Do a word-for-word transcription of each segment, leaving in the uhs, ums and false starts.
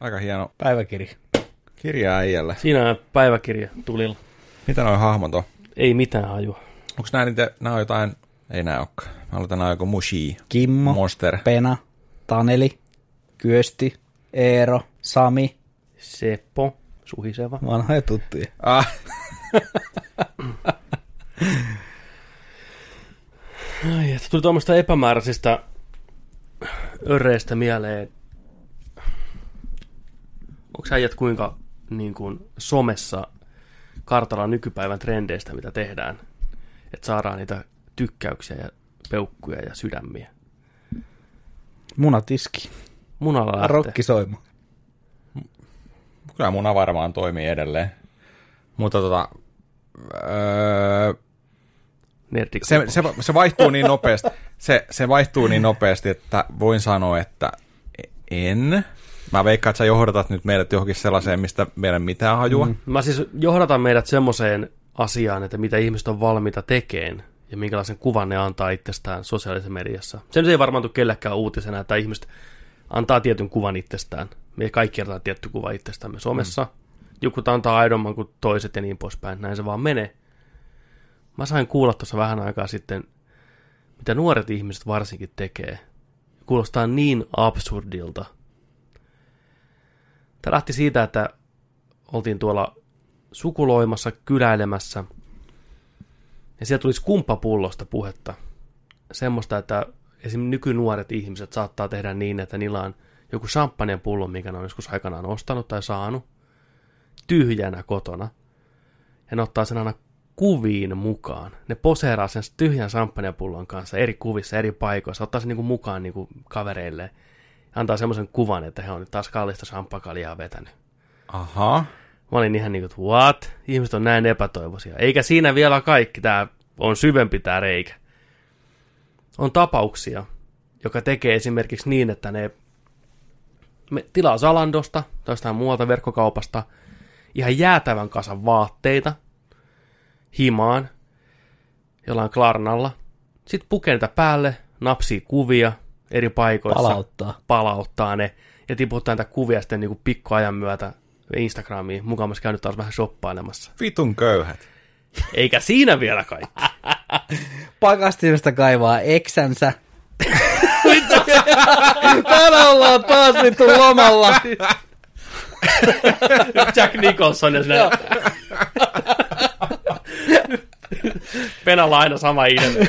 Aika hieno päiväkirja. Kirja äijälle. Siinä on päiväkirja tulilla. Mitä noi hahmot on? Ei mitään hajua. Onko nää niitä, nää on jotain, ei nää olekaan. Mä aloitan nää joku Mushi. Kimmo, Monster. Pena, Taneli, Kyösti, Eero, Sami. Seppo, Suhiseva. Vanhoja tuttuja. Ah. Ai, että tuli tuommoista epämääräisistä öreistä mieleen. Onko äijät kuinka niin kuin somessa kartalla nykypäivän trendeistä, mitä tehdään? Että saadaan niitä tykkäyksiä ja peukkuja ja sydämiä. Munatiski. Munalla lähtee. Rokkisoima. Kyllä muna varmaan toimii edelleen. Mutta tota... Öö, se, se, se vaihtuu niin nopeasti, se, se vaihtuu niin nopeasti, että voin sanoa, että en. Mä veikkaan, että sä johdatat nyt meidät johonkin sellaiseen, mistä meillä ei mitään hajua. Mm. Mä siis johdatan meidät semmoiseen asiaan, että mitä ihmiset on valmiita tekemään ja minkälaisen kuvan ne antaa itsestään sosiaalisessa mediassa. Se nyt ei varmaan tule kellekään uutisena, että ihmiset antaa tietyn kuvan itsestään. Me kaikki antaa tietty kuva itsestämme somessa. Mm. Joku antaa aidomman kuin toiset ja niin poispäin. Näin se vaan menee. Mä sain kuulla tuossa vähän aikaa sitten, mitä nuoret ihmiset varsinkin tekee. Kuulostaa niin absurdilta. Tämä lähti siitä, että oltiin tuolla sukuloimassa, kyläilemässä, ja siellä tuli skumppapullosta puhetta. Semmoista, että esimerkiksi nykynuoret ihmiset saattaa tehdä niin, että niillä on joku champagnen pullo, minkä ne on joskus aikanaan ostanut tai saanut, tyhjänä kotona, ja ne ottaa sen aina kuviin mukaan. Ne poseeraa sen tyhjän champagnepullon kanssa eri kuvissa, eri paikoissa, ottaa sen niinku mukaan niinku kavereille, ja antaa semmoisen kuvan, että he on nyt taas kallista champagnea vetänyt. Aha. Mä olin ihan niin kuin, what? Ihmiset on näin epätoivoisia. Eikä siinä vielä kaikki. Tää on syvempi tää reikä. On tapauksia, joka tekee esimerkiksi niin, että ne tilaa Zalandosta tai jostain muualta verkkokaupasta ihan jäätävän kasan vaatteita himaan jollain klarnalla. Sitten pukee niitä päälle, napsii kuvia eri paikoissa. Palauttaa. Palauttaa ne ja tiputtaa niitä kuvia sitten niin kuin pikkuajan myötä Instagramiin. Mukaan käynyt taas vähän shoppailemassa. Vitun köyhät. Eikä siinä vielä kaikki. Pakastimesta kaivaa eksänsä. Täällä ollaan taas vittu lomalla. Jack Nicholson ja sinne. Penalla aina sama ilme.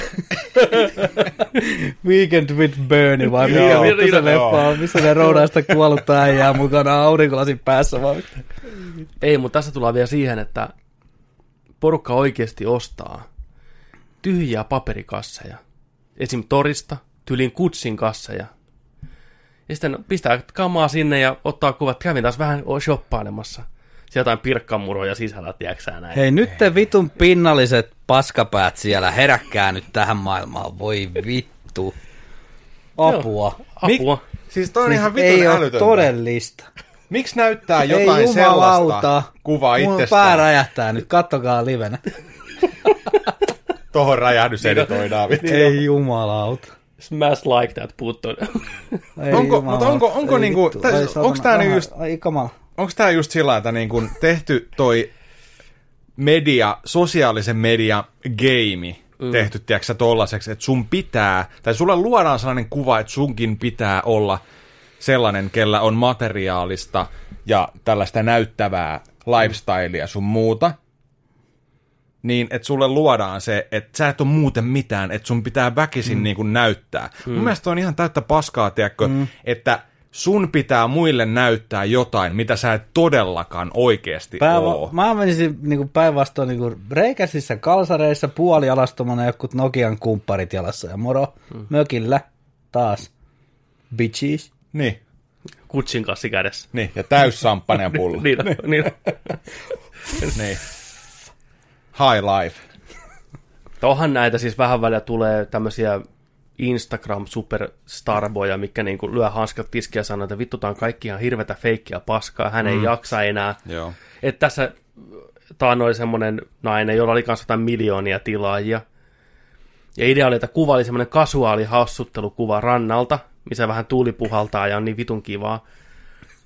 Weekend with Bernie, vai mikä vittu se leppa on, missä ne roudaa sitä kuollutta äijää mukana aurinkolasin päässä vaan. Ei, mutta tässä tullaan vielä siihen, että porukka oikeasti ostaa tyhjiä paperikasseja. Esim. Torista, tyliin Kutsin kasseja. Ja sitten pistää kamaa sinne ja ottaa kuvat. Kävin taas vähän shoppailemassa. Siellä jotain pirkkamuroja sisällä, tiedäksää näin. Hei, nyt te vitun pinnalliset paskapäät siellä, heräkkää nyt tähän maailmaan. Voi vittu. Apua. Apua. Mik, siis toi on siis ihan vitun ei älytöntä. Ei ole todellista. Miksi näyttää jotain sellaista kuvaa itsestään? Mun pää räjähtää nyt, kattokaa livenä. Tohon räjähdys editoidaan. Ei jumalauta. Smash like that button. Onko, mutta onko, onko niinku, onko tää nyt just, ai kamala. Onko tää just sillä, että niinku tehty toi media, sosiaalisen media game mm. tehty, tiedätkö tollaseksi, että sun pitää, tai sulle luodaan sellainen kuva, että sunkin pitää olla sellainen, kellä on materiaalista ja tällaista näyttävää lifestylea sun muuta, niin että sulle luodaan se, että sä et ole muuten mitään, että sun pitää väkisin mm. niin kuin näyttää. Mm. Mun mielestä on ihan täyttä paskaa, tiedätkö, mm. että sun pitää muille näyttää jotain, mitä sä et todellakaan oikeasti Päivä, oo. Mä menisin niin päinvastoin niin reikäisissä kalsareissa, puolialastomana jokut Nokian kumpparit jalassa ja moro, mm. mökillä taas, bitches. Niin. Kutsin kassi kädessä. Niin, ja täys samppaneen pullo. niin, niin. niin. High life. Tohan näitä siis vähän välillä tulee tämmöisiä Instagram superstarboja, mikä niinku lyö hanskat tiskiä ja sanoo, että vittu, tää on kaikki ihan hirvetä feikkiä paskaa, hän ei mm. jaksa enää. Joo. Että tässä taannoin semmoinen nainen, jolla oli kanssa jotain miljoonia tilaajia. Ja idea oli, että kuva oli semmoinen kasuaali hassuttelukuva rannalta, missä vähän tuuli puhaltaa ja on niin vitun kivaa.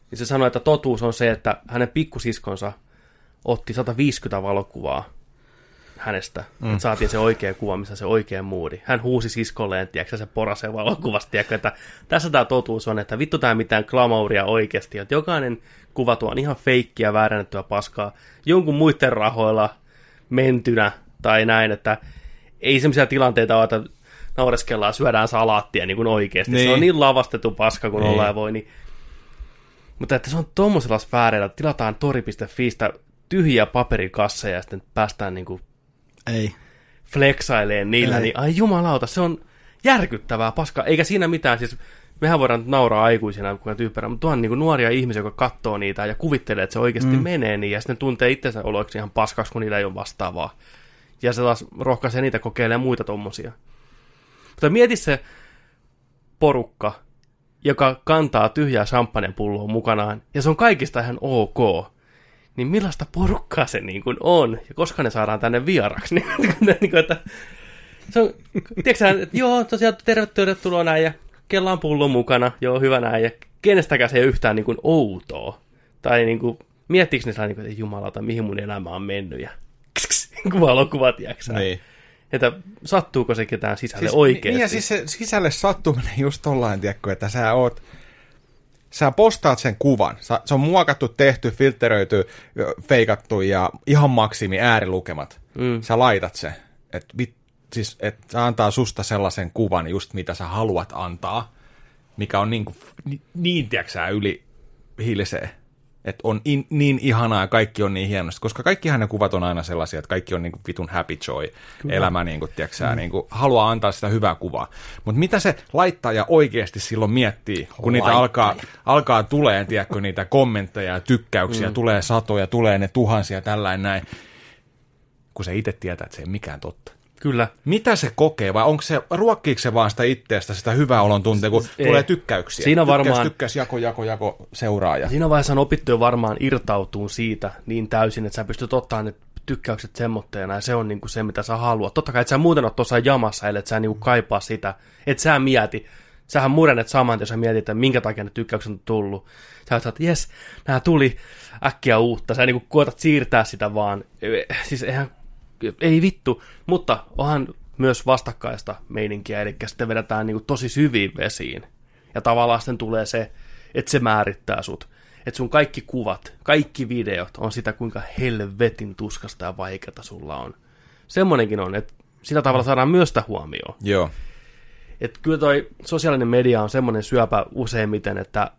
niin se sanoi, että totuus on se, että hänen pikkusiskonsa otti sata viisikymmentä valokuvaa hänestä, mm. että saatiin se oikea kuva, missä se oikea moodi. Hän huusi siskolleen, tiedätkö, se poraseen valokuvasta, tiedätkö, että tässä tämä totuus on, että vittu tämä mitään glamouria oikeasti, että jokainen kuva tuo on ihan feikkiä, väärännettyä paskaa, jonkun muiden rahoilla mentynä tai näin, että ei semmoisia tilanteita ole, että naureskellaan, syödään salaattia niin kuin oikeasti. Niin. Se on niin lavastettu paska kuin niin. ollaan voi. Niin. Mutta että se on tommosella sfääreillä, että tilataan tori piste fiistä tyhjiä paperikasseja ja sitten päästään niin kuin ei. flexaileen niillä, ei. Niin ai jumalauta, se on järkyttävää paskaa. Eikä siinä mitään, siis mehän voidaan nauraa aikuisina, kun on tyyppärä, mutta tuon niin kuin nuoria ihmisiä, jotka katsoo niitä ja kuvittelee, että se oikeasti mm. menee niin, ja sitten tuntee itsensä oloiksi ihan paskaksi, kun niillä ei ole vastaavaa. Ja se taas rohkaisee niitä kokeilemaan muita tommosia. Mutta mieti se porukka, joka kantaa tyhjää champagnepulloa mukanaan, ja se on kaikista ihan ok. Niin millaista porukkaa se niin kuin on, ja koska ne saadaan tänne vieraksi. Niin, että se on, tiedätkö että joo, tosiaan tervetuloa näin, ja kella on pullo mukana, joo, hyvä näin, ja kenestäkään se ei ole yhtään niin kuin outoa. Tai niin kuin, miettikö ne sellainen, että jumalauta, mihin mun elämä on mennyt, ja valokuvat, tiedätkö niin. Että sattuuko se ketään sisälle siis, oikeasti? Niin, ja siis se sisälle sattuminen just tollain, tiedätkö, että sä oot, sä postaat sen kuvan, se on muokattu, tehty, filtteröity, feikattu ja ihan maksimi äärilukemat. Mm. Sä laitat sen, että siis, et sä antaa susta sellaisen kuvan just mitä sä haluat antaa, mikä on niin, kuin, niin, niin tiedätkö sä, yli hilsee. Että on in, niin ihanaa ja kaikki on niin hienosti, koska kaikkihan ne kuvat on aina sellaisia, että kaikki on niin kuin vitun happy joy, kyllä. Elämä niin kuin, tiedätkö, mm. niin kuin, haluaa antaa sitä hyvää kuvaa. Mutta mitä se laittaja oikeasti silloin miettii, kun niitä alkaa, alkaa tulee, tiedätkö, niitä kommentteja ja tykkäyksiä, mm. tulee satoja, tulee ne tuhansia, tällainen näin, kun se itse tietää, että se ei ole mikään totta. Kyllä. Mitä se kokee, vai onko se, ruokkiiko se vaan sitä itteestä, sitä hyvää olon tuntea, kun ei. Tulee tykkäyksiä? Siinä tykkäys, varmaan, tykkäys, jako, jako, jako, seuraaja. Siinä vaiheessa on opittu jo varmaan irtautuu siitä niin täysin, että sä pystyt ottamaan ne tykkäykset semmoitteena, ja se on niinku se, mitä sä haluat. Totta kai, että sä muuten oot tuossa jamassa, eli että sä niinku kaipaa sitä, että sä mieti. Sähän murennet saman, jos sä mietit, että minkä takia ne tykkäykset on tullut. Sä oot, että jes, nää tuli äkkiä uutta. Sä niinku koetat siirtää sitä vaan. Siis eihän ei vittu, mutta onhan myös vastakkaista meininkiä, eli sitten vedetään niin kuin tosi syviin vesiin. Ja tavallaan sitten tulee se, että se määrittää sut. Että sun kaikki kuvat, kaikki videot on sitä, kuinka helvetin tuskasta ja vaikeata sulla on. Semmoinenkin on, että sillä tavalla saadaan myös sitä huomioon. Joo. Että kyllä toi sosiaalinen media on semmoinen syöpä useimmiten, että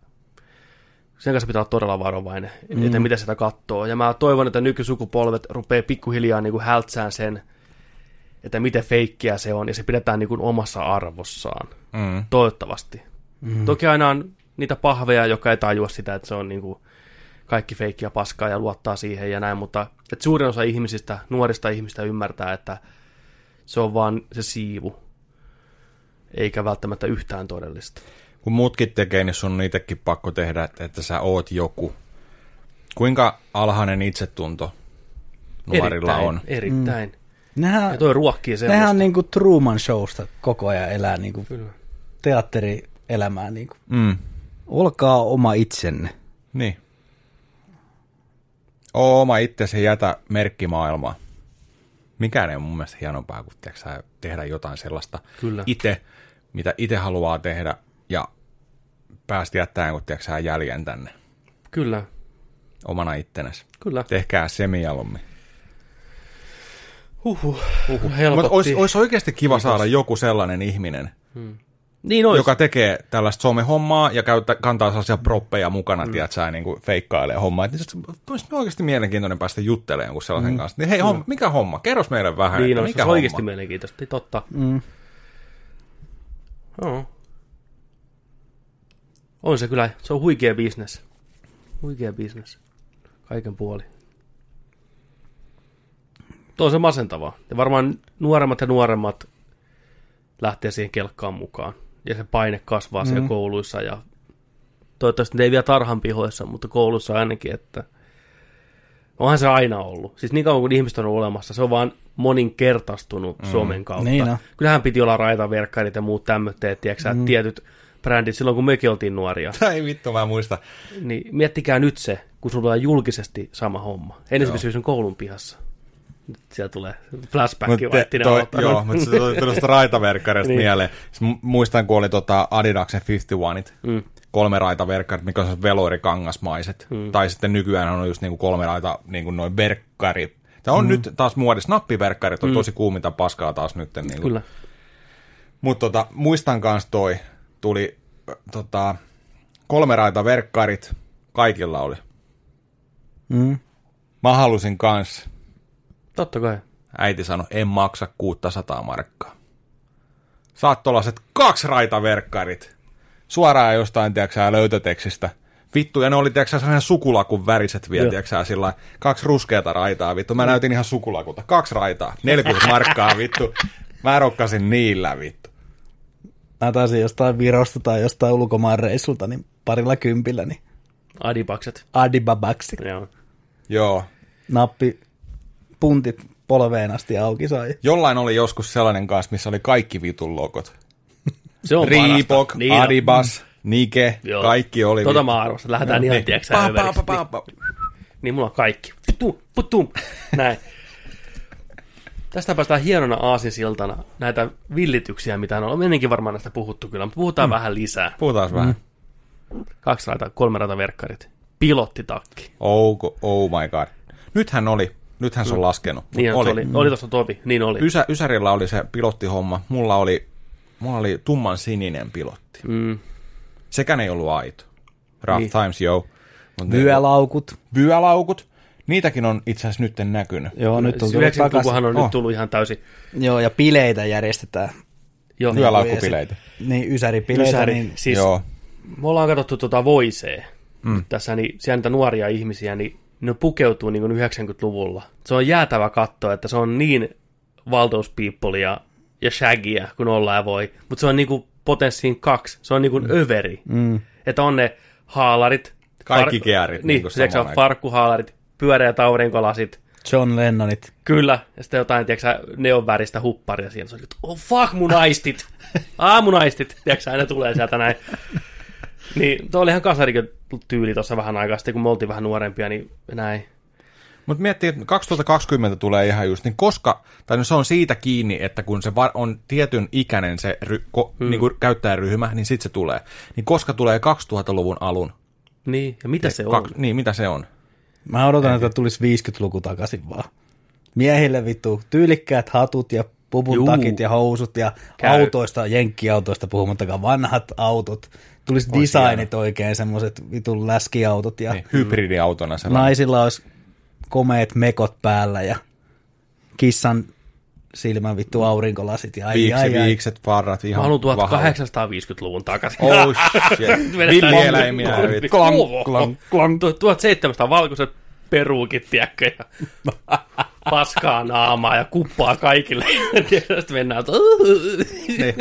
sen kanssa pitää olla todella varovainen, mm. että miten sitä katsoo. Ja mä toivon, että nykysukupolvet rupeaa pikkuhiljaa niin kuin hältsään sen, että miten feikkiä se on, ja se pidetään niin kuin omassa arvossaan. Mm. Toivottavasti. Mm. Toki aina on niitä pahveja, jotka ei tajua sitä, että se on niin kuin kaikki feikkiä paskaa ja luottaa siihen ja näin, mutta että suurin osa ihmisistä, nuorista ihmistä ymmärtää, että se on vaan se siivu, eikä välttämättä yhtään todellista. Kun muutkin tekee, niin sun on itsekin pakko tehdä, että, että sä oot joku. Kuinka alhainen itsetunto nuorilla erittäin, on? Erittäin. Mm. Nehän, ja toi ruokkii semmoista. Nehän on niin kuin Truman Showsta koko ajan elää niin kuin teatterielämää. Niin kuin. Mm. Olkaa oma itsenne. Niin. Oo oma itsesi, jätä merkkimaailmaa. Mikään ei ole mun mielestä hienompaa, kun tiiäksä, tehdä jotain sellaista itse, mitä itse haluaa tehdä, ja päästä jättämään, kun tiiäksä, jäljen tänne. Kyllä. Omana ittenäsi. Kyllä. Tehkää se mieluummin. Huhhuh. Huhhuh. Mutta olisi, olisi oikeasti kiva Kiitos. Saada joku sellainen ihminen, hmm. niin joka tekee tällaista somehommaa ja käyttä, kantaa sellaisia proppeja mukana, hmm. tiiäksä, niin kuin feikkailee hommaa. Olisi oikeasti mielenkiintoinen päästä juttelemaan jonkun sellaisen hmm. kanssa. Niin hei, homma, mikä homma? Kerros meille vähän, niin, että no, mikä se homma? Oikeasti mielenkiintoista, totta. Hmm. Oh. On se kyllä, se on huikea bisnes. Huikea bisnes. Kaiken puoli. Tuo on se masentavaa. Ja varmaan nuoremmat ja nuoremmat lähtee siihen kelkkaan mukaan. Ja se paine kasvaa siellä mm. kouluissa. Ja toivottavasti ne ei vielä tarhan pihoissa, mutta koulussa ainakin, että onhan se aina ollut. Siis niin kauan kuin ihmiset on olemassa, se on vaan moninkertaistunut mm. somen kautta. Niin no. Kyllähän piti olla raitaverkkarit ja muut tämmöitteet, tiedätkö, mm. tietyt brändit silloin, kun mekin oltiin nuoria. Ei vittu, mä en muista. Niin miettikää nyt se, kun sulla on julkisesti sama homma. Ennen se pysyy koulun pihassa. Nyt siellä tulee flashback, vaikka toi, joo, mutta se tuli tuosta raitaverkkareista niin. mieleen. Muistan, kun oli tota Adidaksen viisikymmentäyksi, mm. kolme raitaverkkarit, mikä on velorikangasmaiset. Mm. Tai sitten nykyään on just niinku kolme raita niinku noin verkkarit. Tämä on mm. nyt taas muodissa. Nappiverkkarit on mm. tosi kuuminta paskaa taas nyt. Niinku. Kyllä. Mutta tota, muistan kanssa toi, tuli tota, kolme raitaverkkarit, kaikilla oli. Mm. Mä halusin kanssa. Totta kai. Äiti sanoi, en maksa kuusisataa markkaa. Saat tollaset kaksi raitaverkkarit. Suoraan jostain, tiiäksä, löytötekstistä. Vittu, ja ne oli, tiiäksä, sellainen sukulakun väriset vielä, tiiäksä, sillä kaksi ruskeata raitaa, vittu. Mä näytin ihan sukulakulta. Kaksi raitaa, neljäkymmentä markkaa, vittu. Mä rokkasin niillä, vittu. Mä taisin jostain Virosta tai jostain ulkomaan reissulta, niin parilla kympillä, niin Adibakset. Adibabakset. Joo. Joo. Nappi, puntit polveen asti auki sai. Jollain oli joskus sellainen kanssa, missä oli kaikki vitun logot. Se on Reebok, niin Adibas, Nike, joo. Kaikki oli. Tota mä arvostan. Lähdetään no, ihan, tiedätkö sä, överiksi. Niin mulla on kaikki. Putum, putum. Näin. Tästä päästään hienona aasinsiltana näitä villityksiä, mitä on ollut. Ennenkin varmaan näistä puhuttu kyllä, mutta puhutaan mm. vähän lisää. Puhutaan mm. vähän. Kaksi raita, kolme raita verkkarit. Pilottitakki. Oh, oh my god. Nythän oli. Nythän se on laskenut. Niin oli. oli. Oli tuossa tovi. Niin oli. Ysä, Ysärillä oli se pilottihomma. Mulla oli, mulla oli tumman sininen pilotti. Mm. Sekään ei ollut aito. Rough niin. Times, yo. Vyölaukut. Vyölaukut. Niitäkin on itse asiassa nyt näkynyt. Joo, nyt on tullut yhdeksänkymmentälukuhan on oh. nyt tullut ihan täysin. Joo, ja bileitä järjestetään. Joo. Vyölaukupileitä. Niin, ysäripileitä. Ysäri. Niin... Siis joo. Me ollaan katsottu tuota Voisea. Mm. Tässä, niin siellä niitä nuoria ihmisiä, niin ne pukeutuu niin kuin yhdeksänkymmentäluvulla. Se on jäätävä katsoa, että se on niin valtauspiippolia ja shaggia, kun ollaan ja voi. Mutta se on niin kuin potenssiin kaksi. Se on niin kuin mm. överi. Mm. Että on ne haalarit. Kaikki far... kearit. Niin, niin se on farkkuhaalarit, pyöreät aurinkolasit. John Lennonit. Kyllä. Ja sitten jotain, tiedätkö neonväristä hupparia siellä. Se on, että oh fuck mun aistit. Aamunaistit. Tiedätkö aina tulee sieltä näin. Niin, tuo oli ihan kasarikön tyyli tuossa vähän aikaa sitten, kun me oltiin vähän nuorempia, niin näin. Mutta miettii, että kaksituhattakaksikymmentä tulee ihan just, niin koska, tai no se on siitä kiinni, että kun se on tietyn ikäinen se ry, ko, hmm. niin kuin käyttäjäryhmä, niin sitten se tulee. Niin koska tulee kaksituhattaluvun alun? Niin, ja mitä se on? Kak, niin, mitä se on? Mä odotan, että tulisi viisikymmentäluku takaisin vaan. Miehille vittu tyylikkäät hatut ja pupun Juu. takit ja housut ja Käy. autoista, jenkkiautoista puhumattakaan, vanhat autot. Tulisi Ois designit hieno. Oikein, semmoiset vitun läskiautot. Ja niin, hybridiautona sellainen. Naisilla olisi komeet mekot päällä ja kissan silmän vittu aurinkolasit. Ja Viiksi, viikset, parrat, ihan mä haluan tuhatkahdeksansataaviisikymmentäluvun takaisin. Oh shit. Villieläimiä. Klang, klang, klang. tuhatseitsemänsataa valkoiset peruukit, tiedätkö, ja paskaa naamaa ja kuppaa kaikille. Sitten mennään, niin.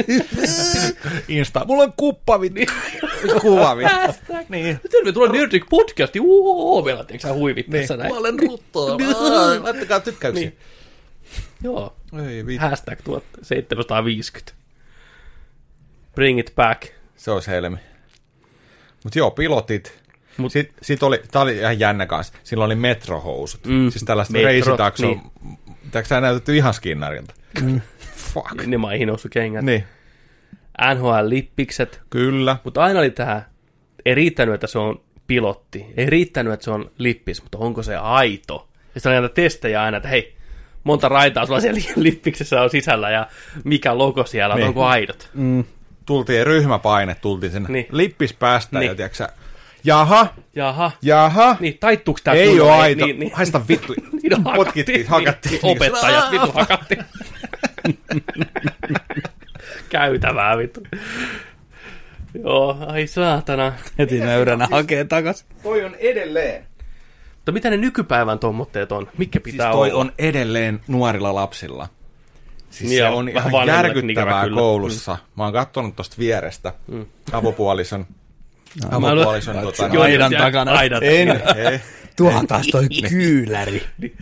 Insta, mulla on kuppa, vittu. Kuva, vittu. Niin. Terve, tulee Nerdik podcasti. Uuu, meillä on sä huivit tässä näin. Mä olen ruttoa. Laittakaa tykkäyksiä. Niin. Joo. Ei, vittu. Hashtag tuhatseitsemänsataaviisikymmentä. Bring it back. Se olisi helmi. Mutta joo, pilotit. Mut, sitten sit oli, tää oli ihan jännä kanssa, silloin oli metrohousut, mm, siis tällaista reisitaksoa, niin. Pitääkö sä näytetty ihan skinnarilta? Mm. Fuck. Ne maihin noussut kengät. Niin. N H L-lippikset. Kyllä. Mutta aina oli tähän, ei riittänyt, että se on pilotti, ei riittänyt, että se on lippis, mutta onko se aito? Ja sitten oli näitä testejä aina, että hei, monta raitaa sulla siellä lippiksessä on sisällä ja mikä logo siellä, niin. Onko aidot? Mm. Tultiin ryhmäpaine, tultiin sinne niin. Lippis päästä niin. Ja tiiäksä, jaha, jaha, jaha, niin taittuuko tää? Ei ole aito, niin, niin. haista vittu, niin, potkittiin, hakattiin. Niin, opettajat vittu hakattiin. Käytävää vittu. Joo, ai saatana. Heti nöyränä hakee takas. Toi on edelleen. Mutta mitä ne nykypäivän tommotteet on? Mikä pitää siis toi olla? on edelleen nuorilla lapsilla. Siis niin se on ihan järkyttävää koulussa. Mm. Mä oon katsonut tosta vierestä mm. avopuolison. No, avopuolison tota, aidan takana. Aidat. En, ei. Tuohan taas toi kyylläri.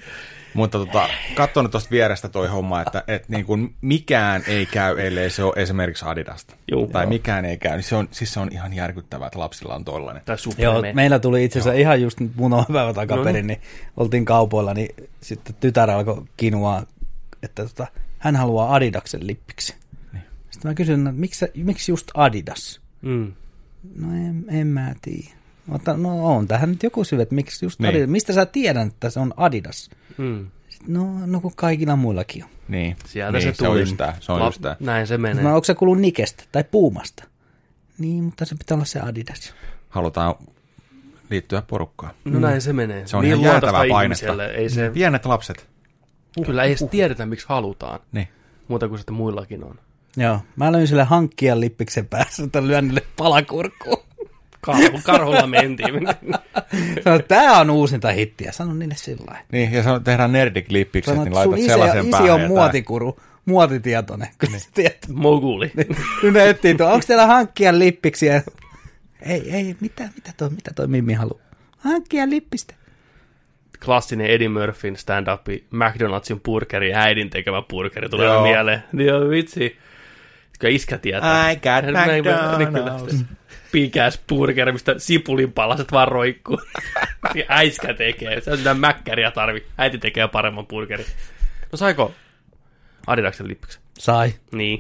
Mutta tota, katso nyt tuosta vierestä toi homma, että et niin kuin mikään ei käy, ellei se ole esimerkiksi Adidasta. Juu, tai joo. mikään ei käy. Niin se on, siis se on ihan järkyttävää, että lapsilla on tollainen. Tai Joo, Superman. meillä tuli itse asiassa ihan just muutama päivä takaperin, No niin oltiin kaupoilla, niin sitten tytär alkoi kinua, että tota, hän haluaa Adidaksen lippiksi. Niin. Sitten mä kysyin, että miksi, miksi just Adidas? Mm. No en, en mä tiedä. Mutta no on tähän nyt joku syy, että miksi just Niin. Adidas. Mistä sä tiedät, että se on Adidas? Mm. Sitten, no, no kun kaikilla muillakin on. Niin, Sieltä niin se se on tuli. just tää. Se on La- just tää. Näin se menee. No, onko se kuullut Nikestä tai Puumasta? Niin, mutta se pitää olla se Adidas. Halutaan liittyä porukkaan. No näin se menee. Se on niin ihan luontaista jäätävää painetta. ihmiselle. Ei se, Pienet lapset. kyllä ei edes tiedetä, miksi halutaan. Niin. Muuta kuin sitten muillakin on. Joo, mä löin sille hankkia lippiksen päässä, että lyön niille palakurkkuun. Karhu, karhulla mentiin. Sanoin, että tää on uusinta hittiä. Sanon niille sillä lailla. Niin, ja sano, tehdään nerdik-lippikset, Sanoin, niin että sun laitat isi, sellaisen isi päähän. on ja muotikuru, muotitietoinen. Kyllä se tietää. Moguli. Nyt ne etsii tuo, onko teillä hankkia lippiksiä? Ei, ei, mitä, mitä toi, mitä toi Mimmi haluaa? Hankkia lippistä. Klassinen Eddie Murphyn stand-upi, McDonald'sin burgeri, äidin tekemä burgeri tulee Joo. mieleen. Joo, vitsi. Kyllä iskä tietää. I got McDonald's. Pikäs burgeri, mistä sipulin palaset vaan roikkuu. Äiskä tekee. Se on sitä mäkkäriä tarvi. Äiti tekee paremman burgerin. No saiko Adidaksen lippiksen? Sai. Niin.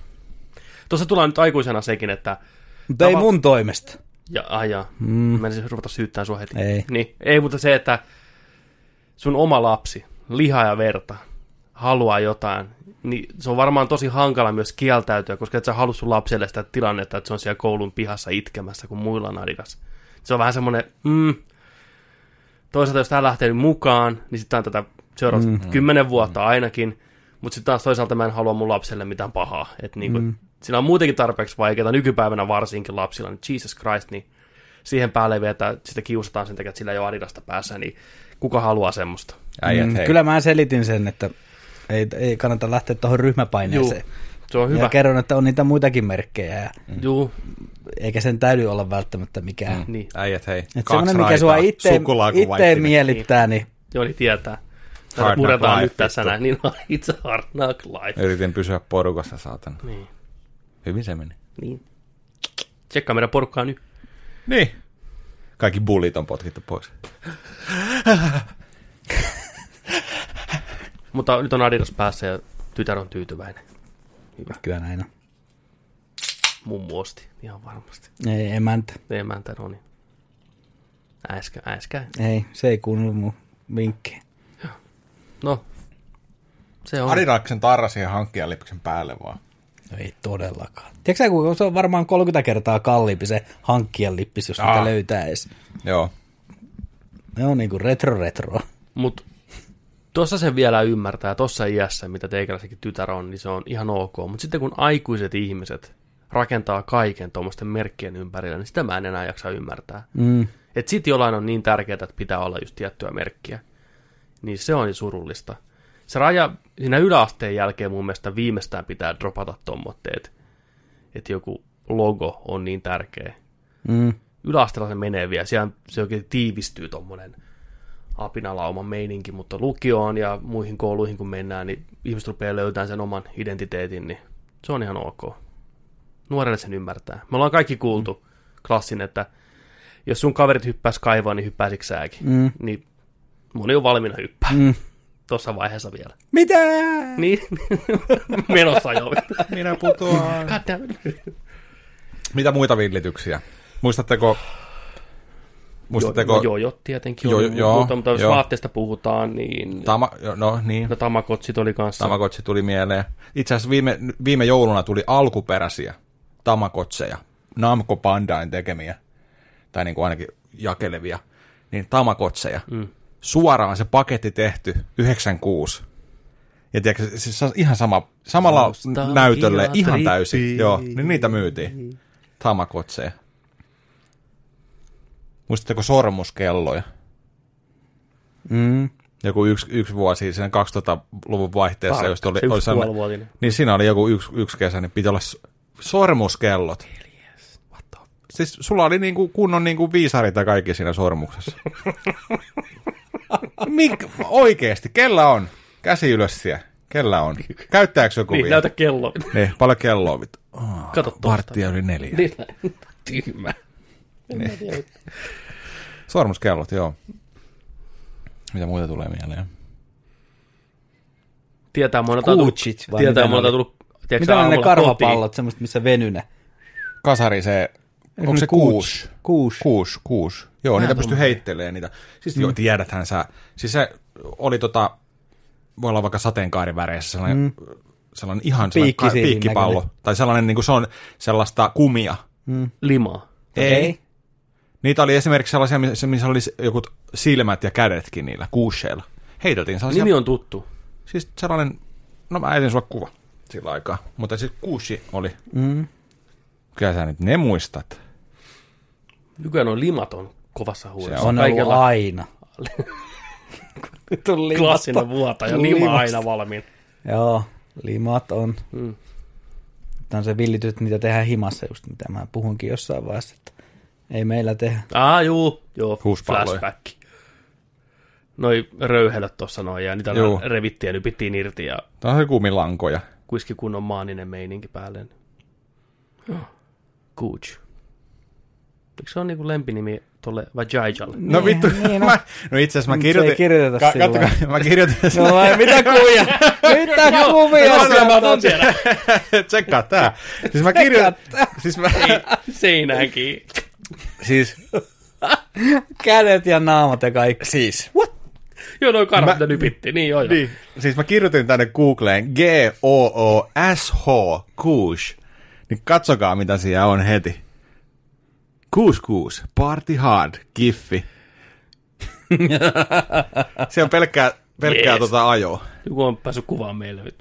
Tuossa tullaan nyt aikuisena sekin, että... Mutta ei Tava- mun toimesta. Ja, ai jaa. Mm. Mä en siis ruveta syyttämään sua heti. Ei. Niin. Ei, mutta se, että sun oma lapsi, liha ja verta, haluaa jotain, niin se on varmaan tosi hankala myös kieltäytyä, koska et sä halua sun lapselle sitä tilannetta, että se on siellä koulun pihassa itkemässä, kun muilla on Adidas. Se on vähän semmoinen, mm, toisaalta jos tää lähtee nyt mukaan, niin sitten on tätä seuraavat mm. kymmenen vuotta ainakin, mutta sitten taas toisaalta mä en halua mun lapselle mitään pahaa. Että niinku, mm. siinä on muutenkin tarpeeksi vaikeaa, nykypäivänä varsinkin lapsilla, niin Jesus Christ, niin siihen päälle vielä, että sitä kiusataan sen takia, että sillä ei ole Adidasta päässä, niin kuka haluaa semmoista? Äijät, Mm, hei. kyllä mä selitin sen, että ei, ei kannata lähteä tuohon ryhmäpaineeseen. Juu, se on hyvä. Ja kerron, että on niitä muitakin merkkejä, ja Mm. Juu, eikä sen täydy olla välttämättä mikään. Mm. niin. Äijät, hei. Että semmoinen, mikä sua itse, itse mielittää, niin Joo, niin tietää. Tätä Hard knock puretaan life, nyt tässä vittu. näin, niin it's a hard knock life. Yritin pysyä porukassa, saatan. Niin, Hyvin se meni. niin. Tsekkaa meidän porukkaa nyt. Niin. Kaikki bullit on potkittu pois. Mutta nyt on Adidas päässä ja tytär on tyytyväinen. Hyvä. kyllä näin on. Mummu osti, ihan varmasti. Ei, emäntä. Emäntä, no niin. Äskä, äskä. Ei, se ei kuunnellut mun vinkkejä. No, se on. Adidaksen tarra siihen hankkijan lippiksen päälle vaan. No ei todellakaan. Tiedätkö sä, kun se on varmaan kolmekymmentä kertaa kalliimpi se hankkijan lippis, jos Aa. niitä löytää edes. Joo. Ne on niinku retro-retro. Mut tuossa sen vielä ymmärtää, tuossa iässä, mitä teikäläisenkin tytär on, niin se on ihan ok. Mutta sitten kun aikuiset ihmiset rakentaa kaiken tuommoisten merkkien ympärillä, niin sitä mä en enää jaksa ymmärtää. Mm. Että sit jollain on niin tärkeää, että pitää olla just tiettyä merkkiä. Niin se on surullista. Se raja siinä yläasteen jälkeen mun mielestä viimeistään pitää dropata tommotteet, että joku logo on niin tärkeä. Mm. Yläasteella se menee vielä, siellä se oikein tiivistyy tommonen apinalauman meininki, mutta lukioon ja muihin kouluihin kun mennään, niin ihmiset rupeaa löytämään sen oman identiteetin, niin se on ihan ok. Nuorelle sen ymmärtää. Me ollaan kaikki kuultu mm. klassin, että jos sun kaverit hyppäis kaivoon, niin hyppäisikö säkin? Mm. Niin moni on valmiina hyppää. Mm. Tuossa vaiheessa vielä. Mitä? Niin, menossa jo. Minä putoan. Mitä muita villityksiä? Muistatteko? Muistatteko? Joo, joo, jo, tietenkin. Joo, Joo, joo, mutta, mutta jos joo. vaatteesta puhutaan, niin Tama, no niin. no, Tamakotsit oli kanssa. Tamagotchi tuli mieleen. Itse asiassa viime, viime jouluna tuli alkuperäisiä Tamagotseja. Namco Bandain tekemiä. Tai niin kuin ainakin jakelevia. Niin Tamagotseja. Mm. Suoraan se paketti tehty yhdeksänkymmentäkuusi. Ja tiedätkö, siis se on ihan sama, samalla Nostalgia näytölle, ihan trippi. täysin. Joo, niin niitä myytiin. Tamagotseja. Muistatteko sormuskelloja? Mm. Joku yksi, yksi vuosi sen kaksituhattaluvun vaihteessa, Tarkka, josta oli, se oli yksi sellainen, puolivuotinen. niin siinä oli joku yksi, yksi kesä, niin piti olla s- sormuskellot. Siis sulla oli niinku kunnon niinku viisarit ja kaikki siinä sormuksessa. Mik, oikeesti, kellä on? Käsi ylös siellä. Kellä on? Käyttääkö joku Niin, vielä? näytä kello. Niin, paljon kelloa vittu. Oh, Kato tosta. Varttia yli neljä. Niin, tyhmä. Niin. Sormuskellot, joo. Mitä muuta tulee mieleen? Tietää monelta on tullut. Kuutsit, vai Tietää mitä monelta ne on tullut. Tiedätkö, Mitä on ne aamulla karvapallot, semmoista, missä venyne? Kasari se, onko se kuusi? Kuusi. Kuusi, kuusi. Joo, Mä niitä en pystyy tommoinen. heittelemään niitä. Siis mm. joo, tiedäthän sä. Siis se oli tota, voi olla vaikka sateenkaariväreissä sellainen, mm. sellainen ihan sellainen ka- piikkipallo. Näköinen. Tai sellainen, niin kuin se on sellaista kumia. Mm. Limaa. Ei. Okay. Niitä oli esimerkiksi sellaisia, missä oli joku silmät ja kädetkin niillä kuusseilla. Heiteltiin sellaisia. Nimi on tuttu. Siis sellainen, no mä etin sulle kuva sillä aikaa. Mutta siis kuusi oli. Mm. Kyllä sä nyt ne muistat. Nykyään on limat on kovassa huudessa. On ollut aina. Klassinen vuota ja lima limasta. Aina valmiin. Joo, limat on. Mm. Tämä on se villitys, että niitä tehdään himassa just, mitä mä puhunkin jossain vaiheessa, että ei meillä tehdä. Aa, juu, joo, Huuspalloja. flashback. Noi röyhelöt tuossa noin, ja niitä Juu. revittiin ja nypittiin irti, ja Tämä on kumilankoja. kuiski kunnon maaninen meininki päälle. Gooch. Eikö se on niinku lempinimi tolle Vajajalle? No Niin, vittu, niin, no. mä, no itse asiassa mä Se kirjoitin. ei kirjoiteta Ka- sillä kattokaa, mä kirjoitin. No vai, mitä kuvia? Mitä kuvia sieltä? Tsekkaa tää. Siis mä kirjoitin. Siis mä, Seinäänkin. siis, Kädet ja naamat ja kaikki. siis. What? Joo, noin karvat, Mä- mitä nypittiin. Niin, joo, joo. Niin. Siis mä kirjoitin tänne Googleen G O O S H, Goosh. Niin katsokaa mitä siellä on heti. Goose Goose, Party Hard, Giffi. Se on pelkkää, pelkkää Jees. tota ajoa. Joku on päässyt kuvaan meille nyt.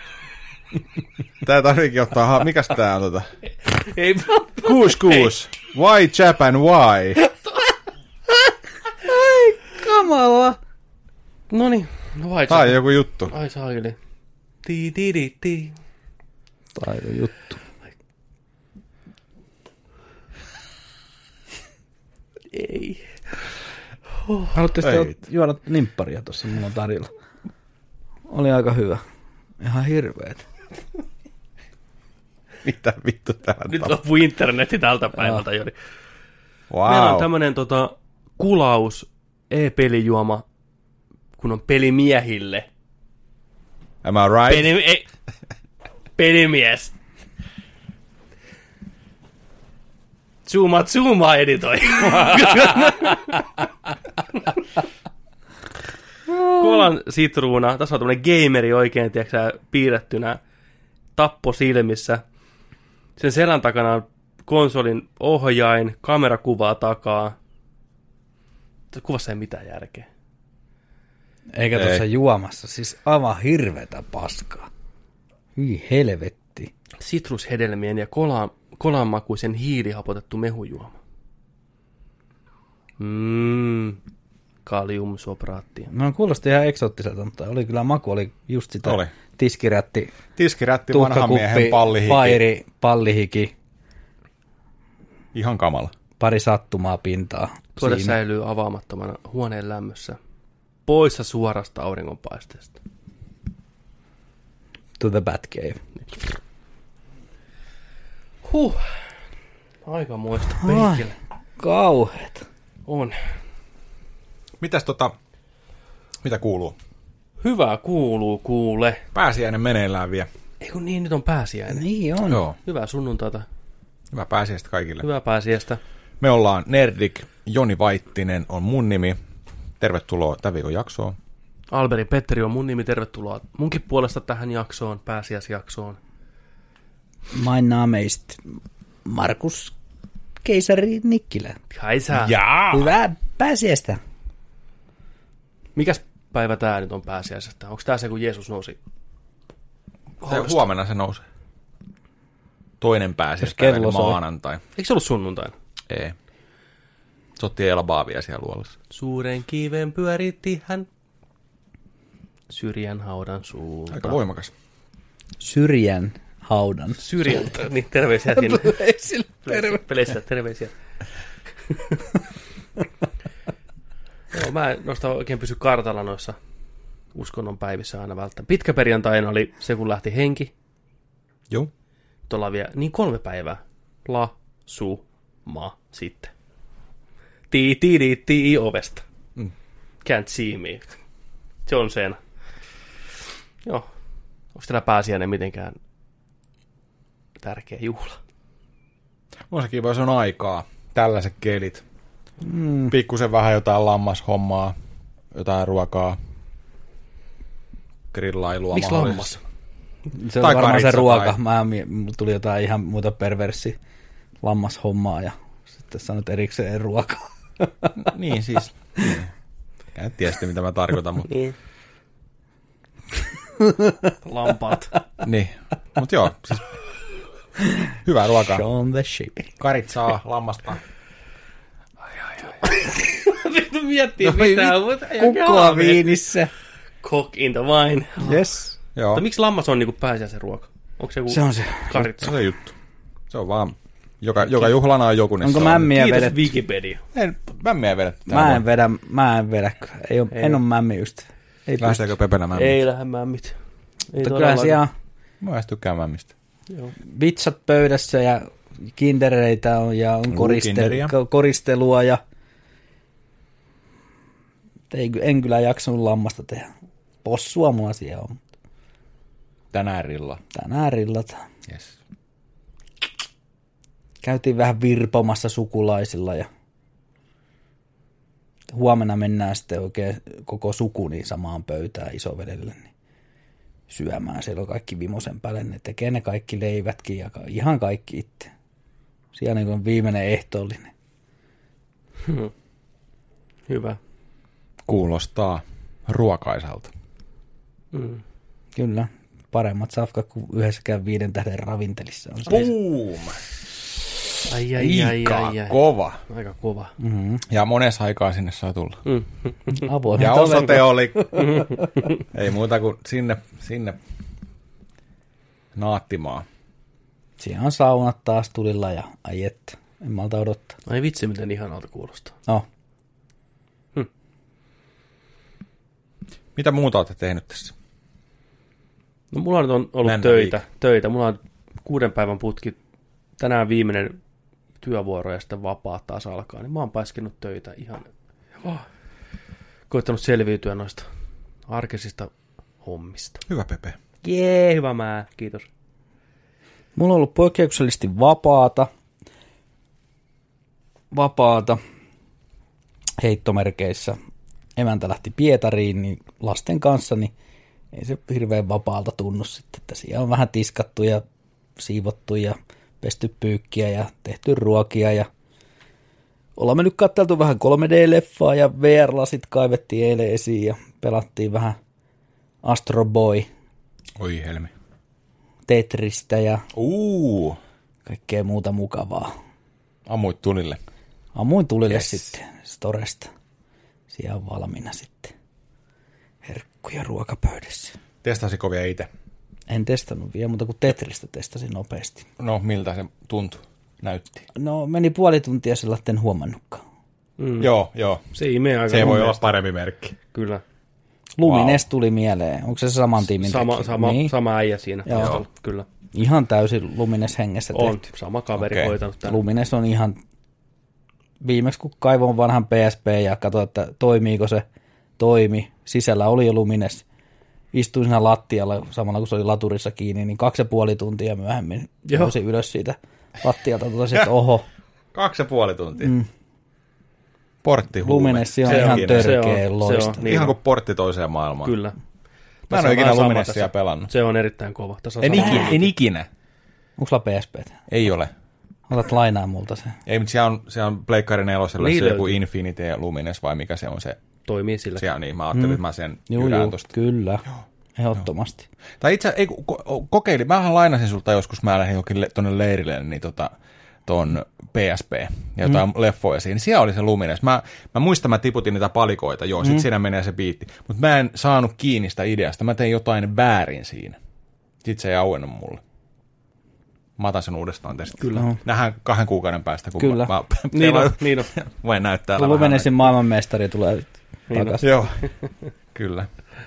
Tää tarviikin ottaa, ha- mikäs tää on tota? Ei Goose Goose, why Japan, why? Kamala. Noniin, no vai Tää on joku juttu. Ai saakeli. Tii, tii, tii, tii. Taito juttu. Ei. Haluatte Ei. sitten juoda nimpparia tuossa, mulla on tarjolla. Oli aika hyvä. Ihan hirveet. Mitä vittu täällä Nyt tapahtuu? loppui internetti tältä päivältä, Jori. Wow. Meillä on tämmönen tota, kulaus e-pelijuoma, kun on pelimiehille. Am I right? Peli, ei, pelimies. Zooma, zooma editoi. Kolan sitruuna. Tässä on tämmönen gameri oikein, tiedätkö, piirrettynä tappo silmissä. Sen selän takana on konsolin ohjain, kamerakuvaa takaa. Tässä kuvassa ei mitään järkeä. Eikä Ei. tuossa juomassa, siis aivan hirvetä paskaa. Hyi helvetti. Sitrushedelmien ja kola, kolanmakuisen hiilihapotettu mehujuoma. Mmm. Kaliumsopraattia. No kuulosti ihan eksoottiselta, mutta oli kyllä maku, oli just sitä Oli. tiskirätti, Tiskirätti vanhan miehen tuhkakuppi, pallihiki. pairi, pallihiki, Ihan kamala. pari sattumaa pintaa. Tuote siinä. säilyy avaamattomana huoneen lämmössä. Poissa suorasta auringonpaisteesta. To the Batcave. Huh. Aika muista Ai, perkele. kauheeta. On. Mitäs tota, mitä kuuluu? Hyvä kuuluu kuule. Pääsiäinen meneillään vielä. Ei kun niin, nyt on pääsiäinen. Niin on. Joo, Hyvää sunnuntaita. hyvää pääsiäistä kaikille. Hyvää pääsiäistä. Me ollaan Nerdik, Joni Vaittinen on mun nimi. Tervetuloa tämän viikon jaksoon. Alberi Petteri on mun nimi. Tervetuloa munkin puolesta tähän jaksoon, pääsiäisjaksoon. Mein Name ist Markus Keisari Nikkilä. Kaisa. Jaa! Hyvää pääsiäistä. Mikäs päivä tää nyt on pääsiäisestä? Onko tää se, kun Jeesus nousi? Se, huomenna se nousee. Toinen pääsiäispäivä, kello eli soi. maanantai. Eikö se ollut sunnuntaina? Ei. Se otti Elbaavia siellä luolassa. Suuren kiven pyöritti hän syrjän haudan suulta. Aika voimakas. Syrjän haudan. Syrjän, niin terveisiä sinne. Peleissä. Peleissä, terveisiä. Joo, mä en noista oikein pysy kartalla noissa uskonnon päivissä aina välttämättä. Pitkäperjantaina oli se, kun lähti henki. Joo. Tuolla vielä, niin kolme päivää. La, su, ma, sitten. Tii, tii, tii, tii ovesta. Mm. Can't see me. John Cena. Joo. Onko teillä pääsiäinen mitenkään tärkeä juhla? On se kiva, jos on aikaa. Tällaiset kelit. Mm. Pikkusen vähän jotain lammashommaa, jotain ruokaa, grillailua. Miksi lammas? Se on Tai varmaan se karitsa ruoka. tai- Mä, mulla tuli jotain ihan muuta perverssi lammashommaa ja sitten sanoit erikseen ruokaa. Niin siis. Niin. En tiedä sitten, mitä mä tarkoitan, mutta Niin. Lampaat. niin. Mut joo, siis hyvää ruokaa. Sean the Sheep. Karitsaa, lammasta. Vittu miettii No, mitään, mutta Kukkoa viinissä. Cock in the wine. Yes. Joo, Mutta miksi lammas on niinku pääsiäisen ruoka? Onko se joku Se on se. se karitsa? on se juttu. Se on vaan, joka, joka juhlana on joku. niin Onko se on. mämmiä Kiitos vedetty? Wikipedia. En, mämmiä vedetty. Mä en vedä, mä en vedä. Ei ole, Ei. en ole mämmi just. Ei pysty. Lähteekö Pepellä mämmiä? Ei lähde mämmit. Ei Mutta kyllä siellä Mä en tykkää mämmistä. Joo. vitsat pöydässä ja kindereitä on ja on Uu, koriste, kinderiä. ko- koristelua ja ei, en kyllä jaksanut lammasta tehdä. Possua mulla siellä on. Tänään rilla. Tänään rillataan. Yes. Käytiin vähän virpomassa sukulaisilla ja huomenna mennään sitten oikein koko suku niin samaan pöytään isovedelle niin syömään. Siellä on kaikki vimosen päälle, ne tekee ne kaikki leivätkin ja ka- ihan kaikki itse. Siellä niin on viimeinen ehtoollinen. Hmm. Hyvä. Kuulostaa ruokaisalta. Mm. Kyllä, paremmat safkat kuin yhdessäkään viiden tähden ravintelissa on se. Boom! Ai, ai, ai, Aika ai, ai. kova. Aika kova. Mm-hmm. Ja monessa aikaa sinne saa tulla. Mm. Avoimet Ja ovet. osoite oli, ei muuta kuin sinne, sinne naattimaan. Siellä on saunat taas tulilla ja ai että, en malta odottaa. Ai vitsi, miten ihanalta kuulostaa. No, Mitä muuta olette tehnyt tässä? No mulla nyt on ollut Mennä töitä, liike. töitä. Mulla on kuuden päivän putki. Tänään viimeinen työvuoro ja sitten vapaa taas alkaa. Niin mä oon paiskenut töitä ihan. Oh. Koittanut selviytyä noista arkisista hommista. Hyvä Pepe. Jee, hyvä mä. Kiitos. mulla on ollut poikkeuksellisesti vapaata. Vapaata heittomerkeissä. Emäntä lähti Pietariin niin lasten kanssa, niin ei se hirveän vapaalta tunnu sitten, että siellä on vähän tiskattu ja siivottu ja pesty pyykkiä ja tehty ruokia ja ollaan me nyt katseltu vähän kolme D-leffaa ja V R-lasit kaivettiin eilen esiin ja pelattiin vähän Astro Boy, Oi helmi. Tetristä ja Uu, kaikkea muuta mukavaa. ammuit tulille. Ammuin tulille Yes. sitten Storesta. Siellä on valmiina sitten herkkuja ruokapöydässä. Testasiko vielä itse? En testannut vielä, mutta kun Tetristä testasin nopeasti. No, miltä se tuntui? Näytti. No meni puoli tuntia sillä, etten huomannutkaan. Mm. Joo, joo. Se imee aika Se voi olla nopeasti. parempi merkki. Kyllä. Lumines tuli mieleen. Onko se saman tiimin Sama, tekijä? sama, Niin. sama äijä siinä. Joo. taustalla. Kyllä. Ihan täysin Lumines hengessä On. tehty. Sama kaveri Okei. hoitanut tämän. Lumines on ihan, viimeksi kun kaivoin vanhan P S P ja katsoin, että toimiiko se, toimi. Sisällä oli jo Lumines. Istuin siinä lattialla samalla, kun se oli laturissa kiinni, niin kaksi ja puoli tuntia myöhemmin Joo. nousin ylös siitä lattialta. Totesin, että oho, Kaksi ja puoli tuntia. Mm. Portti huume. Lumines on Se ihan on- törkeä se on- se on, loistava. niin Ihan on. kuin portti toiseen maailmaan. Kyllä. Mä en Tässä ole on ikinä vähän sama Luminessia tässä. pelannut. Se on erittäin kova. Tässä on En sama. ikinä. En ikinä. Onko sulla P S P? Ei ole. Otat lainaa multa sen. Ei, mutta siellä on, siellä on Pleikkari nelosella Niin se joku löytyy. Infinity ja Lumines vai mikä se on se. Toimii sillä. Siellä, niin mä ajattelin, Mm. että mä sen Joo, jyrään joo, tosta. kyllä. Ehdottomasti. Tai itse ei, ko- kokeilin, mähän lainasin sulta joskus, mä lähdin jokin le, tonne leirille, niin tota, ton P S P ja jotain mm. leffoja siinä. Siellä oli se Lumines. Mä, mä muistan, mä tiputin niitä palikoita, joo, sit mm. siinä menee se biitti. Mutta mä en saanut kiinni sitä ideasta, mä tein jotain väärin siinä. Sitten se ei auennut mulle. Mä otan sen uudestaan tästä. Kyllä. Nähdään kahden kuukauden päästä, kun Kyllä. mä, mä Niin on, pelaan- niin on. voin näyttää. Kun Luminesin maailmanmestari tulee Niin takaisin. Joo, kyllä.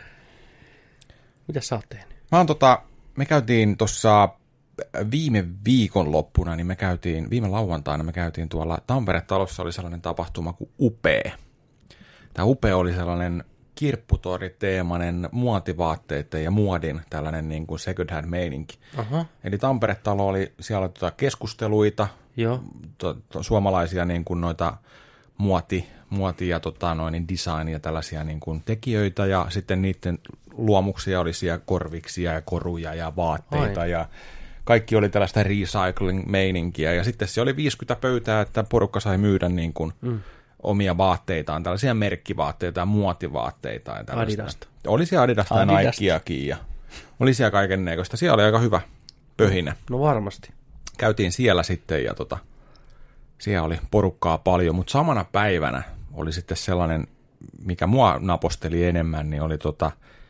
Mitäs sä oot tehnyt? Mä oon tota, me käytiin tuossa viime viikonloppuna, niin me käytiin, viime lauantaina me käytiin tuolla Tampere-talossa oli sellainen tapahtuma kuin Upea. Tämä Upea oli sellainen kirpputoriteemainen muotivaatteiden ja muodin tällainen niin kuin second hand meininki. Aha. Eli Tampere-talo oli siellä tota keskusteluita, Joo. to, to, suomalaisia niin kuin noita muoti, muoti ja tota, noin design ja tällaisia niin kuin tekijöitä ja sitten niiden luomuksia oli siellä korviksia ja koruja ja vaatteita Ai. ja kaikki oli tällaista recycling-meininkiä ja sitten se oli viisikymmentä pöytää, että porukka sai myydä niin kuin mm. omia vaatteitaan, tällaisia merkkivaatteita ja muotivaatteita. Ja Adidasta. Oli siellä Adidasta ja Nikeakin ja oli siellä kaiken näköistä. Siellä oli aika hyvä pöhinä. No varmasti. Käytiin siellä sitten ja tota, siellä oli porukkaa paljon, mutta samana päivänä oli sitten sellainen, mikä mua naposteli enemmän, niin oli tota,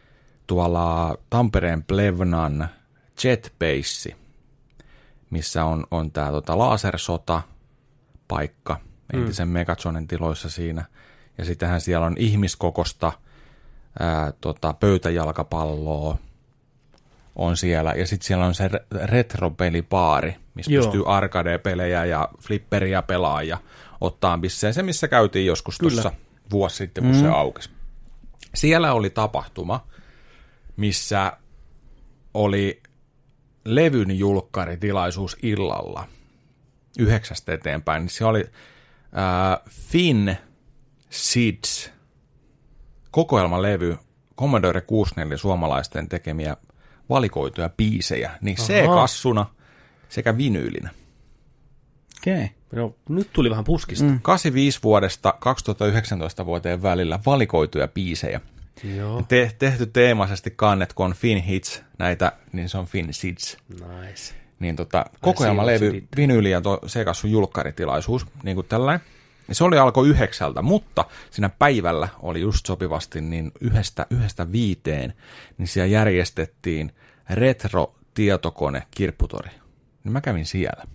tuolla Tampereen Plevnan Jetbase, missä on, on tämä tota, lasersota-paikka entisen mm. Megazonen tiloissa siinä. Ja sittenhän siellä on ihmiskokosta ää, tota, pöytäjalkapalloa on siellä. Ja sitten siellä on se retropelipaari, missä Joo. pystyy arcade-pelejä ja flipperiä pelaa ja ottaa bisseen. Se, missä käytiin joskus tuossa vuosi sitten, kun mm. se aukesi. Siellä oli tapahtuma, missä oli levyn julkkaritilaisuus illalla yhdeksästä eteenpäin. Se oli äh, Finn Sids kokoelmalevy Commodore kuusikymmentäneljä suomalaisten tekemiä valikoituja biisejä, niin C-kassuna sekä vinyylinä. Okei. Okay. No, nyt tuli vähän puskista. Mm. kahdeksankymmentäviisi vuodesta kaksituhattayhdeksäntoista vuoteen välillä valikoituja biisejä. Joo. Te, tehty teemaisesti kannet, kun on Finn Hits, näitä, niin se on Finn Sids. Nice. Niin tota, kokoelmalevy, vinyyli ja C-kassun julkkaritilaisuus, niin kuin tällainen. Se oli alkoi yhdeksältä, mutta siinä päivällä oli just sopivasti niin yhdestä, yhdestä viiteen, niin siellä järjestettiin retro-tietokone kirpputori. Niin mä kävin siellä.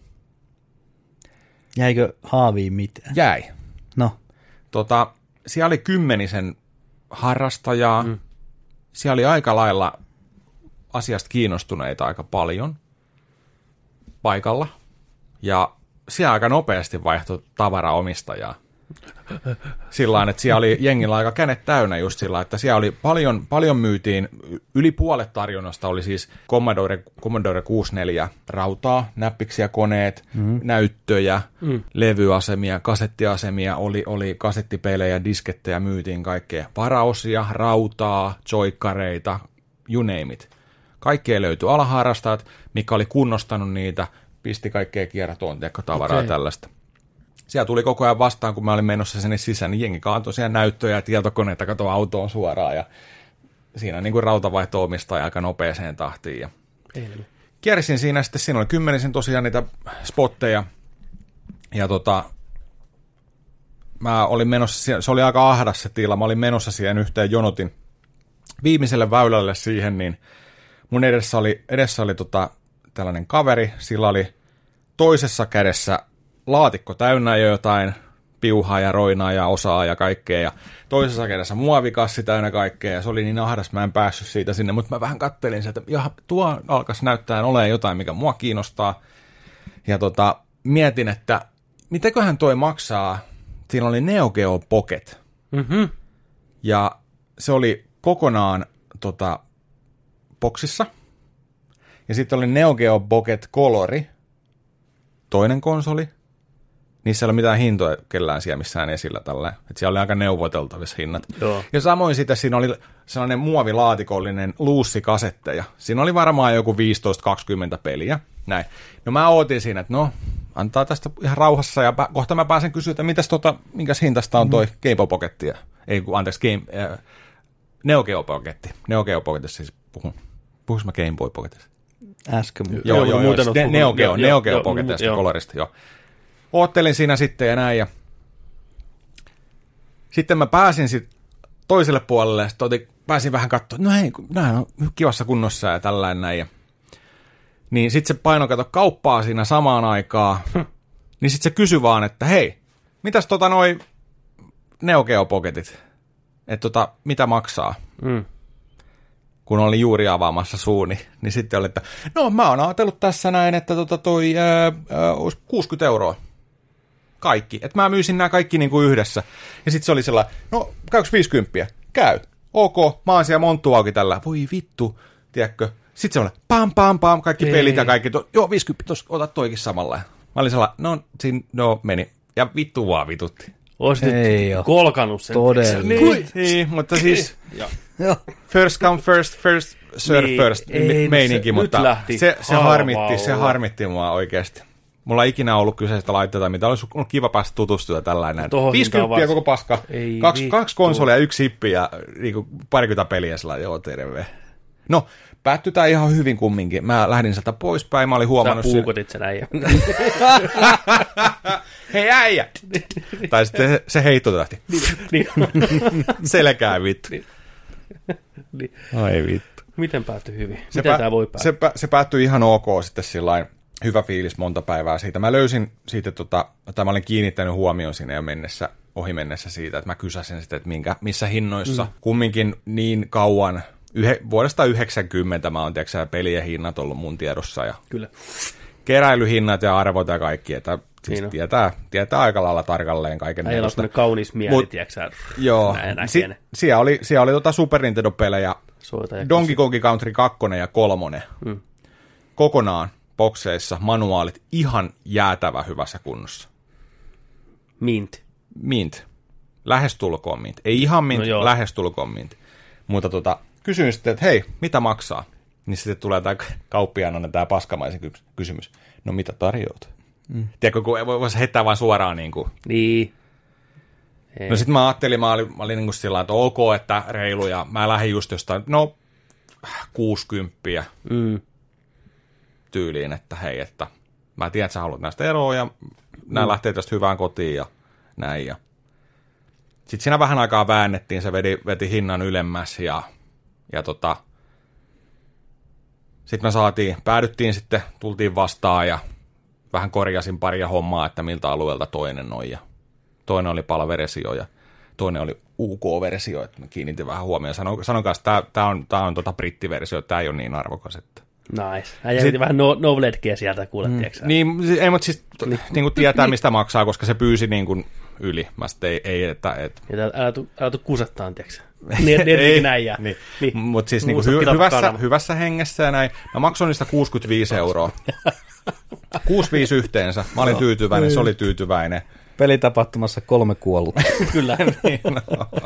Jäikö haaviin mitään? Jäi. No. Tota, siellä oli kymmenisen harrastajaa. Mm. Siellä oli aika lailla asiasta kiinnostuneita aika paljon paikalla. Ja siellä aika nopeasti vaihtui tavaraomistajaa. Sillain, että siellä oli jengillä aika känet täynnä just sillä, että siellä oli paljon, paljon myytiin, yli puolet tarjonnasta oli siis Commodore, Commodore kuusikymmentäneljä rautaa, näppiksiä, koneet, mm. näyttöjä, mm. levyasemia, kasettiasemia, oli, oli kasettipelejä, diskettejä, myytiin kaikkea, varaosia, rautaa, joikkareita, you name it. Kaikkea löytyi alaharrastajat, mikä oli kunnostanut niitä, pisti kaikkea kiertoon, teko tavaraa okay. tällaista. Siellä tuli koko ajan vastaan, kun mä olin menossa sinne sisään, niin jengi kaantoi siellä näyttöjä ja tietokoneita, katoi autoon suoraan ja siinä niin kuin rautavaihto omistaa aika nopeeseen tahtiin. Ja kiersin siinä sitten, siinä oli kymmenisen tosiaan niitä spotteja ja tota, mä olin menossa, se oli aika ahdas se tila, mä olin menossa siihen yhteen jonotin viimeiselle väylälle siihen, niin mun edessä oli, edessä oli tota, tällainen kaveri, sillä oli toisessa kädessä laatikko täynnä jo jotain piuhaa ja roinaa ja osaa ja kaikkea, ja toisessa kädessä muovikassi täynnä kaikkea, ja se oli niin ahdas, mä en päässyt siitä sinne, mutta mä vähän kattelin sieltä, että jaha, tuo alkaisi näyttää olemaan jotain, mikä mua kiinnostaa, ja tota, mietin, että mitäköhän toi maksaa, siinä oli Neo Geo Pocket, mm-hmm. ja se oli kokonaan tota, boksissa, ja sitten oli Neo Geo Pocket Colori, toinen konsoli. Niissä ei ole mitään hintoja kellään siellä missään esillä tällä. Että siellä oli aika neuvoteltavissa hinnat. Joo. Ja samoin sitten siinä oli sellainen muovilaatikollinen luussikasetteja. Siinä oli varmaan joku viisitoista kaksikymmentä peliä. Näin. No mä ootin siinä, että no, antaa tästä ihan rauhassa. Ja kohta mä pääsen kysyä, että mitäs tota, minkäs hintasta on toi mm. Game Boy Pocketti? Ei, anteeksi, Game, äh, Neo Geo Pocketti. Neo Geo Pocketissa siis puhun. Puhuis mä Game Boy Pocketissa? Äsken. Joo, joo, joo, joo. Ne, Neo Geo, Neo Geo Pocketista kolorista, joo. Oottelin siinä sitten ja näin, ja sitten mä pääsin sit toiselle puolelle, ja sitten pääsin vähän katsoa, no hei, nämä on kivassa kunnossa ja tällainen näin, ja niin sitten se paino kato kauppaa siinä samaan aikaan, niin sitten se kysyi vaan, että hei, mitäs tota noi Neo Geo Pocketit? että tota, mitä maksaa. Mm. Kun olin juuri avaamassa suuni, niin sitten oli, että no mä oon ajatellut tässä näin, että tota toi ää, ää, olisi kuusikymmentä euroa. Kaikki. Että mä myisin nämä kaikki niin kuin yhdessä. Ja sitten se oli sellainen, no käykö viisikymmentä? Käy. Ok, mä oon siellä monttu auki tällä. Voi vittu, tiedätkö? Sitten se oli, pam pam pam, kaikki Ei. pelit ja kaikki. To, joo, viisikymmentä, tos, ota toikin samalla. Mä olin sellainen, no, siinä, no meni. Ja vittu vaan vitutti. Ois nyt ole. kolkanut sen. Todella. Niin, niin, mutta siis first come first, first serve Niin, first ei, meininki, se- mutta nyt lähti se, se, halvalla. harmitti, se harmitti mua oikeasti. Mulla ei ikinä ollut kyseistä laitteita, mitä olisi ollut kiva päästä tutustua tällainen. Tohon viisikymmentä hintaan koko paska, Ei kaksi, vittu. kaksi konsolia, yksi hippi ja niin parikymmentä peliä sillä, joo terve. No, päättyi tää ihan hyvin kumminkin. Mä lähdin sieltä poispäin, mä olin Sä huomannut... puukotit sen äijä. Hei äijä! Tai sitten se, se heittotähti. Niin. Selkää vittu. Niin. Ai vittu. Miten päättyi hyvin? Se, Miten pä- tää voi päättyä? se, pä- se päättyi ihan ok sitten sillain. Hyvä fiilis monta päivää siitä. Mä löysin siitä, tota, tai mä olin kiinnittänyt huomioon sinne jo mennessä, ohi mennessä siitä, että mä kysäsin sitten, että minkä, missä hinnoissa. Mm. Kumminkin niin kauan, yhe, vuodesta yhdeksänkymmentä mä oon tiedätkö, pelien hinnat ollut mun tiedossa ja Kyllä. keräilyhinnat ja arvot ja kaikki, että siis Niin tietää, tietää aika lailla tarkalleen kaiken Äijällä on näköistä. semmoinen kaunis mieli, Mut- tiedätkö Joo, Näin si- näkee ne. siellä oli, siellä oli tota Super Nintendo-pelejä, Soita ja Donkey Kong Country kaksi ja kolme. Mm. Kokonaan bokseissa, manuaalit ihan jäätävä hyvässä kunnossa. Mint. Mint. Lähestulkoon mint. Ei ihan mint, No joo. lähestulkoon mint. Mutta tota, kysyin sitten, että hei, mitä maksaa? Niin sitten tulee tämä kauppiaana tämä paskamaisen ky- kysymys. No mitä tarjoat? Mm. Tiedätkö, kun voisi heittää vaan suoraan niin kuin. Niin. Ei. No sitten mä ajattelin, mä olin, mä olin niin kuin sillä että ok, että reilu, ja mä lähdin just jostain, no kuusikymppiä Mm. tyyliin, että hei, että mä tiedän, että sä haluat näistä eroa, ja nämä mm. lähtee tästä hyvään kotiin, ja näin, ja sitten siinä vähän aikaa väännettiin, se veti, veti hinnan ylemmäs, ja, ja tota, sitten me saatiin, päädyttiin sitten, tultiin vastaan, ja vähän korjasin paria hommaa, että miltä alueelta toinen on, ja toinen oli PAL-versio, ja toinen oli U K-versio, että mä kiinnitin vähän huomioon. Sanon, sanokaa, että tämä on, tää on tota brittiversio, että tämä ei ole niin arvokas, että Nice. Äijä Sit... vähän no, Novledgeä sieltä kuulet, mm. tiedätkö? Niin, ei, mutta siis niin. Niin kuin tietää, mistä maksaa, koska se pyysi niin kuin yli. Mä sitten ei, ei että... Et... Ja älä tuu, älä tuu kusettaan, tiedätkö? Niin, näin. Niin. Niin. Mutta siis niin kuin hy, hyvässä, hyvässä hengessä ja näin. Mä maksoin niistä kuusikymmentäviisi euroa. kuusikymmentäviisi yhteensä. Mä olin tyytyväinen, se oli tyytyväinen. Pelitapahtumassa kolme kuollutta. Kyllä. Niin, no.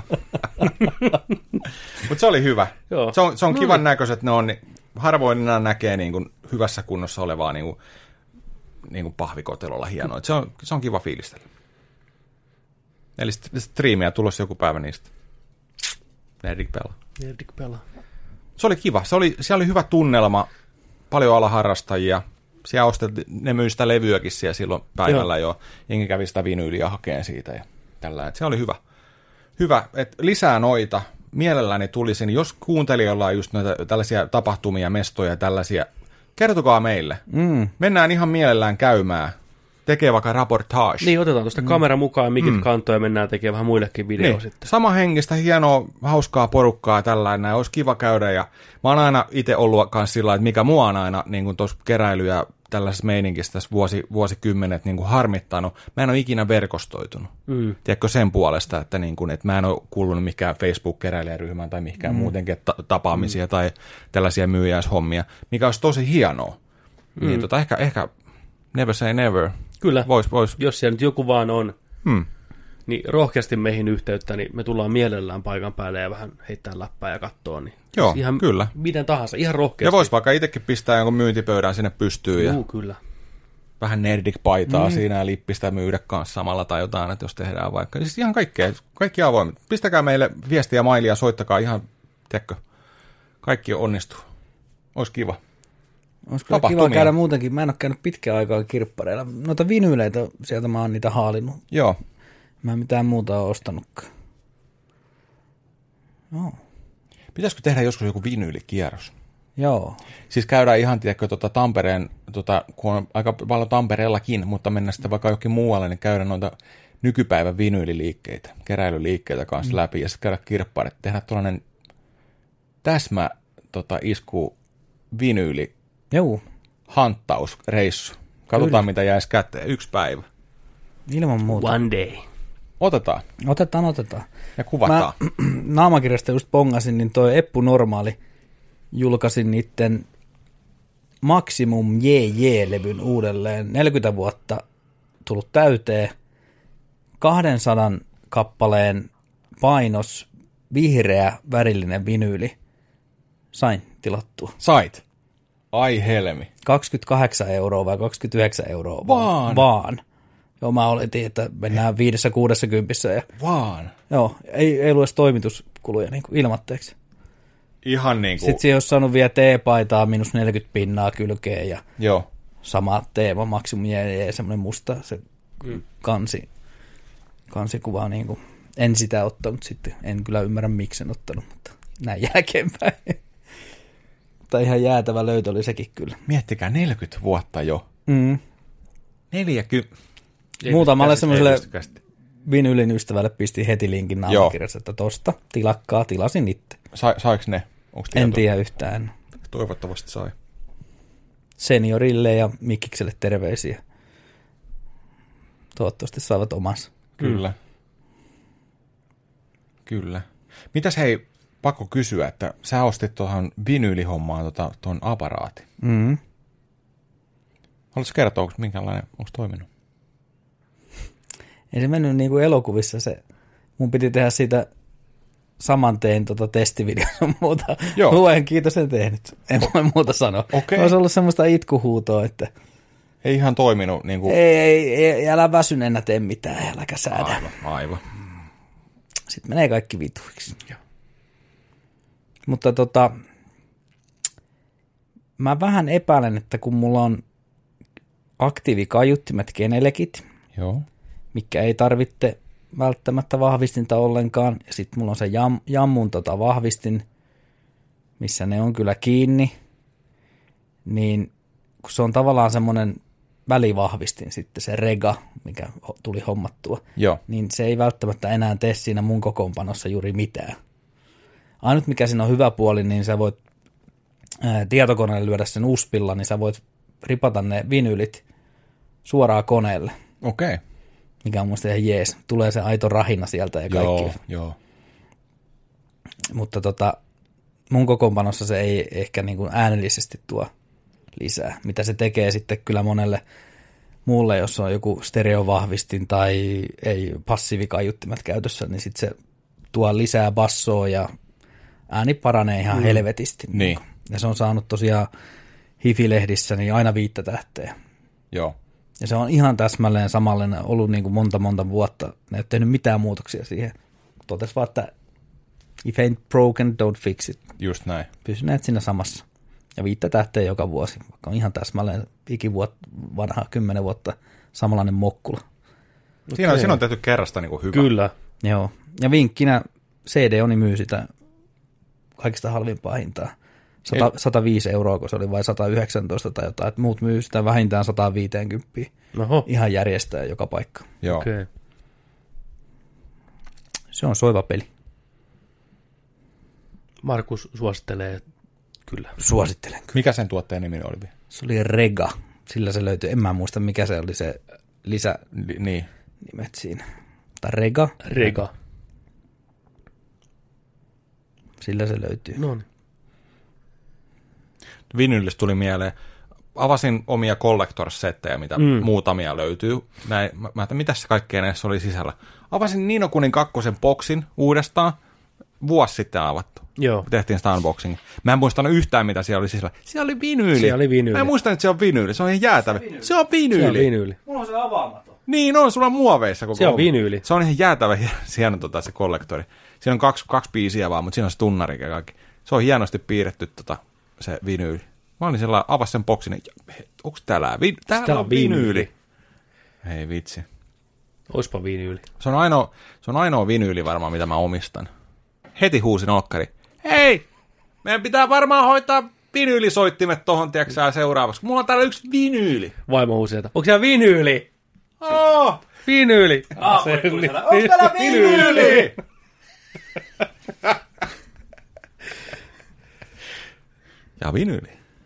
Mutta se oli hyvä. Joo. Se on, se on no kivan niin. näköiset, ne on... Niin, harvoin enää näkee niin kuin hyvässä kunnossa olevaa niin kuin, niin kuin pahvikotelolla hienoa. Se on, se on kiva fiilistellä. Eli striimiä tulossa joku päivä niistä. Nerdik pelaa. Nerdik pelaa. Se oli kiva. Se oli, siellä oli hyvä tunnelma. Paljon alaharrastajia. Siellä ostettiin, ne myi sitä levyäkin siellä silloin päivällä Joo. jo. Jengi kävi sitä vinyyliä hakeen siitä ja tällä. Et se oli hyvä. Hyvä, että lisää noita. Mielelläni tulisin, jos kuuntelijoilla on just noita tällaisia tapahtumia, mestoja ja tällaisia, kertokaa meille. Mm. Mennään ihan mielellään käymään. Tekee vaikka raportage. Niin, otetaan tuosta mm. kamera mukaan, mikit mm. kantoja ja mennään tekemään vähän muillekin video niin. sitten. Sama henkistä, hienoa, hauskaa porukkaa tällainen, olisi kiva käydä. Ja mä oon aina itse ollut kanssa sillä että mikä mua on aina niin tuossa keräily- ja tällaisessa meininkissä tässä vuosi, vuosikymmenet niin kuin harmittanut. Mä en ole ikinä verkostoitunut. Mm. Tiedätkö sen puolesta, että, niin kuin, että mä en ole kuulunut mikään Facebook-keräilijäryhmään tai mihinkään mm. muutenkin ta- tapaamisia mm. tai tällaisia myyjäishommia, mikä olisi tosi hienoa. Mm. Niin tota, ehkä, ehkä never say never. Kyllä, vois, vois. Jos siellä nyt joku vaan on, hmm. niin rohkeasti meihin yhteyttä, niin me tullaan mielellään paikan päälle ja vähän heittää läppää ja katsoa. Niin Joo, ihan kyllä. Miten tahansa, ihan rohkeasti. Ja vois vaikka itsekin pistää jonkun myyntipöydän sinne pystyyn. Juu, ja kyllä. Vähän nerdik-paitaa mm. siinä ja lippistä myydä kanssa samalla tai jotain, että jos tehdään vaikka. Siis ihan kaikkea, kaikki avoimet. Pistäkää meille viestiä, mailia, soittakaa ihan, tiedätkö, kaikki onnistuu. Olisi kiva. Olisi kyllä kiva käydä muutenkin. Mä en ole käynyt pitkään aikaa kirppareilla. Noita vinyyleitä, sieltä mä oon niitä haalinut. Joo. Mä en mitään muuta ole ostanutkaan. Joo. Pitäisikö tehdä joskus joku vinyylikierros? Joo. Siis käydään ihan, tiedätkö, tuota Tampereen, tuota, kun on aika paljon Tampereellakin, mutta mennään sitten vaikka jokin muualle, niin käydään noita nykypäivän vinyyliliikkeitä, keräilyliikkeitä kanssa mm. läpi, ja sitten käydä kirppaarit, tehdä tuollainen täsmä tota, isku vinyyli Joo. hanttausreissu. Katsotaan, Kyllä. mitä jäisi käteen. Yksi päivä. Ilman muuta. One day. Otetaan. Otetaan, otetaan. Ja kuvataan. Mä Naamakirjasta just pongasin, niin toi Eppu Normaali julkaisin niitten Maximum J J-levyn uudelleen. neljäkymmentä vuotta tullut täyteen. kahdensadan kappaleen painos, vihreä, värillinen vinyyli. Sain tilattua. Sait. Ai helmi. kaksikymmentäkahdeksan euroa vai kaksikymmentäyhdeksän euroa. Vaan. Vaan. Joo, mä oletin, että mennään viidessä kuudessa kympissä. Ja, Vaan. joo, ei, ei ollut edes toimituskuluja niin kuin ilmatteeksi. Ihan niin kuin. Sitten siihen olisi saanut vielä T-paitaa, minus neljäkymmentä pinnaa kylkeen ja joo. sama teema, Maximum J J, semmoinen musta se mm. kansi, kansikuva. Niin kuin, en sitä ottanut sitten, en kyllä ymmärrä miksi en ottanut, mutta näin jälkeenpäin. Mutta ihan jäätävä löytö oli sekin kyllä. Miettikää, neljäkymmentä vuotta jo. Mm. neljäkymmentä. Muutamalle semmoiselle vinylin ystävälle pisti heti linkin Naamakirjassa, että tosta tilakkaa, tilasin itse. Sa, saiko ne? Onko en tiedä yhtään. Toivottavasti sai. Seniorille ja Mikikselle terveisiä. Toivottavasti saavat omansa. Kyllä. Mm. Kyllä. Mitäs hei, pakko kysyä, että sä ostit tuohon vinyylihommaan tuon tota, aparaatin. Mm. Haluatko kertoa, onko minkälainen, onko toiminut? Ei se mennyt niin kuin elokuvissa se. Mun piti tehdä siitä saman tein tota testivideon muuta. Joo. Luen, kiitos en tehnyt. En voi muuta sanoa. Okay. Olisi ollut semmoista itkuhuutoa, että ei ihan toiminut. Niin kuin. Ei, ei, ei, älä väsyneenä tee mitään, äläkä säädä. Aivan, aivan. Sitten menee kaikki vituiksi. Joo. Mutta tota, mä vähän epäilen, että kun mulla on aktiivikaiuttimet Genelekit, joo. mikä ei tarvitse välttämättä vahvistinta ollenkaan, ja sitten mulla on se jam, jammun tota vahvistin, missä ne on kyllä kiinni, niin kun se on tavallaan semmoinen välivahvistin sitten, se rega, mikä tuli hommattua, joo. niin se ei välttämättä enää tee siinä mun kokoonpanossa juuri mitään. Ainut mikä siinä on hyvä puoli, niin sä voit ää, tietokoneelle lyödä sen uspilla, niin sä voit ripata ne vinylit suoraan koneelle. Okei. Okay. Mikä on musta ihan jees. Tulee se aito rahina sieltä ja kaikki. Joo, joo. Mutta tota, mun kokoonpanossa se ei ehkä niin kuin äänellisesti tuo lisää. Mitä se tekee sitten kyllä monelle muulle, jos on joku stereovahvistin tai ei passiivikaiuttimet käytössä, niin sitten se tuo lisää bassoa ja ääni paranee ihan mm. helvetisti. Niin. Ja se on saanut tosiaan Hifi-lehdissä niin aina viittä tähteä. Joo. Ja se on ihan täsmälleen samallinen ollut niin kuin monta monta vuotta. Ne ei ole tehnyt mitään muutoksia siihen. Totes vaan, että if ain't broken, don't fix it. Just näin. Pysyneet siinä samassa. Ja viittä tähteä joka vuosi, vaikka on ihan täsmälleen ikivuot, vanha kymmenen vuotta samanlainen mokkula. Siinä on, siinä on tehty kerrasta niin kuin hyvä. Kyllä. Joo. Ja vinkkinä C D-oni myy sitä kaikista halvimpaa hintaa. sata, sata viisi euroa, kun se oli vai sata yhdeksäntoista tai jotain. Et muut myy sitä vähintään sata viisikymmentä. Oho. Ihan järjestää joka paikka. Joo. Okay. Se on soiva peli. Markus suosittelee kyllä. Suosittelen kyllä. Mikä sen tuotteen nimi oli? Se oli Rega. Sillä se löytyi. En mä muista, mikä se oli se lisä Li- niin. nimet siinä. Tai Rega. Rega. Sillä se löytyy. No niin. Vinyylistä tuli mieleen. Avasin omia collector-settejä, mitä mm. muutamia löytyy. Näin, mä ajattelin, mitä se kaikkea näissä oli sisällä. Avasin Ni no Kunin kakkosen boksin uudestaan. Vuosi sitten avattu. Joo. Tehtiin sitä unboxing. Mä en muistanut yhtään, mitä siellä oli sisällä. Siellä oli vinyyli. Siellä oli vinyyli. Mä en muistanut, että se on vinyyli. Se on ihan jäätävä. Se on vinyyli. Se on vinyyli. Mulla on se avaamaton. Niin on, sulla on muoveissa koko Se on vinyyli. Se on ihan jäätävä hieno tota, se kollektori. Siinä on kaksi, kaksi biisiä vaan, mutta siinä on se tunnari ja kaikki. Se on hienosti piirretty tota, se vinyyli. Mä olin sellainen, avasi sen boksin, ja onko täällä? Vi, täällä Tää on on vinyyli. vinyyli. Hei vitsi. Oispa vinyyli. Se on ainoa, se on ainoa vinyyli varmaan, mitä mä omistan. Heti huusin olkkari. Hei! Meidän pitää varmaan hoitaa vinyylisoittimet tohon, tiedätkö seuraavaksi. Mulla on täällä yksi vinyyli. Vaimo huusi, että onko siellä vinyyli? Oh! Vinyyli! Ah, onko täällä vinyyli? Ja vinyyli.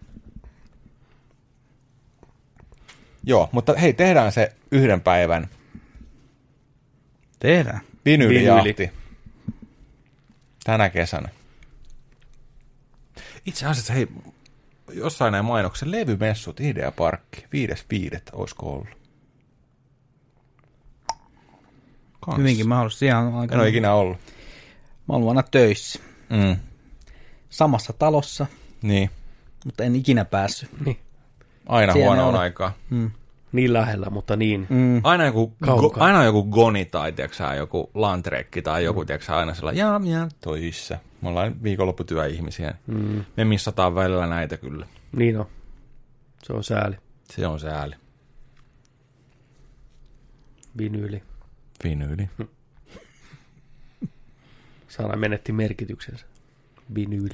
Joo, mutta hei, tehdään se yhden päivän Tehdään. vinyylijahti tänä kesänä. Itse asiassa, hei, jossain näin mainoksen levymessut, Ideaparkki, viides viidettä olisiko ollut? Kans. Hyvinkin mahdollista. Siellä on aika... En ole ikinä ollut. Mä oon aina töissä. Mm. Samassa talossa, Niin, mutta en ikinä päässyt. Niin. aina Siellä huonoon oli. aikaan. Mm. Niin lähellä, mutta niin. Mm. Aina joku, go, Kaukaa. aina joku goni tai tiiäksä, joku lantrekki tai joku mm. tiiäksä, aina sellainen, jaa, jaa, toissa. Me ollaan viikonlopputyöihmisiä. Mm. Me missataan välillä näitä kyllä. Niin on. Se on sääli. Se on sääli. Vinyyli. Vinyyli. Sana menetti merkityksensä. Vinyyli.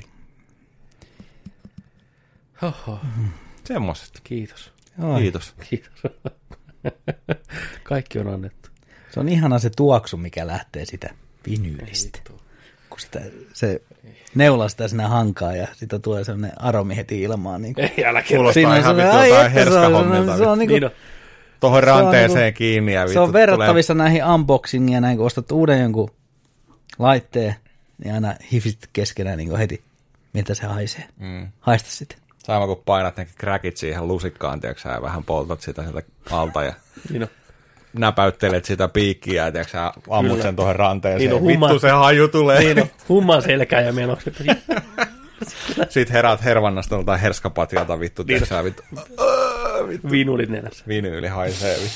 Hoho. Semmoisesta. Kiitos. Oi. Kiitos. Kiitos. Kaikki on annettu. Se on ihana se tuoksu, mikä lähtee sitä vinyylistä. Kun sitä, se neulaa sitä sinä hankaa ja sitä tulee sellainen aromi heti ilmaan. Niin Ei, älä kerro. Kuulostaa Siinä on ihan sellainen, vittu ai jotain että se on, herskahommilta. se on, niinku, Niin on. Tuohon ranteeseen niinku- kiinni ja vittu se on tulee- verrattavissa näihin unboxingia, näin kun ostat uuden jonkun laitteen, niin aina hifit keskenään niin heti, miltä se haisee. Mm. Haista sitä. Sama kun painat ne crackit siihen lusikkaan, tiiäksä, ja vähän poltat sitä sieltä alta ja Niin on. näpäyttelet sitä piikkiä ja tiiäksä, ammut Kyllä. sen tuohon ranteeseen. Niin on, Vittu humma- se haju tulee. Niin on. Humman selkää ja menoksi. Sitten heräät hervannasta joltain herskapatjalta vittu, tiiäksä, vittu. Vinulit nenässä. Vinyyli haisee vittu.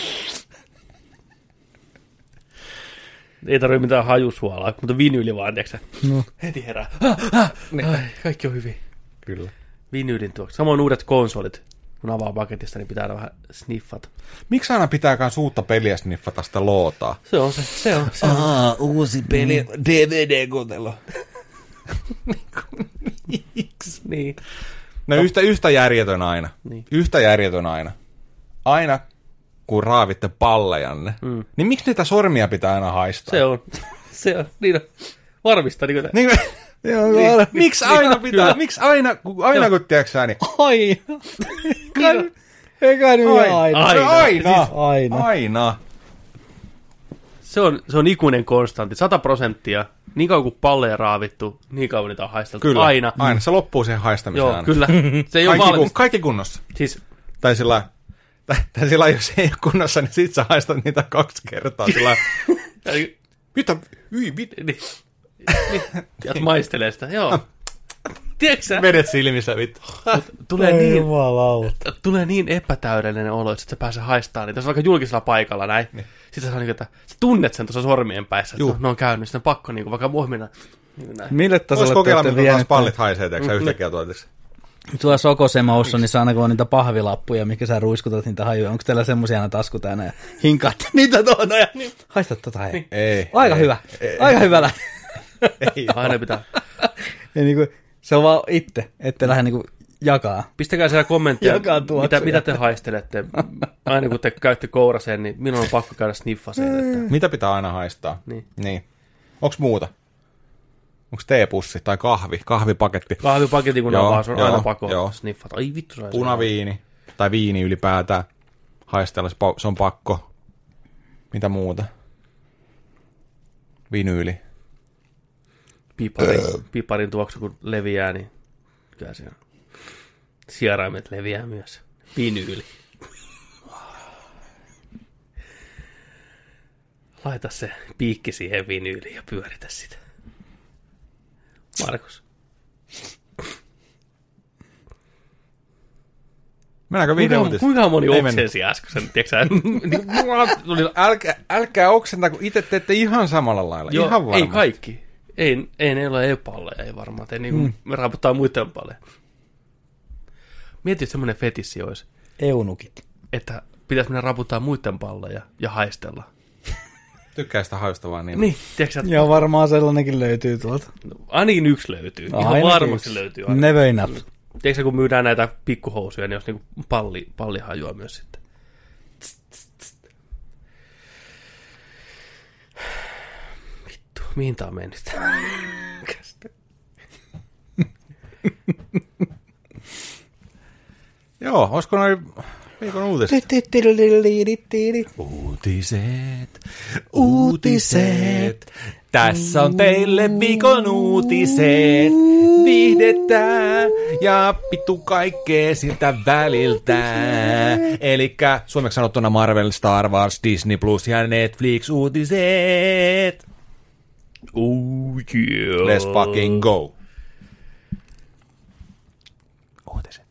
Ei tarvitse mitään hajusuolaa, mutta vinyyli vaan, tiiäksä. No. Heti herää. Ah, ah. Ai, kaikki on hyvin. Kyllä. Vinyylin tuoksi. Samoin uudet konsolit. Kun avaa paketista, niin pitää aina vähän sniffata. Miksi aina pitääkään uutta peliä sniffata sitä lootaa? Se on se. Se on se. On. Aa, uusi peli, D V D-kotelo. Niin. No yhtä, yhtä järjetön aina. Niin. Yhtä järjetön aina. Aina kun raavitte pallejanne, mm. niin miksi niitä sormia pitää aina haistaa? Se on. Se on. Niin on. Varmista. Niin kuin Niin, Joo, niin, aina- miksi niin, aina kyllä. pitää, miksi aina, kun, aina Joo. kun tiedätkö niin Aina. Kai- Eikä nyt aina. aina, Aina. aina, aina, Aina. aina. Se on, se on ikuinen konstantti. Sata prosenttia. Niin kauan kuin palleja raavittu, niin kauan niitä on haisteltu. Kyllä, Aina. aina. Se loppuu siihen haistamiseen Joo, aina. kyllä. Se ei ole Kaikki, kun, valmis. kaikki kunnossa. Siis, Tai sillä tai, tai sillä jos ei ole kunnossa, niin sit sä haistat niitä kaksi kertaa. Sillä mitä, yi, mit, niin, niin, ja maistelee sitä. Joo. Tiedätkö sä? vedet silmissä, vittu. Tulee niin, Jumalauta. tulee niin epätäydellinen olo, että sä pääsee haistamaan niitä. Jos on vaikka julkisella paikalla näin. Niin. Sitten sä, niin, että sä tunnet sen tuossa sormien päissä, että Juu. ne on käynyt. Sitten on pakko niin kuin, vaikka vohmina. Niin näin. Mille Vois tasolle te kokeilla, olette mitä taas vienyt? pallit haisee, tiedätkö sä yhtäkkiä tuotiksi. Tuolla Sokosemoussa, niin saa aina niitä pahvilappuja, mikä sä ruiskutat niitä hajuja. Onko teillä semmosia aina tasku täynnä ja hinkaatte niitä tuonne ja niin. Haistat tota hei. Ei. Aika ei, hyvä. Ei, Aika hyvä lähde. ei, Aina pitää. Ja niinku, se on vaan itse, ette lähde niinku jakaa. Pistäkää siellä kommentteja, Jakaa tuoksuja. mitä, mitä te haistelette. Aina kun te käytte kouraseen, niin minun on pakko käydä sniffaseen. Että... Mitä pitää aina haistaa? Niin. niin. Onks muuta? Onks teepussi tai kahvi? Kahvipaketti. Kahvipaketin kun Joo, avaa, se on joo, aina pakko joo. sniffata. Ai vittu, sai Punaviini. Tai viini ylipäätään. Haistella, se pa- se on pakko. Mitä muuta? Vinyyli. Piparin, piparin tuoksu kun leviää, niin kyllä se on. Sieraimet leviää myös. Vinyyli. Laita se piikki siihen vinyyliin ja pyöritä sitä. Markus. Mennäänkö Kuinka, videouutis? kuinka moni Ei oksensi äsken sen, tiedätkö sä? Niin, mulla tuli- Älkää, älkää oksenta, kun itse teette ihan samalla lailla. Joo, ihan varmasti. ei kaikki. Ei, ei ne ole e-palleja, ei varmaan. Ei niinku, mm. Me raaputtaa muiden palleja. Mieti, että semmoinen fetissi olisi, Eunukit. että pitäisi mennä raputtaa muiden palleja ja haistella. Tykkää sitä haista vaan niin. Niin, tiedätkö sä, Joo, varmaan sellainenkin löytyy tuolta. ainakin yksi löytyy. Ihan Ainakin varmasti yksi. löytyy. Aina. Never enough. Tiedätkö, kun myydään näitä pikkuhousuja, niin olisi niinku palli, pallihajua myös sitten. Tst, tst, tst. Vittu, mihin tää on mennyt? Joo, olisiko noin viikon uutiset? Uutiset, uutiset. Tässä on teille viikon uutiset. Viihdettä ja pittu kaikkea siltä väliltä. Elikkä suomeksi sanottuna Marvel, Star Wars, Disney Plus ja Netflix uutiset. Oh yeah. Let's fucking go. Uutiset.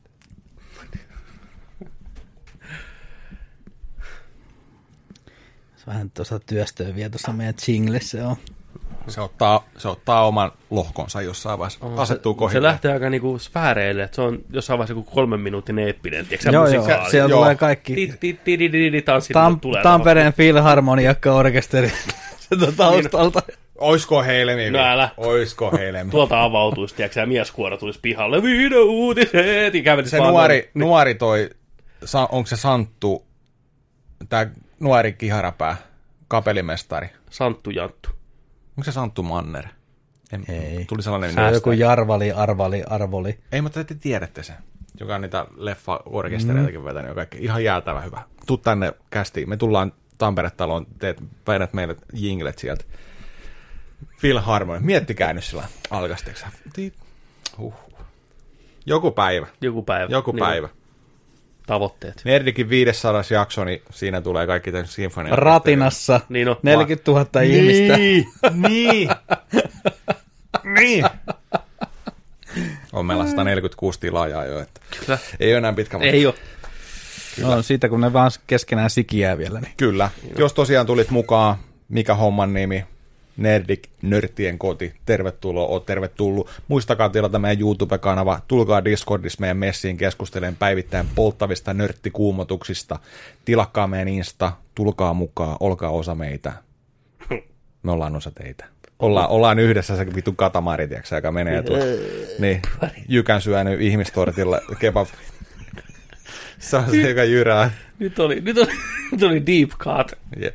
Vähän tuossa työstöä vielä tuossa meidän jinglessä on. Se ottaa, se ottaa oman lohkonsa jossain vaiheessa. Oh, Asettuu se, kohille. se lähtee aika niinku sfääreille, että se on jossain vaiheessa kuin kolmen minuutin eeppinen. Tiedätkö, joo, joo, siellä tulee kaikki. Tam- Tampereen Filharmoniakka-orkesteri taustalta. Oisko Helmi? No älä. Oisko Helmi? Tuolta avautuisi, tiedätkö, ja mieskuoro tulisi pihalle. Viiden uutiset! Se nuori, nuori toi, onko se Santtu, tää nuori kiharapää, kapelimestari? Santtu Janttu. Onko se Santtu Manner? En, Ei. Tuli sellainen. Se on joku Jarvali, Arvali, Arvoli. Ei, mutta te tiedätte sen. Joka on niitä leffa-orkestereitakin mm. vetänyt. Kaikki. Ihan jäätävä hyvä. Tuu tänne kästiin. Me tullaan Tampere-taloon. Teet, vedät meille jinglet sieltä. Filharmonia. Miettikää nyt sillä alkasteeksi. Huh. Joku päivä. Joku päivä. Joku niin päivä. Tavoitteet. Nerdikin viisisadas jakso, niin siinä tulee kaikki tämän sinfonia. Ratinassa niin no. neljäkymmentätuhatta ihmistä. Niin, niin, niin. On meillä sata neljäkymmentäkuusi tilaajaa jo, että Kyllä. ei ole enää pitkä matka. Ei ole. No siitä, kun ne vaan keskenään sikiää vielä. Niin. Kyllä. Jos tosiaan tulit mukaan, mikä homman nimi, Nerdik, Nörttien koti, tervetuloa, oot tervetullut. Muistakaa tilata meidän YouTube-kanava, tulkaa Discordissa meidän messiin keskustelemaan päivittäin polttavista nörttikuumotuksista. Tilakkaa meidän Insta, tulkaa mukaan, olkaa osa meitä. Me ollaan osa teitä. Ollaan, ollaan yhdessä se vitun katamari, tiiäksä, joka menee tuossa. Niin, jykän syönyt ihmistortilla kebab. Se on se, joka jyrää. Nyt oli, nyt oli, nyt oli deep cut. Yeah.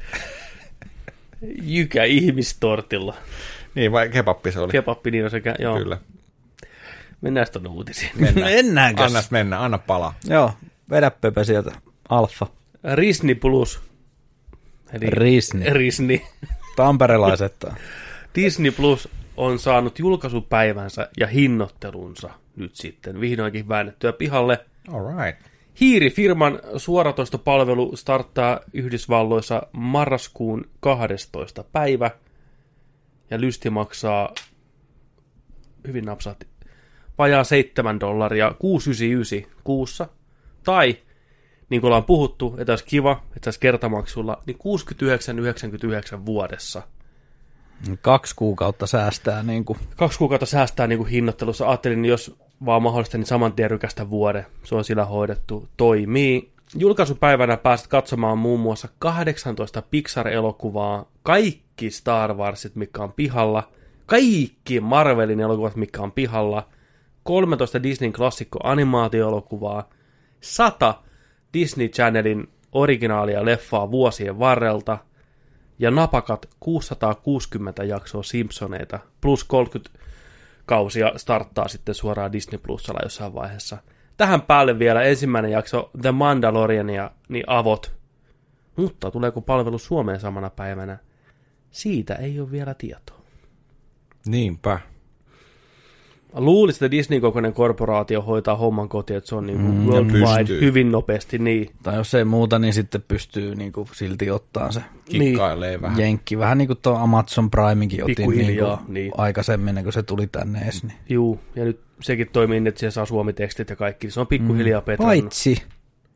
Jykä ihmistortilla. Niin, vai kebappi se oli? Kebappi, niin on sekä, joo. Kyllä. Mennään tuonne uutisiin. Mennään. Mennäänkäs? Anna mennä, anna palaa. Joo, vedä Pepe sieltä. Alfa. Disney Plus. Eli Risni. Risni. Tamperelaiset. Disney Plus on saanut julkaisupäivänsä ja hinnoittelunsa nyt sitten vihdoinkin väännettyä pihalle. All right. Hiiri-firman suoratoistopalvelu starttaa Yhdysvalloissa marraskuun kahdestoista päivä ja lysti maksaa hyvin napsaasti vajaa seitsemän dollaria kuusi yhdeksänkymmentäyhdeksän kuussa. Tai, niin kuin ollaan puhuttu, että olisi kiva, että saisi kertamaksulla, niin kuusikymmentäyhdeksän yhdeksänkymmentäyhdeksän vuodessa. Kaksi kuukautta säästää. Niin kuin. Kaksi kuukautta säästää niin kuin hinnoittelussa. Ajattelin, niin jos vaan mahdollista, niin saman tien rykästä vuoden. Se on sillä hoidettu. Toimii. Julkaisupäivänä pääset katsomaan muun muassa kahdeksantoista Pixar-elokuvaa, kaikki Star Warsit, mikä on pihalla, kaikki Marvelin elokuvat, mikä on pihalla, kolmetoista Disneyn klassikko-animaatioelokuvaa, sata Disney Channelin originaalia leffaa vuosien varrelta ja napakat kuusisataakuusikymmentä jaksoa Simpsoneita plus kolmekymmentä kausia starttaa sitten suoraan Disney Plusalla jossain vaiheessa. Tähän päälle vielä ensimmäinen jakso The Mandaloriania, niin avot. Mutta tuleeko palvelu Suomeen samana päivänä? Siitä ei ole vielä tietoa. Niinpä. Luulisin, että Disney-kokoinen korporaatio hoitaa homman kotiin, että se on niin Mm, worldwide hyvin nopeasti. Niin. Tai jos ei muuta, niin sitten pystyy niin kuin silti ottaa se Kikkailee vähän. jenkki. Vähän niin kuin tuo Amazon Primekin otin niin kuin niin. aikaisemmin, kun se tuli tänne edes. Niin. Juu, ja nyt sekin toimii niin, että siellä saa suomitekstit ja kaikki. Se on pikkuhiljaa mm. petrannut. Paitsi.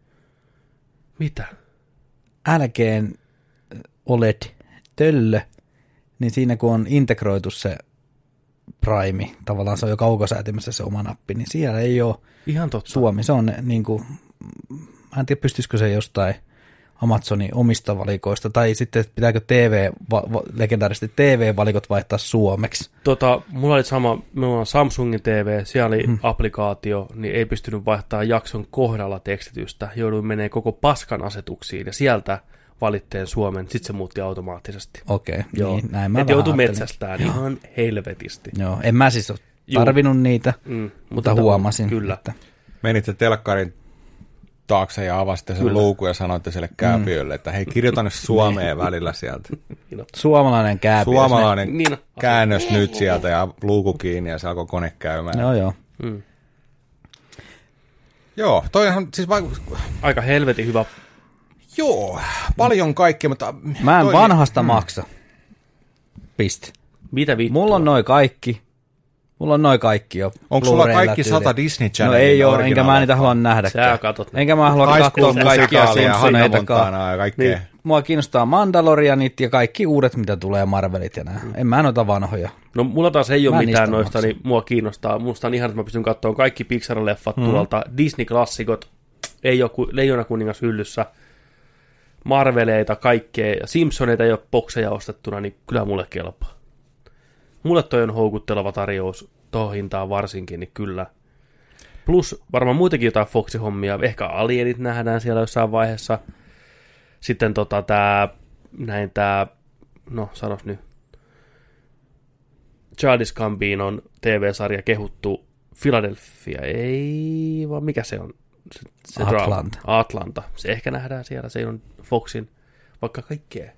Mitä? Älkeen olet töllö, niin siinä kun on integroitu se Prime, tavallaan se on jo kaukosäätimessä se oma nappi, niin siellä ei ole ihan totta. Suomi. Se on niin kuin, mä en tiedä pystyisikö se jostain Amazonin omista valikoista, tai sitten pitääkö T V, va, va, legendaarisesti T V-valikot vaihtaa suomeksi? Tota, mulla oli sama, mulla on Samsungin T V, siellä oli hmm. applikaatio, niin ei pystynyt vaihtamaan jakson kohdalla tekstitystä, jouduin menee koko paskan asetuksiin, ja sieltä valitteen Suomen, sitten se muutti automaattisesti. Okei, okay, niin, näin mä Et joutui metsästään Joo. ihan helvetisti. Joo, en mä siis ole tarvinnut Juu. niitä, mm, mutta huomasin. Kyllä. Että... Menitte telkkarin taakse ja avasitte sen luukun ja sanoitte sille kääpiölle, mm. että hei, kirjoita nyt Suomeen välillä sieltä. Suomalainen kääpiö. Suomalainen niin, käännös nyt sieltä ja luuku kiinni ja se alkoi kone käymään. Joo, joo. Mm. Joo, toihan siis vaikka... Aika helvetin hyvä. Joo, paljon kaikkea, mutta... Mä en toi... vanhasta mm. maksa. Piste. Mitä vittua? Mulla on noi kaikki. Mulla on noi kaikki jo. Onko sulla kaikki sata Disney Channelin? No ei oo, enkä mä niitä halua nähdäkään. Sä katot. Enkä mä halua katsoa kaikkia Simpsoneitakaan. Niin, mua kiinnostaa Mandalorianit ja kaikki uudet, mitä tulee Marvelit ja nää. En mä noita vanhoja. No mulla taas ei ole mitään noista, niin mua kiinnostaa. Musta on ihan, että mä pystyn katsoa kaikki Pixar-leffat mm. tuolta. Disney-klassikot, ei ole Leijona kuningas hyllyssä. Marveleita, kaikkea. Ja Simpsoneita ei ole bokseja ostettuna, niin kyllä mulle kelpaa. Mulle toi on houkutteleva tarjous tohon hintaan varsinkin, niin kyllä. Plus varmaan muitakin jotain Foxi-hommia. Ehkä Alienit nähdään siellä jossain vaiheessa. Sitten tota tää, näin tää, no sanos nyt. Childish Gambinon T V-sarja kehuttu Philadelphia, ei vaan mikä se on? Se, se Atlanta. Drama. Atlanta. Se ehkä nähdään siellä, se on Foxin, vaikka kaikkea.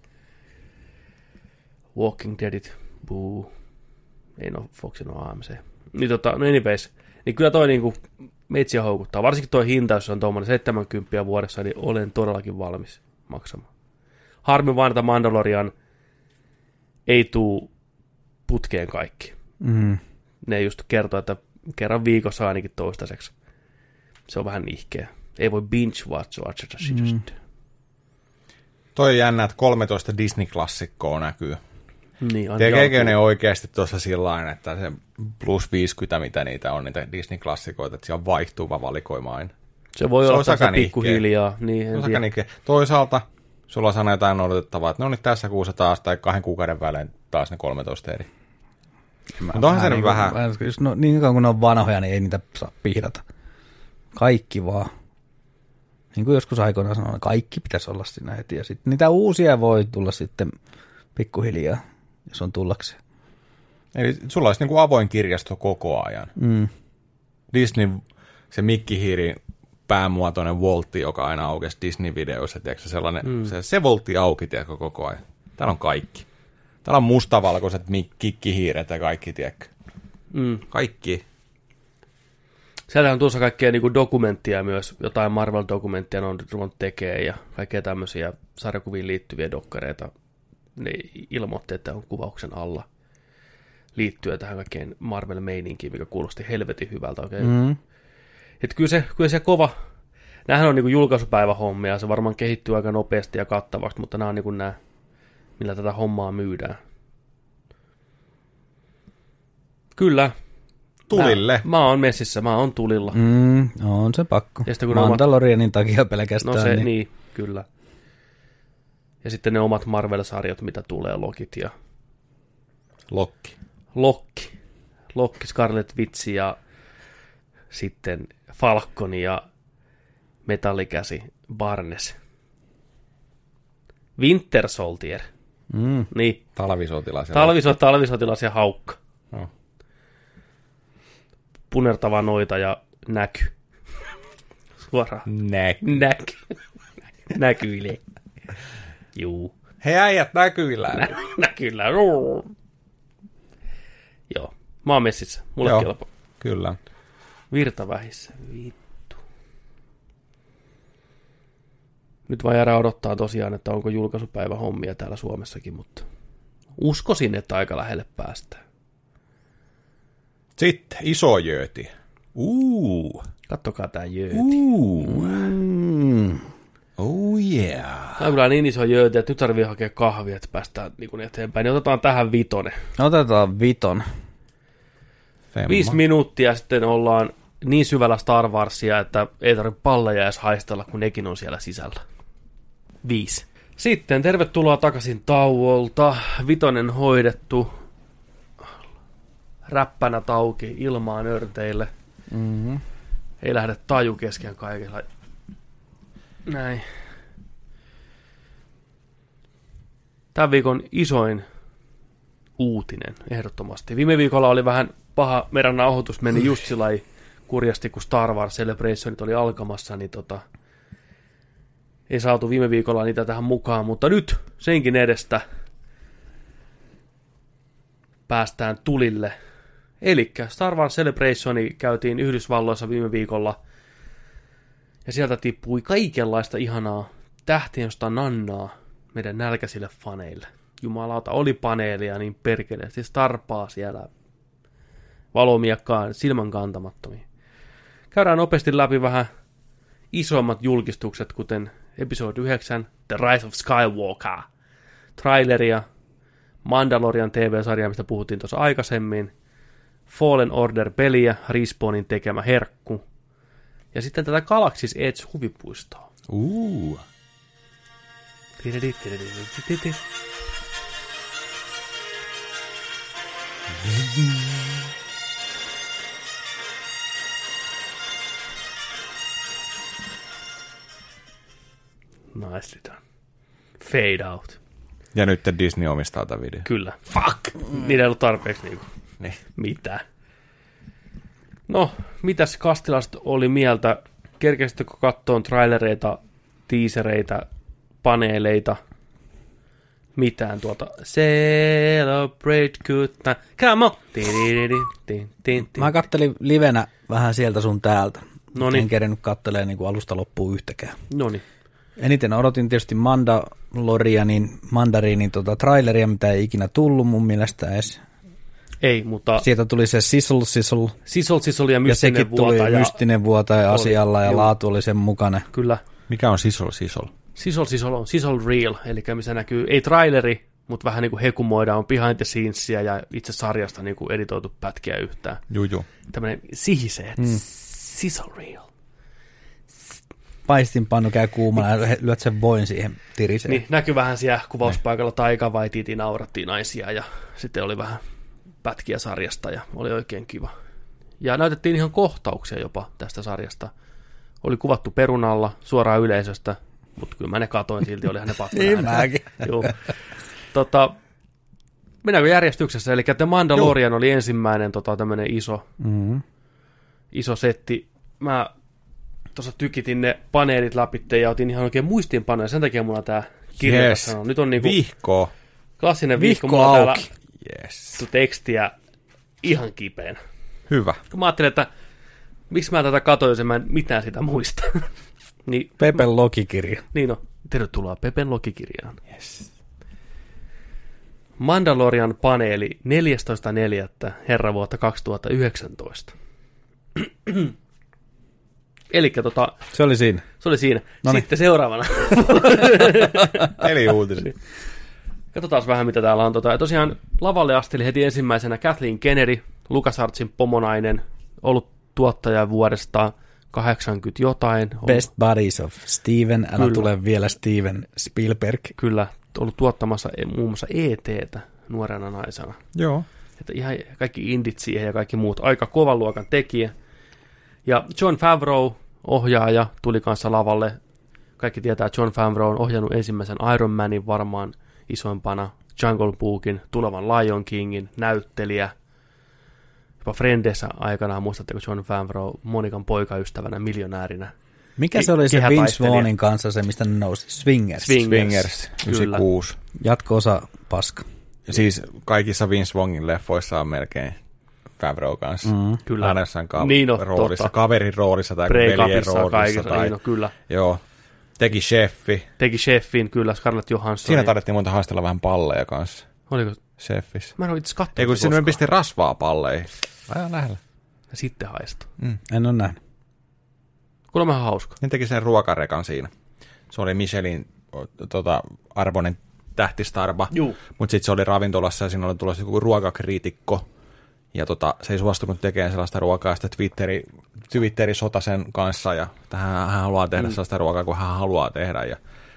Walking Deadit, boo. Ei no, Foxin on A M C. Niin tota, no anyways, niin kyllä toi niinku meitsiä houkuttaa. Varsinkin toi hinta, jos on tuommoinen seitsemänkymmentä vuodessa, niin olen todellakin valmis maksamaan. Harmi vaan, että Mandalorian ei tuu putkeen kaikki. Mm. Ne just kertoo, että kerran viikossa ainakin toistaiseksi. Se on vähän nihkeä. Ei voi binge-watchata sitä. Mm. Toi on jännä, että kolmetoista Disney-klassikkoa näkyy. Niin, tekeekö ne oikeasti tuossa sillain, että se plus viisikymmentä, mitä niitä on, niitä Disney-klassikoita, että siellä on vaihtuva valikoima aina. Se voi se olla tässä pikkuhiljaa. Niin, toisaalta sulla sanoo jotain odotettavaa, että no nyt tässä kuussa taas tai kahden kuukauden välein taas ne kolmetoista eri. Mutta onhan se nyt vähän... Jos no, niin kauan kun ne on vanhoja, niin ei niitä saa pihdata. Kaikki vaan. Niin kuin joskus aikoinaan sanoin, kaikki pitäisi olla siinä heti. Ja sitten niitä uusia voi tulla sitten pikkuhiljaa, jos on tullakseen. Eli sulla olisi niin kuin avoin kirjasto koko ajan. Mm. Disney, se mikkihiiri päämuotoinen voltti, joka aina aukesi Disney-videoissa, tiedätkö, sellainen, mm. se, se voltti auki, tiedätkö, koko ajan. Täällä on kaikki. Täällä on mustavalkoiset mikkihiiret ja kaikki, tiedätkö. Mm. Kaikki. Sieltä on tuossa kaikkea niin kuin dokumenttia myös, jotain Marvel-dokumenttia ne on ruvennut tekemään ja kaikkea tämmöisiä sarjakuviin liittyviä dokkareita. Ne ilmoitti, että on kuvauksen alla liittyen tähän kaikkeen Marvel-meininkiin, mikä kuulosti helvetin hyvältä oikein. Mm. Että kyllä se, kyllä se kova, nämähän on niin kuin julkaisupäivähommia, se varmaan kehittyy aika nopeasti ja kattavaksi, mutta nämä on niin kuin nämä, millä tätä hommaa myydään. Kyllä. Tulille. Mä, mä oon messissä, mä oon tulilla. Mm, on se pakko. Mandalorianin omat... takia pelkästään. No se, niin. niin, kyllä. Ja sitten ne omat Marvel-sarjat, mitä tulee, Lokit ja... Lokki. Lokki. Lokki, Scarlet Witch ja sitten Falcon ja Metallikäsi, Barnes. Winter Soldier. Mm. Niin. Talvisotilas. Talviso, talvisotilas ja haukka. No. Punertava noita ja näky. Suoraan. Näky. Näky. Näkyile. Juu. Hei äijät, näkyillä. Nä, näkyillä. Joo. Mä oon messissä. Mulle Joo, kelpaa. Kyllä. Virta vähissä. Vittu. Nyt vaan jäädään odottaa tosiaan, että onko julkaisupäivä hommia täällä Suomessakin, mutta uskoisin, että aika lähelle päästään. Sitten iso jööti. Uuu. Kattokaa tää jööti. Uuu. Mm. Oh yeah. Tämä on kyllä niin iso jööti, että nyt tarvii hakea kahvia, että päästään niin eteenpäin. Niin otetaan tähän vitonen. Otetaan viton. Femma. Viisi minuuttia sitten ollaan niin syvällä Star Warsia, että ei tarvitse palleja edes haistella, kun nekin on siellä sisällä. Viisi. Sitten tervetuloa takaisin tauolta. Vitonen hoidettu. Räppänä tauki ilmaan örteille. Mm-hmm. Ei lähde taju kesken kaikilla. Näin. Tämän viikon isoin uutinen ehdottomasti. Viime viikolla oli vähän paha, meidän nauhoitus meni just sillä kurjasti, kun Star Wars Celebrationit oli alkamassa, niin tota, ei saatu viime viikolla niitä tähän mukaan, mutta nyt senkin edestä päästään tulille. Elikkä Star Wars Celebrationi käytiin Yhdysvalloissa viime viikolla, ja sieltä tippui kaikenlaista ihanaa tähtiöstä nannaa meidän nälkäisille faneille. Jumalauta, oli paneelia niin perkele, siis tarpaa siellä valomiakkaan silmän kantamattomia. Käydään nopeasti läpi vähän isommat julkistukset, kuten episode yhdeksän, The Rise of Skywalker, traileria, Mandalorian T V-sarja, mistä puhuttiin tuossa aikaisemmin, Fallen Order-peliä, Respawnin tekemä herkku, ja sitten tätä Galaxy's Edge-huvipuistoa. Uh. Nicely done. Fade out. Ja nyt Disney omistaa tätä videota. Kyllä. Fuck! Niillä ei ollut tarpeeksi niinku niin. mitään. No, mitäs kastilaiset oli mieltä? Kerkesittekö kattoon trailereita, teasereita, paneeleita? Mitään tuota. Celebrate good time. Come on! Mä kattelin livenä vähän sieltä sun täältä. Noniin. En kerennyt kattelemaan niin kuin alusta loppuun yhtäkään. Noniin. Eniten odotin tietysti Mandalorianin, Mandariinin tota traileria, mitä ei ikinä tullut mun mielestä edes. Ei, mutta... Sieltä tuli se Sizzle Sizzle. Sizzle Sizzle ja mystinen ja sekin vuota. tuli ja mystinen vuota ja asialla ja juu. laatu oli sen mukana. Kyllä. Mikä on Sizzle Sizzle? Sizzle Sizzle on Sizzle Reel, eli missä näkyy, ei traileri, mutta vähän niin kuin hekumoidaan, on behind the scenesia ja itse sarjasta niin kuin editoitu pätkiä yhtään. Juu, juu. Tämmöinen sihisee, Mm. Sizzle Reel. Paistinpannu käy kuumana ja lyöt sen voin siihen tiriseen. Niin, näkyy vähän siellä kuvauspaikalla Taika Waititi naurattiin naisia ja sitten oli vähän pätkiä sarjasta ja oli oikein kiva. Ja näytettiin ihan kohtauksia jopa tästä sarjasta. Oli kuvattu perunalla suoraan yleisöstä, mutta kyllä mä ne katoin silti, olihan ne pakko Niin nähdä. mäkin. Joo. Tota, mennäänkö järjestyksessä? Eli The Mandalorian Joo. oli ensimmäinen tota, tämmöinen iso, Mm-hmm. iso setti. Mä tuossa tykitin ne paneelit läpi ja otin ihan oikein muistiinpanoja. Sen takia mulla tää kirja Yes. tässä on. Nyt on niinku Vihko. klassinen vihko. Vihko Mulla on täällä auki. Yes. tekstiä ihan kipeänä. Hyvä. Kun mä ajattelin, että miksi mä tätä katoin, jos en mä mitään sitä muista. niin, Pepen logikirja. niin on. Tervetuloa Pepen logikirjaan. Yes. Mandalorian paneeli neljästoista neljättä herra vuotta kaksituhattayhdeksäntoista. Elikkä tota, Se oli siinä. se oli siinä. Noniin. Sitten seuraavana. Eli uutisia. Katsotaan vähän, mitä täällä on. Tota, ja tosiaan lavalle asteli heti ensimmäisenä Kathleen Kennedy, LucasArtsin pomonainen, ollut tuottaja vuodesta kahdeksankymmentä jotain. Ollut, Best Buddies of Steven. Älä Kyllä. tule vielä Steven Spielberg. Kyllä, ollut tuottamassa muun muassa E T:tä nuorena naisena. Joo. Että ihan kaikki indit siihen ja kaikki muut. Aika kovan luokan tekijä. Ja Jon Favreau, ohjaaja, tuli kanssa lavalle. Kaikki tietää, että Jon Favreau on ohjannut ensimmäisen Iron Manin varmaan isoimpana, Jungle Bookin, tulevan Lion Kingin, näyttelijä. Jopa Frendessä aikanaan, muistatteko Jon Favreau Monikan poikaystävänä, miljonäärinä. Mikä Ke- se oli se Vince kehätaistelija. Vaughnin kanssa se, mistä ne nousi? Swingers. Swing- Swingers, Kyllä. yhdeksänkymmentäkuusi. Jatko-osa paska. Ja siis kaikissa Vince Vaughnin leffoissa on melkein Favreau kanssa. Mm. Kyllä. Aina jossain ka- Niin on, roolissa, totta. kaverin roolissa tai veljen Breakupissa roolissa. kaikissa, Tai, niin no, kyllä. joo, teki Chefi. Teki Chefin, kyllä, Scarlett Johansson. Siinä tarvittiin monta haastella vähän palleja kanssa. Oliko? Chefissä. Mä en ole itse kattonut Ei kun sitä sinne koskaan. pisti rasvaa palleihin. Ajan lähellä. Ja sitten haistu. Mm. En ole nähnyt. Kuulemma ihan hauska. Ne teki sen ruokarekan siinä. Se oli Michelin o, tota, arvoinen tähtistarba. Juu. Mutta sitten se oli ravintolassa ja siinä oli tulossa joku ruokakriitikko. Ja tota, se ei suostunut tekemään sellaista ruokaa. Sitten Twitteri, Twitteri sota sen kanssa ja hän, hän haluaa tehdä mm. sellaista ruokaa kuin hän haluaa tehdä. Ja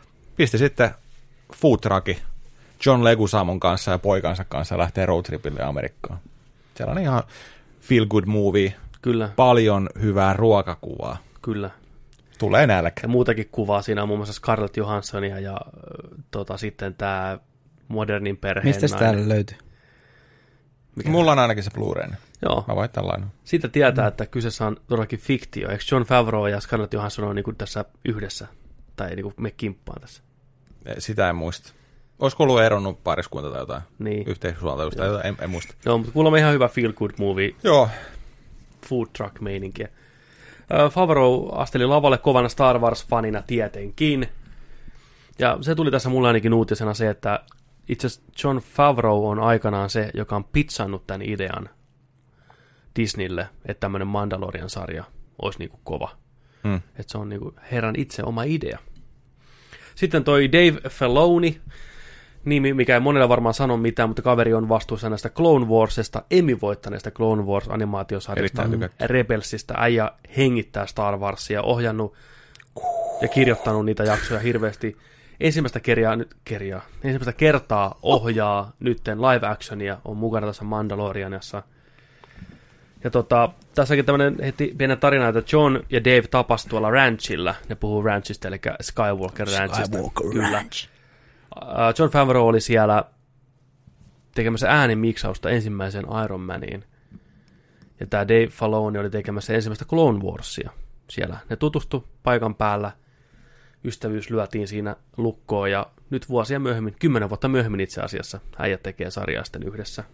pisti sitten food truckin John Leguizamon kanssa ja poikansa kanssa lähtee roadtripille Amerikkaan. Siellä on ihan feel good movie. Kyllä. Paljon hyvää ruokakuvaa. Kyllä. Tulee nälkä. Ja muutakin kuvaa. Siinä on muun muassa Scarlett Johanssonia ja tota, sitten tämä modernin perheen mistä se täällä löytyy? Mikä? Mulla on ainakin se Blu-ray. Joo. Mä voin tällainen. Siitä tietää, että kyseessä on todellakin fiktio. Eikö Jon Favreau ja Scarlett Johansson on niinku tässä yhdessä? Tai niinku me kimppaan tässä? Sitä en muista. Olisiko ollut eronnut pariskunta tai jotain? Niin. Yhteissuoltajusta tai jotain, en, en muista. Joo, mutta kuulemma ihan hyvä feel good movie. Joo. Food truck meininkiä. Favreau asteli lavalle kovana Star Wars-fanina tietenkin. Ja se tuli tässä mulle ainakin uutisena se, että itse asiassa Jon Favreau on aikanaan se, joka on pitsannut tämän idean Disneylle, että tämmöinen Mandalorian-sarja olisi niinku kova. Hmm. Että se on niinku herran itse oma idea. Sitten toi Dave Filoni, nimi, mikä ei monella varmaan sano mitään, mutta kaveri on vastuussa näistä Clone Warsista, Emmy-voittaneesta Clone Wars-animaatiosarjasta, Rebelsistä. Äijä hengittää Star Warsia, ohjannut ja kirjoittanut niitä jaksoja hirveästi. Ensimmäistä, kerjaa, kerjaa, ensimmäistä kertaa ohjaa nytten live actionia, on mukana tässä Mandalorianissa. Ja tota, tässäkin tämmöinen heti pienen tarina, että John ja Dave tapas tuolla ranchilla. Ne puhuu ranchista, eli Skywalker Ranchista. Skywalker Kyllä. Ranch. Jon Favreau oli siellä tekemässä äänimiksausta ensimmäiseen Iron Maniin. Ja tämä Dave Filoni oli tekemässä ensimmäistä Clone Warsia siellä. Ne tutustu paikan päällä. Ystävyys lyötiin siinä lukkoon ja nyt vuosia myöhemmin, kymmenen vuotta myöhemmin itse asiassa, äijät tekee sarjaa sitten yhdessä.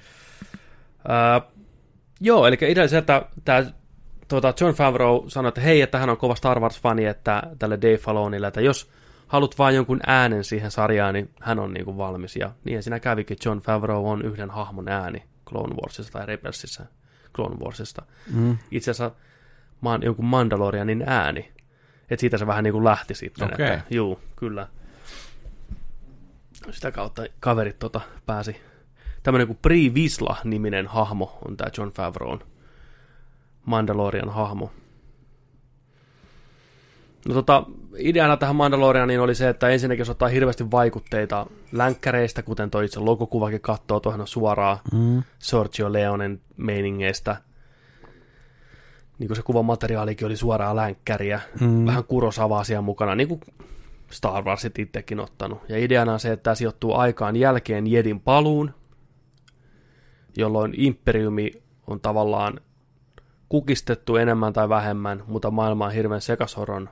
Ää, joo, eli idea se, että tämä tuota, Jon Favreau sanoi, että hei, että hän on kova Star Wars-fani, että tälle Dave Filonille, että jos haluat vain jonkun äänen siihen sarjaan, niin hän on niin kuin valmis. Ja niin siinä kävikin, Jon Favreau on yhden hahmon ääni Clone Warsista tai Rebelsissa Clone Warsista. Mm. Itse asiassa mä oon jonkun Mandalorianin ääni. Että siitä se vähän niin kuin lähti sitten. Okay. Että, juu, kyllä. Sitä kautta kaverit tota pääsi. Tämmöinen kuin Brie Vizsla-niminen hahmo on tämä Jon Favreaun Mandalorian hahmo. No tota, ideana tähän Mandalorianiin oli se, että ensinnäkin se ottaa hirveästi vaikutteita länkkäreistä, kuten toi itse logokuvakin katsoo, tuohon on suoraan mm. Sergio Leonen meiningeistä. Niin kuin se kuvamateriaalikin oli suoraan länkkäriä, mm. vähän Kurosawaa siellä mukana, niin kuin Star Warsit itsekin ottanut. Ja ideana on se, että tämä sijoittuu aikaan jälkeen Jedin paluun, jolloin imperiumi on tavallaan kukistettu enemmän tai vähemmän, mutta maailma on hirveän sekasoron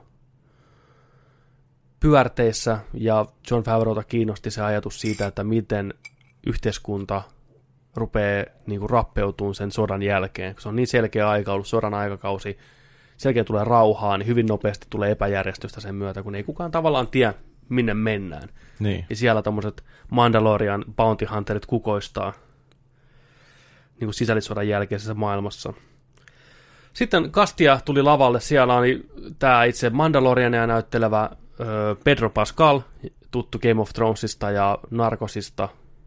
pyörteissä, ja Jon Favreauta kiinnosti se ajatus siitä, että miten yhteiskunta rupeaa niin kuin rappeutumaan sen sodan jälkeen. Se on niin selkeä aika ollut, sodan aikakausi, selkeä tulee rauhaa, niin hyvin nopeasti tulee epäjärjestystä sen myötä, kun ei kukaan tavallaan tiedä, minne mennään. Niin. Ja siellä tommoset Mandalorian bounty hunterit kukoistaa niin kuin sisällissodan jälkeisessä maailmassa. Sitten kastia tuli lavalle, siellä oli tämä itse Mandaloriania näyttelevä ö, Pedro Pascal, tuttu Game of Thronesista ja Narcosista,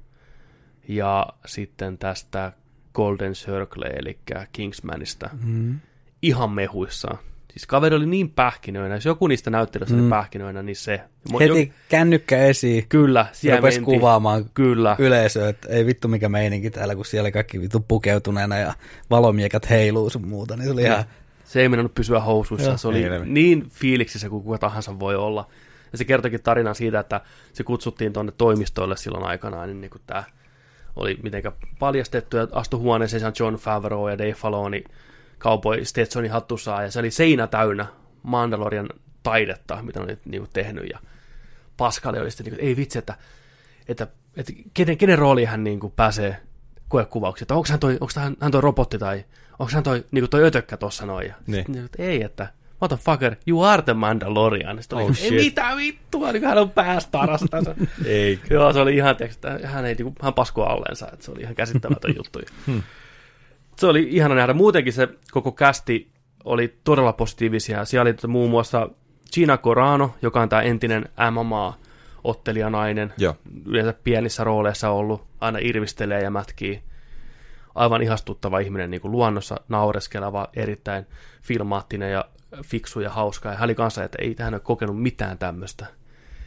ja sitten tästä Golden Circle, eli Kingsmanista, mm. ihan mehuissaan. Siis kaveri oli niin pähkinöinä, jos joku niistä näyttelyistä mm. oli pähkinöinä, niin se. Heti jo... kännykkä esiin. Kyllä, siellä rupesi mentiin. Kuvaamaan Kyllä. yleisöä, että ei vittu mikä meininki täällä, kun siellä kaikki vittu pukeutuneena ja valomiekat heiluu sun muuta, niin se oli ja. ihan... Se ei mennyt pysyä housuissa, Joo. se oli ei, niin fiiliksissä kuin kuka tahansa voi olla. Ja se kertoikin tarinan siitä, että se kutsuttiin tuonne toimistoille silloin aikanaan, niin, niin kuin tämä oli mitenkä paljastettu, ja astui huoneeseen Jon Favreau ja Dave Filoni Cowboy Stetsonin hattussaan, ja se oli seinä täynnä Mandalorian taidetta, mitä ne oli niin kuin tehnyt, ja Pascal oli sitten, niin kuin, ei vitsi, että, että, että kenen, kenen rooliin hän niin kuin pääsee koekuvauksiin, että onko hän toi, onko hän, hän toi robotti, tai onko hän toi, niin kuin toi ötökkä tuossa noin, ja niin. Sitten, että ei, että motherfucker, you are the Mandalorian. Sitten oli, oh, ei mitään vittua, niin hän on päästarasta. Ei. Joo, se oli ihan, että hän ei, hän paskoi allensa, että se oli ihan käsittämätön juttu. hmm. Se oli ihana nähdä. Muutenkin se koko kästi oli todella positiivisia. Siellä oli muun muassa Gina Carano, joka on tämä entinen M M A-ottelijanainen. Joo. Yleensä pienissä rooleissa ollut, aina irvistelee ja mätkii. Aivan ihastuttava ihminen niin kuin luonnossa, naureskeleva, erittäin filmaattinen ja fiksu ja hauska. Ja hän oli kanssa, että ei hän ole kokenut mitään tämmöistä.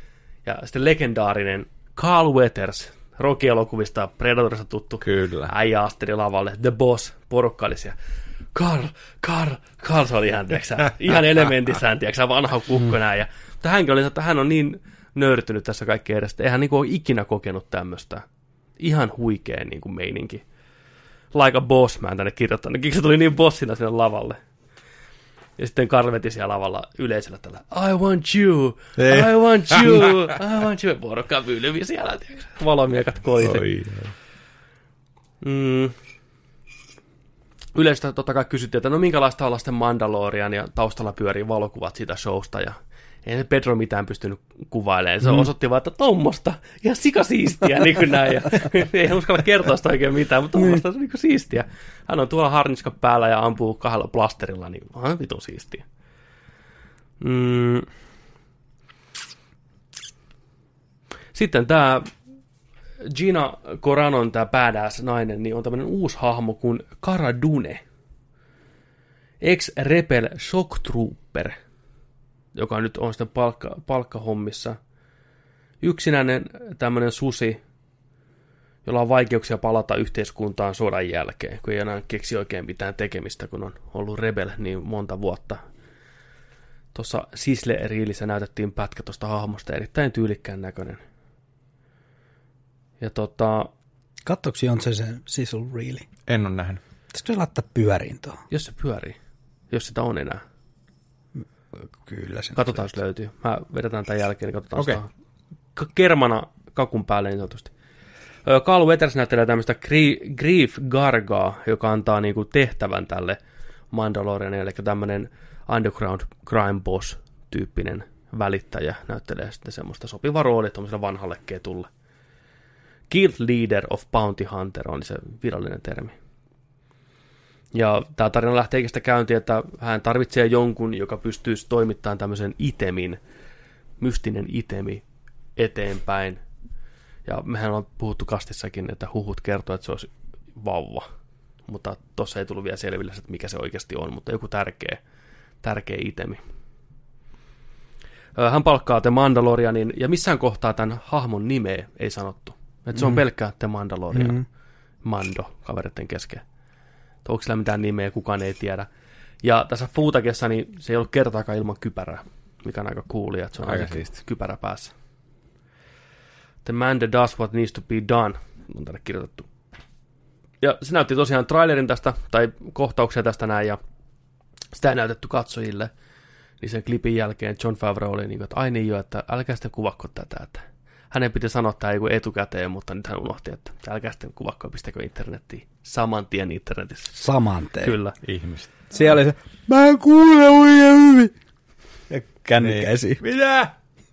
Ja sitten legendaarinen Carl Weathers, Rocky-elokuvista, Predatorista tuttu. Kyllä. Äijä asteli lavalle, The Boss, porukka oli siellä. Carl, Carl, Carl, se oli ihan, tiiäksä, ihan elementissään, tiiäksä, vanha kukko näin. Ja, mutta hänkin oli, että hän on niin nöyrtynyt tässä kaikkeen edestä. Eihän niin kuin ole ikinä kokenut tämmöistä. Ihan huikea niin kuin meininki. Like a boss, mä en tänne kirjoittanut. Se tuli niin bossina sinne lavalle. Ja sitten Carl veti siellä lavalla yleisöllä tällä, I want you, Ei. I want you, I want you. Porukka vylvi siellä, tiiäksä. Valomiekat koisi. Mm. Yleistä totta kai kysyttiin, että no minkälaista on lasten Mandalorian ja taustalla pyörii valokuvat siitä showsta ja ei Pedro mitään pystynyt kuvailemaan. Se mm. osoitti vaan, että tommosta, ihan sikasiistiä, niin kuin näin. Ja, ei uskalla kertoa sitä oikein mitään, mutta tommosta on niin kuin siistiä. Hän on tuolla harniska päällä ja ampuu kahdella plasterilla, niin on vitun siistiä. Mm. Sitten tämä Gina Coranon, tämä badass nainen, niin on tämmöinen uusi hahmo kuin Cara Dune. Ex-Rebel Shock Trooper, joka nyt on sitten palkka, palkkahommissa. Yksinäinen tämmöinen susi, jolla on vaikeuksia palata yhteiskuntaan sodan jälkeen, kun ei enää keksi oikein mitään tekemistä, kun on ollut Rebel niin monta vuotta. Tuossa Sisle-riilissä näytettiin pätkä tuosta hahmosta, erittäin tyylikkään näköinen. Ja tota... Katsoksi on se se Sizzle Reeli? En ole nähnyt. Pitäisikö se laittaa pyöriin tuohon? Jos se pyörii, jos sitä on enää. Kyllä se. Katsotaan, jos löytyy. Mä vedetään tämän jälkeen, niin katsotaan okay. sitä kermana kakun päälle niin sanotusti. Carl Weathers näyttelee tämmöistä Grief Gargaa, joka antaa niinku tehtävän tälle Mandalorianille, eli tämmöinen underground crime boss-tyyppinen välittäjä näyttelee sitten semmoista sopivaa roolia tuollaiselle vanhalle ketulle. Guild Leader of Bounty Hunter on se virallinen termi. Ja tämä tarina lähtee sitä käyntiin, että hän tarvitsee jonkun, joka pystyisi toimittamaan tämmöisen itemin, mystinen itemi eteenpäin. Ja mehän on puhuttu kastissakin, että huhut kertoo, että se olisi vauva. Mutta tuossa ei tullut vielä selville, että mikä se oikeasti on, mutta joku tärkeä, tärkeä itemi. Hän palkkaa The Mandalorianin, ja missään kohtaa tämän hahmon nimeä ei sanottu. Että se on mm. pelkkä The Mandalorian, mm. Mando, kaveritten kesken. Onko sillä mitään nimeä, kukaan ei tiedä. Ja tässä Futakessa niin se ei ollut kertaakaan ilman kypärää, mikä on aika coolia, että se on aika kypärä päässä. The man does what needs to be done, on tänne kirjoitettu. Ja se näytti tosiaan trailerin tästä, tai kohtauksia tästä näin, ja sitä ei näytetty katsojille. Niin sen klipin jälkeen Jon Favreau oli niin kuin, että ai niin jo, että älkää sitten kuvakko tätä, että hänen piti sanoa tämä etukäteen, mutta nyt hän unohti, että älkää sitten kuvakko, pistäkö internettiin. Saman tien internetissä. Saman tien. Kyllä. Ihmiset. Siellä oli se, mä en kuule oikein hyvin. Ja kännykkä esiin. Mitä?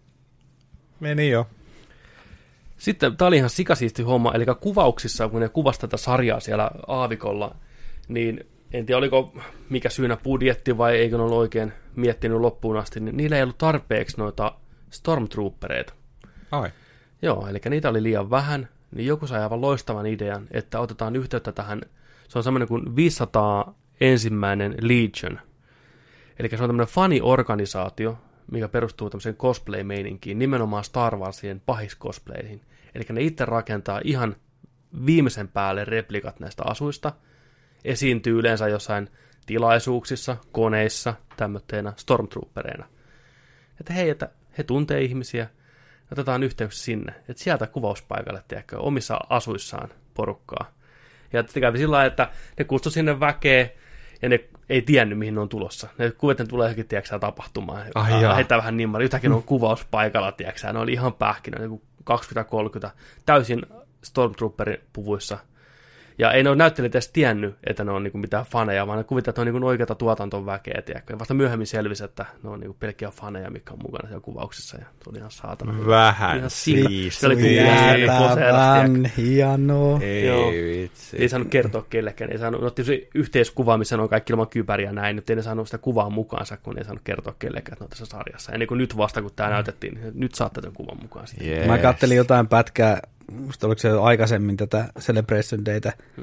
Meni jo. Sitten tämä oli ihan sikasiisti homma, eli kuvauksissa, kun ne kuvasi tätä sarjaa siellä aavikolla, niin en tiedä, oliko mikä syynä budjetti vai eikö ne ollut oikein miettinyt loppuun asti, niin niillä ei ollut tarpeeksi noita stormtroopereita. Ai. Joo, eli niitä oli liian vähän, niin joku sai aivan loistavan idean, että otetaan yhteyttä tähän, se on semmoinen kuin viisisataa ensimmäinen Legion. Eli se on tämmöinen fani-organisaatio, mikä perustuu tämmöiseen cosplay-meininkiin, nimenomaan Star Warsien pahiskosplayhin. Eli ne itse rakentaa ihan viimeisen päälle replikat näistä asuista, esiintyy yleensä jossain tilaisuuksissa, koneissa, tämmöteinä stormtroopereina. Että hei, että he tuntee ihmisiä, otetaan yhteys sinne, että sieltä kuvauspaikalle, tiedätkö, omissa asuissaan porukkaa. Ja sitten kävi sillä lailla, että ne kutsui sinne väkeä, ja ne ei tiennyt, mihin ne on tulossa. Ne kuvat, ne tulee johonkin, tiedätkö, tapahtumaan. Heittää vähän niin paljon. Yhtäkkiä ne on kuvauspaikalla, tiedätkö, ne oli ihan pähkinä, niin kaksikymmentä kolmekymmentä, täysin Stormtrooperin puvuissa. Ja ei ne ole näyttelijät edes tiennyt, että ne on niinku mitään faneja, vaan ne kuvittaa, että ne on niinku oikeata tuotantoväkeä, tiedätkö. Vasta myöhemmin selvisi, että ne on niinku pelkkiä faneja, mikä on mukana siellä kuvauksissa. Ja tuli ihan saatana. Vähän siis. Se oli Jäätävän hienoa. Ei vitsi. Ei saanut kertoa kellekään. Ei saanut, no tietysti yhteiskuva, missä ne on kaikki ilman kypäriä näin. Nyt ei ne saanut sitä kuvaa mukaansa, kun ei saanut kertoa kellekään, että ne on tässä sarjassa. Ja niin kuin nyt vasta, kun tämä mm. näytettiin, niin nyt saatte tämän kuvan mukaan. Yes. Mä kattelin jotain pätkää, musta oliko se aikaisemmin tätä Celebration Daytä, mm.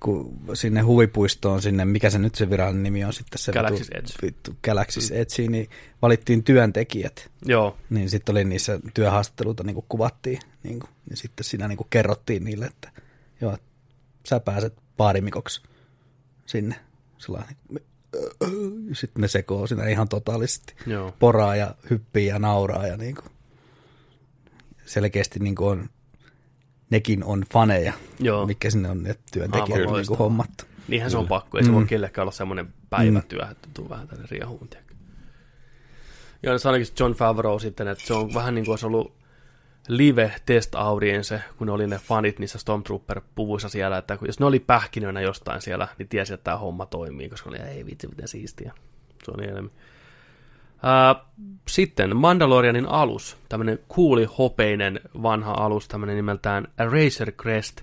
kun sinne huvipuistoon, sinne, mikä se nyt se virallinen nimi on sitten se Galaxy's Edge. Vittu, Galaxy's mm. Edge, niin valittiin työntekijät. Joo. Niin sitten oli niissä työhaastatteluita niin kuin kuvattiin, niin kuin, niin sitten siinä niin kuin kerrottiin niille, että joo, sä pääset baarimikoksi sinne. Sellainen, sitten ne sekoo siinä ihan totaalisesti. Joo. Poraa ja hyppii ja nauraa ja niin kuin, selkeästi niin kuin on, nekin on faneja, Joo. mikä sinne on ne työntekijät niin kuin hommattu. Niinhän se on pakko, ei se mm. voi kellekään olla semmoinen päivätyö, mm. että tuu vähän tänne riehuun. Ja sanoikin Jon Favreau sitten, että se on vähän niin kuin olisi ollut live test audience, kun ne oli ne fanit niissä Stormtrooper-puvuissa siellä, että jos ne oli pähkinöinä jostain siellä, niin tiesi, että tämä homma toimii, koska oli, ei vitsi, miten siistiä. Se on niin Uh, sitten Mandalorianin alus, tämmöinen kuuli hopeinen vanha alus, tämmöinen nimeltään Razor Crest,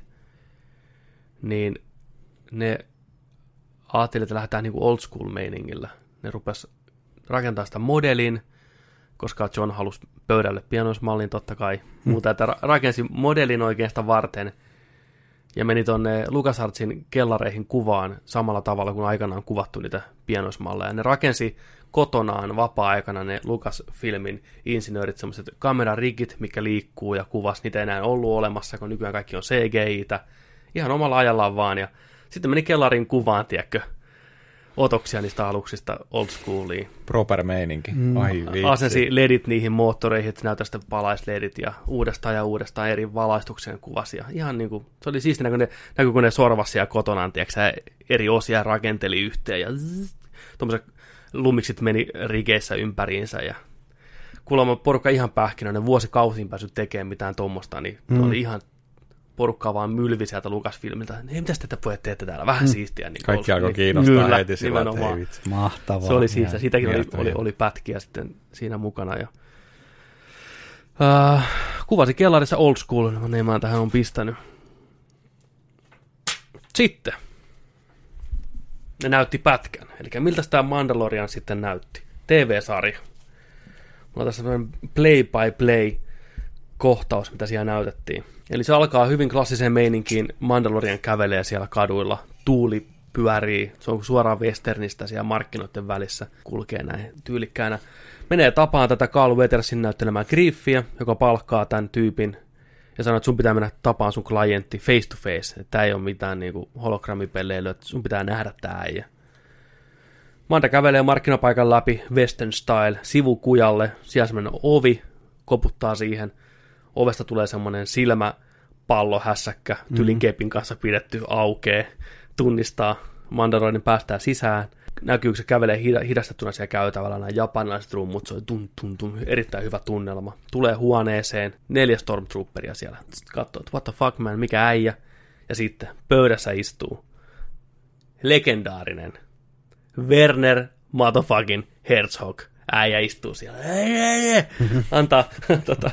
niin ne ajattelivat, että lähdetään niinku old school meiningillä. Ne rupes rakentaa sitä modelin, koska John halusi pöydälle pianoismallin totta kai, hmm. muuta, että rakensi modelin oikeasta varten ja meni tonne LucasArtsin kellareihin kuvaan samalla tavalla kuin aikanaan kuvattu niitä pianoismalleja. Ne rakensi kotonaan vapaa-aikana ne Lucasfilmin insinöörit, semmoiset kamerarigit, mikä liikkuu ja kuvas, niitä ei enää ollut olemassa, kun nykyään kaikki on C G I-tä, ihan omalla ajallaan vaan, ja sitten meni kellarin kuvaan, tiedätkö, otoksia niistä aluksista old schooliin. Proper meininki, mm. ai vitsi. Asensi ledit niihin moottoreihin, että näytä sitten palaisledit, ja uudestaan ja uudestaan eri valaistuksen kuvasi, ja ihan niin kuin, se oli siistiä, kun ne, näkyy, kun ne sorvasi siellä kotonaan, tiedätkö, eri osia rakenteli yhteen, ja tuommoiset lumiksit meni rikeissä ympäriinsä ja kuulemma porukka ihan pähkinöinen, vuosikausiin päässyt tekemään mitään tuommoista, niin mm. oli ihan porukkaa vaan mylvi sieltä Lucasfilmiltä. Hei, mitäs te pojat teette täällä? Vähän mm. siistiä. Niin kaikki alkoi kiinnostaa kyllä, heti sillä, että hei vitsi. Mahtavaa. Se oli siis, siitäkin oli, oli, oli pätkiä sitten siinä mukana. Ja, uh, kuvasi kellarissa old school, niin mä tähän on pistänyt. Sitten ne näytti pätkän. Eli miltä tämä Mandalorian sitten näytti? T V-sarja. Mulla on tässä sellainen play-by-play-kohtaus, mitä siellä näytettiin. Eli se alkaa hyvin klassiseen meininkiin. Mandalorian kävelee siellä kaduilla. Tuuli pyörii. Se on suoraan westernistä siellä markkinoiden välissä. Kulkee näin tyylikkäänä. Menee tapaan tätä Carl Weathersin näyttelemään Griffiä, joka palkkaa tämän tyypin. Ja sanoo, että sun pitää mennä tapaan sun klientti face to face. Että tää ei ole mitään niinku hologrammipelleilyä, että sun pitää nähdä tää äijä. Manda kävelee markkinapaikan läpi western style sivukujalle. Siellä semmoinen ovi, koputtaa siihen. Ovesta tulee semmoinen silmäpallohässäkkä, tylin kepin kanssa pidetty aukee. Tunnistaa, Mandalorianin päästää sisään. Näkyy, kun se kävelee hidastettuna siellä käytävällä, nämä japanilaiset rummut, se on tun, tun, tun, erittäin hyvä tunnelma. Tulee huoneeseen, neljä Stormtrooperia siellä, katsoo, että what the fuck man, mikä äijä. Ja sitten pöydässä istuu legendaarinen Werner motherfucking Herzog. Äijä istuu siellä, antaa tota,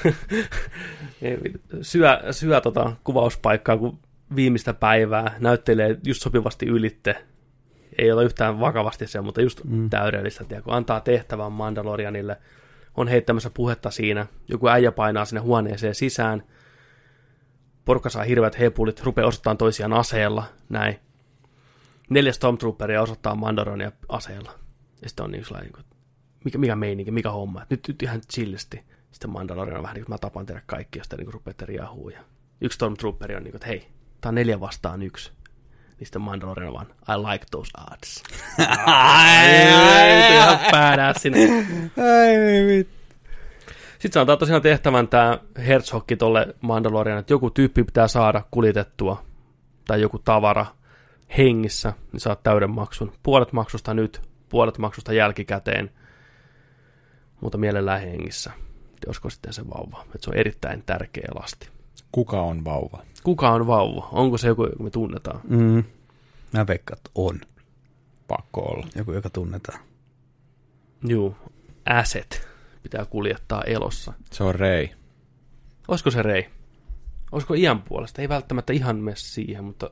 syö, syö tota kuvauspaikkaa, kun viimeistä päivää näyttelee just sopivasti ylitte. Ei ole yhtään vakavasti se, mutta just mm. täydellistä, tiedä, kun antaa tehtävän Mandalorianille, on heittämässä puhetta siinä, joku äijä painaa sinne huoneeseen sisään, porukka saa hirveät hepulit, rupeaa osoittamaan toisiaan aseella, näin. Neljä Stormtrooperia osoittaa Mandaloriania aseella. Ja sitten on niin sellainen, mikä, mikä meininki, mikä homma, nyt, nyt ihan chillisti. Sitten Mandalorian on vähän niin kuin, mä tapaan tehdä kaikki, jos te niin rupeatte riahuu. Ja yksi Stormtrooperi on niin kuin, että hei, tää on neljä vastaan yksi. Niin sitten Mandalorian vaan, I like those odds. Ihan päädää sinne. Sitten se antaa tosiaan tehtävän tämä Herzogki tolle Mandalorian, että joku tyyppi pitää saada kuljetettua, tai joku tavara hengissä, niin saat täyden maksun. Puolet maksusta nyt, puolet maksusta jälkikäteen, mutta mielellään hengissä. Olisiko sitten se vauva? Että se on erittäin tärkeä lasti. Kuka on vauva? Kuka on vauva? Onko se joku, joka me tunnetaan? Mm. Mä veikkaan, että on. Pakko olla. Joku, joka tunnetaan. Juu. Asset pitää kuljettaa elossa. Se on Rey. Olisiko se Rey? Olisiko iän puolesta? Ei välttämättä ihan mene siihen, mutta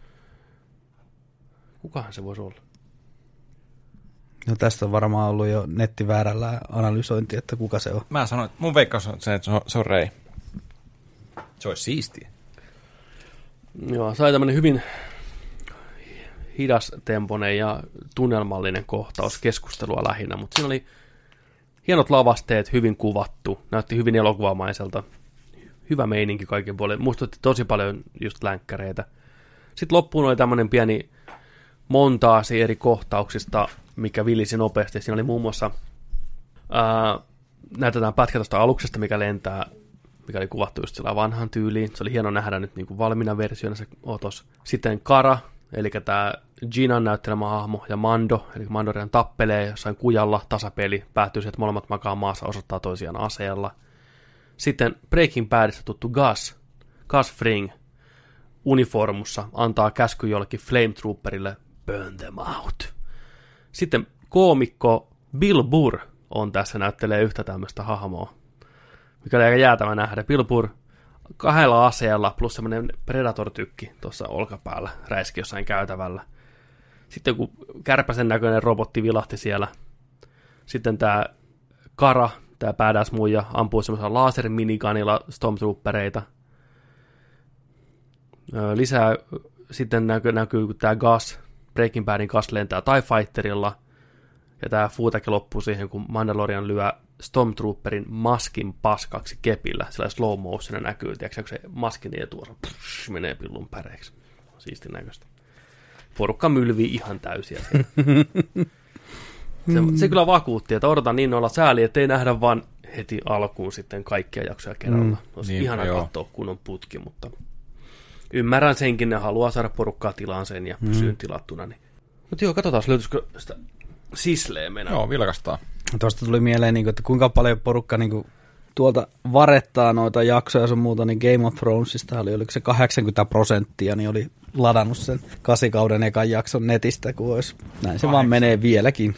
kukahan se voisi olla? No tästä on varmaan ollut jo nettiväärällä analysointi, että kuka se on. Mä sanoin, että mun veikkaus on se, että se on Rey. Se olisi siistiä. Joo, sai tämmönen hyvin, hidastempoinen ja tunnelmallinen kohtaus, keskustelua lähinnä, mutta siinä oli hienot lavasteet, hyvin kuvattu, näytti hyvin elokuvamaiselta, hyvä meininki kaiken puolin, muistutti tosi paljon just länkkäreitä. Sitten loppuun oli tämmöinen pieni montaasi eri kohtauksista, mikä vilisi nopeasti. Siinä oli muun muassa, ää, näytetään pätkä tuosta aluksesta, mikä lentää, mikä oli kuvattu just sillä vanhan tyyliin. Se oli hieno nähdä nyt niin kuin valmiina versiona se otos. Sitten Kara, eli tämä Ginan näyttelemä hahmo, ja Mando, eli Mandorian tappelee jossain kujalla, tasapeli, päättyy siihen, että molemmat makaa maassa, osoittaa toisiaan aseella. Sitten Breaking Badista tuttu Gus, Gus Fring, uniformussa, antaa käsky jollekin Flametrooperille, burn them out. Sitten koomikko Bill Burr on tässä, näyttelee yhtä tämmöistä hahmoa, mikä oli aika jäätävä nähdä. Bill Burr kahdella aseella plus semmoinen Predator-tykki tuossa olkapäällä, räiski jossain käytävällä. Sitten kun kärpäsen näköinen robotti vilahti siellä. Sitten tämä Kara, tämä badass muija, ampuu semmoisella laserminiganilla Stormtroopereita. Lisää sitten näkyy, näkyy kun tämä Gus, Breaking Badin Gus lentää TIE Fighterilla, ja tämä fuutake loppuu siihen, kun Mandalorian lyö Stormtrooperin maskin paskaksi kepillä, sillä slow motion näkyy, tiedätkö, kun se maskin etuosa psh, menee pillun päreiksi. Siistin näköistä. Porukka mylvii ihan täysiä. se, se kyllä vakuutti, että odotan niin olla sääli, ettei nähdä vaan heti alkuun sitten kaikkia jaksoja kerralla. Mm, Olisi niin, ihana joo. katsoa kunnon putki, mutta ymmärrän senkin, ne haluaa saada porukkaa tilaan sen ja pysyyn mm. tilattuna. Niin. Mutta joo, katsotaan, löytyisikö sitä sisleä mennä. Joo, vilkastaa. Tuosta tuli mieleen, että kuinka paljon porukka tuolta varettaa noita jaksoja ja sun muuta, niin Game of Thronesista oli, oliko se kahdeksankymmentä prosenttia, niin oli ladannut sen kasikauden ekan jakson netistä, kun olisi. Näin se vaan menee vieläkin.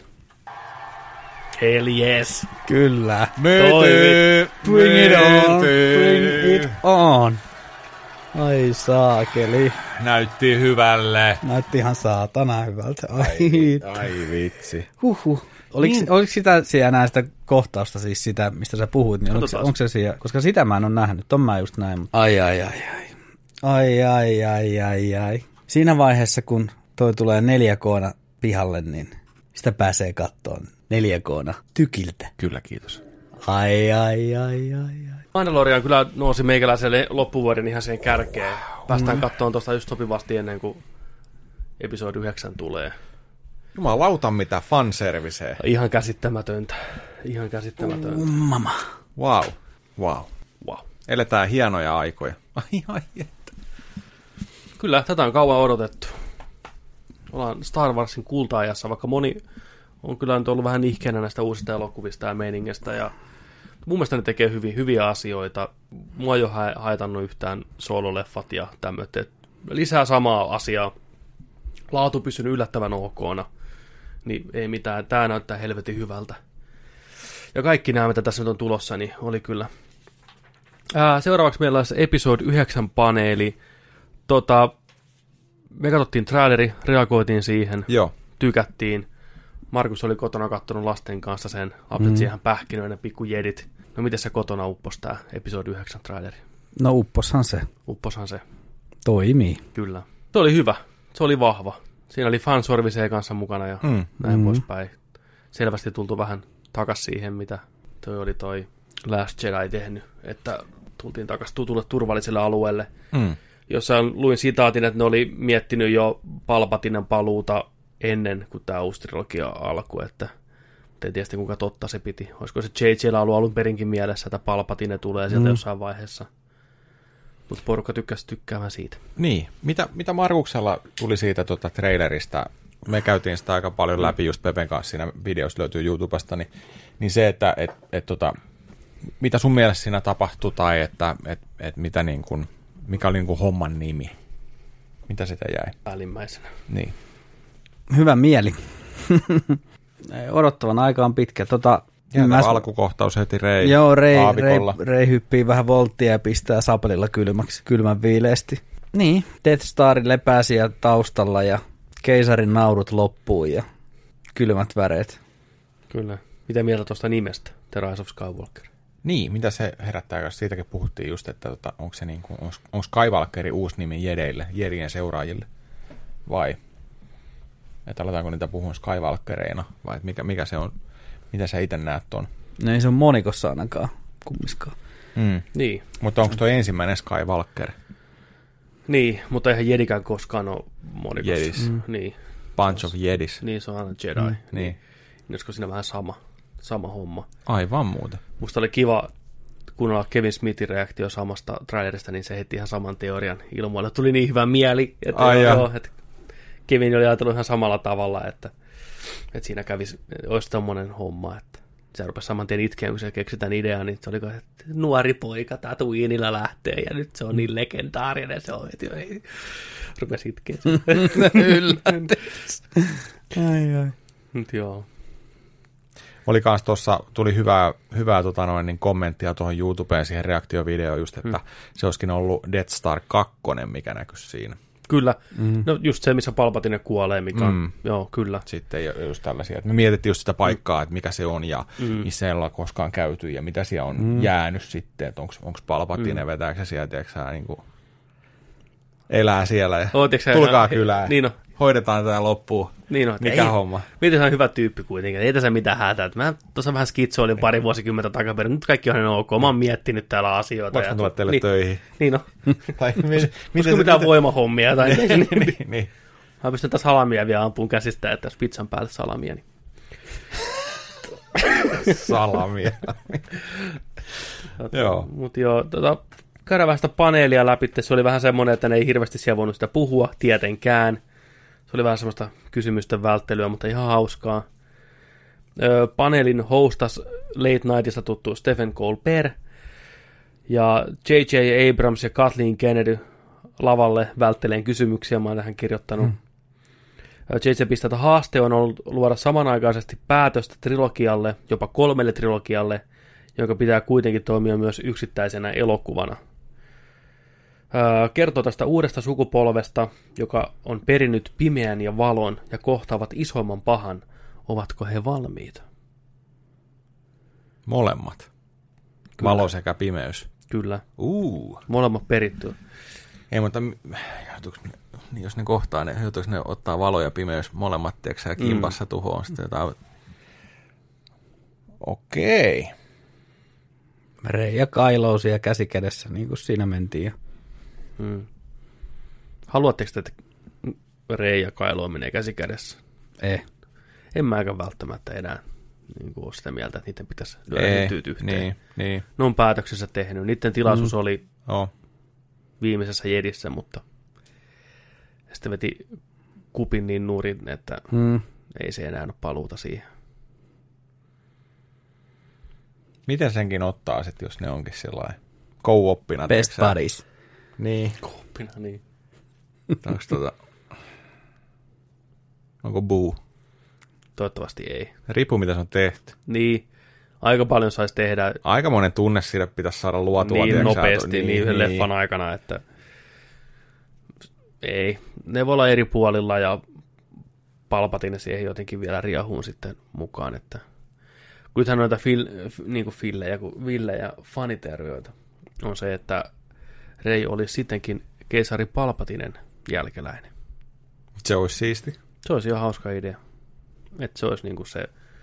Hell yes. Kyllä. Myyty. Bring it on. Bring it on. Ai saakeli. Näytti hyvälle. Näytti ihan saatana hyvältä. Ai, ai, ai vitsi. Huhhuh. Oliko, niin. oliko sitä siellä enää sitä kohtausta, siis sitä, mistä sä puhuit, niin onko, onko se siellä, koska sitä mä en ole nähnyt, ton mä just näin. Mutta... Ai, ai, ai, ai. Ai, ai, ai, ai, ai. Siinä vaiheessa, kun toi tulee neljä K:na pihalle, niin sitä pääsee kattoon neljä K:na tykiltä. Kyllä, kiitos. Ai, ai, ai, ai, ai. Mandalorian kyllä nousi meikäläiselle loppuvuoden ihan siihen kärkeen. Päästään mm. kattoon tuosta just sopivasti ennen kuin episodi yhdeksän tulee. Jumalauta mitä fanserviceä. Ihan käsittämätöntä. Ihan käsittämätöntä. Mama. Wow. Wow. Wow. Eletään hienoja aikoja. Ai, ai, että. Kyllä, tätä on kauan odotettu. Ollaan Star Warsin kulta-ajassa, vaikka moni on kyllä nyt ollut vähän nihkeänä näistä uusista elokuvista ja meiningistä. Ja mun mielestä ne tekee hyvin, hyviä asioita. Mua ei ole haitannut yhtään soololeffat ja tämmöiset. Lisää samaa asiaa. Laatu pysynyt yllättävän okona. Niin ei mitään, tää näyttää helvetin hyvältä. Ja kaikki nämä, mitä tässä nyt on tulossa, niin oli kyllä. Ää, seuraavaksi meillä olisi episode yhdeksän paneeli. Tota, me katsottiin traileri, reagoitiin siihen, Joo. tykättiin. Markus oli kotona kattonut lasten kanssa sen, lapset mm. siihen pähkinöinen pikkujedit. No miten se kotona uppos tää episode yhdeksän traileri? No upposhan se. Upposhan se. Toimii. Kyllä. Se oli hyvä. Se oli vahva. Siinä oli fanserviceä kanssa mukana ja mm. näin mm. poispäin. Selvästi tultu vähän takas siihen, mitä toi oli toi Last Jedi tehnyt, että tultiin takas tutulle turvalliselle alueelle. Mm. Jossain luin sitaatin, että ne oli miettinyt jo Palpatinen paluuta ennen kuin tämä uusi trilogia alkoi, että en tiedä kuinka totta se piti. Olisiko se J J:llä ollut alun perinkin mielessä, että Palpatine tulee sieltä mm. jossain vaiheessa. Mutta porukka tykkäsi tykkäämään siitä. Niin. Mitä, mitä Markuksella tuli siitä tuota trailerista? Me käytiin sitä aika paljon läpi just Pepen kanssa, siinä videossa löytyy YouTubesta, niin, niin se, että et, et, tota, mitä sun mielestä siinä tapahtui, tai että et, et mitä niin kuin, mikä oli niin kuin homman nimi? Mitä sitä jäi? Päällimmäisenä. Niin. Hyvä mieli. Odottavan aika on pitkä. Tota, mä... alkukohtaus heti Rei Joo, Rei, Rei, Rei hyppii vähän volttia ja pistää sapelilla kylmäksi, kylmän viileesti. Niin, Death Star lepää siellä taustalla ja keisarin naurut loppuu ja kylmät väreet. Kyllä. Mitä mieltä tuosta nimestä, The Rise of Skywalker? Niin, mitä se herättää, siitäkin puhuttiin just, että tota, onko se niin kuin, onko Skywalkerin uusi nimi Jedeille, Jedien seuraajille, vai? Että aletaanko niitä puhua Skywalkereina, vai että mikä, mikä se on, mitä sä itse näet ton? No ei se on monikossa ainakaan, kummiskaan. Mm. Niin. Mutta onko toi ensimmäinen Skywalker? Niin, mutta eihän Jedikään koskaan ole monikossa. Jedis. Mm. Niin. Bunch of Jedis. Niin, se on aina Jedi. Mm. Niin. Niin. Olisiko siinä vähän sama, sama homma. Aivan muuta. Musta oli kiva kuunnella Kevin Smithin reaktio samasta trailerista, niin se heti ihan saman teorian ilmoille. Tuli niin hyvä mieli, että, Ai joo, että Kevin oli ajatellut ihan samalla tavalla, että, että siinä kävisi, olisi tommonen homma, että se rupesi saman tien itkeä, kun se keksitään ideaa, niin se oli että nuori poika Tatooinella lähtee, ja nyt se on niin legendaarinen, se on, että ei, rupesi itkeä. Yllätys. Ai ai. Nyt joo. Oli kans tuossa, tuli hyvää, hyvää tota noin, niin kommenttia tuohon YouTubeen siihen reaktiovideoon just, että hmm. se olisikin ollut Death Star kaksi, mikä näkyisi siinä. Kyllä. Mm. No just se, missä Palpatine kuolee, mikä on, mm. joo, kyllä. Sitten just tällaisia, että me mietittiin just sitä paikkaa, että mikä se on ja mm. missä ei olla koskaan käyty ja mitä siellä on mm. jäänyt sitten, että onko Palpatine, mm. vetääkö se siellä, tiedätkö sä, niin kuin elää siellä ja oh, tulkaa kylään. Niin no. Hoidetaan tätä loppuun. Niin on, mikä ei, homma? Mietin, se on hyvä tyyppi kuitenkin. Ei tässä mitään hätää. Mä tuossa vähän skitsoilin pari vuosikymmentä takaperin. Nyt kaikki on ok. Mä oon miettinyt täällä asioita. Voitko tulla teille niin, töihin? Niin no. Tai Olisiko mitään voimahommia? Tai niin, niin, niin. Mä pystyn taas salamia vielä ampuun käsistä, että jos pizzan päälle salamia. Niin. Salamia. Joo. Mutta joo, tota, käydään vähän sitä paneelia läpi. Se oli vähän semmoinen, että ne ei hirveästi siellä voinut sitä puhua, tietenkään. Se oli vähän semmoista kysymysten välttelyä, mutta ihan hauskaa. Öö, paneelin hostas Late Nightista tuttu Stephen Colbert. Ja J J Abrams ja Kathleen Kennedy lavalle vältteleen kysymyksiä. Mä oon tähän kirjoittanut. Mm. J J pistää, että haaste on ollut luoda samanaikaisesti päätöstä trilogialle, jopa kolmelle trilogialle, jonka pitää kuitenkin toimia myös yksittäisenä elokuvana. Kertoo tästä uudesta sukupolvesta, joka on perinnyt pimeän ja valon ja kohtaavat isoimman pahan. Ovatko he valmiita? Molemmat. Kyllä. Valo sekä pimeys. Kyllä. Uh. Molemmat perittyä. Ei, mutta jos ne kohtaa, ne, joutuiko ne ottaa valo ja pimeys molemmat, tiedätkö, ja kimpassa mm. tuhoon sitten jotain. Okei. Rey ja Kylo siellä käsi kädessä, niin kuin siinä mentiin jo. Hmm. Haluatteko te, että Rey ja Kylo menee käsi kädessä? Ei. En mäkään välttämättä enää niin kuin ole sitä mieltä, että niiden pitäisi lyödä tyyt yhteen. Niin, niin. Ne on päätöksensä tehnyt. Niiden tilaisuus mm. oli oh. viimeisessä Jedissä, mutta sitten veti kupin niin nurin, että mm. ei se enää ole paluuta siihen. Miten senkin ottaa sitten, jos ne onkin sellainen co-oppina? Best buddies. Niin. Co-oppina, niin. Onko tota... Onko buu? Toivottavasti ei. Riippuu, mitä se on tehty. Niin. Aika paljon saisi tehdä. Aika monen tunne siitä pitäisi saada luotua. Niin nopeasti, niin, niin yhden niin. leffan aikana, että ei. Ne voi olla eri puolilla ja Palpatine siihen jotenkin vielä riahuun sitten mukaan, että nythän noita fil, niin kuin fillejä, kuin villejä faniteorioita on se, että Rey olisi sittenkin keisari Palpatinen jälkeläinen. Se olisi siisti. Se olisi ihan hauska idea. Että se olisi niin kuin se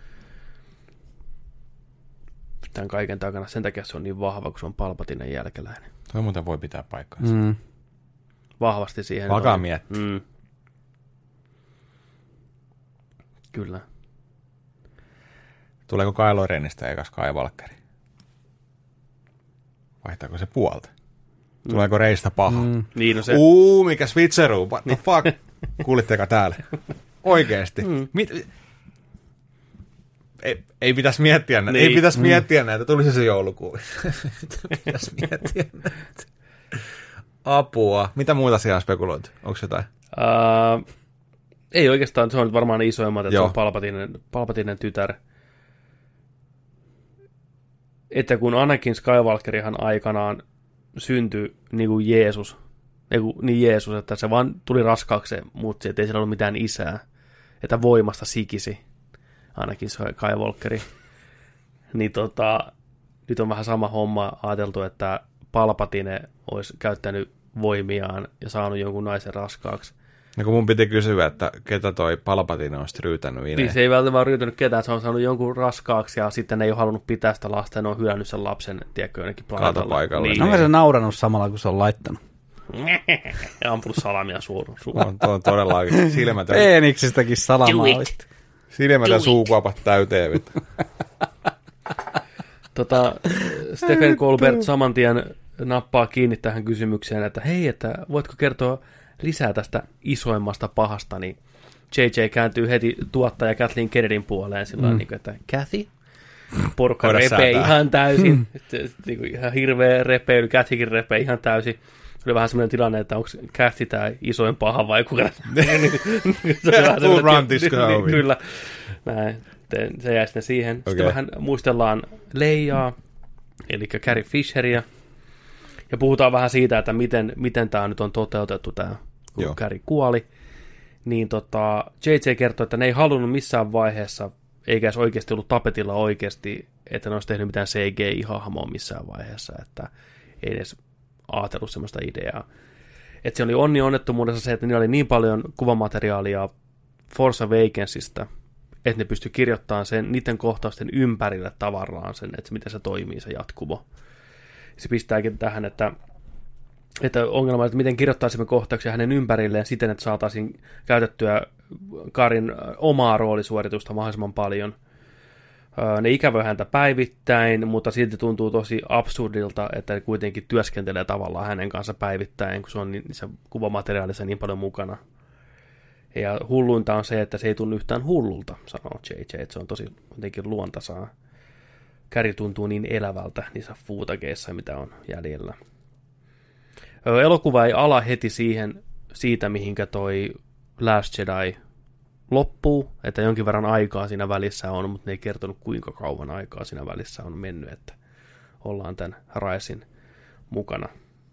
tämän kaiken takana. Sen takia se on niin vahva, kun se on Palpatinen jälkeläinen. Toi muuten voi pitää paikkaansa. Mm. Vahvasti siihen. Vakaa miettiä. Mm. Kyllä. Tuleeko Kylo Renistä eikä Skywalkeri? Vaihtaako se puolta? Tuleeko Reistä paha? Mm. Niin, no se... Uuu, mikä switcheroo, what the fuck? Kuulitteko täällä? Oikeesti. Mm. Mit... Ei, ei pitäisi miettiä näitä. Niin. Ei pitäisi mm. miettiä näitä. Tulisi se joulukuu. Pitäisi miettiä näitä. Apua. Mitä muuta siellä on spekuloitu? Onko jotain? Uh, ei oikeastaan. Se on varmaan isoimmat, että Joo. se on Palpatinen, Palpatinen tytär. Että kun Anakin Skywalkerihan aikanaan syntyi niin kuin Jeesus, niin Jeesus, että se vaan tuli raskaaksi se mutsi, että ei siellä ollut mitään isää, että voimasta sikisi ainakin Skywalkeri. Niin tota, nyt on vähän sama homma ajateltu, että Palpatine olisi käyttänyt voimiaan ja saanut jonkun naisen raskaaksi. No kun mun piti kysyä, että ketä toi Palpatine on sitten ryytänyt ineen. Niin se ei välttämättä ryytänyt ketään, se on saanut jonkun raskaaksi ja sitten ne ei ole halunnut pitää sitä lasta ja ne on hylännyt sen lapsen, tiedätkö, jonnekin planeetalle. Kaatopaikalle. Niin. Onko se nauranut samalla, kun se on laittanut? Ja ampunut salamia suoraan. On, on todellakin silmätön. Peeniksistäkin salamaa. Silmätön suukuopat täyteen. Tota, Stephen Colbert saman tien nappaa kiinni tähän kysymykseen, että hei, että voitko kertoa lisää tästä isoimmasta pahasta, niin J J kääntyy heti tuottaja Kathleen Kennedyn puoleen sillä mm. niin kuin, että Kathy, porukka repee ihan täysin, niin kuin, ihan hirveä repeily, Kathykin repee ihan täysin. Oli vähän semmoinen tilanne, että onko Kathy tämä isoin paha vai kuka? Who run this show? Kyllä, näin. Se jäi sitten siihen. Okay. Sitten vähän muistellaan Leijaa, eli Carrie Fisheria, ja puhutaan vähän siitä, että miten, miten tämä nyt on toteutettu, tämä kun Joo. Carrie kuoli. Niin tota, J J kertoi, että ne ei halunnut missään vaiheessa, eikä edes oikeasti ollut tapetilla oikeasti, että ne olisi tehnyt mitään C G I-hahmoa missään vaiheessa, että ei edes ajatellut sellaista ideaa. Että se oli onni onnettomuudessa se, että niillä oli niin paljon kuvamateriaalia Force Awakensista, että ne pystyi kirjoittamaan sen niiden kohtausten ympärille tavaraan sen, että miten se toimii, se jatkumo. Se pistääkin tähän, että, että ongelma, että miten kirjoittaisimme kohtauksia hänen ympärilleen siten, että saataisiin käytettyä Karin omaa roolisuoritusta mahdollisimman paljon. Ne ikävöi häntä päivittäin, mutta silti tuntuu tosi absurdilta, että ne kuitenkin työskentelee tavallaan hänen kanssa päivittäin, kun se on niin, se kuvamateriaalissa niin paljon mukana. Ja hulluinta on se, että se ei tunnu yhtään hullulta, sanoo J J, että se on tosi jotenkin luontaisaa. Carrie tuntuu niin elävältä niissä footageissa, mitä on jäljellä. Elokuva ei ala heti siihen, siitä, mihinkä toi Last Jedi loppuu, että jonkin verran aikaa siinä välissä on, mutta ne ei kertonut kuinka kauan aikaa siinä välissä on mennyt, että ollaan tämän Risein mukana.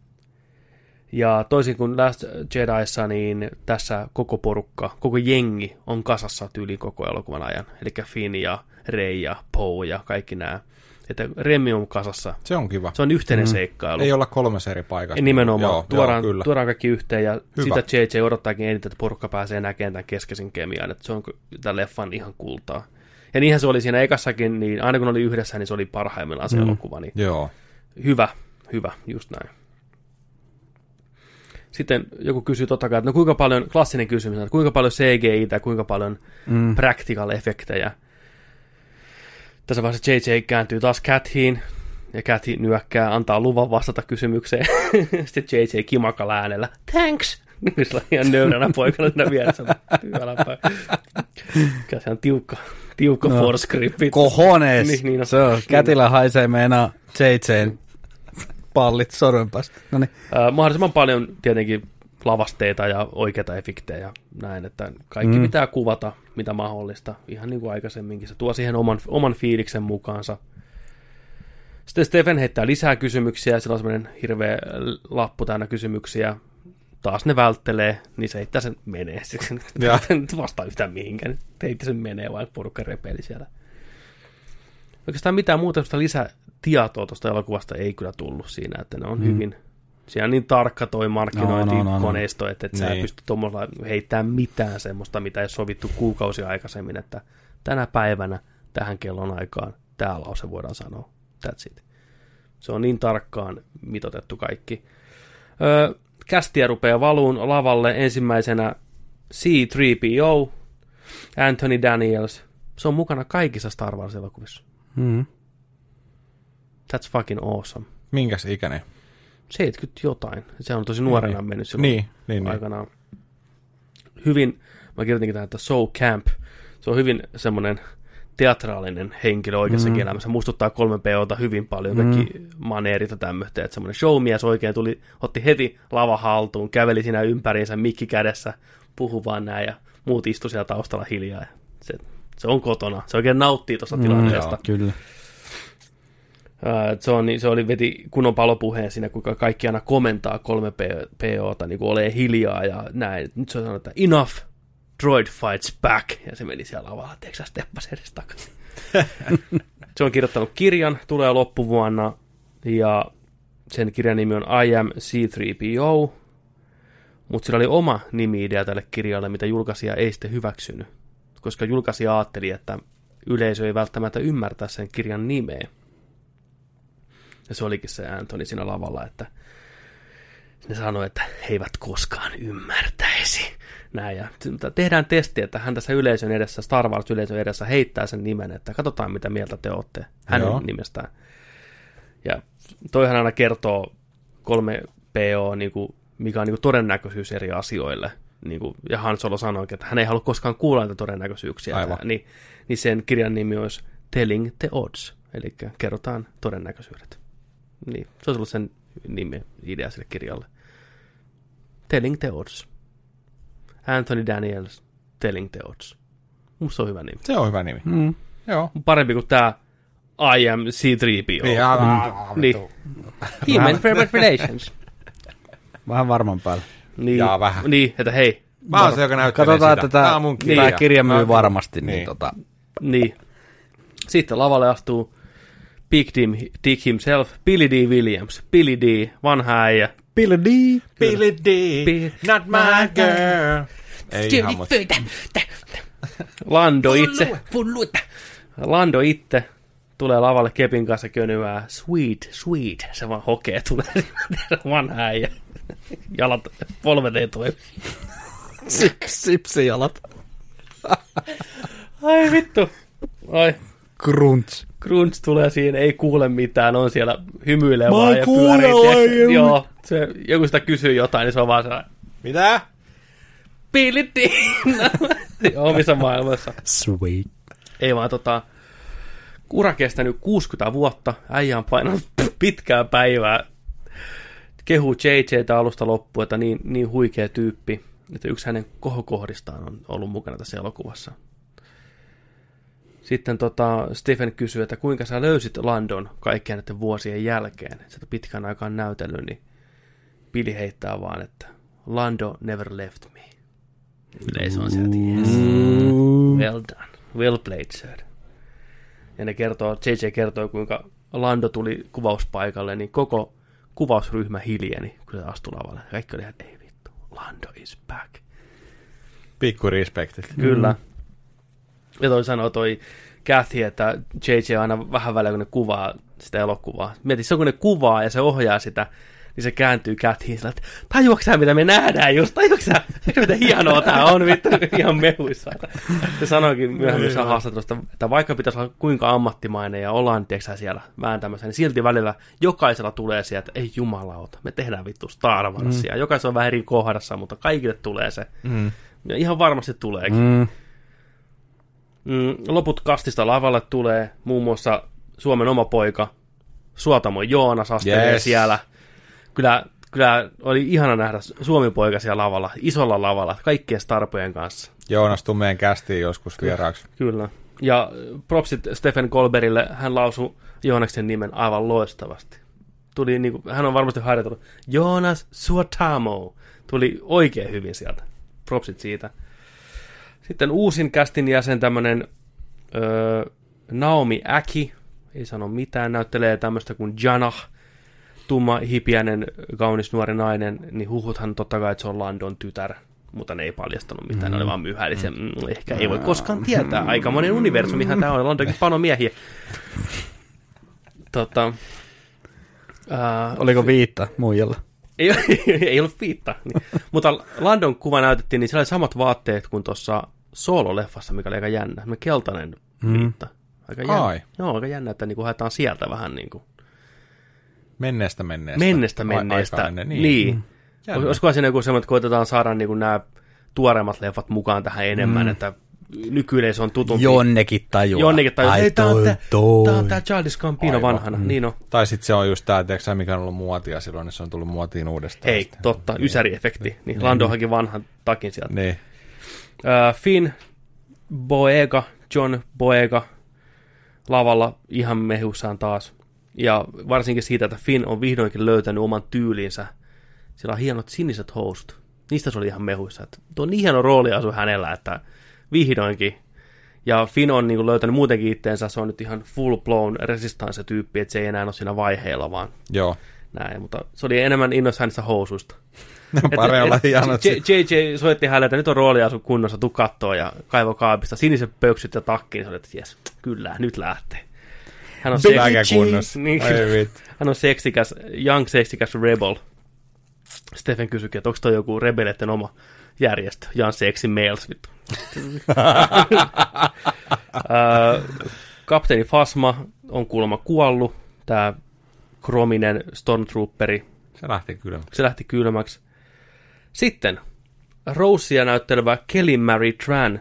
Ja toisin kuin Last Jediissa, niin tässä koko porukka, koko jengi on kasassa tyyliin koko elokuvan ajan. Eli Finn ja Rey ja Poe ja kaikki nämä. Että Remi on kasassa. Se on kiva. Se on yhteinen mm. seikkailu. Ei olla kolmessa eri paikassa. Nimenomaan. Joo, tuodaan, joo, tuodaan kaikki yhteen ja hyvä. sitä J J odottaakin eniten, että porukka pääsee näkemään tämän keskeisen kemian. Että se on tämän leffan ihan kultaa. Ja niinhän se oli siinä ekassakin, niin aina kun oli yhdessä, niin se oli parhaimmillaan se mm. elokuva. Niin joo. Hyvä, hyvä, just näin. Sitten joku kysyy totta kai, että no kuinka paljon, klassinen kysymys, että kuinka paljon C G I tai kuinka paljon mm. practical-efektejä. Tässä vaiheessa J J kääntyy taas Cathyin, ja Cathy nyökkää, antaa luvan vastata kysymykseen. Sitten J J kimakalla äänellä, thanks! Sillä on ihan nöyränä poikana siinä vieressä. Se on tiukka, tiukka no, force grippi. Cojones! Niin, niin, no, se on, kätilä haisee meinaa J J:n pallit sormenpas. No niin. äh, mahdollisimman paljon tietenkin lavasteita ja oikeita efektejä ja näin, että kaikki mm. pitää kuvata, mitä mahdollista, ihan niin kuin aikaisemminkin. Se tuo siihen oman, oman fiiliksen mukaansa. Sitten Stephen heittää lisää kysymyksiä, sillä on semmoinen hirveä lappu täynnä kysymyksiä. Taas ne välttelee, niin se heittää sen menee. Nyt vastaa yhtään mihinkään. Heittää sen menee, vaan porukka repeili siellä. Oikeastaan mitään muuta lisätietoa tuosta elokuvasta ei kyllä tullut siinä, että ne on mm. hyvin... Siinä on niin tarkka toi markkinointikoneisto, no, no, no, no. että et sä niin. ei pysty tuommoisella heittämään mitään semmoista, mitä ei sovittu kuukausia aikaisemmin, että tänä päivänä tähän kellon aikaan tämä lause voidaan sanoa. That's it. Se on niin tarkkaan mitotettu kaikki. Öö, kästiä rupeaa valuun lavalle ensimmäisenä C three P O, Anthony Daniels. Se on mukana kaikissa Star Wars-elokuvissa. Mm. That's fucking awesome. Minkäs ikäinen? seitsemänkymmentä jotain. Se on tosi nuorena niin, mennyt silloin niin, niin, aikanaan. Hyvin, mä kirjoitinkin tähän, että So Camp. Se on hyvin semmoinen teatraalinen henkilö oikeassakin mm-hmm. elämässä. Muistuttaa kolme P O:ta hyvin paljon, kaikki mm-hmm. maneerit ja tämmöistä. Että semmoinen showmies oikein tuli, otti heti lava haltuun, käveli siinä ympäriinsä mikki kädessä, puhui vaan näin ja muut istu siellä taustalla hiljaa. Se, se on kotona. Se oikein nauttii tuosta mm, tilanteesta. Joo, kyllä. Se, on, se oli veti kunnon palopuheen siinä, kuinka kaikki aina komentaa kolme P O:ta, niin kuin olee hiljaa ja näin. Nyt se sanoo, että enough, droid fights back. Ja se meni siellä lavalla, teekö sä steppas edes takaisin. Se on kirjoittanut kirjan, tulee loppuvuonna, ja sen kirjan nimi on I am C three P O. Mutta sillä oli oma nimi-idea tälle kirjalle, mitä julkaisija ei sitten hyväksynyt, koska julkaisija ajatteli, että yleisö ei välttämättä ymmärtää sen kirjan nimeä. Ja se olikin se Anthony siinä lavalla, että ne sanoi, että he eivät koskaan ymmärtäisi. Näin, ja tehdään testi, että hän tässä yleisön edessä, Star Wars-yleisön edessä heittää sen nimen, että katsotaan mitä mieltä te olette hänen Joo. nimestään. Ja toihan aina kertoo kolme P O, niin kuin, mikä on niin kuin todennäköisyys eri asioille. Niin kuin, ja Han Solo sanoi, että hän ei halua koskaan kuulla näitä todennäköisyyksiä. Että, niin, niin sen kirjan nimi olisi Telling the Odds, eli kerrotaan todennäköisyydet. Niin, se olisi ollut sen nimi, idea sille kirjalle. Telling the Odds. Anthony Daniels, Telling the Odds. Musta se on hyvä nimi. Se on hyvä nimi. Mm. Joo. Parempi kuin tämä I am C three P O. Niin, mm. niin. Human Relations. Vähän varman päällä. Niin, Jaa, vähän. Niin, että hei. Mä oon se, joka näyttelee katsotaan, sitä. Että tämä, mun kirja. tämä kirja myy varmasti. Niin. Niin, tota. niin. Sitten lavalle astuu Big Dick himself, Billy D. Williams. Billy D. Vanha äijä. Billy D. Billy D. Not my girl. Ei ihan, mutta... Lando itse. Lando itse tulee lavalle kepin kanssa könyää. Sweet, sweet. Se vaan hokee tulee vanha äijä. Jalat, polvet ei toimi. Sips, sipsijalat. Ai vittu. Ai. Crunch. Crunch tulee siinä, ei kuule mitään, on siellä hymyilee Mä vaan ja pyörii. Joo, se, joku sitä kysyy jotain, niin se on vaan sellainen. Mitä? Pilittiin omissa maailmassa. Sweet. Ei vaan tota, ura kestänyt kuusikymmentä vuotta, äijä on painanut pitkää päivää. Kehuu J J:tä alusta loppuun, että niin, niin huikea tyyppi, että yksi hänen kohokohdistaan on ollut mukana tässä elokuvassa. Sitten tota, Stephen kysyy, että kuinka sä löysit Landon kaikkien näiden vuosien jälkeen. Sieltä pitkän aikaan näytellyt, niin Billy heittää vaan, että Lando never left me. Yleisö on sieltä, yes. Well done. Well played, sir. Ja ne kertoo, J J kertoo, kuinka Lando tuli kuvauspaikalle, niin koko kuvausryhmä hiljeni, kun se astui lavalle. Kaikki oli, että ei vittu, Lando is back. Pikku respektit. Kyllä. Mm. Ja toi sanoo toi Kathy, että J J aina vähän väliä, kun ne kuvaa sitä elokuvaa. Mietit, se on kun ne kuvaa ja se ohjaa sitä, niin se kääntyy Kathyin sillä, että tajuatko sä, mitä me nähdään just? Tajuatko sä, mitä hienoa tää on, vittu, ihan mehuissa. Se sanoikin myöhemmin haastattelusta, että vaikka pitäisi olla kuinka ammattimainen ja ollaan, tiedätkö siellä vääntämässä, niin silti välillä jokaisella tulee sieltä, että ei jumalauta, me tehdään vittu Star Warsia. Mm. Jokaisella on vähän eri kohdassa, mutta kaikille tulee se. Mm. Ja ihan varmasti tuleekin. Mm. Mm, loput kastista lavalle tulee muun muassa Suomen oma poika, Suotamo Joonas astelee yes. siellä. Kyllä, kyllä oli ihana nähdä Suomi-poika siellä lavalla, isolla lavalla, kaikkien starpojen kanssa. Joonas tuu meidän kästiin joskus vieraaksi. Kyllä. Ja propsit Stephen Colbertille, hän lausui Joonaksen nimen aivan loistavasti. Tuli niin kuin, hän on varmasti harjoitellut. Joonas Suotamo. Tuli oikein hyvin sieltä. Propsit siitä. Sitten uusin castin jäsen, tämmönen öö, Naomi Aki, ei sano mitään, näyttelee tämmöistä kuin Janah, tumma, hipiäinen, kaunis nuori nainen, niin huhuthan totta kai, että se on Landon tytär, mutta ne ei paljastanut mitään, mm. ne oli vaan myhäilisiä, mm, ehkä ei voi koskaan tietää, aika monen universumihan tämä on, Landonkin panomiehiä. Tota, ää, Oliko viitta muijalla? Ei, ei ollut viitta. Niin. Mutta Landon kuva näytettiin, niin siellä oli samat vaatteet kuin tuossa Solo-leffassa, mikä oli aika jännä. Me keltainen mm. viitta. Aika jännä. Ai. Joo, aika jännä, että niinku haetaan sieltä vähän niin kuin... Menneestä menneestä. Menneestä menneestä. Ennen, niin. niin. Mm. Olisiko siinä joku semmoinen, että koitetaan saada niinku nämä tuoreimmat leffat mukaan tähän enemmän, mm. että nykyileisö on tutumpi. Jonnekin tajua. Jonnekin tajua. Ai, Hei, tää on toi, tämä Childish Gambino vanhana. Mm. Niin on. Tai sitten se on just tämä, tiedätkö mikä on ollut muotia silloin, niin se on tullut muotiin uudestaan. Hei, sitten. totta, niin. Ysäri-efekti. Niin, niin. Lando haki vanhan takin sieltä. Niin. Uh, Finn Boyega, John Boyega lavalla ihan mehussaan taas. Ja varsinkin siitä, että Finn on vihdoinkin löytänyt oman tyylinsä. Sillä on hienot siniset housut. Niistä se oli ihan mehuissa. Että tuo on niin hieno rooliasu hänellä, että vihdoinkin. Ja Finn on niin kuin löytänyt muutenkin itteensä. Se on nyt ihan full blown resistance-tyyppi, että se ei enää ole siinä vaiheella vaan. Joo. Näin, mutta se oli enemmän innoissa hänistä housuista. Paremmin olla hienot. J J soitti hänelle, että nyt on roolia sun kunnossa, tuu kattoo ja kaivo kaapista siniset pöksyt ja takki, niin se oli, että jes, kyllä, nyt lähtee. Hän on, seks... niin, hän on seksikäs, young seksikäs rebel. Stephen kysyikin, että onko toi joku rebeleiden oma järjestö, Young Sexy Males, vittu. Kapteeni Fasma on kuulemma kuollut, tää krominen stormtrooperi. Se lähti kylmäksi. Se lähti kylmäksi. Sitten Rosea näyttelevä Kelly Marie Tran,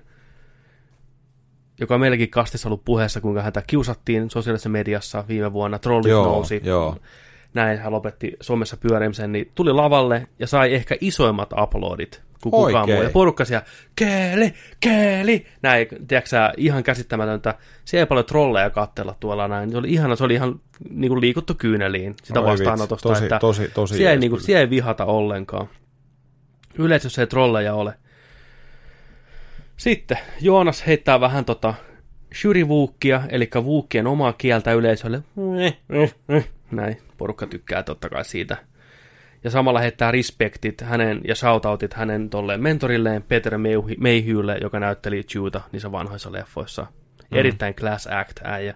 joka on meilläkin kastissa ollut puheessa, kuinka häntä kiusattiin sosiaalisessa mediassa viime vuonna. Trollit joo, nousi. Joo. Näin hän lopetti somessa pyörimisen, niin tuli lavalle ja sai ehkä isoimmat uploadit kuin kukaan muu. Ja porukka siellä, Keeli, Keeli, näin, tiedätkö ihan käsittämätöntä. Siellä ei paljon trolleja katsella tuolla näin. Se oli ihana, se oli ihan niin kuin liikuttu kyyneliin sitä vastaanotosta, tosi, että tosi, tosi siellä, ei, niin kuin, siellä ei vihata ollenkaan. Yleisössä ei trolleja ole. Sitten Joonas heittää vähän tota shurivuukkia, eli vuukkien omaa kieltä yleisölle. Näin, porukka tykkää totta kai siitä. Ja samalla heittää respektit hänen ja shoutoutit hänen tolleen mentorilleen Peter Mayhewlle, joka näytteli Judah niissä vanhoissa leffoissa. Mm. Erittäin class act äijä.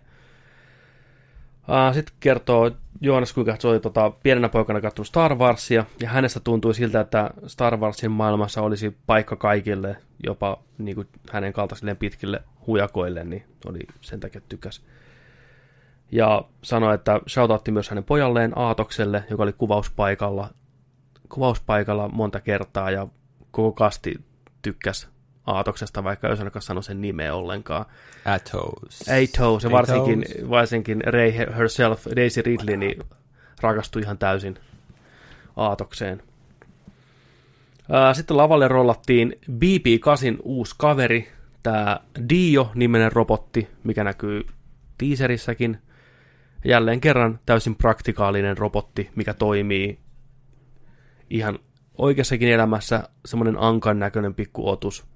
Uh, Sitten kertoo Joonas, kuinka se oli tota, pienenä poikana katsonut Star Warsia, ja hänestä tuntui siltä, että Star Warsin maailmassa olisi paikka kaikille, jopa niin kuin hänen kaltaisilleen pitkille hujakoille, niin oli sen takia tykäs. Ja sanoi, että shoutoutti myös hänen pojalleen Aatokselle, joka oli kuvauspaikalla, kuvauspaikalla monta kertaa, ja koko kasti tykkäs Aatoksesta, vaikka ei osannutkaan sanoa sen nimeä ollenkaan. Atos. Atos, ja varsinkin, varsinkin Rey herself, Daisy Ridley, niin rakastui ihan täysin Aatokseen. Sitten lavalle rollattiin B B kahdeksan uusi kaveri, tämä Dio-niminen robotti, mikä näkyy teaserissäkin. Jälleen kerran täysin praktikaalinen robotti, mikä toimii ihan oikeassakin elämässä, semmoinen ankan näköinen pikku otus.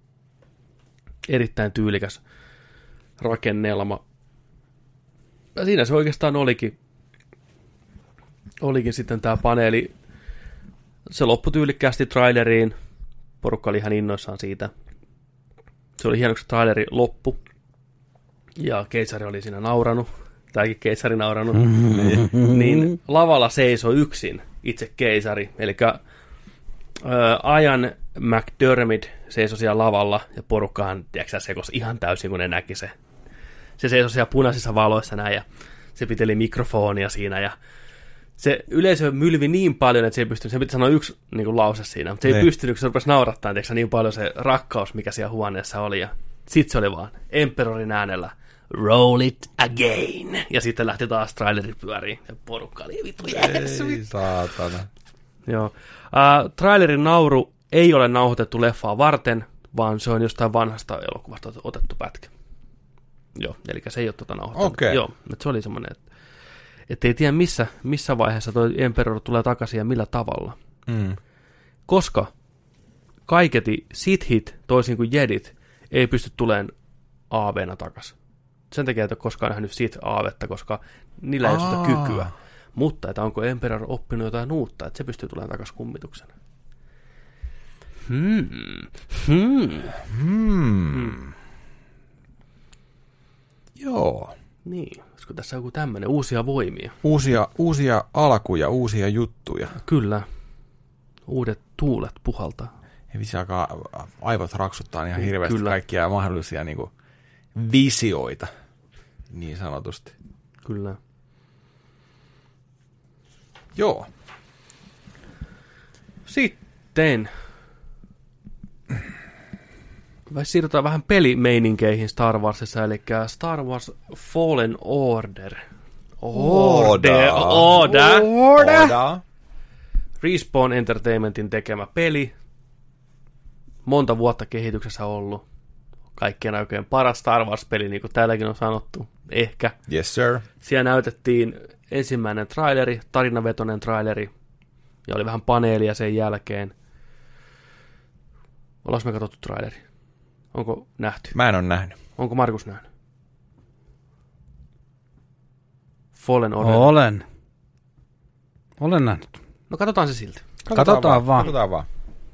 Erittäin tyylikäs rakennelma. Ja siinä se oikeastaan olikin. Olikin sitten tämä paneeli. Se loppui tyylikkäästi traileriin. Porukka oli ihan innoissaan siitä. Se oli hieno, kun se traileri loppu. Ja keisari oli siinä nauranut. Tämäkin keisari nauranut. Niin lavalla seisoi yksin itse keisari. Eli Uh, Ian McDermott seisoi siellä lavalla, ja porukkaan, tiedätkö, sekosi ihan täysin, kun ne näki se. Se seisoi siellä punaisissa valoissa näin, ja se piteli mikrofonia siinä, ja se yleisö mylvi niin paljon, että se ei pystynyt, se piti sanoa yksi niin kuin lause siinä, mutta se ei ne. pystynyt, kun se rupesi naurattaa, tiedätkö, niin paljon se rakkaus, mikä siellä huoneessa oli, ja sit se oli vaan Emperorin äänellä, roll it again, ja sitten lähti taas traileri pyöriin, ja porukka oli vittu jees. Ei saatana. Joo. Uh, trailerin nauru ei ole nauhoitettu leffaa varten, vaan se on jostain vanhasta elokuvasta otettu pätkä. Joo, eli se ei ole tuota nauhoittanut. Okay. Joo, että se oli semmoinen, että et ei tiedä missä, missä vaiheessa tuo Emperor tulee takaisin ja millä tavalla. Mm. Koska kaiketi Sithit, toisin kuin Jedit, ei pysty tulemaan aavena takaisin. Sen takia ei ole koskaan nähnyt Sith-aavetta, koska niillä ei ole sitä kykyä. Mutta että onko Emperor oppinut jotain uutta, että se pystyy tulemaan takaisin kummituksena. Hmm. Hmm. Hmm. Hmm. Joo. Niin, olisiko tässä joku tämmöinen, uusia voimia? Uusia, uusia alkuja, uusia juttuja. Kyllä. Uudet tuulet puhaltaa. Ei vissi alkaa aivot raksuttaa ihan hirveästi Kyllä. kaikkia mahdollisia niin kuin, visioita, niin sanotusti. Kyllä. Joo. Sitten vai siirrytään vähän pelimeininkeihin Star Warsissa, eli Star Wars Fallen Order. Order. Order. Order. Respawn Entertainmentin tekemä peli. Monta vuotta kehityksessä ollut. Kaikkien oikein paras Star Wars-peli, niin kuin täälläkin on sanottu. Ehkä. Yes, sir. Siellä näytettiin ensimmäinen traileri, tarinavetoinen traileri, ja oli vähän paneelia sen jälkeen. Ollaanko me katsottu traileri? Onko nähty? Mä en ole nähnyt. Onko Markus nähnyt? Fallen Order. Olen. Olen nähnyt. No katsotaan se silti. Katsotaan vaan. Katsotaan vaan.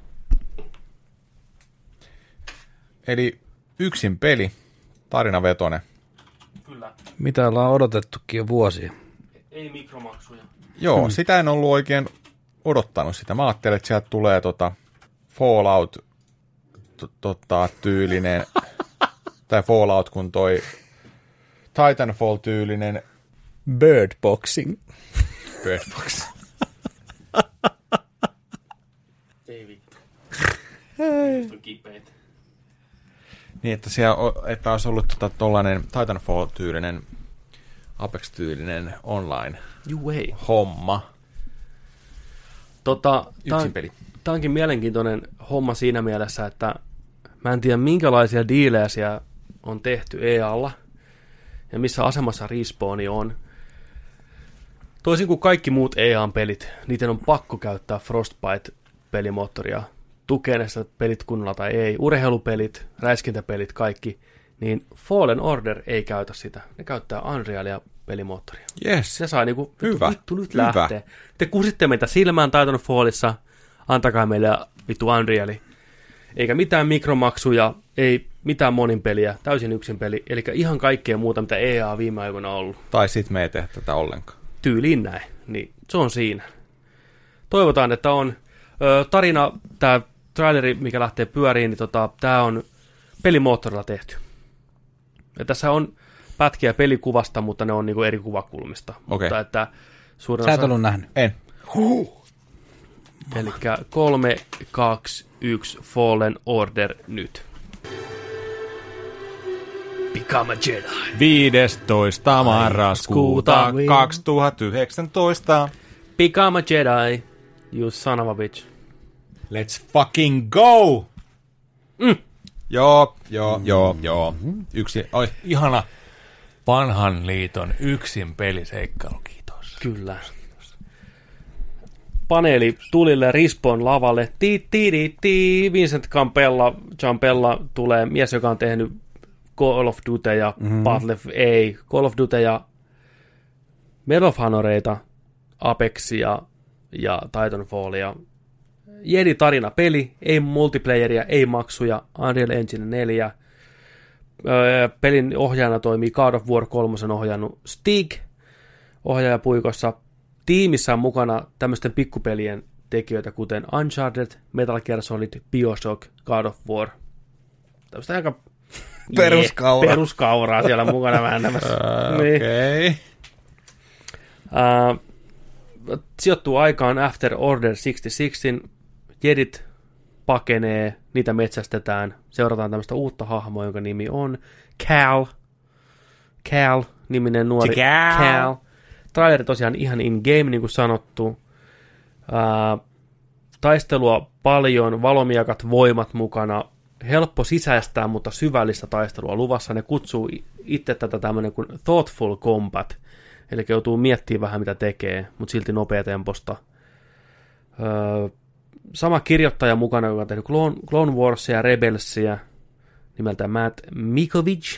Eli yksin peli, tarinavetonen. Kyllä. Mitä ollaan odotettukin jo vuosia. Ei mikromaksuja. Joo, Hmm. sitä en ollut oikein odottanut sitä. Mä ajattelin, että sieltä tulee tota Fallout to, tota, tyylinen, tai Fallout kun toi Titanfall tyylinen Birdboxing. Birdbox. Ei vittu. Ei. Kipeitä. Niin, että, siellä, o- että olisi ollut tota, tollainen Titanfall-tyylinen, Apex-tyylinen online Juu ei. homma. Tota, tää Yksin on, peli. tää onkin mielenkiintoinen homma siinä mielessä, että mä en tiedä minkälaisia diilejä siellä on tehty E A:lla ja missä asemassa Respawni on. Toisin kuin kaikki muut E A:n pelit, niiden on pakko käyttää Frostbite-pelimoottoria. Tukee ne sitä pelit kunnolla tai ei. Urheilupelit, räiskintäpelit, kaikki. Niin Fallen Order ei käytä sitä. Ne käyttää Unrealia pelimoottoria. Yes. Se saa niinku, vittu, Hyvä. vittu nyt Hyvä. lähtee. Te kusitte meitä silmään Titanfallissa, antakaa meille vittu Unreali. Eikä mitään mikromaksuja, ei mitään monin peliä, täysin yksin peli. Eli ihan kaikkea muuta, mitä E A viime aikoina on ollut. Tai sit me ei tehdä tätä ollenkaan. Tyyliin näin. Niin se on siinä. Toivotaan, että on ö, tarina, tämä traileri, mikä lähtee pyöriin, niin tota, tämä on pelimoottorilla tehty. Ja tässä on pätkiä pelikuvasta, mutta ne on niinku eri kuvakulmista. Okei. Mutta että suurin Sä et osa... ollut nähnyt. En. Eli kolme, kaksi, yksi, Fallen Order nyt. Become a Jedi. viidestoista marraskuuta kaksituhattayhdeksäntoista. Become a Jedi, you son of a bitch. Let's fucking go! Mm. Joo, joo, joo, joo. Yksi, oi, ihana. Vanhan liiton yksin peliseikkailu, kiitos. Kyllä. Paneeli tulille, Respawn lavalle. Ti, ti, ti, ti. Vincent Campella, Campella tulee mies, joka on tehnyt Call of Dutyja, mm-hmm. Battlefield, ei, Call of Dutyja, Medal of Honoreita, Apexia ja Titanfallia. Jedi-tarina peli, ei multiplayeria, ei maksuja, Unreal Engine neljä. Öö, pelin ohjaajana toimii God of War kolme ohjannut Stig, ohjaajapuikossa. Tiimissä on mukana tämmöisten pikkupelien tekijöitä, kuten Uncharted, Metal Gear Solid, BioShock, God of War. Tämmöistä aika Peruskauraa. peruskauraa siellä mukana vääntämässä. Uh, Niin. Okei. Okay. Uh, sijoittuu aikaan After Order kuusikymmentäkuusi. Jedit pakenee, niitä metsästetään. Seurataan tämmöistä uutta hahmoa, jonka nimi on Cal. Cal, niminen nuori. Cal. Cal. Traileri tosiaan ihan in-game, niin kuin sanottu. Uh, taistelua paljon, valomiakat, voimat mukana. Helppo sisäistää, mutta syvällistä taistelua luvassa. Ne kutsuu itse tätä tämmöinen kuin thoughtful combat. Eli joutuu miettimään vähän, mitä tekee, mutta silti nopeatemposta. Öö, sama kirjoittaja mukana, joka on tehnyt Clone, Clone Warsia ja Rebelsia, nimeltään Matt Mikovic.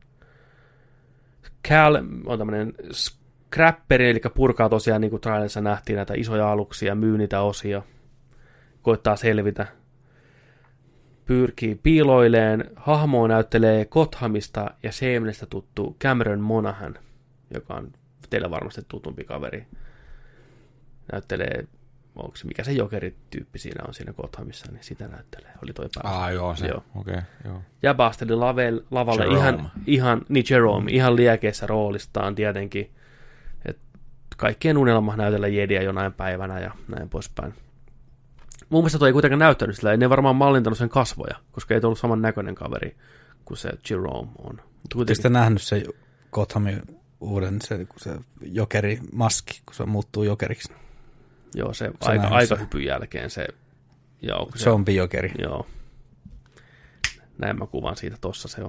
Cal on tämmöinen scrapperi, eli purkaa tosiaan, niin kuin trailerissa nähtiin, näitä isoja aluksia, myy niitä osia, koittaa selvitä. Pyrkii piiloileen. Hahmoa näyttelee Gothamista ja Shamelessista tuttu Cameron Monaghan, joka on teillä varmasti tutumpi kaveri. Näyttelee, onko se, mikä se jokerityyppi siinä on siinä Gothamissa, niin sitä näyttelee. Oli toi päässä. Ah, joo, se. Joo. Okei, okay, joo. Ja baasteli lave, lavalle Jerome. ihan, ihan, niin Jerome, ihan liekeessä roolistaan tietenkin. Et kaikkien unelma näytellä Jediä jonain päivänä ja näin poispäin. Mun mielestä toi ei kuitenkaan näyttänyt sillä, ei ne varmaan mallintanut sen kasvoja, koska ei ollut saman näköinen kaveri kuin se Jerome on. Oletteko te nähnyt se Gothamin uuden se, kun se jokeri maski, kun se muuttuu jokeriksi? Joo, se, Se aika, näin aika se. hypyn jälkeen se... Joo, se Zombi-jokeri. Joo. Näin mä kuvan siitä, tossa se on.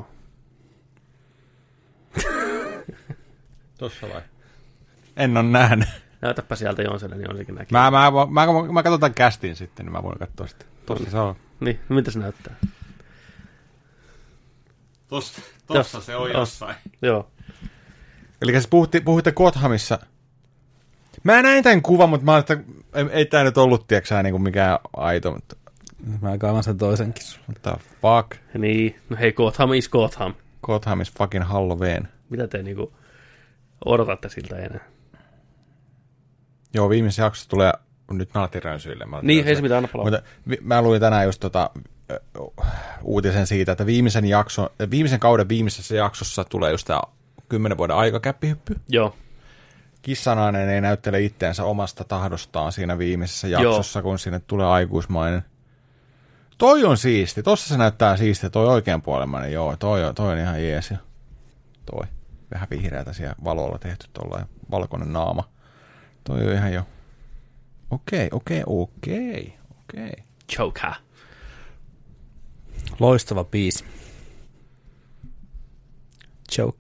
Tossa vai? En ole nähnyt. Näytäpä sieltä Jonselle, niin on sekin näkee. Mä, mä, mä, mä, mä katson tämän castin sitten, niin mä voin katsoa sitten. Tossa se on. Niin, no mitä se näyttää? Tossa, tossa se on jossain. Joo. Eli se puhutti, puhuitte Gothamissa. Mä näin tämän kuvan, mutta mä ajattelin, että ei, ei tää nyt ollut, tiedätkö niin kuin mikään aito, mutta... Mä kaivan sen toisenkin. What the fuck? Niin, no hei, Gotham is Gotham. Gotham is fucking Halloween. Mitä te niinku odotatte siltä enää? Joo, viimeisessä jaksossa tulee nyt Naltirönsyille. Niin, ei se mitään, anna palaa. Mutta vi- mä luin tänään just tota, uh, uutisen siitä, että viimeisen, jakso, viimeisen kauden viimeisessä jaksossa tulee just tää kymmenen vuoden aikakäppihyppy. Joo. Kissanainen ei näyttele itteensä omasta tahdostaan siinä viimeisessä jaksossa, Joo. kun sinne tulee aikuismainen. Toi on siisti. Tossa se näyttää siistiä. Toi oikeanpuolemainen. Joo, toi on, toi on ihan jees. Toi. Vähän vihreätä siellä valolla tehty tuolla valkoinen naama. Toi on ihan jo. Okei, okei, okei, okei. Joker. Loistava biisi. Joker.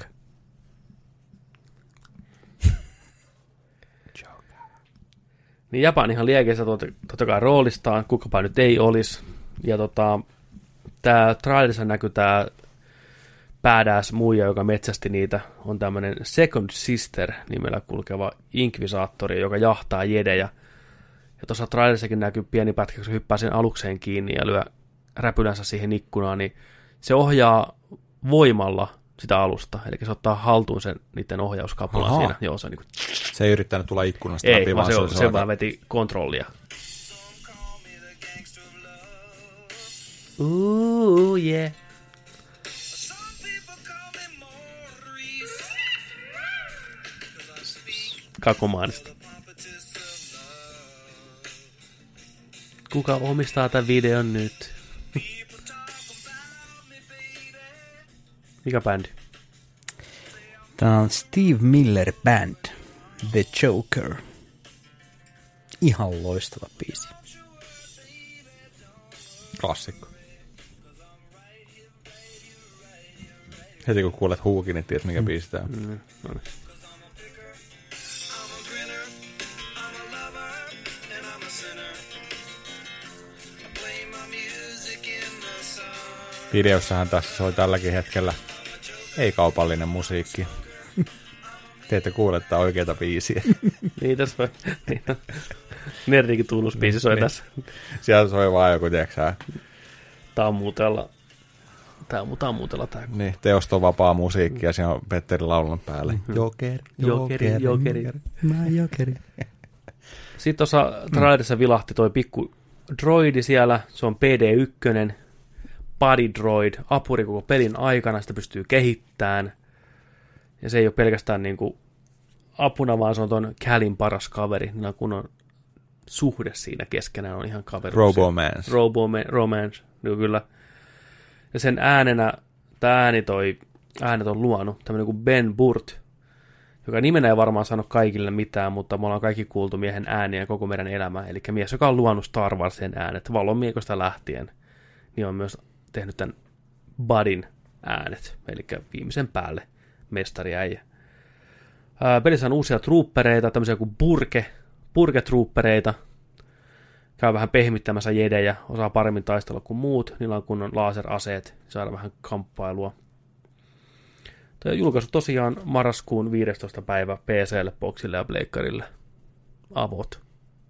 Niin Japanihan liekeissä totta, totta kai roolistaan, kukapa nyt ei olisi. Ja tota, tää trailerissa näkyy tää badass muija, joka metsästi niitä, on tämmönen Second Sister nimellä kulkeva inkvisaattori, joka jahtaa jedejä. Ja tuossa trailerissakin näkyy pieni pätkä, kun se hyppää sen alukseen kiinni ja lyö räpylänsä siihen ikkunaan, niin se ohjaa voimalla sitä alusta, eli se ottaa haltuun sen niiden ohjauskapulan siinä. Joo, se, on niin kuin... se ei yrittänyt tulla ikkunasta ei, läpi, vaan se, se, on, se vaan veti kontrollia. Ooh, yeah. Kakomaanista. Kuka omistaa tämän videon nyt? Mikä bändi? Tämä on Steve Miller Band, The Joker. Ihan loistava biisi. Klassikko. Heti kun kuulet huukin, niin tiedät mikä mm. biisi tää on. Mm, no niin. Videossahan tässä soi tälläkin hetkellä ei-kaupallinen musiikki. Te ette kuule tää oikeeta biisiä. Niin tässä soi. Nerdikin tunnusbiisi soi tässä. Siellä soi vaan joku, tiedätkö Tammutella. Tää on tammutella tää. Niin, teosto on vapaa musiikki ja siinä on Petteri laulun päälle. Mm-hmm. Jokeri, jokeri, jokeri. jokeri. Mä jokeri. Sitten tuossa trailerissa vilahti toi pikku droidi siellä. Se on P D yksi. Body Droid, apuri koko pelin aikana, sitä pystyy kehittämään. Ja se ei ole pelkästään niin kuin apuna, vaan se on ton Calin paras kaveri. Niillä kun on suhde siinä keskenään, on ihan kaveri. Robomance. Robomance, romance, niin kyllä. Ja sen äänenä, tämä ääni toi, äänet on luonut, tämmöinen kuin Ben Burt, joka nimenä ei varmaan sano kaikille mitään, mutta me ollaan kaikki kuultu miehen ääniä koko meidän elämä. Eli mies, joka on luonut Star Warsin äänet, valonmiekosta lähtien, niin on myös tehnyt tämän Budin äänet, eli viimeisen päälle mestariäijä. Ää, pelissä on uusia troopereita, tämmöisiä kuin burke, burke-troopereita. Käy vähän pehmittämässä jedejä, osaa paremmin taistella kuin muut, niillä on kunnon laseraseet, saada vähän kamppailua. Tämä julkaisu tosiaan marraskuun viidestoista päivä P C:lle, Boxille ja Pleikkarille. Avot.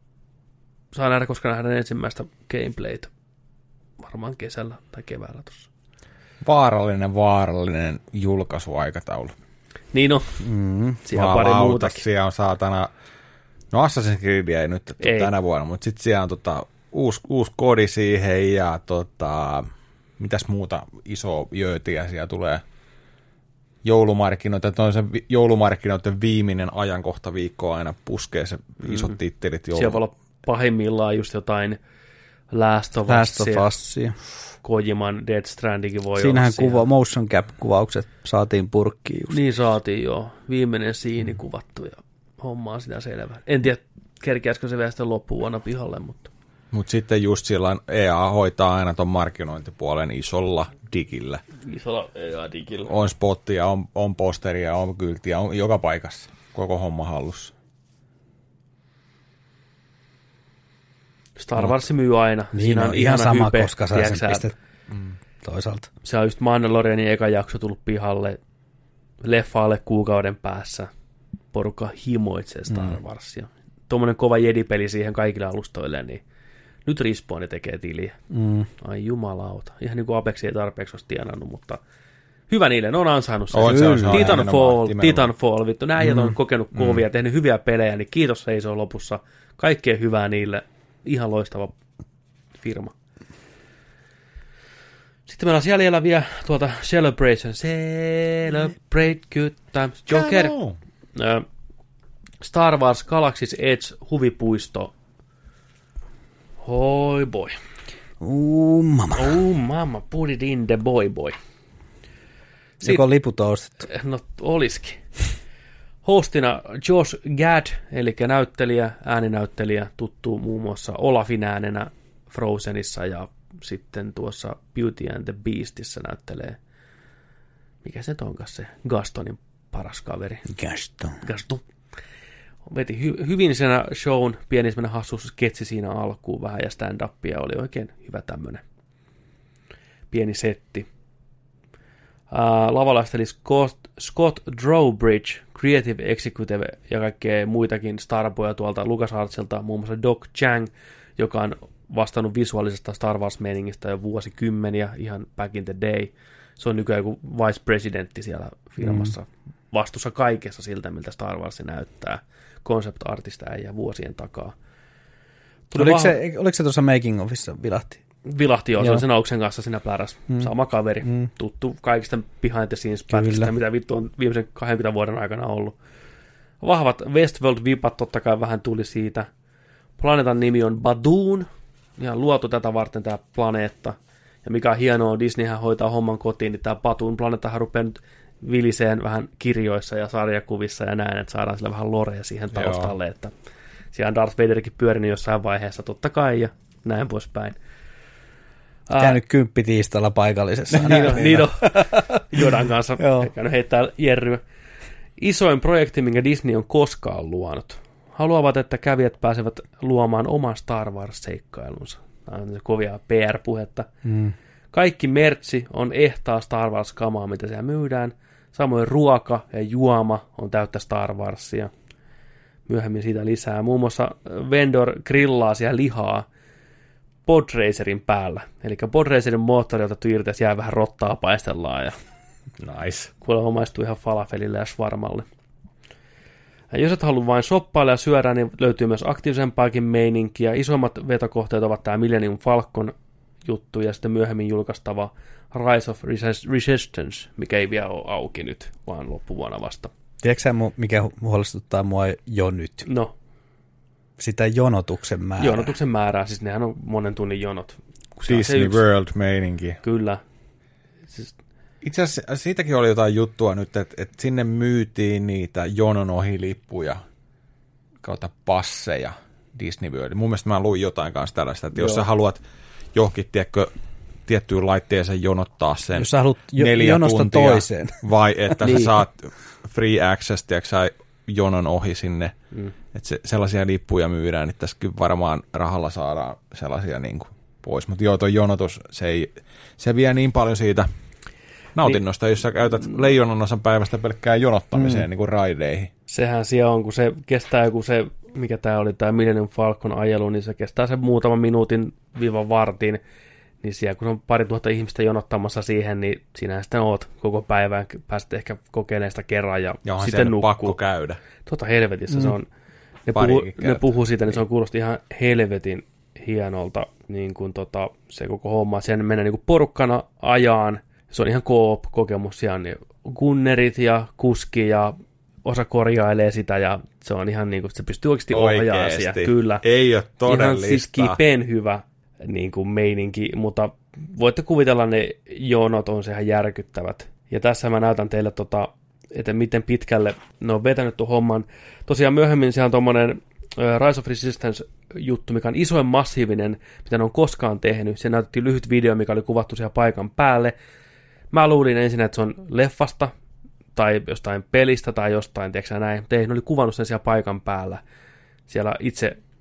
Saa nähdä, koska nähdään ensimmäistä gameplaytä. Varmaan kesällä tai keväällä tuossa. Vaarallinen, vaarallinen julkaisuaikataulu. Niin on. Mm, siellä on pari muutakin. Siellä on saatana, no Assassin's Creed ei nyt ei. tänä vuonna, mutta sitten siellä on tota, uusi, uusi kodi siihen ja tota, mitäs muuta iso jöötiä siellä tulee. Joulumarkkinoita, on se joulumarkkinoiden viimeinen ajankohta viikko aina puskee se isot mm. tittelit. Joulu. Siellä voi olla pahimmillaan just jotain Last of Usia, Kojiman Death Strandingin voi siinähän olla kuva, motion cap-kuvaukset saatiin purkkiin just. Niin saatiin joo, viimeinen siini mm. kuvattu ja hommaa sitä selvää. En tiedä, kerkeäisikö se vielä sitten loppuvuonna pihalle, mutta... Mutta sitten just sillä E A hoitaa aina ton markkinointipuolen isolla digillä. Isolla E A-digillä. On spottia, on, on posteria, on kyltiä, on joka paikassa. Koko homma hallussa. Star Wars myy aina. Niin siinä on, on ihan sama, hype, koska saa sen pistet mm. toisaalta. Se on just Mandalorianin eka jakso tullut pihalle leffaalle kuukauden päässä. Porukka himoitsee Star Warsia. tuommoinen kova Jedi-peli siihen kaikille alustoille, niin nyt Respawn tekee tiliä. Mm. Ai jumalauta. Ihan niin kuin Apex ei tarpeeksi olisi tienannut, mutta hyvä niille, ne on ansainnut sen. On, se on, se on Titanfall, nimenomaan. Titanfall, vittu, nämä äijät Mm. on kokenut kovia ja tehnyt hyviä pelejä, niin kiitos seisoo lopussa. Kaikkea hyvää niille. Ihan loistava firma. Sitten meillä on jäljellä vielä tuolta Celebration. Celebrate good times. Joker. Ö, Star Wars Galaxy's Edge huvipuisto. Hoi boy. Uu, mama. Oh mama, put it in the boy boy. Joko liput on ostettu? No olisikin. Hostina Josh Gad, eli näyttelijä, ääninäyttelijä, tuttu muun muassa Olafin äänenä Frozenissa ja sitten tuossa Beauty and the Beastissä näyttelee, mikä se onkaan se, Gastonin paras kaveri. Gaston. Gaston. Veti hy- hyvin sen shown, pieni semmoinen hassu sketsi siinä alkuun vähän ja stand-upia, oli oikein hyvä tämmöinen pieni setti. Uh, lavalaisteli Scott, Scott Drawbridge, Creative Executive ja kaikkea muitakin starboja tuolta LucasArtsilta, muun muassa Doc Chang, joka on vastannut visuaalisesta Star Wars-meningistä jo vuosikymmeniä, ihan back in the day. Se on nykyään joku vice presidentti siellä firmassa, mm. vastuussa kaikessa siltä, miltä Star Wars näyttää. Concept artista äijä vuosien takaa. Oliko, vah... se, oliko se tuossa making ofissa vilahti? Vilahti joo, joo. se oli sen auksen kanssa siinä pläräs. Mm. Sama kaveri, mm. tuttu kaikista behind the scenes pätkistä, mitä vittu on viimeisen kaksikymmentä vuoden aikana ollut. Vahvat Westworld-vipat totta kai vähän tuli siitä. Planeetan nimi on Badoon, ihan luotu tätä varten tämä planeetta. Ja mikä on hienoa, Disneyhän hoitaa homman kotiin, niin tämä Badoon planeettahan rupeaa nyt viliseen vähän kirjoissa ja sarjakuvissa ja näin, että saadaan sille vähän lorea siihen taustalle, joo. Että siellä on Darth Vaderkin pyörinyt jossain vaiheessa totta kai ja näin poispäin. Käynyt kymppitiistalla paikallisessa. niin on, niin on. Jodan kanssa käynyt heittää jerryä. Isoin projekti, minkä Disney on koskaan luonut. Haluavat, että kävijät pääsevät luomaan oman Star Wars-seikkailunsa. Tämä on kovia P R-puhetta. Mm. Kaikki mertsi on ehtaa Star Wars-kamaa, mitä siellä myydään. Samoin ruoka ja juoma on täyttä Star Warsia. Myöhemmin siitä lisää. Muun muassa vendor grillaa siellä lihaa Podracerin päällä. Eli Podracerin moottori, jota tyyrtäisi jää vähän rottaa paistellaan. Ja nice. Kuulemma maistuu ihan falafelille ja shawarmalle. Ja jos et halua vain shoppailla ja syödä, niin löytyy myös aktiivisempaakin meininkiä. Isoimmat vetokohteet ovat tämä Millennium Falcon juttu ja sitten myöhemmin julkaistava Rise of Resistance, mikä ei vielä ole auki nyt, vaan loppuvuonna vasta. Tiedätkö sä, mikä huolestuttaa mua jo nyt? No. Sitä jonotuksen määrää. Jonotuksen määrää, siis nehän on monen tunnin jonot. Disney yksi... World-meininki. Kyllä. Siis... Itse asiassa siitäkin oli jotain juttua nyt, että, että sinne myytiin niitä jonon ohilippuja kautta passeja Disney World. Mun mielestä mä luin jotain kanssa tällaista, että Joo. jos sä haluat johonkin, tiedätkö, tiettyyn laitteeseen jonottaa sen jos sä haluat jo- neljä jonosta tuntia, toiseen. vai että niin. sä saat free access, tiedätkö sä, jonon ohi sinne, mm. että se, sellaisia lippuja myydään, että tässä kyllä varmaan rahalla saadaan sellaisia niin kuin pois, mutta joo, tuo jonotus, se, ei, se vie niin paljon siitä nautinnosta, niin, jos sä käytät leijonan osan päivästä pelkkään jonottamiseen mm. niin kuin raideihin. Sehän siellä on, kun se kestää joku se, mikä tämä oli, tämä Millennium Falcon ajelu, niin se kestää se muutaman minuutin viivan vartin, niin siellä kun on pari tuhatta ihmistä jonottamassa siihen, niin sinähän sitten oot koko päivän, pääset ehkä kokeilemaan sitä kerran ja Johan sitten nukkuu. pakko käydä. Tota helvetissä mm. se on, ne puhuu, ne puhuu siitä, niin se on kuulosti ihan helvetin hienolta, niin kuin tota, se koko homma, sen menee niin kuin porukkana ajaan. Se on ihan co-op-kokemus siellä, niin gunnerit ja kuski ja osa korjailee sitä ja se on ihan niin kuin, se pystyy oikeasti ohjaamaan siellä. Kyllä. Ei ole todellista. Ihan siis kipen hyvä niin kuin meininki, mutta voitte kuvitella ne jonot on sehän järkyttävät. Ja tässä mä näytän teille, tota, että miten pitkälle ne on vetänyt tuon homman. Tosiaan myöhemmin siellä on tommonen Rise of Resistance-juttu, mikä on isoin massiivinen, mitä ne on koskaan tehnyt. Se näytettiin lyhyt video, mikä oli kuvattu siellä paikan päälle. Mä luulin ensin, että se on leffasta tai jostain pelistä tai jostain, tiedätkö näin. Mutta ei, ne oli kuvannut sen siellä paikan päällä. Siellä itse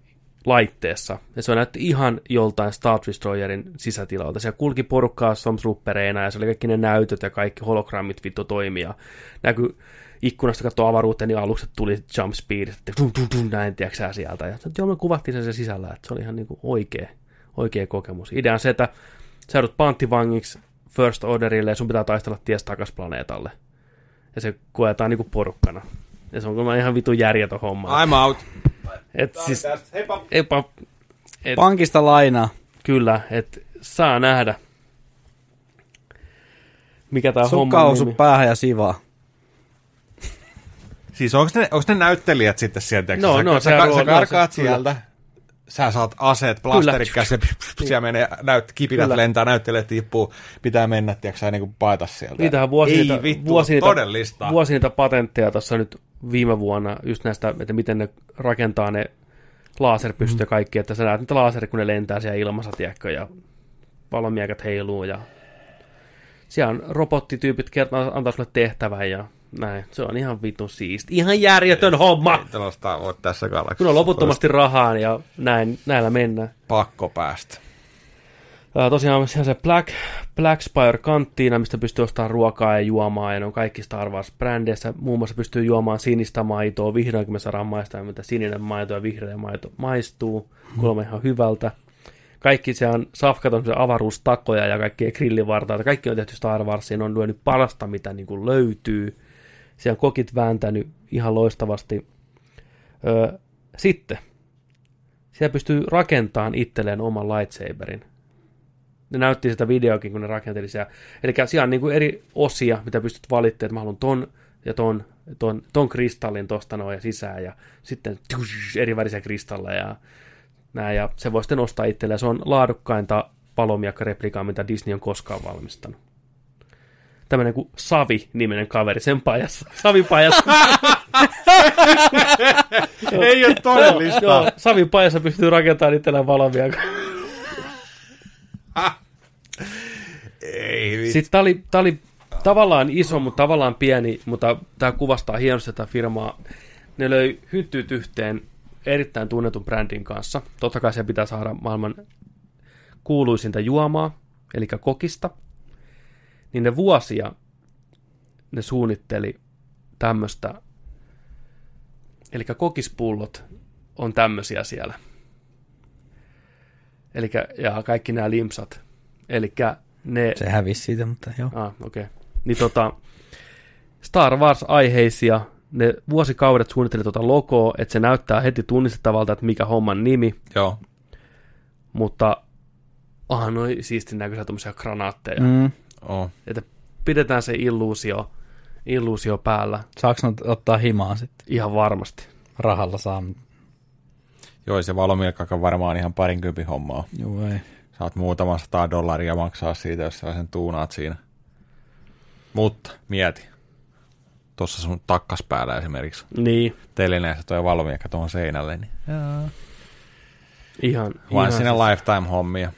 laitteessa. Ja se näytti ihan joltain Star Destroyerin sisätilalta. Siellä kulki porukkaa Stormtroopereina ja se oli kaikki ne näytöt ja kaikki hologrammit vittu toimia. Näkyi ikkunasta katsoa avaruuteen, niin alukset tuli jump speed, että tum, tum, tum, näin, tiedätkö sieltä. Ja joo, me kuvattiin sen, sen sisällä, että se oli ihan niin kuin oikea, oikea kokemus. Idea on se, että sä joudut panttivangiksi First Orderille ja sun pitää taistella ties takas planeetalle. Ja se koetaan niin kuin porukkana. Ja se on kyllä ihan vitun järjetön homma. I'm out. Et siis, Heippa. Et, pankista lainaa. Kyllä, että saa nähdä, mikä tää homma Sukkahousu nimi. päähän ja sivaa. Siis onko ne, onko ne näyttelijät sitten sieltä? No, sä, no, sä, se sä, rooli- sä karkaat no, sieltä, sä saat aseet, plasterit käsiä, siellä menee, näyt, kipinät Kyllä. lentää, näyttelijät tippuu, pitää mennä, tiedätkö sä, niin kuin paeta sieltä. Niitähän vuosi Ei niitä, vittu, vuosi niitä, todellista. vuosi niitä patentteja tuossa nyt viime vuonna, just näistä, että miten ne rakentaa ne laserpystyt ja kaikki, että sä näet niitä laserit, kun ne lentää siellä ilmassa, tiedätkö, ja valomiekat heiluu, ja siellä on robottityypit, kertaa antaa sulle tehtävän, ja näin. Se on ihan vitun siisti. Ihan järjetön homma! Ei tällaista voi tässä galaksissa. Kun on loputtomasti rahaa, ja näin, näillä mennään. Pakko päästä. Ää, tosiaan se Black, Black Spire kanttiina, mistä pystyy ostamaan ruokaa ja juomaan, ja ne on kaikki Star Wars-brändeissä. Muun muassa pystyy juomaan sinistä maitoa, vihdoinkin me saadaan maistaa, mitä sininen maito ja vihreä maito maistuu. Kuulemma ihan hyvältä. Kaikki se on safkaton avaruustakoja ja kaikkia grillivartaita. Kaikki on tehty Star Warsiin, on lyönyt parasta, mitä niin kuin löytyy. Siellä on kokit vääntänyt ihan loistavasti. Öö, sitten, siellä pystyy rakentamaan itselleen oman lightsaberin. Ne näytti sitä videokin, kun ne rakenteli siellä. Eli siellä on niin kuin eri osia, mitä pystyt valittamaan, että mä haluan ton ja ton, ton, ton kristallin tosta noin ja sisään, ja sitten tush, eri värisiä kristalleja ja näin, ja se voi sitten ostaa itselleen. Se on laadukkainta palomiakkareplikaa, mitä Disney on koskaan valmistanut. Tämmöinen kuin Savi-niminen kaveri, sen pajassa. Savi-pajassa. Ei ole todellista. Joo, Savi-pajassa pystyy rakentamaan itselleen palomiakkaa. Ei vittu. Sitten tämä oli, tää oli tavallaan iso, mutta tavallaan pieni, mutta tämä kuvastaa hienosti tätä firmaa. Ne löi hyntyyt yhteen erittäin tunnetun brändin kanssa. Totta kai se pitää saada maailman kuuluisinta juomaa, eli kokista. Niin ne vuosia ne suunnitteli tämmöistä, eli kokispullot on tämmöisiä siellä. Elikkä, ja kaikki nämä limsat. Elikkä ne... Se hävisi siitä, mutta joo. Ah, okei. Okay. Niin tota, Star Wars-aiheisia, ne vuosikaudet suunnitteli tuota logoa, että se näyttää heti tunnistettavalta, että mikä homman nimi. Joo. Mutta onhan noi siistin näköisiä tuommoisia granaatteja. Mm. Oh. Että pidetään se illuusio, illuusio päällä. Saaks ne ottaa himaa sitten? Ihan varmasti. Rahalla saa. Joo, se valmiilkakaan varmaan ihan parinkympin hommaa. Joo, ei. Saat muutaman sataa dollaria maksaa siitä, jos sä sen tuunaat siinä. Mutta mieti. Tuossa sun takkaspäällä esimerkiksi. Niin. Telineessä toi valmiikka tuohon seinälle. Niin. Jaa. Ihan. Vain ihan sinne siis. lifetime-hommia.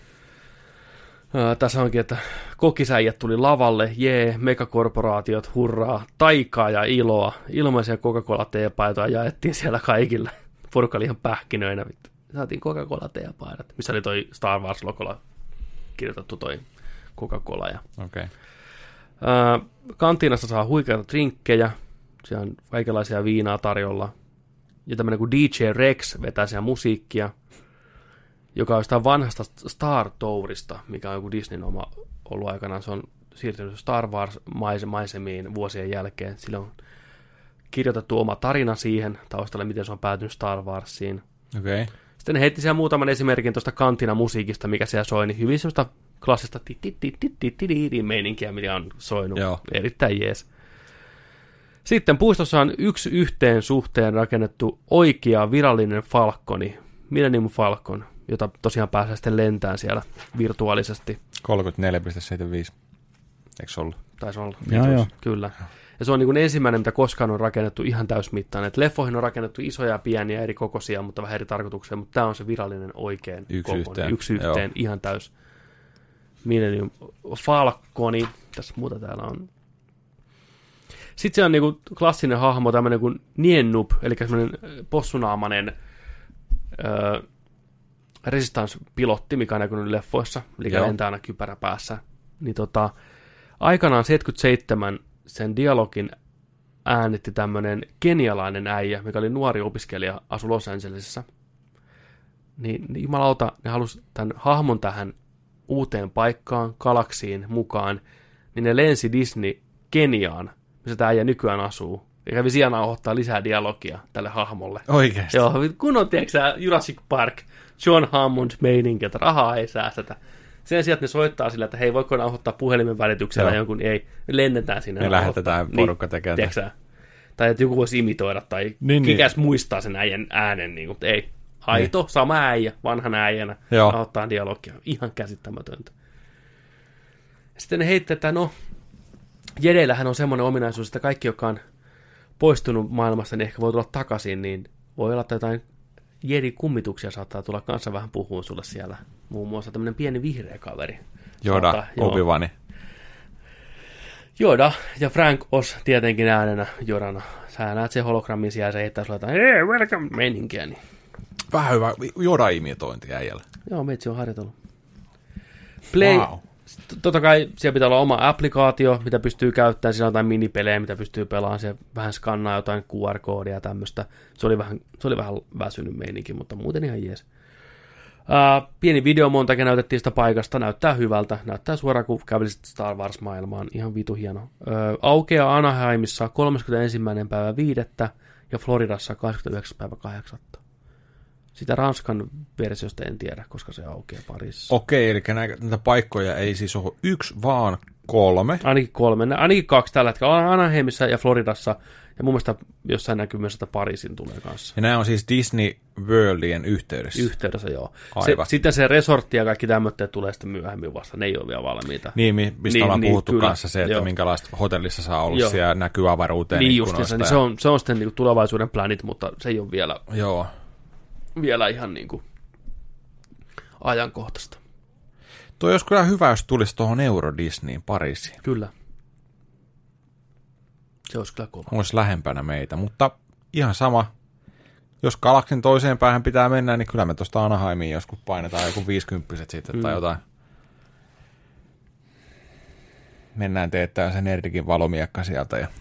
Ää, tässä onkin, että kokisäijät tuli lavalle, jee, megakorporaatiot, hurraa, taikaa ja iloa. Ilmaisia Coca-Cola-teepaitoja jaettiin siellä kaikille. Porukka oli ihan pähkinöinä. Saatiin Coca-Cola-teepaidat, missä oli toi Star Wars-logolla kirjoitettu toi Coca-Cola. Ja... Okei. Okay. Ää, kantiinasta saa huikeita drinkkejä, siellä on kaikenlaisia viinaa tarjolla. Ja tämmöinen kuin D J Rex vetää siellä musiikkia, joka on sitä vanhasta Star Tourista, mikä on joku Disneyn oma ollut aikanaan. Se on siirtynyt Star Wars-maisemiin vuosien jälkeen. Sillä on kirjoitettu oma tarina siihen taustalle, miten se on päätynyt Star Warsiin. Okei. Okay. Sitten ne heitti siellä muutaman esimerkin tuosta kantina musiikista, mikä siellä soi, niin hyvin semmoista klassista meininkiä, mikä on soinut. Joo. Erittäin jees. Sitten puistossa on yksi yhteen suhteen rakennettu oikea virallinen Falconi, Millennium Falcon, jota tosiaan pääsee sitten lentämään siellä virtuaalisesti. kolmekymmentäneljä pilkku seitsemänkymmentäviisi. Eikö se ollut? Taisi olla. Joo, joo. Kyllä. Ja se on niin kuin ensimmäinen, mitä koskaan on rakennettu ihan täysmittainen. Et leffoihin on rakennettu isoja ja pieniä eri kokoisia, mutta vähän eri tarkoituksia, mutta tämä on se virallinen oikein Yksi kokoinen. yhteen. Yksi yhteen, joo. Ihan täys. Millennium Falconi. Tässä muuta täällä on. Sitten se on niin kuin klassinen hahmo, tämmöinen kuin Niennup, eli semmoinen possunaamainen öö, Resistance-pilotti, mikä on näkynyt leffoissa, eli Joo. lentää aina kypärä päässä. Niin tota, aikanaan seitsemänkymmentäseitsemän sen dialogin äänitti tämmöinen kenialainen äijä, mikä oli nuori opiskelija, asui Los Angelesissa. Niin, niin jumalauta, ne halusi tämän hahmon tähän uuteen paikkaan, galaksiin mukaan, niin ne lensi Disney Keniaan, missä tämä äijä nykyään asuu. Ja kävi siellä nauhoittaa lisää dialogia tälle hahmolle. Oikeesti? Joo, kun on, tiedätkö sä, Jurassic Park, John Hammond meininki, että rahaa ei säästetä. Sen sijaan, että ne soittaa sillä, että hei, voiko nauhoittaa puhelimen välityksellä Joo. jonkun, ei, lennetään sinne. Me lähetetään porukka niin, tekemään. tiedätkö sä? Tai että joku voisi imitoida, tai Niin, kikäs muistaa sen äijän äänen, niin, mutta ei. Aito, niin. Sama äijä, vanhana äijänä, Joo. nauhoittaa dialogia. Ihan käsittämätöntä. Sitten ne heittää, että no, Jedeillähän on semmoinen ominaisuus, että kaikki, jotka on poistunut maailmasta, niin ehkä voi tulla takaisin, niin voi olla, että jotain Jedi-kummituksia saattaa tulla kanssa vähän puhuun sulle siellä. Muun muassa tämmöinen pieni vihreä kaveri. Joda, Saattaa- joo. Obi-Wani. Joda ja Frank Oz tietenkin äänenä Jodana. Sä näet sen hologrammin siellä, se heittää sulle jotain, hey, welcome, meininkiä. Niin. Vähän hyvä Joda-imitointi äijällä. Joo, meitsi on harjoitellut. Play, Wow. Totta kai siellä pitää olla oma applikaatio, mitä pystyy käyttämään, siinä on jotain minipelejä, mitä pystyy pelaamaan, se vähän skannaa jotain Q R-koodia ja tämmöistä. Se oli vähän, se oli vähän väsynyt meininki, mutta muuten ihan jees. Uh, pieni video montakin näytettiin sitä paikasta, näyttää hyvältä, näyttää suoraan kuin kävelisit Star Wars-maailmaan, ihan vitu hieno. Uh, aukeaa Anaheimissa kolmaskymmenesensimmäinen päivä viidettä ja Floridassa kahdeskymmenesyhdeksäs päivä kahdeksatta. Sitä Ranskan versiosta en tiedä, koska se aukeaa Pariisissa. Okei, eli näitä, näitä paikkoja ei siis ole yksi, vaan kolme. Ainakin kolme, ainakin kaksi tällä hetkellä, Anaheimissa ja Floridassa, ja mun mielestä jossain näkyy myös, että Pariisin tulee kanssa. Ja nämä on siis Disney Worldien yhteydessä. Yhteydessä, joo. Se, Aivan. sitten se resortti ja kaikki tämmöitteet tulee sitten myöhemmin vasta, ne ei ole vielä valmiita. Niin, mi- mistä Niin, ollaan niin, puhuttu kyllä. kanssa se, että Joo. minkälaista hotellissa saa olla Joo. siellä, näkyy avaruuteen. Niin ikkunoista justiinsa, niin ja- se on, se on sitten niin tulevaisuuden planit, mutta se ei ole vielä, Joo. vielä ihan niin kuin ajankohtaista. Toi olisi kyllä hyvä, jos tulisi tuohon Euro Disneyin Pariisiin. Kyllä. Se olisi kyllä kova. Olisi lähempänä meitä, mutta ihan sama. Jos galaksin toiseen päähän pitää mennä, niin kyllä me tuosta Anaheimiin joskus painetaan joku viisikymppiset sitten mm. tai jotain. Mennään teettää sen Nerdikin valomiekka sieltä ja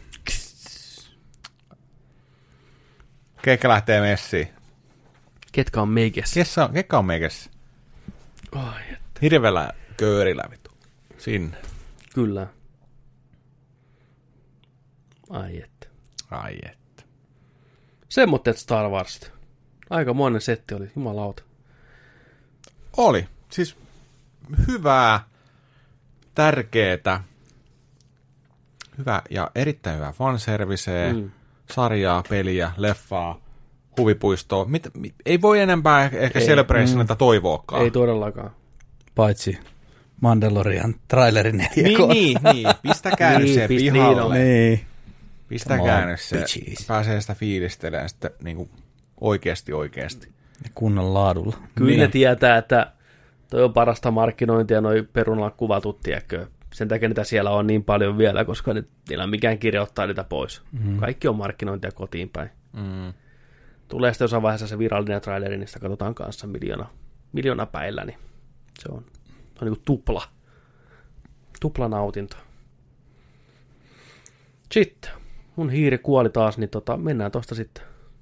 keikka lähtee messiin. Ketkä on meikässä? Kekka on, kekka on meikässä. Ai, Hirveellä köörillä vittu. Sinne. kyllä. Ai että. Ai että. Semmoitteet Star Warsit. Aika monen setti oli, jumalauta. Oli. Siis hyvää, tärkeetä, hyvä ja erittäin hyvää fanserviceä, mm. sarjaa, peliä, leffaa, huvipuistoa. Mit, mit, ei voi enempää ehkä Celebrationilta mm. toivoakaan. Ei todellakaan. Paitsi Mandalorian trailerin neljä Niin, niin, niin. Pistäkää nyt Niin, se pist- pihalle. Niin. Pistäkää Come nyt on, se. bitches. Pääsee sitä fiilistelemään sitten niinku oikeasti oikeasti. Ja kunnon laadulla. Kyllä Niin. ne tietää, että toi on parasta markkinointia, noi perunalla kuvatut, tiedätkö. Sen takia niitä siellä on niin paljon vielä, koska ne, niillä on mikään kirja ottaa niitä pois. Mm. Kaikki on markkinointia kotiin päin. Mm. Tulee sitten jossain vaiheessa se virallinen traileri, niin sitä katsotaan kanssa miljoona, miljoona päillä, niin se on, se on niin kuin tupla. Tupla nautinto. Sitten, mun hiiri kuoli taas, niin tota, mennään tosta sitten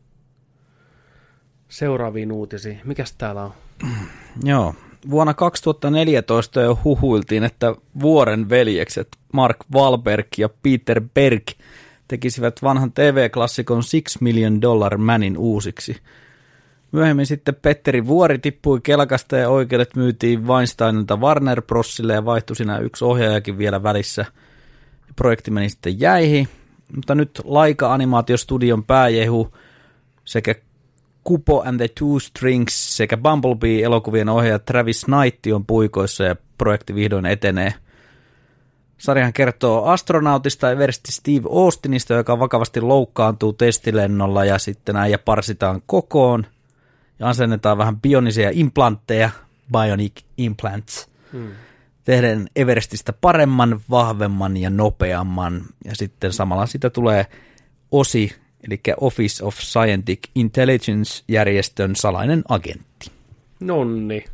seuraaviin uutisiin. Mikäs täällä on? Joo. Vuonna kaksituhattaneljätoista jo huhuiltiin, että Vuoren veljekset Mark Wahlberg ja Peter Berg tekisivät vanhan T V-klassikon Six Million Dollar Manin uusiksi. Myöhemmin sitten Petteri Vuori tippui kelkasta ja oikeudet myytiin Weinsteinilta Warner Brosille ja vaihtui siinä yksi ohjaajakin vielä välissä. Projekti meni sitten jäihin, mutta nyt Laika-animaatiostudion pääjehu sekä Kupo and the Two Strings sekä Bumblebee-elokuvien ohjaaja Travis Knight on puikoissa ja projekti vihdoin etenee. Sarjahan kertoo astronautista Eversti Steve Austinista, joka vakavasti loukkaantuu testilennolla ja sitten äijä parsitaan kokoon ja asennetaan vähän bionisia implantteja, bionic implants, hmm. tehden Everestistä paremman, vahvemman ja nopeamman ja sitten samalla siitä tulee O S I, eli Office of Scientific Intelligence-järjestön salainen agentti. Nonni.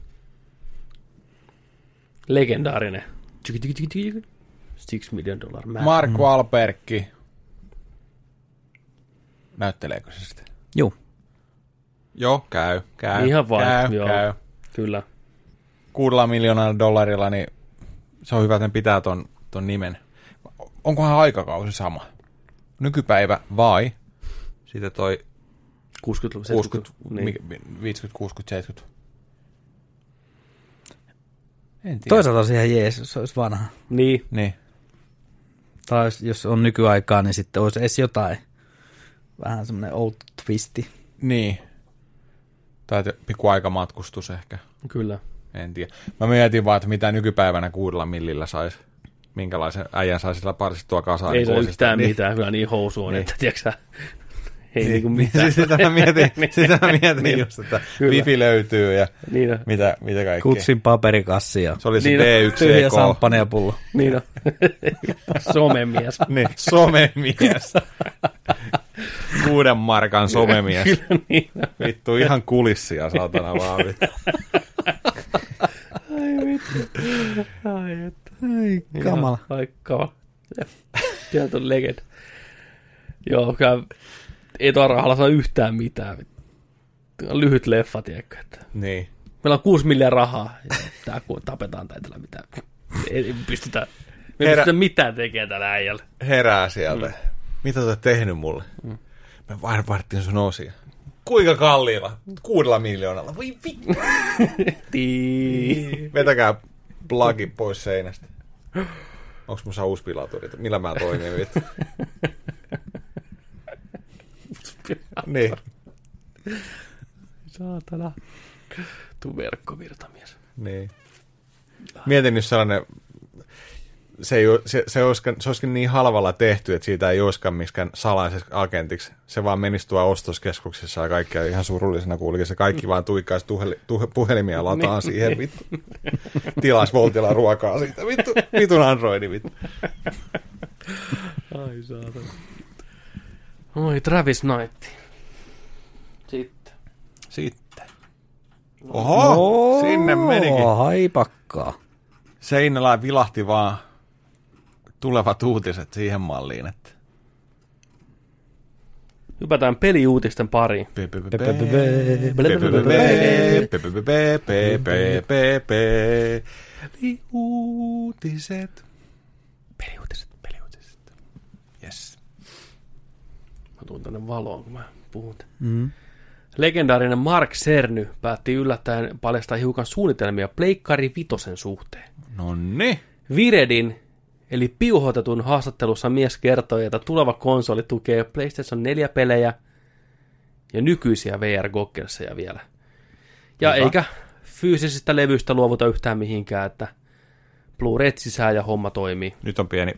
Legendaarinen. Six million dollar man. Mark Wahlberg. Näytteleekö se sitä? Joo. Joo, käy, käy. Ihan vaan, käy, joo. käy. Kyllä. Kuudella miljoonalla dollarilla, niin se on hyvä, että ne pitää ton, ton nimen. Onkohan aikakausi sama? Nykypäivä vai sitten toi kuusikymmentäluvun, kuusikymmentä, seitsemänkymmentä, viisikymmentä, kuusikymmentä, seitsemänkymmentä. En tiedä. Toisaalta on ihan jees, jos se olisi vanha. Niin. Niin. Tai jos, jos on nykyaikaa, niin sitten olisi edes jotain. Vähän semmoinen old twisti. Niin. Tai pikku aikamatkustus ehkä. Kyllä. En tiedä. Mä mietin vaan, että mitä nykypäivänä kuudella millillä saisi. Minkälaisen äijän saisi sillä parsittua kasaan. Ei se yhtään niin. mitään. Kyllä niin housu on, Niin. että tiedätkö ei Niin, niinku mitään. sitä mä mietin, sitä mä mietin Niin. just, että Kyllä. wifi löytyy ja Niin on. mitä, mitä kaikkea. Kutsin paperikassi ja Se oli se Niin, D yksi tyhjä E K. samppanjapullo. Niin on. Somemies. Niin, somemies. Kuuden markan somemies. Kyllä niin on. Vittu, ihan kulissia, saatana vaan. Vittu. Ai vittu. Ai että. Ai kamala. Ai kamala. Sieltä on legenda. Joo, kyllä ei tuolla rahalla saa yhtään mitään. Lyhyt leffa, tiedätkö, että Niin. meillä on kuusi miljoonaa rahaa, ja tää kun tapetaan tai tällä mitään. Ei pystytä, me ei Herä- pystytä mitään tekemään tällä äijällä. Herää sieltä. Mm. Mitä sä oot tehnyt mulle? Mm. Mä var- varttin sun osia. Kuinka kalliilla? Kuudella miljoonalla. Voi vittu. Tii. Vetäkää plagi pois seinästä. Onks musta uusi pilaturi? Millä mä toimin vittu? Niin. Saatana. Tuu verkkovirtamies. Niin. Mietin nyt sellainen, se, ei, ole- se, se, olisikin, se olisikin niin halvalla tehty, että siitä ei olisikaan miskään salaiseksi agentiksi. Se vaan menisi tuolla ostoskeskuksessa ja kaikkea ihan surullisena kuulikin. Se kaikki vaan tuikkaisi tuheli, tuhe, puhelimia lataan siihen, vittu. Tilaisi Voltilla ruokaa siitä, vittu. Vitun Androidi, vittu. Ai saatana. Oi, Travis Knight. Sitten. Sitten. Oho, sinne menikin. Haipakkaa. Seinällä vilahti vaan tulevat uutiset siihen malliin, että Hypätään peliuutisten pariin. Peliuutiset. Peliuutiset, peliuutiset. Yes. Mä tuun tänne valoon, kun mä puhun. Mm. Legendaarinen Mark Cerny päätti yllättäen paljastaa hiukan suunnitelmia Pleikkari Vitosen suhteen. Nonni. Viredin, eli piuhoitetun haastattelussa mies kertoi, että tuleva konsoli tukee PlayStation neljä pelejä ja nykyisiä V R-goggelseja vielä. Ja Hyvä. eikä fyysisistä levyistä luovuta yhtään mihinkään, että Blu-rayt sisään ja homma toimii. Nyt on pieni.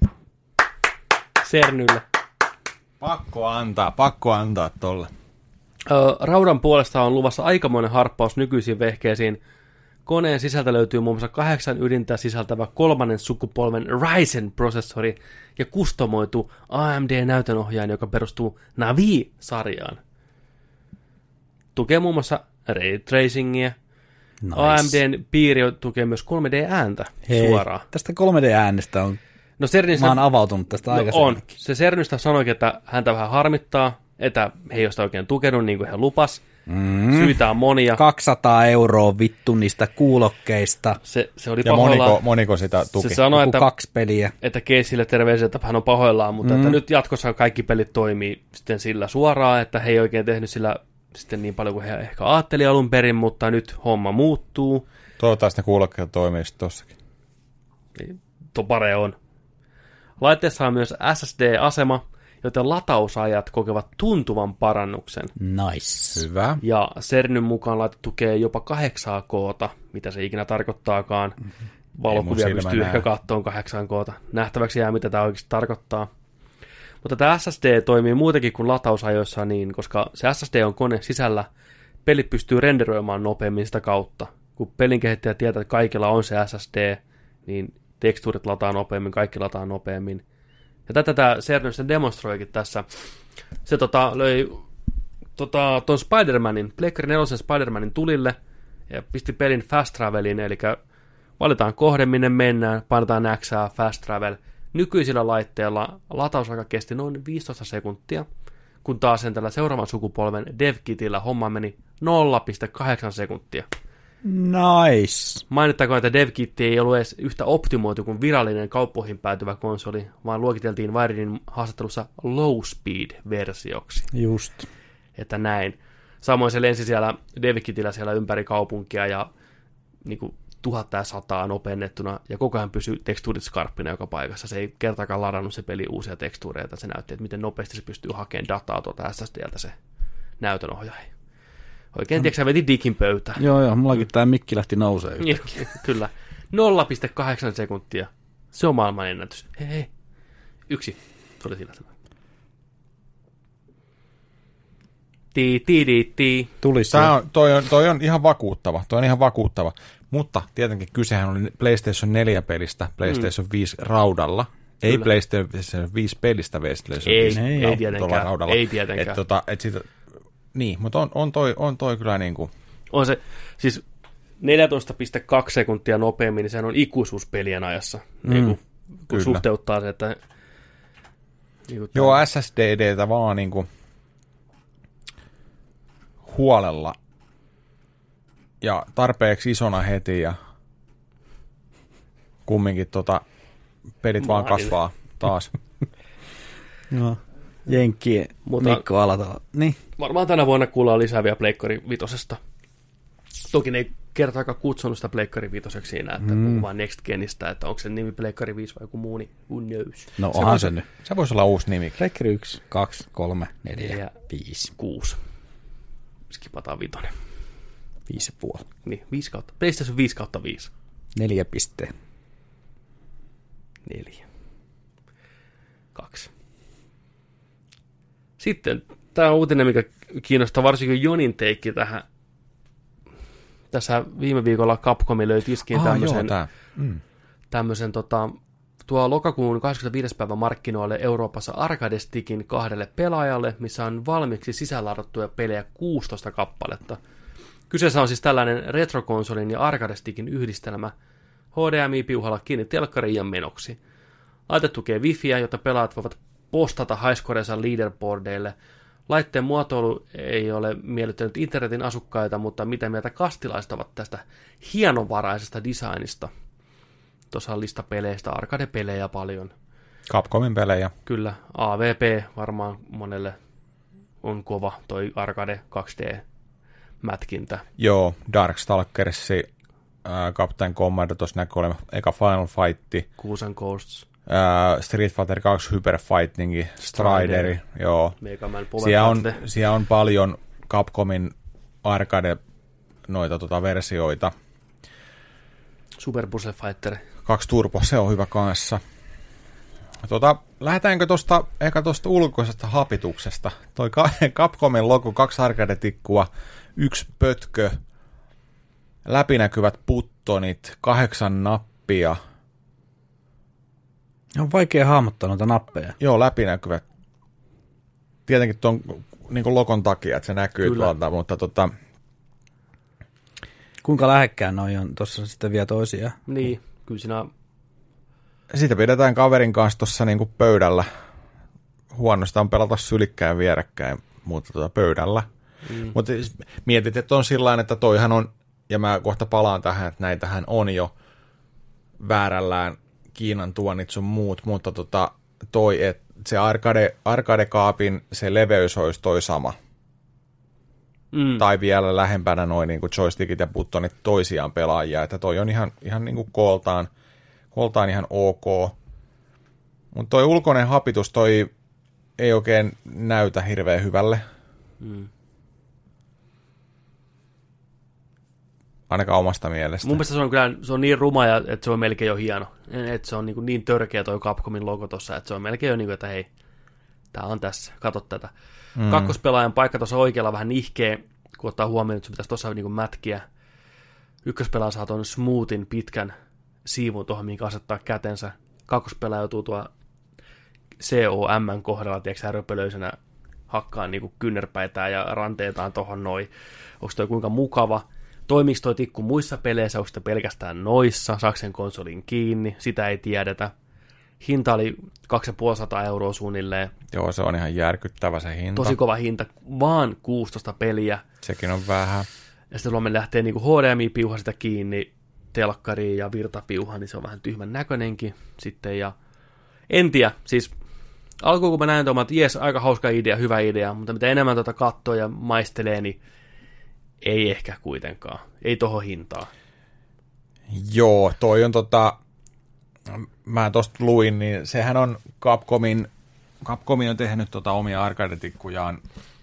Cernylle. Pakko antaa, pakko antaa tolle. Ö, Raudan puolesta on luvassa aikamoinen harppaus nykyisiin vehkeisiin. Koneen sisältä löytyy muun muassa kahdeksan ydintä sisältävä kolmannen sukupolven Ryzen-prosessori ja kustomoitu A M D-näytönohjaaja, joka perustuu Navi-sarjaan. Tukee muun muassa ray tracingia. Nice. A M D:n piiri tukee myös kolme D-ääntä Hei, suoraan. tästä kolme D-äänestä on, No, Cernistä, mä oon avautunut tästä no on. aikaisemminkin. Se Cernystä sanoikin, että häntä vähän harmittaa, että he ei ole sitä oikein tukenut niin kuin he lupas. Mm. Syitä on monia. kaksisataa euroa vittu niistä kuulokkeista. Se, se oli Ja pahoillaan. moniko, moniko sitä tuki? Se sanoi, Joku että, kaksi peliä. että Keisille terveisiä, että hän on pahoillaan, mutta mm. että nyt jatkossa kaikki pelit toimii sitten sillä suoraan, että he ei oikein tehnyt sillä sitten niin paljon kuin he ehkä ajatteli alun perin, mutta nyt homma muuttuu. Toivottavasti ne kuulokkeet toimii sitten tossakin. Topare on. Laitteessa on myös S S D-asema, joten latausajat kokevat tuntuvan parannuksen. Nice. Hyvä. Ja Cernyn mukaan laite tukee jopa kahdeksan K:ta, mitä se ikinä tarkoittaakaan. Valokuvia silmä pystyy näe. ehkä kattoon kahdeksan K:ta. Nähtäväksi jää, mitä tämä oikeasti tarkoittaa. Mutta tämä S S D toimii muutenkin kuin latausajoissa, niin, koska se S S D on kone sisällä, pelit pystyy renderoimaan nopeammin sitä kautta. Kun pelin kehittäjä tietää, että kaikilla on se S S D, niin tekstuurit lataa nopeammin, kaikki lataa nopeammin. Ja tätä tämä Cerny demonstroikin tässä. Se tota, löi tota, ton Spider-Manin, Pleikkari nelosen Spider-Manin tulille, ja pisti pelin fast travelin, eli valitaan kohde, minne mennään, painetaan Xää fast travel. Nykyisillä laitteilla latausaika kesti noin viisitoista sekuntia, kun taas sen tällä seuraavan sukupolven DevKitillä homma meni nolla pilkku kahdeksan sekuntia. Nice. Mainittakoon, että DevKit ei ollut edes yhtä optimoitu kuin virallinen kauppoihin päätyvä konsoli, vaan luokiteltiin Wiredin haastattelussa low speed-versioksi. Just. Että näin. Samoin se lensi siellä DevKitillä siellä ympäri kaupunkia ja niin kuin tuhatta ja sataa nopennettuna, ja koko ajan pysyi tekstuurit skarppina joka paikassa. Se ei kertaakaan ladannut se peli uusia tekstuureita, se näytti, että miten nopeasti se pystyy hakemaan dataa tuolta S S D:ltä se näytönohjaaja. Oikein, tiedätkö, sä veti digin pöytään. Joo, joo, mullakin tää mikki lähti nousee. Kyllä. nolla pilkku kahdeksan sekuntia. Se on maailman ennätys. Hei, hei. Yksi. Se oli sillä tavalla. Tii, tii, tii, tii. Tulisi. Tää on, toi, on, toi on ihan vakuuttava. Toi on ihan vakuuttava. Mutta tietenkin kysehän oli PlayStation neljä pelistä PlayStation mm. viisi raudalla. Ei Kyllä. PlayStation viisi pelistä PlayStation ei, viisi ei, ei tietenkään. raudalla. Ei tietenkään. Et, tota, et siitä, niin, mutta on, on, toi, on toi kyllä niin kuin... On se, siis neljätoista pilkku kaksi sekuntia nopeammin, niin sehän on ikuisuus pelien ajassa. Mm. Niin kuin, kun suhteuttaa se, että... Niin kuin Joo, S S D D:tä vaan niin kuin huolella ja tarpeeksi isona heti ja kumminkin tota, pelit vaan kasvaa taas. Joo. Jenkki, Mikko Alatalo. Niin. Varmaan tänä vuonna kuullaan lisää vielä Pleikkari vitosesta. Toki ne ei kertaakaan kutsunut sitä Pleikkari vitoseksi siinä, että mm. vaan Next Genistä, että onko se nimi Pleikkari viisi vai joku muu, niin who knows. No se onhan se nyt. Se voisi olla uusi nimi. Pleikkari yksi, kaksi, kolme, neljä, viisi. kuusi. Skipataan vitonen. Viisi ja puoli. Niin, viisi kautta. PlayStation viisi kautta viisi. Neljä piste. Neljä. Kaksi. Sitten tämä on uutinen, mikä kiinnostaa varsinkin Jonin teikki tähän. Tässä viime viikolla Capcomi löi tiskiin ah, tämmöisen, joo, mm. tämmöisen tota, tuo lokakuun kahdeskymmenesviides päivä markkinoille Euroopassa Arcade Stickin kahdelle pelaajalle, missä on valmiiksi sisälaadattuja pelejä kuusitoista kappaletta. Kyseessä on siis tällainen retrokonsolin ja Arcade Stickin yhdistelmä. H D M I-piuhalla kiinni telkkariin ja menoksi. Laite tukee wifiä, jotta pelaajat voivat postata highscoreensa leaderboardeille. Laitteen muotoilu ei ole miellyttänyt internetin asukkaita, mutta mitä mieltä kastilaiset ovat tästä hienovaraisesta designista? Tuossa on lista peleistä, arcade-pelejä paljon. Capcomin pelejä. Kyllä, A V P varmaan monelle on kova, toi Arcade kaksi D-mätkintä. Joo, Darkstalkersi, äh, Captain Commando, tuossa näkyy olemme eka Final Fight. Kuusen Ghosts. Äh, Street Fighter kaksi Hyper Fightingi, Strideri, joo. Siellä on, siellä on paljon Capcomin arcade noita tota, versioita. Super Puzzle Fighter. Kaksi Turbo, se on hyvä kanssa. Tota, lähdetäänkö tuosta ehkä tuosta ulkoisesta hapituksesta? Toi Capcomin logo, kaksi arcade-tikkua, yksi pötkö, läpinäkyvät buttonit, kahdeksan nappia. On vaikea hahmottaa noita nappeja. Joo, läpinäkyvät. Tietenkin tuon niin logon takia, että se näkyy Kyllä. tuolta, mutta tota... Kuinka lähekkään noi on tuossa sitten vielä toisia? Niin, kyllä siinä... Siitä pidetään kaverin kanssa tuossa niin pöydällä. Huonosta on pelata sylikkään vierekkäin, mutta tuota pöydällä. Mm. Mutta mietit, että on sillain, että toihan on, ja mä kohta palaan tähän, että näitähän on jo väärällään Kiinan tuonnit sun muut, mutta tota, toi, että se arcade, arcade-kaapin se leveys olisi toi sama. Mm. Tai vielä lähempänä noin niin kuin joystickit ja buttonit toisiaan pelaajia, että toi on ihan, ihan niin kuin kooltaan, kooltaan ihan ok. Mutta toi ulkoinen hapitus, toi ei oikein näytä hirveän hyvälle. Mm. Ainakaan omasta mielestä. Mun mielestä se on kyllä se on niin ruma, ja, että se on melkein jo hieno. Että se on niin, niin törkeä toi Capcomin logo tossa, että se on melkein jo niin kuin, että hei, tää on tässä, kato tätä. Mm. Kakkospelaajan paikka tuossa oikealla vähän nihkeä, kun ottaa huomioon, että se pitäisi tuossa niin kuin mätkiä. Ykköspelaaja saa tuon smoothin pitkän siivun tuohon, mihin asettaa kätensä. Kakkospelaaja joutuu tuo C O M kohdalla, tiedätkö röpölöisenä hakkaan niin kuin kynnärpäitään ja ranteetaan tuohon noin. Onko toi kuinka mukava? Toimiiko toi tikku muissa peleissä, onko sitä pelkästään noissa, saako sen konsolin kiinni, sitä ei tiedetä. Hinta oli kaksisataaviisikymmentä euroa suunnilleen. Joo, se on ihan järkyttävä se hinta. Tosi kova hinta, vaan kuusitoista peliä. Sekin on vähän. Ja sitten Suomen lähtee niinku H D M I-piuha sitä kiinni, telkkariin ja virtapiuha, niin se on vähän tyhmän näköinenkin sitten. Ja en tiedä, siis alkuun kun mä näin tuon, että jes, aika hauska idea, hyvä idea, mutta mitä enemmän tuota katsoo ja maistelee, niin ei ehkä kuitenkaan. Ei tohon hintaa. Joo, toi on tota, mä tosta luin, niin sehän on Capcomin, Capcomin on tehnyt tota omia arcade-tikkujaan,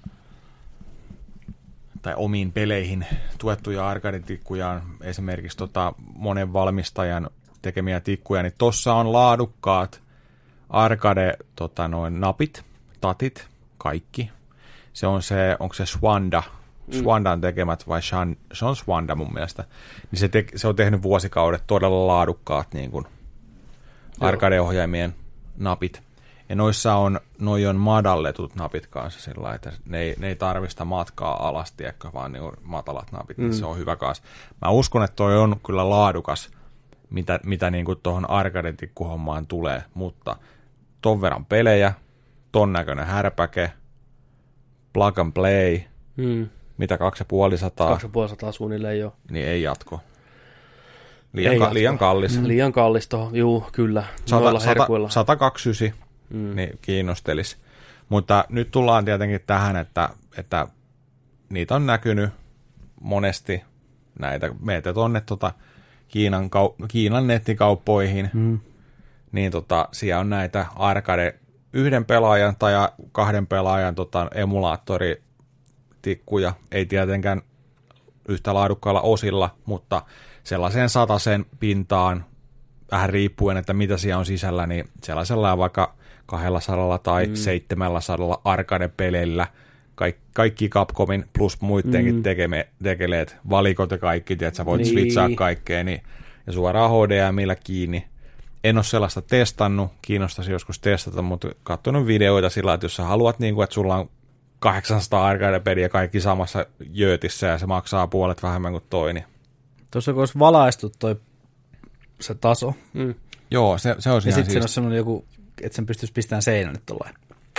tai omiin peleihin tuettuja arcade-tikkujaan, esimerkiksi tota monen valmistajan tekemiä tikkuja, niin tossa on laadukkaat arcade tota, noin napit, tatit, kaikki. Se on se, onko se Swanda, Swandan tekemät vai Shan, se on Swanda mun mielestä, niin se, te, se on tehnyt vuosikaudet todella laadukkaat niin kuin arcade-ohjaimien napit. Ja noissa on, noi on madalletut napit kanssa sillä lailla, että ne ei, ne ei tarvista matkaa alas, tiedätkö, vaan ne on matalat napit, mm. niin se on hyvä kanssa. Mä uskon, että toi on kyllä laadukas, mitä, mitä niin kuin tuohon arcade-tikkuhommaan tulee, mutta ton verran pelejä, ton näköinen härpäke, plug and play, mm. mitä kaksi ja puoli sataa. Kaksi ja puoli sataa suunnilleen jo. Niin ei jatko. Liian, ei ka- jatko. liian kallis. Mm. Liian kallis tuohon, juu, kyllä. sata, sata, sata kaksikymmentäyhdeksän mm. niin kiinnostelisi. Mutta nyt tullaan tietenkin tähän, että, että niitä on näkynyt monesti näitä. Meitä tuonne tota Kiinan, kau- Kiinan nettikauppoihin, mm. niin tota, siellä on näitä arcade yhden pelaajan tai kahden pelaajan tota, emulaattoritikkuja. Ei tietenkään yhtä laadukkailla osilla, mutta sellaiseen sataisen pintaan, vähän riippuen, että mitä siellä on sisällä, niin sellaisella vaikka kahdella sadalla tai mm. seitsemällä sadalla arcade-peleillä, Kaik, kaikki Capcomin plus muidenkin mm. tekeme, tekeleet, valikot ja kaikki, että sä voit niin. switchaa kaikkea, niin, ja suoraan H D M:llä kiinni. En ole sellaista testannut, kiinnostaisi joskus testata, mutta katsonut videoita sillä, että jos sä haluat, niin kuin, että sulla on kahdeksansataa arcade-peliä kaikki samassa jöötissä, ja se maksaa puolet vähemmän kuin toi, niin tuossa kun olisi valaistu toi se taso. Mm. Joo, se, se olisi ja ihan sitten siinä olisi semmoinen joku, että sen pystyisi pistämään seinälle tuollain.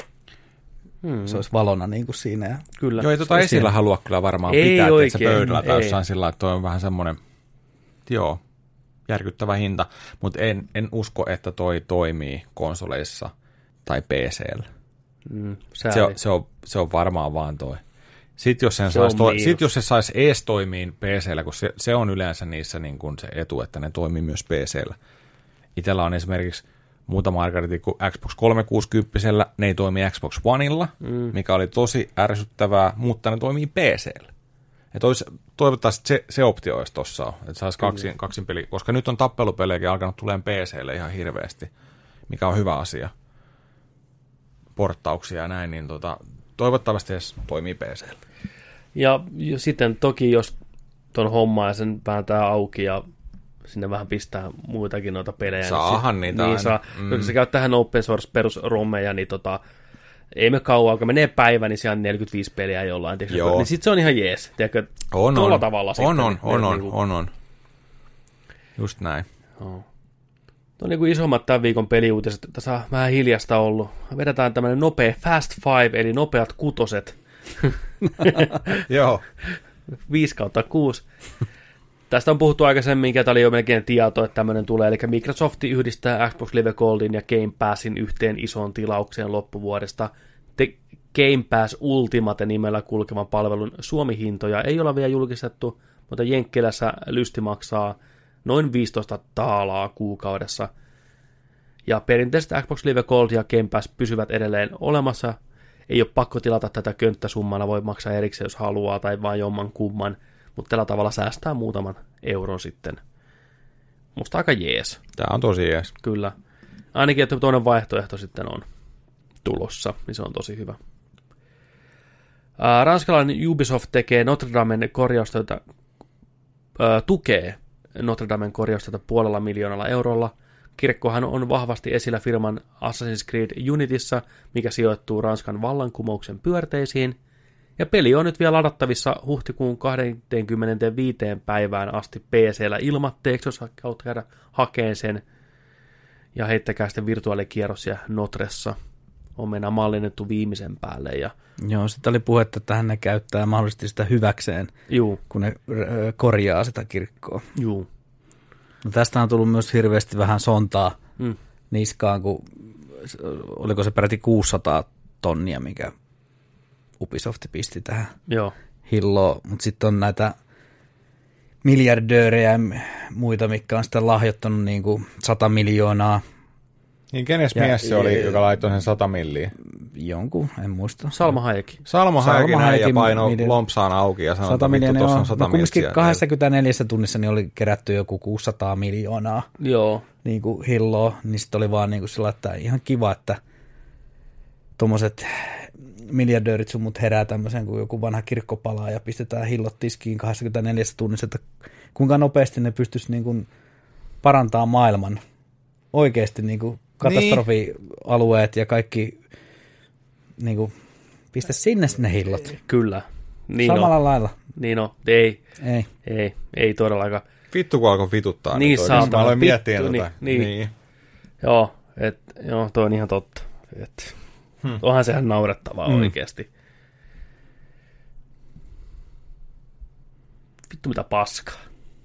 Mm. Se olisi valona niin kuin siinä. Ja kyllä. Joo, ei tuota esillä siinä halua kyllä varmaan ei pitää, että se pöydällä tai jossain sillä, että toi on vähän semmoinen, joo, järkyttävä hinta, mutta en, en usko, että toi toimii konsoleissa tai P C:llä. Mm, se, on, se, on, se on varmaan vaan toi. Sitten jos, sen se sais toi, sit jos se saisi ees toimiin P C:llä, kun se, se on yleensä niissä niin kuin se etu, että ne toimii myös P C:llä. Itellä on esimerkiksi muutama arcade-tikku Xbox kolmesataakuusikymmentä, ne ei toimi Xbox Oneilla, mm. mikä oli tosi ärsyttävää, mutta ne toimii P C:llä. Ja tois, toivottavasti se, se optio olisi tossa, että saisi kaksin, kaksin peli, koska nyt on tappelupelejäkin alkanut tulemaan P C:lle ihan hirveästi, mikä on hyvä asia. Porttauksia ja näin, niin tota, toivottavasti edes toimii P C:llä. Ja, ja sitten toki, jos ton hommaa ja sen vääntää auki ja sinne vähän pistää muitakin noita pelejä. Saahan niin niitä niin saa, mm. Jos sä käyt tähän open source perusrommeja, niin tota, ei me kauan, kun menee päivä, niin siellä on neljäkymmentäviisi peliä jollain. Tiedätkö, niin sit se on ihan jees. Tiedätkö, on, tuolla on. tavalla on, sitten. On, niin, on, on, niin on, on. Just näin. Oh. Tuo on niin kuin isommat tämän viikon peliuutiset. Tässä on vähän hiljasta ollut. Vedetään tämmöinen nopea Fast Five, eli nopeat kutoset. Joo. viisi kautta kuusi. Tästä on puhuttu aikaisemmin, että oli jo melkein tieto, että tämmöinen tulee. Eli Microsoft yhdistää Xbox Live Goldin ja Game Passin yhteen isoon tilaukseen loppuvuodesta. Te Game Pass Ultimate nimellä kulkevan palvelun Suomi-hintoja ei ole vielä julkistettu, mutta Jenkkilässä lysti maksaa noin viisitoista taalaa kuukaudessa. Ja perinteiset Xbox Live Gold ja Game Pass pysyvät edelleen olemassa. Ei ole pakko tilata tätä könttäsummana, voi maksaa erikseen, jos haluaa, tai vain jomman kumman. Mutta tällä tavalla säästää muutaman euron sitten. Musta aika jees. Tämä on tosi jees. Kyllä. Ainakin, että toinen vaihtoehto sitten on tulossa, niin se on tosi hyvä. Ää, ranskalainen Ubisoft tekee Notre Damen korjaustöitä, ää, tukee Notre Damen korjaustöitä puolella miljoonalla eurolla. Kirkkohan on vahvasti esillä firman Assassin's Creed Unityssä, mikä sijoittuu Ranskan vallankumouksen pyörteisiin. Ja peli on nyt vielä ladattavissa huhtikuun kahdeskymmenesviides päivään asti P C:llä ilmatteeksi, jos haluat käydä hakeen sen. Ja heittäkää sitten virtuaalikierros ja Notressa on meidän mallinnettu viimeisen päälle. Ja joo, sitä oli puhetta, että hän ne käyttää mahdollisesti sitä hyväkseen, juu. kun ne ö, korjaa sitä kirkkoa. Juu. No tästä on tullut myös hirveästi vähän sontaa Mm. niskaan, kun oliko se peräti kuusisataa tonnia, mikä Ubisoft pisti tähän Joo. hilloon, mutta sitten on näitä miljardöörejä ja muita, mitkä on sitten lahjoittanut niin kuin sata miljoonaa. Niin kenes Ja- mies se oli, ja- joka laittoi sen sata milliä? Jonkun, en muista. Salma Hayek. Salma Salma Hayekin näin ja Hayekin painoi miljoon- lompsaan auki ja sanoi, sata että vittu, miljoonaa, tuossa on no sata kumminkin miltsiä. kaksikymmentäneljä tunnissa niin oli kerätty joku kuusisataa miljoonaa Joo. niin kuin hilloa, niin sitten oli vaan niin kuin sillä, että ihan kiva, että tuommoiset miljardöörit sun mut herää tämmöisen, kun joku vanha kirkko palaa ja pistetään hillot tiskiin kaksikymmentäneljä tunnissa, että kuinka nopeasti ne pystyisi niin kuin parantaa maailman oikeasti niin kuin katastrofialueet ja kaikki niin kuin, pistä sinne ne hillot. Kyllä. Niin Samalla on. lailla. Niin on. Ei. Ei. Ei. Ei todellakaan. Vittu kun alkoi vituttaa. Niin, nyt oikeasti. saatana, Mä aloin vittu, miettiä niin, tätä. niin. Niin. Joo. Et, joo, toi on ihan totta. Et, hmm. Onhan sehän naurettavaa Hmm. oikeasti. Vittu mitä paskaa.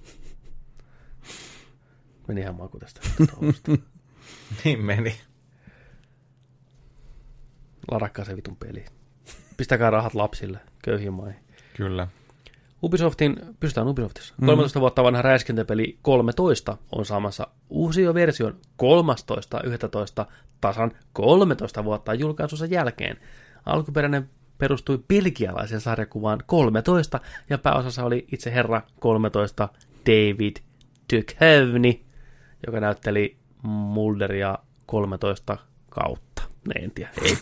Meni ihan maku tästä. Niin meni. Larakkaa se vitun peli. Pistäkää rahat lapsille, köyhiin maihin. Kyllä. Ubisoftin, pystytään Ubisoftissa. Mm-hmm. kolmetoista vuotta vanha räiskintäpeli kolmetoista on saamassa uusia version kolmastoista yksitoista tasan kolmetoista vuotta julkaisunsa jälkeen. Alkuperäinen perustui belgialaisen sarjakuvaan kolmetoista ja pääosassa oli itse herra kolmetoista David Duchovny, joka näytteli Mulderia kolmetoista kautta. Ne en tiedä, ei.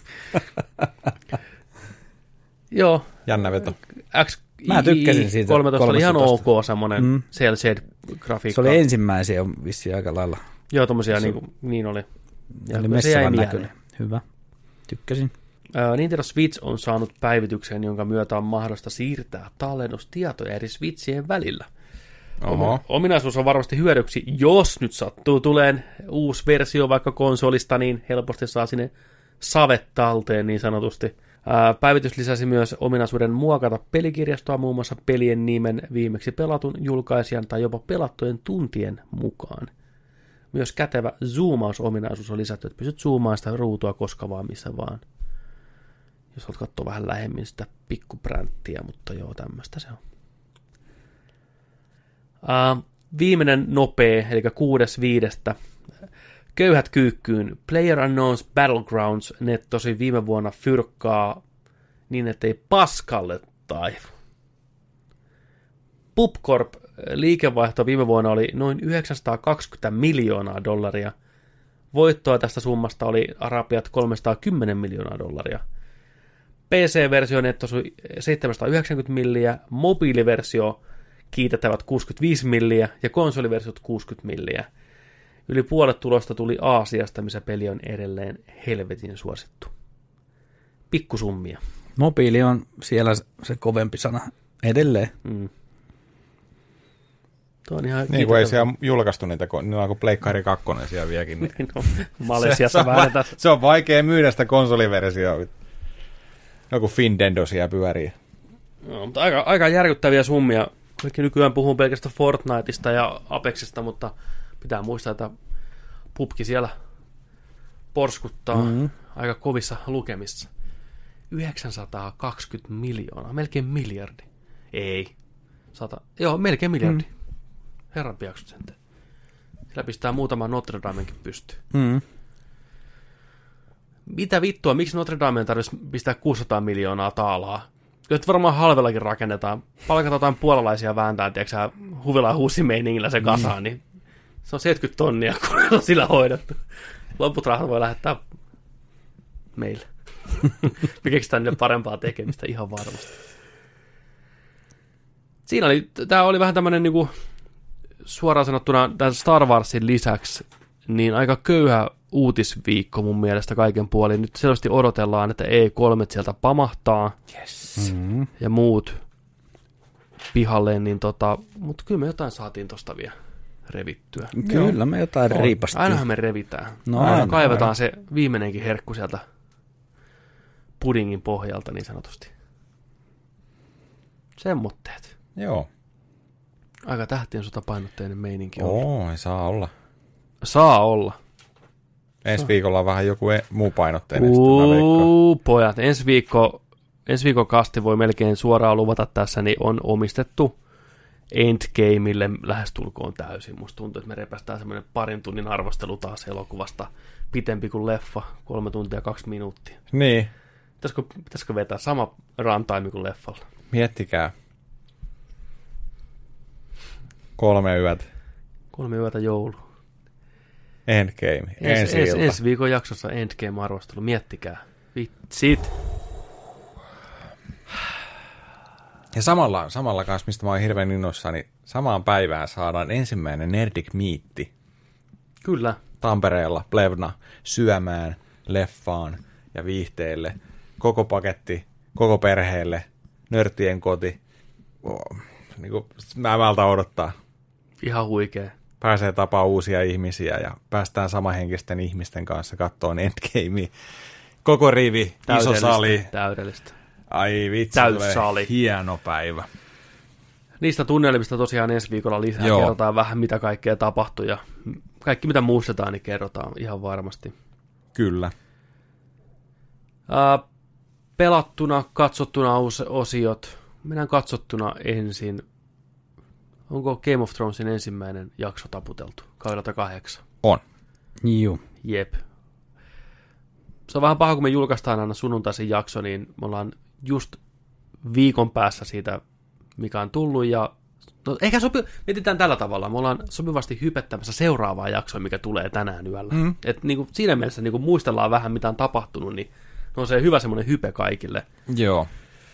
Joo. Jännä veto. X, Mä tykkäsin siitä kolmetoista oli ihan kolmetoista. ok semmoinen mm. cel shade grafiikka. Se oli ensimmäisiä vissiin aika lailla. Joo, tommosia niin, kuin, niin oli. Ja Eli se jäi messavan mieleen. näköinen. Hyvä. Tykkäsin. Ää, Nintendo Switch on saanut päivityksen, jonka myötä on mahdollista siirtää tallennustietoja eri Switchien välillä. Oho. Ominaisuus on varmasti hyödyksi, jos nyt sattuu tuleen uusi versio vaikka konsolista, niin helposti saa sinne savet talteen niin sanotusti. Ää, päivitys lisäsi myös ominaisuuden muokata pelikirjastoa muun muassa pelien nimen viimeksi pelatun julkaisijan tai jopa pelattujen tuntien mukaan. Myös kätevä zoomausominaisuus on lisätty, että pystyt zoomaan sitä ruutua koska vaan missä vaan. Jos haluat katsoa vähän lähemmin sitä pikkupränttiä, mutta joo, tämmöistä se on. Uh, viimeinen nopea, eli kuudes viidestä. Köyhät kyykkyyn. PlayerUnknown's Battlegrounds nettosi viime vuonna fyrkkaa niin, ettei paskalle taivu. PubCorp liikevaihto viime vuonna oli noin yhdeksänsataakaksikymmentä miljoonaa dollaria. Voittoa tästä summasta oli arabiat kolmesataakymmentä miljoonaa dollaria. P C-versio nettosui seitsemänsataayhdeksänkymmentä milliä, mobiiliversio kiitettävät kuusikymmentäviisi milliä ja konsoliversiot kuusikymmentä milliä. Yli puolet tulosta tuli Aasiasta, missä peli on edelleen helvetin suosittu. Pikkusummia. Mobiili on siellä se kovempi sana edelleen. Mm. Tuo on ihan Niin kuin ei siellä julkaistu niitä, kun niillä on kuin Pleikkari kakkonen siellä vieläkin. Niin. no, Malesiassa se, se, on, väännetään. se on vaikea myydä sitä konsoliversioa. Joku Findendo siellä pyörii. No, mutta aika, aika järkyttäviä summia. Kaikki nykyään puhuu pelkästään Fortniteista ja Apexista, mutta pitää muistaa, että pubki siellä porskuttaa mm-hmm. aika kovissa lukemissa. yhdeksänsataakaksikymmentä miljoonaa, melkein miljardi. Ei. Sata, joo, melkein miljardi. Mm. Herran piaksut sen. Sillä pistää muutama Notre Damenkin pystyyn. Mm. Mitä vittua, miksi Notre Dameen tarvitsisi pistää kuusisataa miljoonaa taalaa? Nyt varmaan halvellakin rakennetaan. Palkataan jotain puolalaisia vääntää, tiedätkö huvila huussimeiningillä se kasaan, mm. niin se on seitsemänkymmentä tonnia, kun on sillä hoidettu. Loput rahat voi lähettää meille. Me keksitään niille parempaa tekemistä ihan varmasti. Siinä oli, tämä oli vähän tämmöinen niinku, suoraan sanottuna tämän Star Warsin lisäksi, niin aika köyhä uutisviikko mun mielestä kaiken puolin. Nyt selvästi odotellaan, että E kolme sieltä pamahtaa Yes. Mm-hmm. ja muut pihalle, niin tota, mutta kyllä me jotain saatiin tosta vielä revittyä. Kyllä me jotain On. riipastiin. Ainahan me revitään. No Aina aina, kaivetaan aina. se viimeinenkin herkku sieltä pudingin pohjalta niin sanotusti. Semmoitteet. Joo. Aika tähtien sotapainotteinen meininki on. Oo, ei saa olla. Saa olla. Ensi viikolla on vähän joku e- muu painotteinen. sitten mä veikkaan. Uuu, pojat. Ensi viikko, ensi viikon kasti voi melkein suoraan luvata tässä, niin on omistettu Endgameille lähestulkoon täysin. Musta tuntuu, että me repästään semmoinen parin tunnin arvostelu taas elokuvasta. Pitempi kuin leffa, kolme tuntia kaksi minuuttia. Niin, Pitäisikö, pitäisikö vetää sama runtime kuin leffalla? miettikää. Kolme yötä. Kolme yötä joulu. Endgame. Ens, Ensi ens, ilta. ensi viikon jaksossa Endgame-arvostelu. Miettikää. Vitsit. Ja samalla, samalla kanssa, mistä mä oon hirveän innoissani, samaan päivään saadaan ensimmäinen Nerdic Meetti Kyllä. Tampereella, Plevna, syömään, leffaan ja viihteelle. Koko paketti, koko perheelle, nörttien koti. Oh, niin kuin, mä en malta odottaa. Ihan huikea. Pääsee tapaa uusia ihmisiä ja päästään samahenkisten ihmisten kanssa kattoon Endgamea. Koko rivi, iso Täydellistä. sali. Täydellistä. Ai vitsi, Täyssali. tulee hieno päivä. Niistä tunnelmista tosiaan ensi viikolla lisää. Joo. Kerrotaan vähän, mitä kaikkea tapahtui. Ja kaikki, mitä muistetaan, niin kerrotaan ihan varmasti. Kyllä. Ää, pelattuna, katsottuna os- osiot. Mennään katsottuna ensin. Onko Game of Thronesin ensimmäinen jakso taputeltu? Kaudelta kahdeksan. On. Juu. Jep. Se on vähän paha, kun me julkaistaan aina sunnuntaisin jakso, niin me ollaan just viikon päässä siitä, mikä on tullut, ja no, ehkä sopi, mietitään tällä tavalla, me ollaan sopivasti hypettämässä seuraavaa jaksoa, mikä tulee tänään yöllä. Mm. Et niinku, siinä mielessä niinku, muistellaan vähän, mitä on tapahtunut, niin on se hyvä semmoinen hype kaikille. Joo.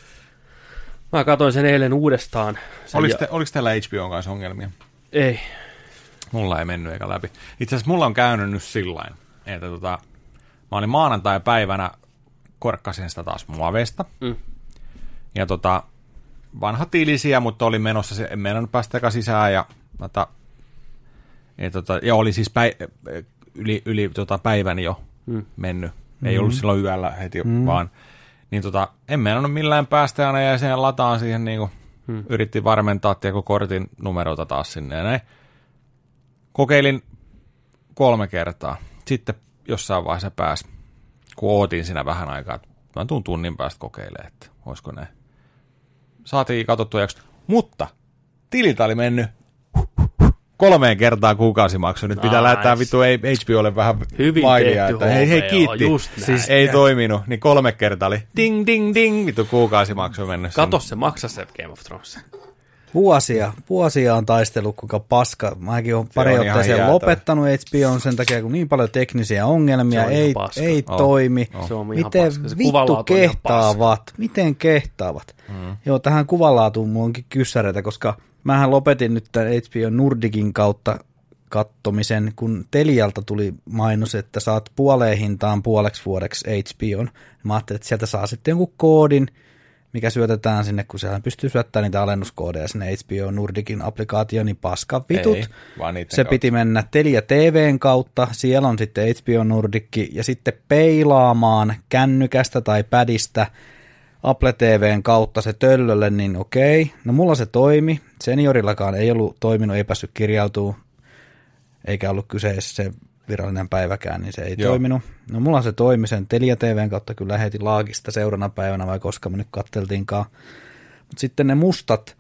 Mä katsoin sen eilen uudestaan. Sen Oliko, ja... te, oliko teillä H B O:n kanssa ongelmia? Ei. Mulla ei mennyt eikä läpi. Itse asiassa mulla on käynyt nyt sillain, että tota, mä olin maanantai-päivänä, korkkasin sitä taas muoveista. Mm. Ja tota, vanha tilisiä, mutta oli menossa, se, en meinannut päästä eka sisään. Ja, tota, ja, tota, ja oli siis päi, yli, yli tota, päivän jo Mm. mennyt. Ei ollut silloin yöllä heti, mm. vaan niin tota, en meinannut millään päästä, aina jäi siihen lataan siihen, niin kuin, hmm. yritti varmentaa tiedätkö, kortin numeroita taas sinne ja näin. Kokeilin kolme kertaa. Sitten jossain vaiheessa pääsi, kun ootin siinä vähän aikaa, että mä tuun tunnin päästä kokeilemaan, että olisiko näin. Saatiin katsottua jaksoa, mutta tililtä oli mennyt kolmeen kertaan kuukausimaksu. Nyt pitää Nice. lähettää vittu H B O:lle vähän Hyvin mailia, tehty, että hei, hei H B O, kiitti. just näin. Siis ei toiminut, niin kolme kertaa oli ding ding ding, vittu kuukausimaksu mennyt. Kato se, maksa se Game of Thrones. Vuosia, vuosia on taistellut, kuinka paska. Mäkin olen pari on ihan otteeseen jäätävä. lopettanut H B O:n sen takia, kun niin paljon teknisiä ongelmia, Se on ihan ei, paska. ei Oh. toimi. Oh. Se on ihan Miten paska. Se vittu kuvanlaatu on ihan kehtaavat? Miten kehtaavat? Mm. Joo, tähän kuvanlaatuun mulla onkin kyssäreitä, koska mähän lopetin nyt tämän H B O Nordicin kautta kattomisen, kun Telialta tuli mainos, että saat puoleen hintaan puoleksi vuodeksi H B O:n. Mä ajattelin, että sieltä saa sitten jonkun koodin, mikä syötetään sinne, kun sehän pystyy syöttämään niitä alennuskoodeja sinne H B O Nordicin applikaatioon, niin paska vitut. Ei, vaan niiden Se kautta. piti mennä Telia T V:n kautta, siellä on sitten H B O Nordic, ja sitten peilaamaan kännykästä tai pädistä Apple T V:n kautta se töllölle, niin okei. No mulla se toimi, seniorillakaan ei ollut toiminut, ei päässyt kirjautumaan, eikä ollut kyseessä se virallinen päiväkään, niin se ei Joo. toiminut. No mulla se toimi sen Telia T V:n kautta kyllä heti laagista seurana päivänä, vai koska me nyt katteltiinkaan. Mutta sitten ne mustat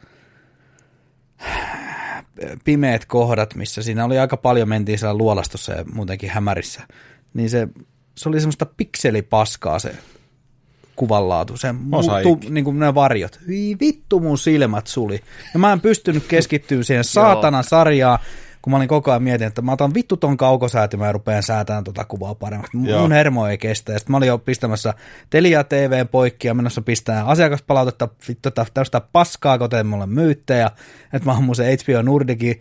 pimeät kohdat, missä siinä oli aika paljon, mentiin siellä luolastossa ja muutenkin hämärissä, niin se, se oli semmoista pikselipaskaa se kuvanlaatu, se muuttu, niin kuin ne varjot. Hyi vittu mun silmät suli. Ja mä en pystynyt keskittyä siihen saatanan sarjaan, kun mä olin koko ajan mietin, että mä otan vittu ton kaukosäätimään ja rupean säätämään tota kuvaa paremmaksi. Mun Joo. hermo ei kestä. Ja sitten mä olin jo pistämässä Telia T V:n poikki ja menossa pistää asiakaspalautetta, vittu tästä paskaa, kun te mulle myytte. Ja että mä ammun se H B O Nordicin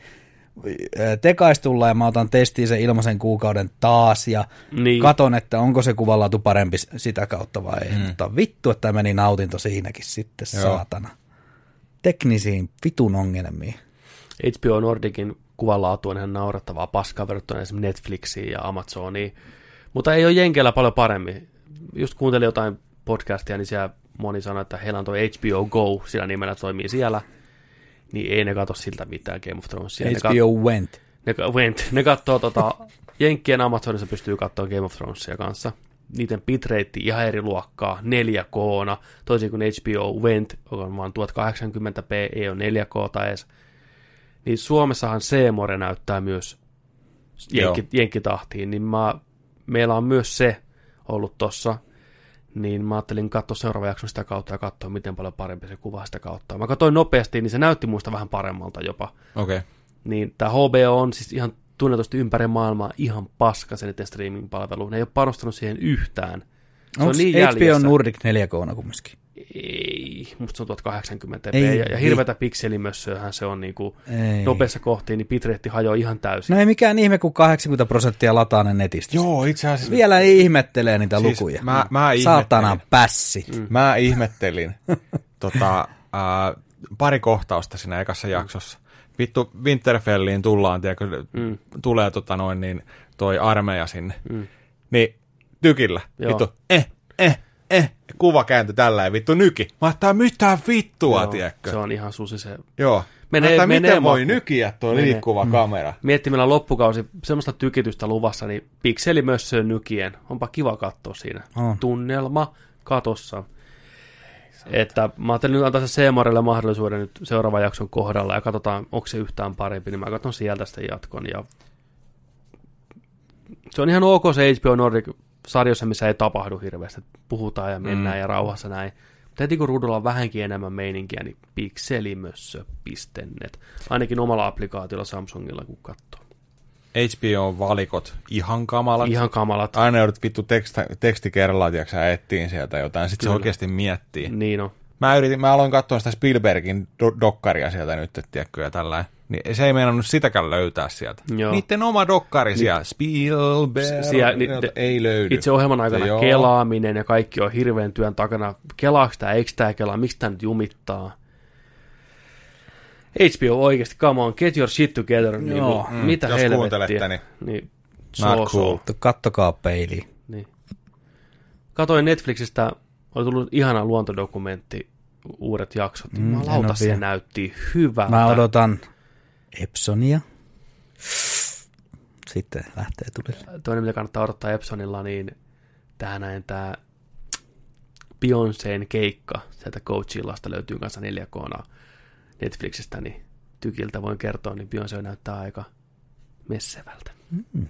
tekaistulla ja mä otan testiin sen ilmaisen kuukauden taas ja Niin. katon, että onko se kuvanlaatu parempi sitä kautta vai ei. Mm. Mutta vittu, että meni nautinto siinäkin sitten, Joo. saatana. Teknisiin vitun ongelmiin. H B O Nordicin kuvanlaatu on ihan naurettavaa paskaa verrattuna esimerkiksi Netflixiin ja Amazoniin, mutta ei ole Jenkeillä paljon paremmin. Just kuuntelin jotain podcastia, niin siellä moni sanoi, että heillä on tuo H B O Go, sillä nimellä toimii siellä, niin ei ne katso siltä mitään Game of Thronesia. H B O kat- Went. Ne, went. ne katsoo tota, Jenkkien Amazonissa pystyy katsoa Game of Thronesia kanssa. Niiden bitrate ihan eri luokkaa, neljä K-na, toisin kuin H B O Went, joka on vain tuhatkahdeksankymmentä p, ei ole neljä K edes. Niin Suomessahan C-more näyttää myös jenkki, jenkkitahtiin, niin mä, meillä on myös se ollut tossa, niin mä ajattelin katsoa seuraava jakson sitä kautta ja katsoa, miten paljon parempi se kuva sitä kautta. Mä katsoin nopeasti, niin se näytti muista vähän paremmalta jopa. Okei. Okay. Niin tää H B O on siis ihan tunnetusti ympäri maailmaa ihan paska sen eteen streaming-palvelu. Ne ei ole panostanut siihen yhtään. Se onko on niin H B O jäljessä. Nordic neljä K-na kumminkin? Ei, musta se on tuhatkahdeksankymmentä p Ei, ja, ja hirveätä pikselimössöähän se on niinku Ei. nopeassa kohtiin, niin bitrate hajoaa ihan täysin. No ei mikään ihme, kun kahdeksankymmentä prosenttia lataa ne netistä. Joo, itse asiassa. Vielä ihmettelee niitä siis lukuja. Mä, mä Saatana pässit. Mm. Mä ihmettelin tota, äh, pari kohtausta siinä ekassa jaksossa. Vittu, Winterfelliin tullaan, tiedätkö, mm. tulee tota noin, niin toi armeija sinne. Mm. Niin, tykillä. Joo. Vittu, eh, eh, eh. Kuva kääntyi tällä ja vittu nyki. Mä ajattelin, mitään vittua, Joo, tiedätkö. se on ihan susi se. Joo. Menee, Mä menee miten voi maku. nykiä tuo Menee. liikkuva mm. kamera. Mietti, meillä on loppukausi semmoista tykitystä luvassa, niin pikselimössöön nykien. Onpa kiva katsoa siinä. On. Tunnelma katossa. Että mä ajattelin nyt antaa se C-Morelle mahdollisuuden nyt seuraavan jakson kohdalla ja katsotaan, onko se yhtään parempi, niin mä katson sieltä sitten jatkon. Ja se on ihan ok se H B O Nordic sarjossa, missä ei tapahdu hirveästi. Puhutaan ja mennään mm. ja rauhassa näin. Mutta heti kun ruudulla on vähänkin enemmän meininkiä, niin pikselimössö piste net. Ainakin omalla applikaatiolla Samsungilla, kun katsoo. H B O-valikot ihan kamalat. Ihan kamalat. Aina joudut vittu teksti, teksti kerrallaan, tiedätkö sä, etsiin sieltä jotain. Sitten se oikeasti miettii. Niin on. Mä, yritin, mä aloin katsoa sitä Spielbergin do- dokkaria sieltä nyt, tiedätkö, ja tällainen. Niin se ei meinannut sitäkään löytää sieltä. Joo. Niiden oma dokkari siellä, Spielberg, Siellä, ni, ei löydy. Itse ohjelman aikana Joo. kelaaminen ja kaikki on hirveän työn takana. Kelaako tämä, eikö tämä kelaa, miksi tämä nyt jumittaa? H B O oikeasti, come on, get your shit together. Niin, Joo. mm, mitä Jos helvettiä. kuuntelette, niin niin not so, cool. so. Kattokaa peiliin. Niin. Katoin Netflixistä, oli tullut ihana luontodokumentti, uudet jaksot. Mm, Mm, en Lauta, ole se vielä. näytti hyvältä. Mä odotan Epsonia. Sitten lähtee tulille. Toinen, mitä kannattaa odottaa Epsonilla, niin tää näin tää Beyoncén keikka sieltä Coachillasta löytyy kanssa neljä K:na Netflixistä, niin tykiltä voin kertoa, niin Beyoncé näyttää aika messevältä. Mm.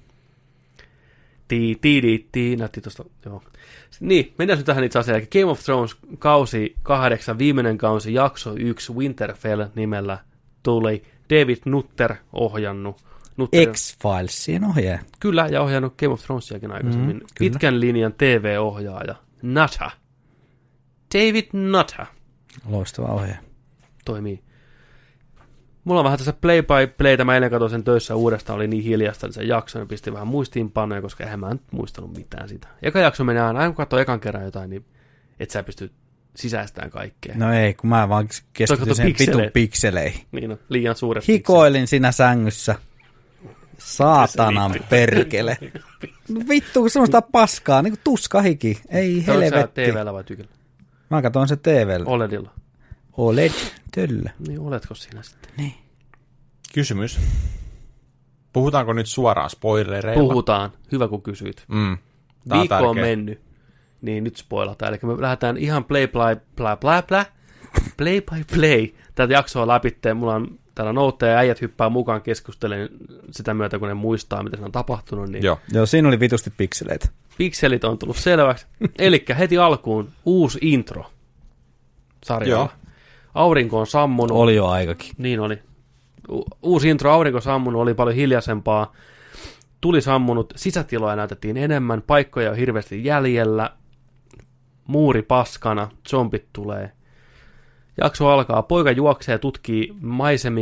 Tii, tii, tii, tii, näytti tosta, joo. Niin, mennään nyt tähän itse asiassa. Game of Thrones kausi kahdeksan, viimeinen kausi, jakso yksi, Winterfell nimellä tuli. David Nutter ohjannut. Nutter, X-Filesien ohjaaja. Kyllä, ja ohjannut Game of Thronesiakin aikaisemmin. Mm, Pitkän linjan T V-ohjaaja. Nutter. David Nutter Loistava ohjaaja. toimii. Mulla on vähän tässä play by play, mä eilen katsoin sen töissä uudestaan, oli niin hiljasta sen jakson, ja pistin vähän muistiinpanoja, koska eihän mä nyt muistanut mitään sitä. Eka jakso menee aina, aina kun katsoo ekan kerran jotain, niin et sä pysty sisäistämään kaikkea. No ei, kun mä vaan keskityin sen vitun pikseleihin. Niin on, liian suuret Hikoilin siinä sängyssä. Saatanan perkele. No vittu, kun semmoista paskaa, niin kuin tuskahiki. Ei pikseleihin. helvetti. T V:llä vai tykillä? Mä katsoin se T V:llä. OLEDilla. O L E D, töllä. Niin, oletko siinä sitten? Niin. Kysymys. Puhutaanko nyt suoraan spoilereilla? Puhutaan. Hyvä, kun kysyit. Mm. Tää on Viikko on tärkeä. mennyt, niin nyt spoilataan. Eli me lähdetään ihan play, play, play, play, play, play by play. Tätä jaksoa läpi. Mulla on täällä noutteja ja äijät hyppää mukaan keskustelemaan sitä myötä, kun ne muistaa, mitä se on tapahtunut. Niin Joo. Joo, siinä oli vitusti pikseleitä. pikselit on tullut selväksi. Eli heti alkuun uusi intro sarjalla. Joo. Aurinko on sammunut. Oli jo aikakin. Niin oli. U- uusi intro, aurinko sammunut, oli paljon hiljaisempaa. Tuli sammunut, sisätiloja näytettiin enemmän, paikkoja on hirveästi jäljellä. Muuri paskana, zombit tulee. Jakso alkaa, poika juoksee ja tutkii maisemia,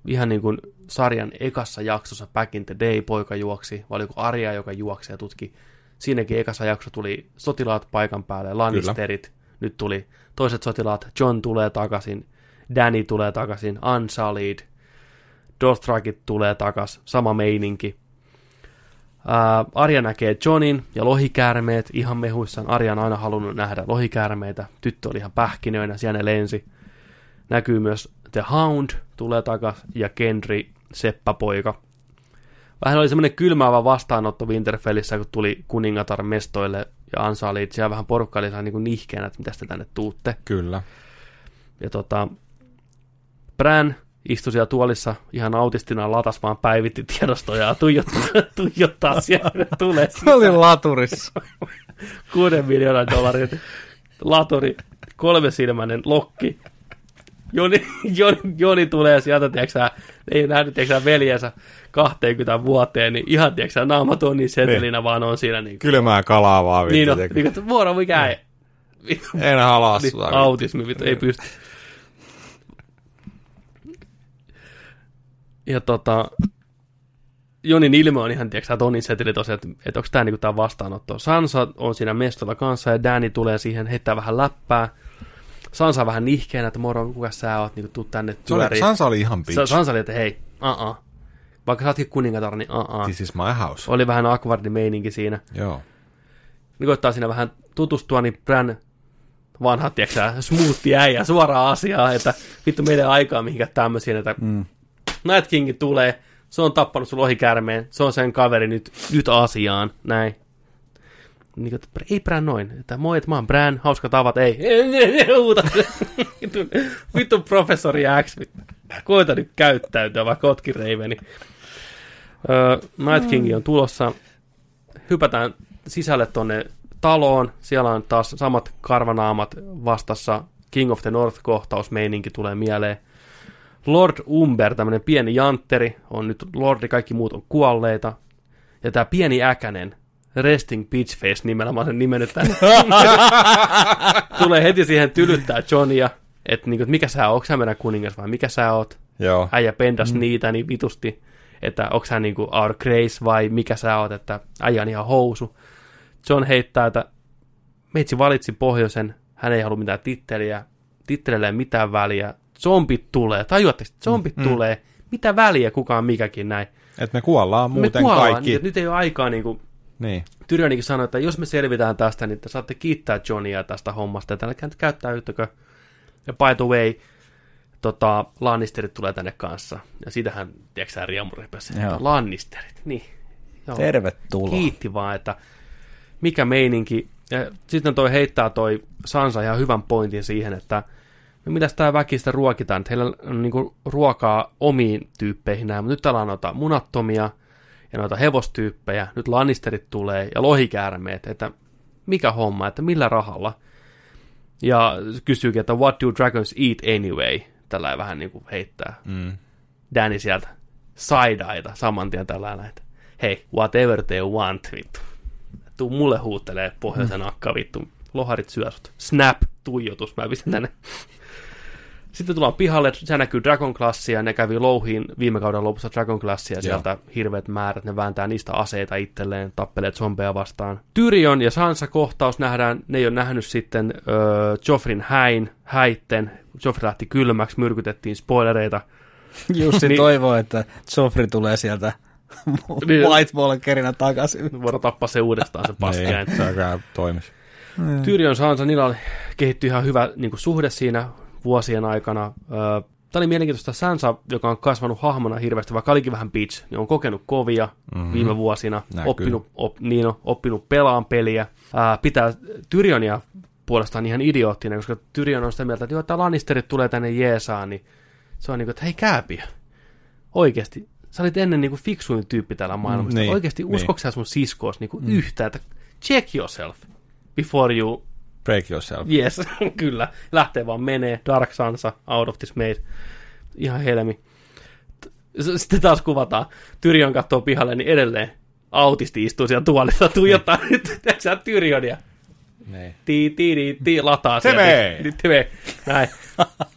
ihan niin kuin sarjan ekassa jaksossa Back in the Day poika juoksi, vai oliko Arya, joka juoksi ja tutki. Siinäkin ekassa jakso tuli sotilaat paikan päälle, Lannisterit, Kyllä. nyt tuli toiset sotilaat, Jon tulee takaisin, Dany tulee takaisin, Unsullied, Dothrakit tulee takaisin, sama meininki. Ää, Arya näkee Jonin ja lohikäärmeet ihan mehuissaan. Arya on aina halunnut nähdä lohikäärmeitä. Tyttö oli ihan pähkinöinä, siellä ne lensi. Näkyy myös The Hound tulee takaisin ja Gendry, seppäpoika. Vähän oli semmoinen kylmäävä vastaanotto Winterfellissä, kun tuli kuningatar mestoille ja Unsullied. Siellä vähän porukka oli niin nihkeänä, että mitä te tänne tuutte. Kyllä. Ja tota, Bran istui siellä tuolissa ihan autistina, latas vaan päivitti tiedostoja ja tuijottaa, tuijottaa siellä, tulee Se oli laturissa. Kuuden miljoonan dollarin laturi, kolmesilmäinen lokki. Joni, Joni, Joni tulee sieltä, tiiäksä, ei nähnyt tiiäksä, veljensä kaksikymmentä vuoteen, niin ihan tiiäksä, naama tonnin setelinä vaan on siinä. Niin, kylmää kalaa vaan. Niin on, niin kuin, vuoro mikä ei. En halaa niin, sua. autismi, vittu, ei pysty. Ja tota, Jonin ilme on ihan, tiiäksä, tonnin seteli tosiaan, että, että onko tämä niinku tää vastaanotto. Sansa on siinä mestolla kanssa ja Dany tulee siihen, heittää vähän läppää. Sansa on vähän nihkeänä, että moro, kuka sä oot, niin tuu tänne työriin. Sansa oli ihan bitch. Sansa oli, että hei, uh-uh. Vaikka sä ootkin kuningatar, niin uh-uh. This is my house. Oli vähän awkwardi meininki siinä. Joo. Niin koittaa siinä vähän tutustua, niin Bran vanha, tiiäksä, smoothie äijä suoraan asiaan, että vittu meidän aikaa mihinkään tämmöisiin, että mm. Night King tulee, se on tappanut sun lohikäärmeen, se on sen kaveri nyt, nyt asiaan, näin. Niin kuin, että ei Bran noin, että moi, että mä oon Bran, hauska tavat, ei, vittu professori X, koita nyt käyttäytyä, vaikka ootkin reiveni. Uh, Night King on tulossa, hypätään sisälle tonne taloon, siellä on taas samat karvanaamat vastassa, King of the North-kohtausmeininki tulee mieleen. Lord Umber, tämmönen pieni jantteri, on nyt lordi, kaikki muut on kuolleita. Ja tää pieni äkänen, Resting Bitchface nimellä, mä oon sen nimennyt tänne. Tulee heti siihen tylyttää Johnia, että niinku, et mikä sä oot, onko sä meidän kuningas vai mikä sä oot? Joo. Äijä pendas mm. niitä niin vitusti, että onko sä niinku our grace vai mikä sä oot, että äijä on ihan housu. John heittää, että meitsi valitsi pohjoisen, hän ei halua mitään titteliä, tittelille ei mitään väliä. Zombit tulee, tajuatteko, zombit mm. tulee, mitä väliä kukaan mikäkin näin. Että me kuollaan muuten me kuollaan, kaikki. Niin, nyt ei ole aikaa, niin kuin niin. Tyrionikin sanoi, että jos me selvitään tästä, niin te saatte kiittää Johnia tästä hommasta, että älkää nyt käyttäytykö. Ja by the way, tota, Lannisterit tulee tänne kanssa. Ja siitähän, tiedätkö sä, riemu repesi, että Lannisterit, niin. Joo. Tervetuloa. Kiitti vaan, että mikä meininki. Ja sitten toi heittää toi Sansa ihan hyvän pointin siihen, että no mitäs tää väkistä ruokitaan, että heillä on niinku ruokaa omiin tyyppeihin nämä, mutta nyt täällä on noita munattomia ja noita hevostyyppejä, nyt Lannisterit tulee ja lohikäärmeet, että mikä homma, että millä rahalla. Ja kysyykin, että what do dragons eat anyway, tällä vähän niinku heittää. Mm. Dany sieltä side-aita saman tien tällä näitä. Hei, whatever they want, vittu. Tuu mulle huuttelee pohjoisen mm. akka, vittu. Loharit syö sut. Snap, tuijotus, mä pistän tänne. Sitten tullaan pihalle, se näkyy Dragon Classia, ne kävi louhiin viime kauden lopussa Dragon Classia, sieltä hirveät määrät, ne vääntää niistä aseita itselleen, tappelee zombeja vastaan. Tyrion ja Sansa kohtaus nähdään, ne ei ole nähnyt sitten öö, Joffrin häin, häitten, Joffri lähti kylmäksi, myrkytettiin spoilereita. Jussi niin, toivoo, että Joffri tulee sieltä White Walkerina takaisin. Voidaan tappaa se uudestaan, se paskiain. Ei, se toimisi. Tyrion Sansa, niillä oli kehittyi ihan hyvä niin kuin suhde siinä vuosien aikana. Tämä oli mielenkiintoista. Sansa, joka on kasvanut hahmona hirveästi, vaikka olikin vähän bitch, niin on kokenut kovia mm-hmm. viime vuosina, oppinut, op, niin on, oppinut pelaan peliä. Ää, pitää Tyrionia puolestaan ihan idioottina, koska Tyrion on sitä mieltä, että joo, että Lannisterit tulee tänne jeesaan, niin se on niin kuin, että hei kääpiä, oikeasti, sä olit ennen niin kuin fiksuin tyyppi täällä maailmassa. Niin, oikeasti niin. Uskoiko sä sun siskoos niin kuin mm. yhtään, että check yourself before you break yourself. Yes, kyllä. Lähtee vaan menee. Dark Sansa, out of this made. Ihan helmi. Sitten taas kuvataan. Tyrion katsoo pihalle, niin edelleen autisti istuu siellä tuolissa. Tuijottaa nyt, teetkö sä Tyrionia? Niin. Tii, tii, tii, tii, lataa se sieltä. mee! Se mee. Näin.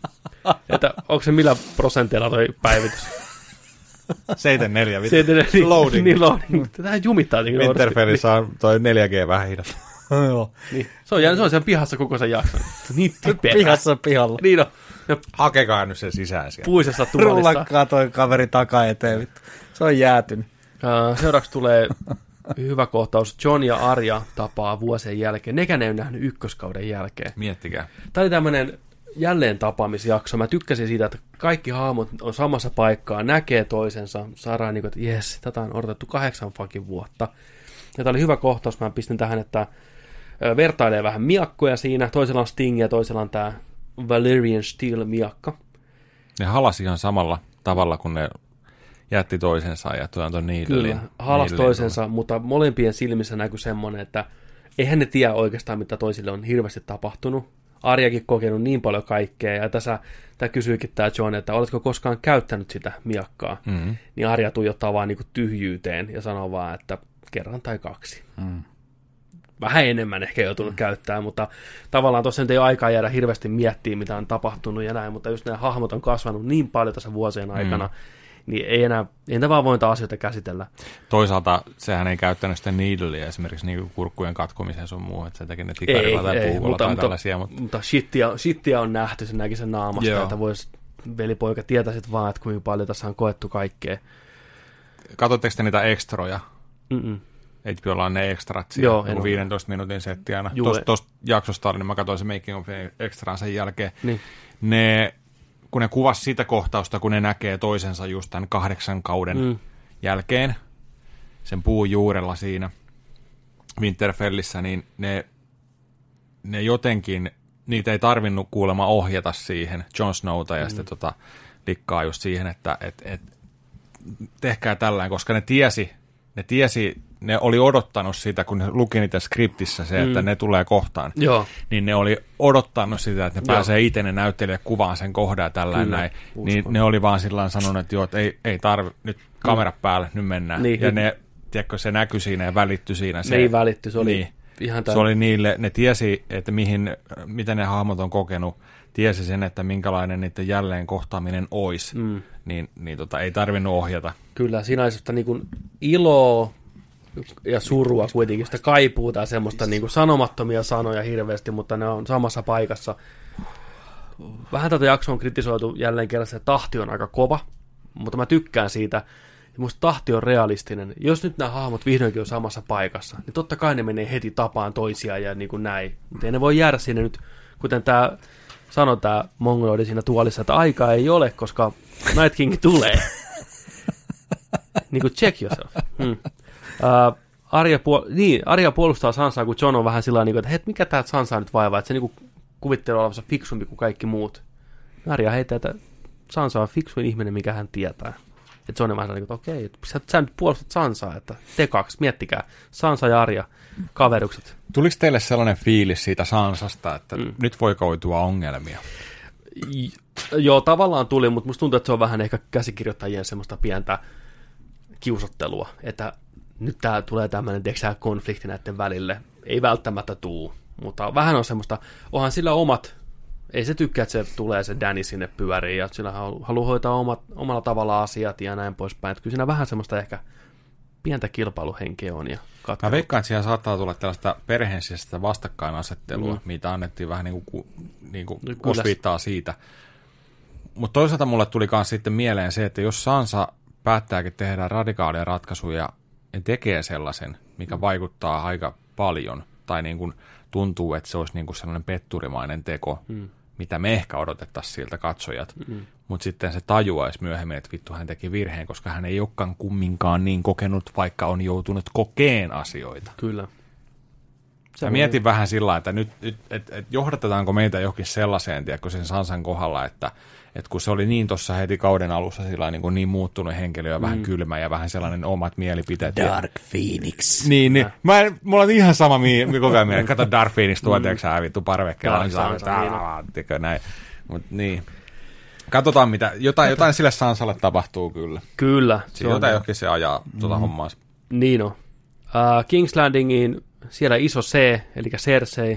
että onko se millä prosentilla toi päivitys? seitsemänkymmentäneljä, vittu. seitsemänkymmentäneljä, Loading. Niin, loading. Tähän jumittaa. Niin Winterfellissä on toi neljä G vähän hidas. Joo. niin. Se on jäänyt, se on siellä pihassa koko sen jakson. Niin typerä. Pihassa pihalla. Niin on. Ja Hakekaa nyt sen sisään siellä. puisessa tuolissa. Rullakkaa toi kaveri takaa eteen, vittu. Se on jäätynyt. Uh, seuraavaksi tulee hyvä kohtaus. John ja Arya tapaa vuosien jälkeen. Nekään ei ole nähnyt ykköskauden jälkeen. Miettikää. Tämä oli tämmöinen jälleen tapaamisjakso. Mä tykkäsin siitä, että kaikki hahmot on samassa paikkaa, näkee toisensa. Saadaan niin kuin, että jes, tätä on odotettu kahdeksan fucking vuotta. Ja tämä oli hyvä kohtaus. Mä pistin tähän, että vertailee vähän miakkoja siinä. Toisella on Sting ja toisella on tämä Valyrian Steel miakka. Ne halasi ihan samalla tavalla, kun ne jätti toisensa ja tuon tuon niille. Kyllä, halas toisensa, tuolla. Mutta molempien silmissä näkyy semmoinen, että eihän ne tiedä oikeastaan, mitä toisille on hirveästi tapahtunut. Arjakin kokenut niin paljon kaikkea, ja tässä tämä kysyikin tämä John, että oletko koskaan käyttänyt sitä miakkaa, mm-hmm. niin Arja tuijottaa vaan niin kuin tyhjyyteen ja sanoo vaan, että kerran tai kaksi. Mm. Vähän enemmän ehkä joutunut mm. käyttämään, mutta tavallaan tuossa nyt ei ole aikaa jäädä hirveästi miettimään, mitä on tapahtunut ja näin, mutta just nämä hahmot on kasvanut niin paljon tässä vuosien aikana, mm. niin ei enää, ei enää vaan voita asioita käsitellä. Toisaalta sehän ei käyttänyt sitä needleä esimerkiksi niin kurkkujen katkomiseen sun muuhun, että se teki ne tikarilla tai puukolla tai tällaisia. Mutta, mutta shittia, shittia on nähty, se näki sen naamasta, Joo. että vois velipoika tietäisit vaan, että kuinka paljon tässä on koettu kaikkea. Katsotteko te niitä ekstroja? Mm-mm. H B O:lla on ne ekstrat siinä, Joo, niin viidentoista minuutin setti aina. Tuosta jaksosta oli, niin mä katsoin se Making of Extraan sen jälkeen. Niin. Ne, kun ne kuvasi sitä kohtausta, kun ne näkee toisensa just tämän kahdeksan kauden mm. jälkeen, sen puun juurella siinä Winterfellissä, niin ne, ne jotenkin, niitä ei tarvinnut kuulemma ohjata siihen, Jon Snowta ja mm. sitten tota, likkaa just siihen, että et, et, tehkää tällään, koska ne tiesi, ne tiesi, ne oli odottanut sitä, kun ne luki niitä skriptissä se, että mm. ne tulee kohtaan, Joo. niin ne oli odottanut sitä, että ne Joo. pääsee itse ne näyttelijät kuvaan sen kohdan ja tällään näin. Niin ne oli vaan sillä sanonut, että joo, että ei, ei tarvi, nyt kamera mm. päälle, nyt mennään. Niin, ja ne, tiedätkö, se näkyi siinä ja välittyi siinä. Se, ne ei välitty, se oli niin, ihan se oli niille, ne tiesi, että mihin, mitä ne hahmot on kokenut, tiesi sen, että minkälainen niiden jälleen kohtaaminen olisi, mm. niin, niin tota, ei tarvinnut ohjata. Kyllä, siinä oli sellaista niin kuin iloa ja surua kuitenkin, sitä kaipuuta ja semmoista niin kuin sanomattomia sanoja hirveästi, mutta ne on samassa paikassa. Vähän tätä jaksoa on kritisoitu jälleen kerran, että tahti on aika kova, mutta mä tykkään siitä. Musta tahti on realistinen. Jos nyt nämä hahmot vihdoinkin on samassa paikassa, niin totta kai ne menee heti tapaan toisiaan ja niin kuin näin. Mutta ei ne voi jäädä sinne nyt, kuten tämä sanoi tämä mongoloidi siinä tuolissa, että aikaa ei ole, koska Night King tulee. Niin kuin check yourself. Hmm. Uh, Arya, puol- niin, Arya puolustaa Sansaa, kun Jon on vähän sillä tavalla, että hei, mikä tämä Sansaa nyt vaivaa, että se niin kuvittelee olevansa fiksumpi kuin kaikki muut. Arya heittää, että Sansa on fiksuin ihminen, mikä hän tietää. Että Jon on vähän sellainen, että okei, että sä, sä nyt puolustat Sansaa, että te kaksi, miettikää, Sansa ja Arya, kaverukset. Tuliko teille sellainen fiilis siitä Sansasta, että mm. nyt voi koitua ongelmia? J- joo, tavallaan tuli, mutta musta tuntuu, että se on vähän ehkä käsikirjoittajien semmoista pientä kiusottelua, että nyt tää tulee tämmöinen konflikti näiden välille. Ei välttämättä tuu, mutta vähän on semmoista, onhan sillä omat, ei se tykkää, että se tulee se Danny sinne pyöriin, ja sillä haluaa hoitaa omat, omalla tavalla asiat ja näin poispäin. Että kyllä siinä vähän semmoista ehkä pientä kilpailuhenkeä on. Ja mä veikkaan, että siellä saattaa tulla tällaista perheen sisäistä vastakkainasettelua, mm. mitä annettiin vähän niin kuin, niin kuin osviittaa siitä. Mutta toisaalta mulle tuli myös sitten mieleen se, että jos Sansa päättääkin tehdä radikaalia ratkaisuja ja tekee sellaisen, mikä vaikuttaa aika paljon, tai niin kuin tuntuu, että se olisi niin kuin sellainen petturimainen teko, mm. mitä me ehkä odotettaisiin siltä katsojat, mm. mutta sitten se tajuaisi myöhemmin, että vittu hän teki virheen, koska hän ei olekaan kumminkaan niin kokenut, vaikka on joutunut kokeen asioita. Kyllä. Mä mietin vähän sillä, että nyt, nyt et, et johdatetaanko meitä johonkin sellaiseen, tiedätkö, sen Sansan kohdalla, että et kun se oli niin tuossa heti kauden alussa sillä niin, niin muuttunut henkilö ja mm. vähän kylmä ja vähän sellainen omat mielipiteet. Dark ja, Phoenix. Niin, niin. Mä en, mulla on ihan sama mi- koko ajan mieleen. Kato Dark Phoenix tuo, tiedätkö sä vittu parvekkeella. Niin saa, näin. Mut niin. Katsotaan mitä, jotain, jotain sille Sansalle tapahtuu kyllä. Kyllä. Siinä jotain johonkin se ajaa mm. tuota hommaa. Niin on. Uh, King's Landingiin siellä iso C, eli Cersei,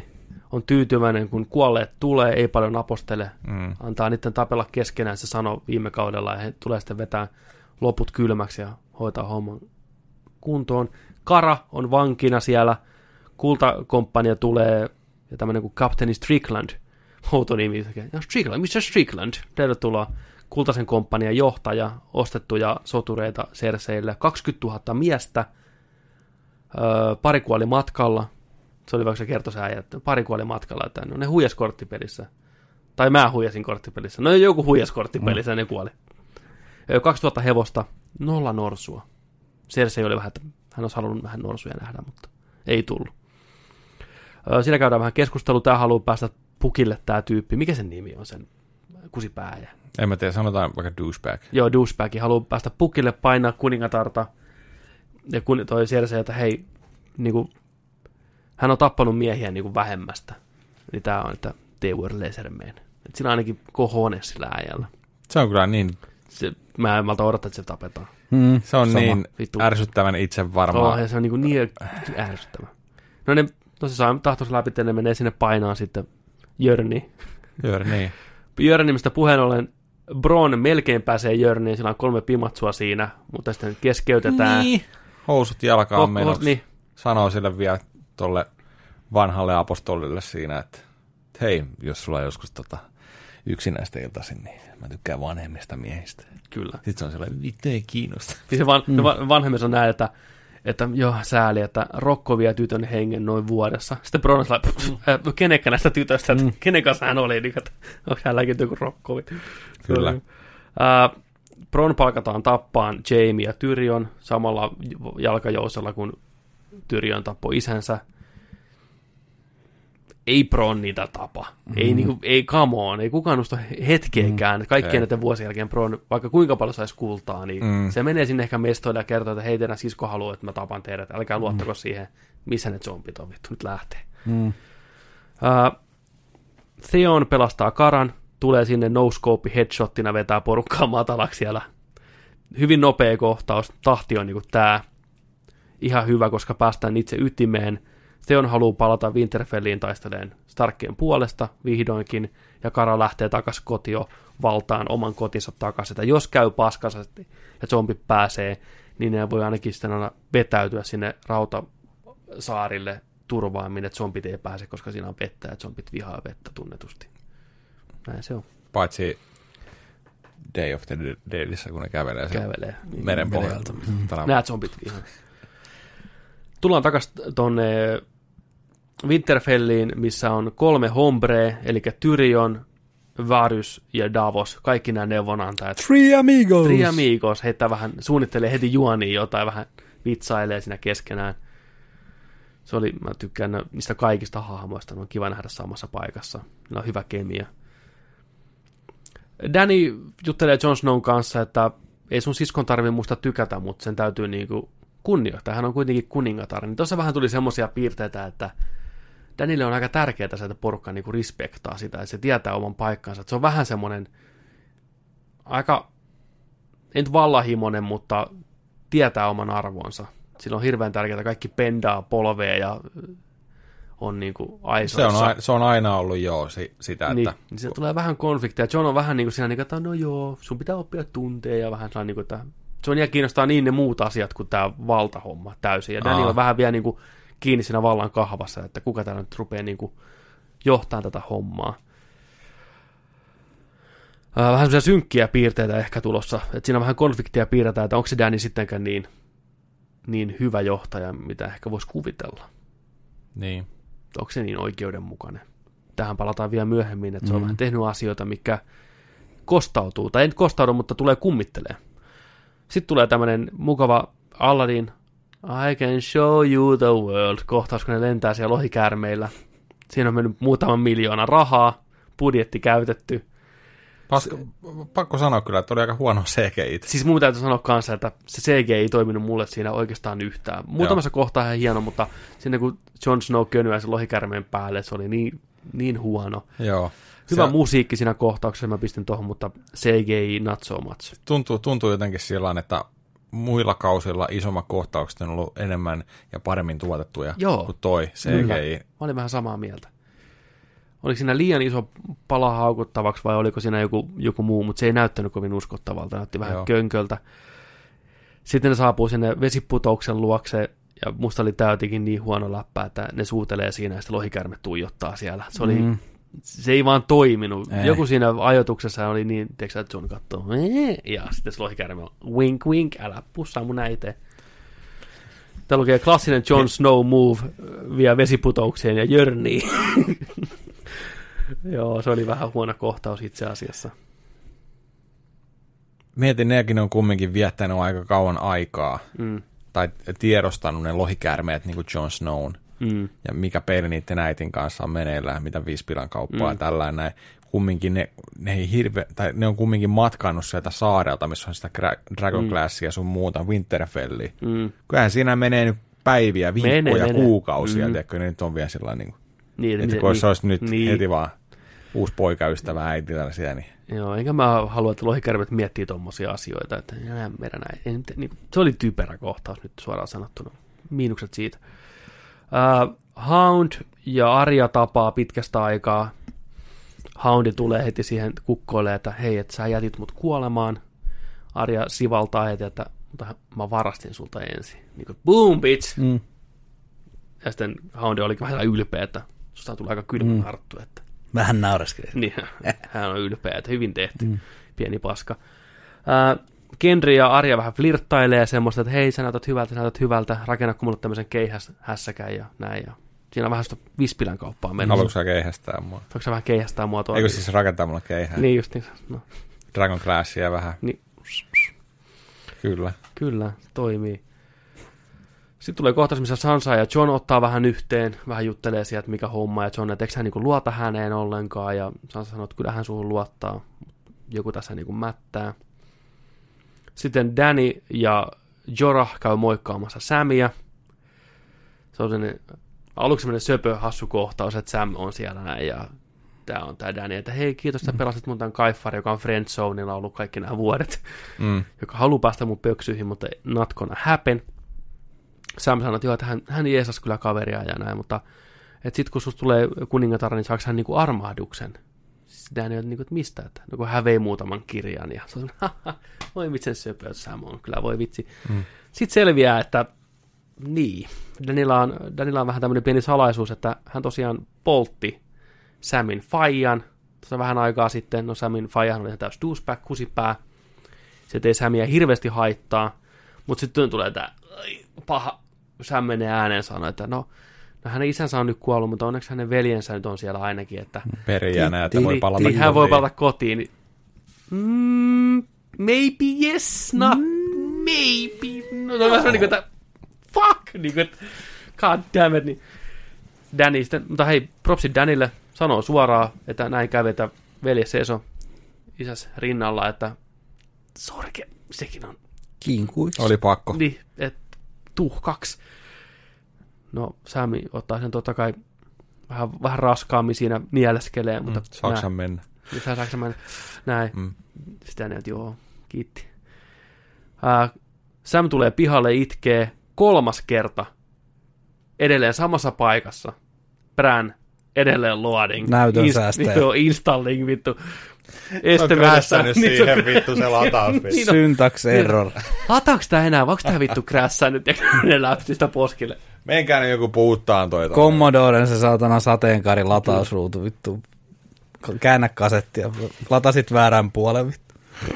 on tyytyväinen, kun kuolleet tulee, ei paljon apostele, Mm. antaa niiden tapella keskenään, se sanoi viime kaudella, ja he tulee sitten vetää loput kylmäksi ja hoitaa homman kuntoon. Kara on vankina siellä, kultakomppania tulee, ja tämmöinen kuin Captain Strickland, outo nimi, ja Strickland, mister Strickland, tervetuloa, kultaisen komppanian johtaja, ostettuja sotureita Cerseille, kaksikymmentätuhatta miestä, öö, pari kuoli matkalla, se oli vaikka se kertoi se äijä, että pari kuoli matkalla, että no, ne huijas korttipelissä, tai mä huijasin korttipelissä, no joku huijas korttipelissä, mm. ne kuoli. kaksituhatta hevosta, nolla norsua. Cersei oli vähän, että hän olisi halunnut vähän norsuja nähdä, mutta ei tullut. Siinä käydään vähän keskustelua, tämä haluaa päästä pukille tämä tyyppi. Mikä sen nimi on, sen kusipääjä? En mä tiedä, sanotaan vaikka douchebag. Joo, douchebag. Haluaa päästä pukille, painaa kuningatarta. Ja kun toi Cersei, että hei, niin kuin, hän on tappanut miehiä niin kuin vähemmästä. Niin tämä on, että they were lesser men. Että sillä on ainakin cojones sillä äijällä. Se on kyllä niin... Se, mä en malta odottaa, että se tapetaan. Hmm. Se on Sama. niin Vittu. ärsyttävän itse varmaa. Oh, ja se on niin, niin ärsyttävä. No ne, no se saa tahtoisi läpi, että ne menee sinne painaan sitten Jörni. Jörni. Jörni, mistä puheen ollen Bron melkein pääsee Jörniin, sillä on kolme pimatsua siinä, mutta sitten keskeytetään. Niin. Housut jalkaan Ho- menoksi. ho- niin. Sanoo sille vielä tolle vanhalle apostolille siinä, että hei, jos sulla on joskus tota yksinäistä iltaisin, niin mä tykkään vanhemmista miehistä. Kyllä. Sitten se on sellainen, vittu ei kiinnosta. Siis se van, mm. vanhemmissa on näin, että, että joo, sääli, että Rokko vie tytön hengen noin vuodessa. Sitten Bron on sellainen, äh, kenekkä näistä tytöistä, että mm. kenen kanssa hän oli, niin, että onko hänelläkin joku Rokko? Kyllä. Äh, Bron palkataan tappaan Jaime ja Tyrion samalla jalkajousella, kun Tyrion tappoi isänsä. Ei Bron niitä tapa. Mm. Ei, niinku, ei come on, ei kukaan usko hetkeäkään. Mm. Kaikkien näiden vuosien jälkeen Bron, vaikka kuinka paljon saisi kultaa, niin mm. se menee sinne ehkä mestoille ja kertoo, että hei, teidän sisko haluaa, että mä tapan teidät. Älkää mm. luottako siihen, missä ne zombit on, vittu, nyt lähtee. Mm. Uh, Theon pelastaa Karan, tulee sinne no-scope headshottina, vetää porukkaa matalaksi siellä. Hyvin nopea kohtaus, tahti on niinku tää. Ihan hyvä, koska päästään itse ytimeen. Theon haluaa palata Winterfelliin taisteleen Starkien puolesta vihdoinkin, ja Kara lähtee takaisin kotio valtaan oman kotinsa takaisin. Että jos käy paskansa ja zombit pääsee, niin ne voi ainakin sitten aina vetäytyä sinne Rautasaarille turvaan, minne zombit ei pääse, koska siinä on vettä ja zombit vihaa vettä tunnetusti. Näin se on. Paitsi Day of the Deadissä, kun ne kävelee, kävelee niin, meren pohjalta. Mm. Näet zombit vihaa. Tullaan takaisin tuonne Winterfelliin, missä on kolme hombre, eli Tyrion, Varys ja Davos, kaikki nämä neuvonantajat. Three amigos! Three amigos, heittää vähän, suunnittelee heti juoniin jotain, vähän vitsailee siinä keskenään. Se oli, mä tykkään niistä kaikista hahmoista, ne on kiva nähdä samassa paikassa. Ne on hyvä kemia. Dany juttelee Jon Snown kanssa, että ei sun siskon tarvitse musta tykätä, mutta sen täytyy niinku kunnioittaa. Hän on kuitenkin kuningatar. Niin tuossa vähän tuli semmoisia piirteitä, että Danylle on aika tärkeää se, että porukka niinku respektaa sitä, että se tietää oman paikkansa. Että se on vähän semmoinen aika, ei nyt vallahimoinen, mutta tietää oman arvonsa. Sillä on hirveän tärkeää, että kaikki pendaa polvea ja on niinku aisoissa. Se on, se on aina ollut joo si, sitä, niin, että... Niin siinä tulee vähän konflikteja. John on vähän niin kuin siinä, niin kuin, että no joo, sun pitää oppia tunteja ja vähän sellainen, niin kuin, että Johnia kiinnostaa niin ne muut asiat kuin tämä valtahomma täysin. Ja Dany on vähän vielä niin kuin kiinni siinä vallan kahvassa, että kuka täällä nyt rupeaa niin kuin johtamaan tätä hommaa. Vähän semmoisia synkkiä piirteitä ehkä tulossa, että siinä vähän konfliktia piirretään, että onko se Dany sittenkään niin, niin hyvä johtaja, mitä ehkä voisi kuvitella. Niin. Onko se niin oikeudenmukainen? Tähän palataan vielä myöhemmin, että se on mm. vähän tehnyt asioita, mikä kostautuu, tai ei nyt kostaudu, mutta tulee kummittelee. Sitten tulee tämmöinen mukava Aladdin, I can show you the world, kohtaus, kun ne lentää siellä lohikäärmeillä. Siinä on mennyt muutaman miljoona rahaa, budjetti käytetty. Pasko, pakko sanoa kyllä, että oli aika huono C G I. Siis mun täytyy sanoa kanssa, että se C G I ei toiminut mulle siinä oikeastaan yhtään. Muutamassa Joo. kohtaa ihan hieno, mutta sinne kun Jon Snow könyää sen lohikärmeen päälle, se oli niin, niin huono. Joo. Hyvä se musiikki siinä kohtauksessa, mä pistin tuohon, mutta C G I not so much. Tuntuu, tuntuu jotenkin sillä että muilla kausilla isommat kohtaukset on ollut enemmän ja paremmin tuotettuja Joo. kuin toi C G I. Kyllä. Mä olin vähän samaa mieltä. oliko siinä liian iso pala haukuttavaksi vai oliko siinä joku, joku muu, mutta se ei näyttänyt kovin uskottavalta, näytti vähän Joo. könköltä. Sitten ne saapuu sinne vesiputouksen luokse, ja musta oli tää jotenkin niin huono läppä, että ne suutelee siinä, ja sitten lohikärme tuijottaa siellä. Se, oli, mm. se ei vaan toiminut. Ei. Joku siinä ajoituksessa oli niin, tiedätkö että John katsoo, ja sitten se lohikärme on wink wink, älä pussaa mun äiteen. Täällä lukee klassinen Jon Snow move, vie vesiputoukseen ja jörnii. Joo, se oli vähän huono kohtaus itse asiassa. Mietin, nekin on kumminkin viettänyt aika kauan aikaa. Mm. Tai tiedostanut ne lohikäärmeet niin kuin Jon Snown. Mm. Ja mikä peli niiden äitin kanssa on meneillään, mitä viispilan kauppaa mm. ja tällainen näin. Kumminkin ne, ne, ei hirve, tai ne on kumminkin matkannut sieltä saarelta, missä on sitä Dragon Glassia ja sun muuta, Winterfellia. Mm. Kyllähän siinä menee nyt päiviä, viikkoja, menee, kuukausia, mm. tiedätkö, ne nyt on vielä sillä niin kuin, niin, että kun niin, se olisi nyt niin. heti vaan uusi poikaystävä äiti tällaisia, niin... Joo, enkä mä halua, että lohikärmet miettii tommosia asioita, että meidän näin. Niin, se oli typerä kohtaus nyt suoraan sanottuna. Miinukset siitä. Uh, Hound ja Arya tapaa pitkästä aikaa. Houndi tulee heti siihen kukkoille, että hei, että sä jätit mut kuolemaan. Arya sivaltaa heti, että mutta mä varastin sulta ensin. Niin kuin, boom, bitch! Mm. Ja sitten Houndi olikin vähän ylpeä, että susta tuli aika kylmä mm. harttu. Että... Vähän naureskeli. Niin, hän on ylpeä, että hyvin tehty. Mm. Pieni paska. Uh, Gendry ja Arya vähän flirttailee semmoista, että hei, sä näytät hyvältä, sä näytät hyvältä, rakenna mulle tämmöisen keihäshässäkän ja näin. Ja siinä on vähän sitä vispilän kauppaa menossa. Haluatko sä keihästää mua? Haluatko sä vähän keihästää mua tuolla? Eikö siis rakentaa mulle keihää? Niin just niin. No. Dragon Glassia vähän. Niin. Kyllä. Kyllä, toimii. Sitten tulee kohtaus, missä Sansa ja Jon ottaa vähän yhteen, vähän juttelee sieltä, mikä homma, ja Jon, että eikö hän niin luota häneen ollenkaan, ja Sansa sanoo, että kyllä hän suhun luottaa. Joku tässä niin mättää. Sitten Dany ja Jorah käy moikkaamassa Samia. Se on sellainen, aluksi sellainen söpö, hassu kohtaus, että Sam on siellä näin, ja tämä on tämä Dany, että hei, kiitos, että pelastit mun tämän Kaifari, joka on Friendzoneilla ollut kaikki nämä vuodet, mm. joka haluaa päästä mun pöksyihin, mutta not gonna happen. Sam sanoi, että joo, että hän, hän jeesasi kyllä kaveria ja näin, mutta että sitten kun susta tulee kuningatar, niin saako hän niinku armahduksen? Dany on niinku, että mistä? Että no, kun hän vei muutaman kirjan, ja se on haha, voi vitsen söpö, Sam on, kyllä voi vitsi. Mm. Sitten selviää, että niin, Danylla on, Danylla on vähän tämmöinen pieni salaisuus, että hän tosiaan poltti Samin faijan, tuossa vähän aikaa sitten, no Samin faijahan oli ihan täys douchebag, kusipää, se ei Samia hirveästi haittaa, mutta sitten tulee tämä paha, Sam menee ääneen sanoo, että no, no hänen isänsä on nyt kuollut, mutta onneksi hänen veljensä nyt on siellä ainakin, että perijänä, että voi palata kotiin. Hän voi palata kotiin. Mm, maybe yes, not mm. maybe. No, no, no. Niin kuin, että fuck, niin kuin, että god damn it. Niin. Dany sitten, mutta hei, propsit Danylle, sanoo suoraan, että näin kävi, että velje seisoo isäs rinnalla, että sorke, sekin on kinkuiksi. Oli pakko. Niin, että tuhkaksi. No, Sami ottaa sen totta kai vähän, vähän raskaammin siinä nieleskelee, mutta... Mm, saaks hän mennä? Niin, saaks hän mennä? Näin. Mm. Sitten että joo, kiitti. Äh, Sam tulee pihalle, itkee kolmas kerta. Edelleen samassa paikassa. Bran, edelleen loading. Näytön Inst- säästäjä. Joo, installing, vittu. Se on krässännyt siihen niin, vittu se lataus. Niin, syntax error. Lataaks tää enää? Onko tää vittu krässännyt ja ne läpsi sitä poskille? Menkää joku puuttaan toi. Commodoren se saatana sateenkaari latausruutu, vittu. Käännä kasettia. Latasit väärän puolen, vittu.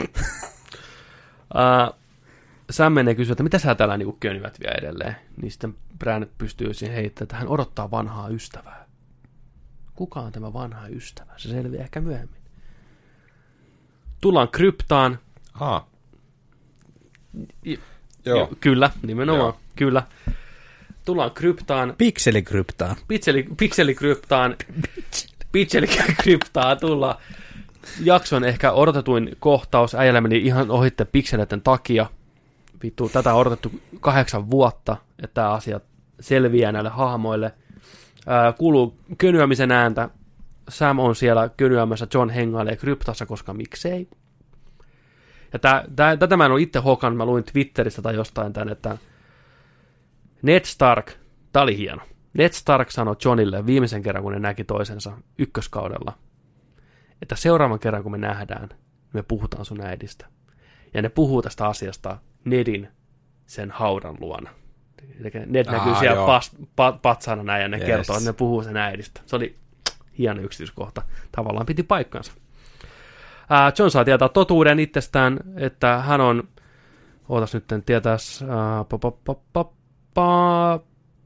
uh, Sam menee kysyä, että mitä sä täällä niinku könivät vielä edelleen? Niin sitten Bran pystyy siihen heittämään, että hän odottaa vanhaa ystävää. Kuka on tämä vanha ystävä? Se selviää ehkä myöhemmin. Tullaan kryptaan. Haa. J- Joo. Kyllä, nimenomaan. Joo. Kyllä. Tullaan kryptaan. Pikselikryptaan. Pikseli, pikselikryptaan. Pikselikryptaan tullaan. Jakson ehkä odotetuin kohtaus. Äijällä meni ihan ohitte pikseleiden takia. Vittu, tätä on odotettu kahdeksan vuotta, että tämä asia selviää näille hahmoille. Ää, kuuluu könyämisen ääntä. Sam on siellä könyämässä, Jon hengailee kryptassa, koska miksei. Ja tää, tää, tätä mä en ole itse hokannut, mä luin Twitteristä tai jostain tän, että Ned Stark, tää oli hieno. Ned Stark sanoi Jonille viimeisen kerran, kun ne näki toisensa ykköskaudella, että seuraavan kerran, kun me nähdään, me puhutaan sun äidistä. Ja ne puhuu tästä asiasta Nedin sen haudan luona. Ned näkyy Aa, siellä pas, pa, patsana näin, ja ne yes. kertoo, että ne puhuu sen äidistä. Se oli hieno yksityiskohta. Tavallaan piti paikkansa. Ää, Jon saa tietää totuuden itsestään, että hän on, ootas nyt tietäis, ää, pa, pa, pa, pa, pa,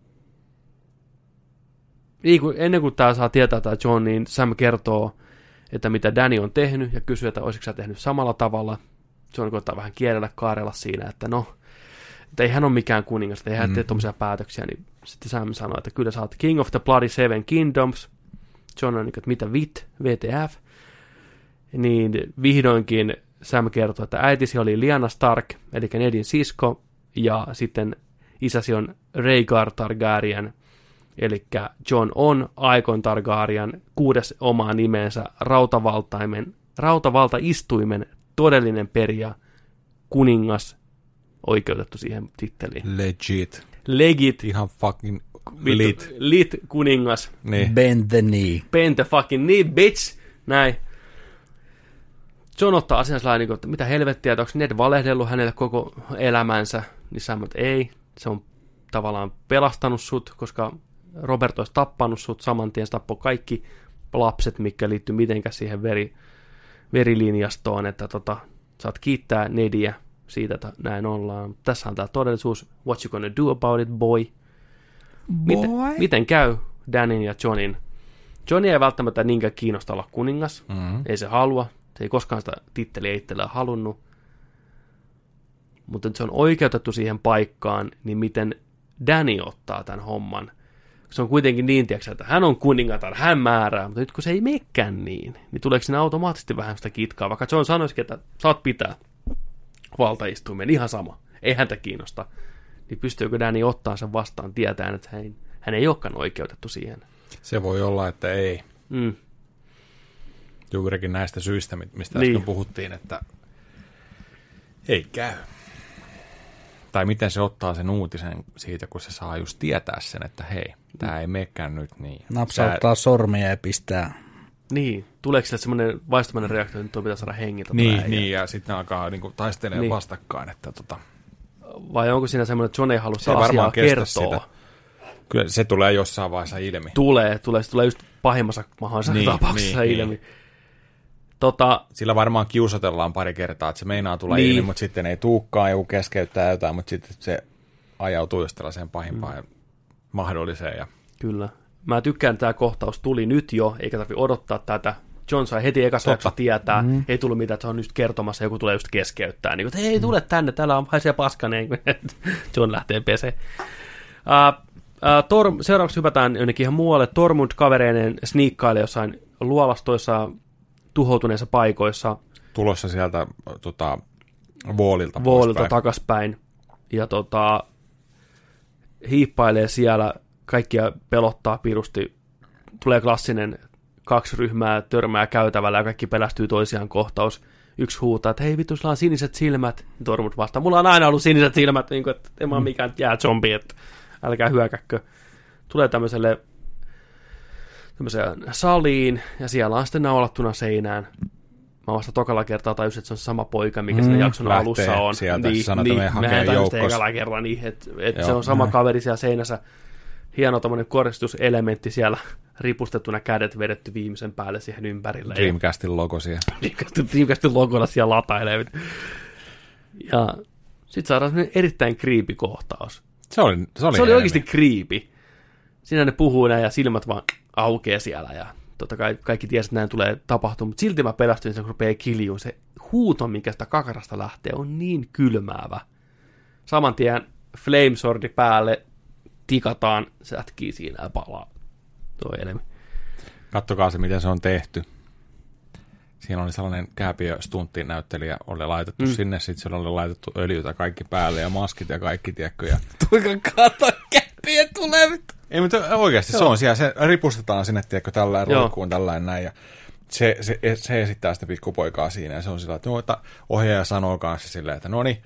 niin kuin, ennen kuin tämä saa tietää tämä Jon, niin Sam kertoo, että mitä Dany on tehnyt, ja kysyy, että olisiko sä tehnyt samalla tavalla. Jon koittaa vähän kierrellä, kaarella siinä, että no, että ei hän ole mikään kuningas, että ei hän mm. tee tuommoisia päätöksiä, niin sitten Sam sanoo, että kyllä sä oot King of the Bloody Seven Kingdoms. Jon on niin kuin, että mitä vit, W T F. Niin vihdoinkin Sam kertoo, että äitisi oli Lyanna Stark, eli Nedin sisko, ja sitten isäsi on Rhaegar Targaryen, eli Jon on Aegon Targaryen kuudes omaa nimensä rautavaltaimen, rautavaltaistuimen todellinen perijä, kuningas, oikeutettu siihen titteliin. Legit. Legit. Ihan fucking lit. Lit kuningas. Niin. Bend the knee. Bend the fucking knee, bitch. Näin. Jon ottaa asian sellainen, että mitä helvettiä, että onko Ned valehdellut hänelle koko elämänsä, niin sanoo, että ei. Se on tavallaan pelastanut sut, koska Robert olisi tappanut sut saman tien, se tappoi kaikki lapset, mikä liittyy mitenkään siihen veri, verilinjastoon, että tota, saat kiittää Nediä siitä, että näin ollaan. Tässä on tämä todellisuus. What you gonna do about it, boy? boy? Miten, miten käy Danin ja Jonin? Joni ei välttämättä niinkään kiinnosta olla kuningas. Mm-hmm. Ei se halua. Se ei koskaan sitä titteliä itselleen halunnut. Mutta se on oikeutettu siihen paikkaan, niin miten Dany ottaa tämän homman. Se on kuitenkin niin, tiiäksä, että hän on kuningatar, hän määrää, mutta nyt kun se ei menekään niin, niin tuleeko siinä automaattisesti vähän sitä kitkaa, vaikka Jon sanoisikin, että saat pitää valtaistuimen, ihan sama, ei häntä kiinnosta, niin pystyykö Dany ottaa sen vastaan tietäen, että hän, hän ei olekaan oikeutettu siihen. Se voi olla, että ei. Mm. Juurikin näistä syistä, mistä niin. äsken puhuttiin, että ei käy. Tai miten se ottaa sen uutisen siitä, kun se saa just tietää sen, että hei, tämä ei menekään nyt niin. Napsauttaa tää... sormia ja pistää. Niin, tuleeko sille semmoinen vaistomainen reaktio, että nyt pitää saada hengiltä? Niin, niin, ja sitten ne alkaa niinku taistelemaan niin. vastakkain. Että tota... Vai onko siinä semmoinen, että Jon ei halua se asiaa kertoa? Sitä. Kyllä se tulee jossain vaiheessa ilmi. Tulee, tulee, se tulee just pahimmassa mahdollisessa niin, tapauksessa niin, ilmi. Niin. Tota, sillä varmaan kiusatellaan pari kertaa, että se meinaa tulla niin. ilmi, mutta sitten ei tuukkaan, joku keskeyttää jotain, mutta sitten se ajautuu just tällaiseen pahimpaan mm. mahdolliseen. Ja... Kyllä. Mä tykkään, että tämä kohtaus tuli nyt jo, eikä tarvitse odottaa tätä. Jon sai heti ekassa jaksossa tietää, mm. ei tullut mitään, että se on just kertomassa, joku tulee just keskeyttää. Niin kuin, että hei, tule tänne, täällä on haisee paskaneen, kun Jon lähtee peseen. Uh, uh, Tor- seuraavaksi hypätään jonnekin ihan muualle. Tormund kavereineen sniikkailee jossain luolastoissa, tuhoutuneissa paikoissa. Tulossa sieltä tota, vuolilta, vuolilta takaspäin. Ja tota, hiippailee siellä, kaikkia pelottaa pirusti. Tulee klassinen kaksi ryhmää törmää käytävällä ja kaikki pelästyy toisiaan kohtaus. Yksi huutaa, että hei vittu, sulla on siniset silmät. Tormund vastaa, mulla on aina ollut siniset silmät, niin kuin, että en mä ole mikään jää zombi, että älkää hyökäkkö. Tulee tämmöiselle tämmöiseen saliin, ja siellä on sitten naulattuna seinään. Mä vasta tokalla kertaa tajusin, että se on sama poika, mikä siinä mm, jakson alussa on. Sieltä, niin, sanot, niin, mehän tajusin ekalla kerralla, niin, että et se on sama kaveri siellä seinässä. Hieno tämmöinen koristuselementti siellä, ripustettuna kädet vedetty viimeisen päälle siihen ympärille. Dreamcastin logo siellä. Dreamcastin logona siellä latailee. Ja sit saadaan semmoinen erittäin creepy kohtaus. Se oli, se oli, se oli oikeasti creepy. Siinä ne puhuu näin ja silmät vaan aukeaa siellä ja totta kai kaikki tiesi, että näin tulee tapahtumaan, mutta silti mä pelästyin, kun rupeaa kiljuun. Se huuto, mikä sitä kakarasta lähtee, on niin kylmäävä. Saman tien flamesordi päälle, tikataan, sätkii siinä ja palaa tuo elemi. Kattokaa se, miten se on tehty. Siinä oli sellainen kääpiö-stunttinäyttelijä, oli laitettu mm. sinne, sitten siellä oli laitettu öljytä kaikki päälle ja maskit ja kaikki, tiedätkö. Ja... Tuika kato, kääpiö tulee. Ei, mutta oikeasti Joo. se on siellä, se ripustetaan sinne, tiedätkö, tällainen roikkuun, tällainen näin, ja se, se, se esittää sitä pikkupoikaa siinä, ja se on sillä, että, no, että ohjaaja sanoo kanssa silleen, että no niin,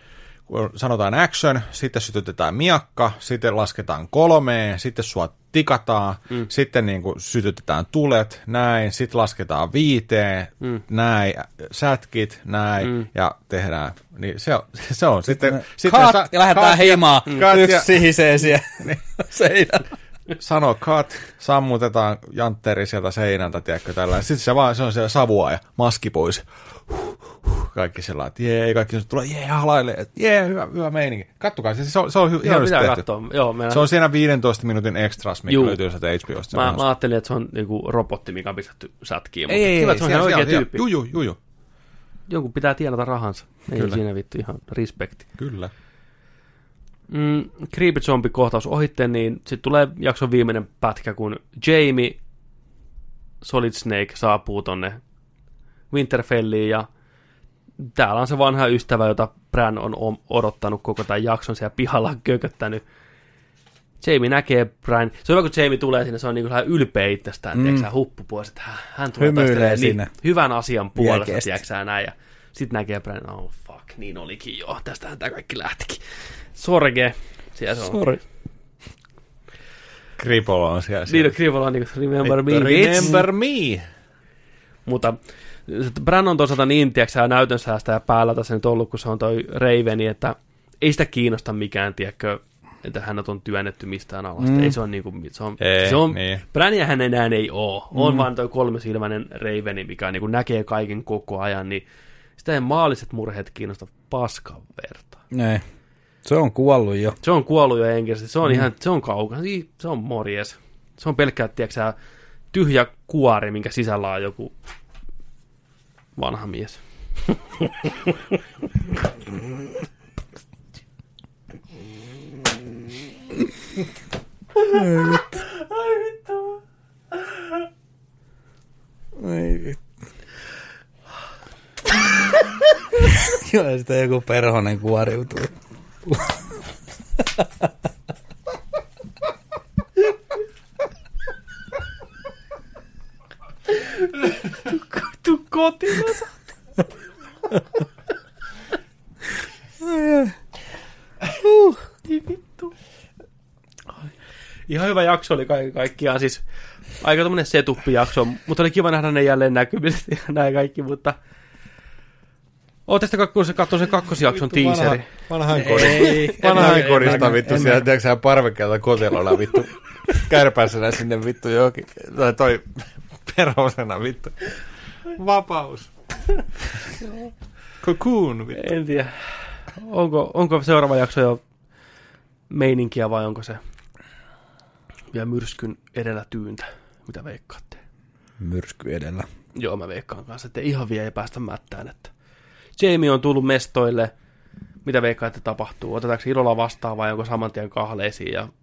kun sanotaan action, sitten sytytetään miakka, sitten lasketaan kolmeen, sitten sua tikataan, mm. sitten niin kuin sytytetään tulet, näin, sitten lasketaan viiteen, mm. näin, sätkit, näin, mm. ja tehdään. Niin se on, se on sitten... Cut, sitten sa- ja lähdetään himaan, yksi sihisee siellä seinällä. Sano cut, sammutetaan jantteri sieltä seinältä, tiedätkö, tällainen. Sitten se vaan, se on siellä savua ja maski pois. Kaikki sellainen, että jee, kaikki tulee, jee, halailee, että jee, hyvä, hyvä meininki. Kattokaa, se, se on, se on hy- hienosti tehty. Joo, meidän... Se on siinä viidentoista minuutin extras, mikä Juu. löytyy sieltä H B Osta. Mä, mä ajattelin, että se on niinku robotti, mikä on pistetty sätkiin. Ei, ei, ei, se on ihan oikea tyyppi. Juu, juu, juu, juu. Joku pitää tienata rahansa. Ei Kyllä. siinä vittu ihan respekti. Kyllä. Mm, Creepy Zombie-kohtaus ohitte, niin sitten tulee jakson viimeinen pätkä, kun Jamie Solid Snake saapuu tonne Winterfelliin, ja täällä on se vanha ystävä, jota Bran on odottanut koko tämän jakson siellä pihalla kököttänyt. Jamie näkee Bran. Se on hyvä, kun Jamie tulee sinne, se on niin kuin ylpeä itsestään, mm. tiedätkö, huppupuolesta, että hän tulee taistelemaan niin hyvän asian puolesta, tiedätkö, näin, ja sitten näkee Bran, oh fuck, niin olikin jo, tästähän tämä kaikki lähtikin. Sorge, siellä se on. Sorry. Kripola on siellä. Niin, no, Kripola on niin kuin, remember me, remember me. Mutta Bran on toisaalta niin, tiedätkö, näytönsäästä ja päällä tässä nyt ollut, kun se on toi Raveni, että ei sitä kiinnosta mikään, tiedätkö, että hänet on työnnetty mistään alasta. Mm. Ei se on niin kuin, se on, ei, se on niin. Brania hän enää ei ole. Mm. On vaan toi kolmesilmäinen Raveni, mikä niin kuin näkee kaiken koko ajan, niin sitä ei maalliset murheet kiinnosta paskan verta. Ei. Se on kuollut jo. Se on kuollut jo henkisesti. Se on mm. ihan, se on kaukana. Se on morjes. Se on pelkkää, tiedätkö, tyhjä kuori, minkä sisällä on joku vanha mies. Ai vittu. Ai vittu. Ai vittu. Kyllä sitä joku perhonen kuoriutuu. Tuu kotiin. uh, niin vittu. Ihan hyvä jakso oli kaikki kaikkiaan. Siis aika tommonen setuppi-jakso, mutta oli kiva nähdä ne jälleen näkyvillisesti ja näin kaikki, mutta ootte sitten katsoa sen kakkosjakson tiiseri. Vanhan kodista. Vanhan kodista vittu siellä, tiedätkö sä parvekkeelta kotelolla vittu kärpäisenä sinne vittu johonkin. Tai toi perhosena vittu. Vapaus. Cocoon vittu. En tiedä. Onko, onko seuraava jakso jo meininkiä vai onko se vielä myrskyn edellä tyyntä? Mitä veikkaatte? Myrsky edellä. Joo, mä veikkaan kanssa, että ihan vielä ei päästä mättään, että Jamie on tullut mestoille. Mitä veikkaatte tapahtuu? Otetaanko ilolla vastaan vai onko saman tien kahleisiin? Ja...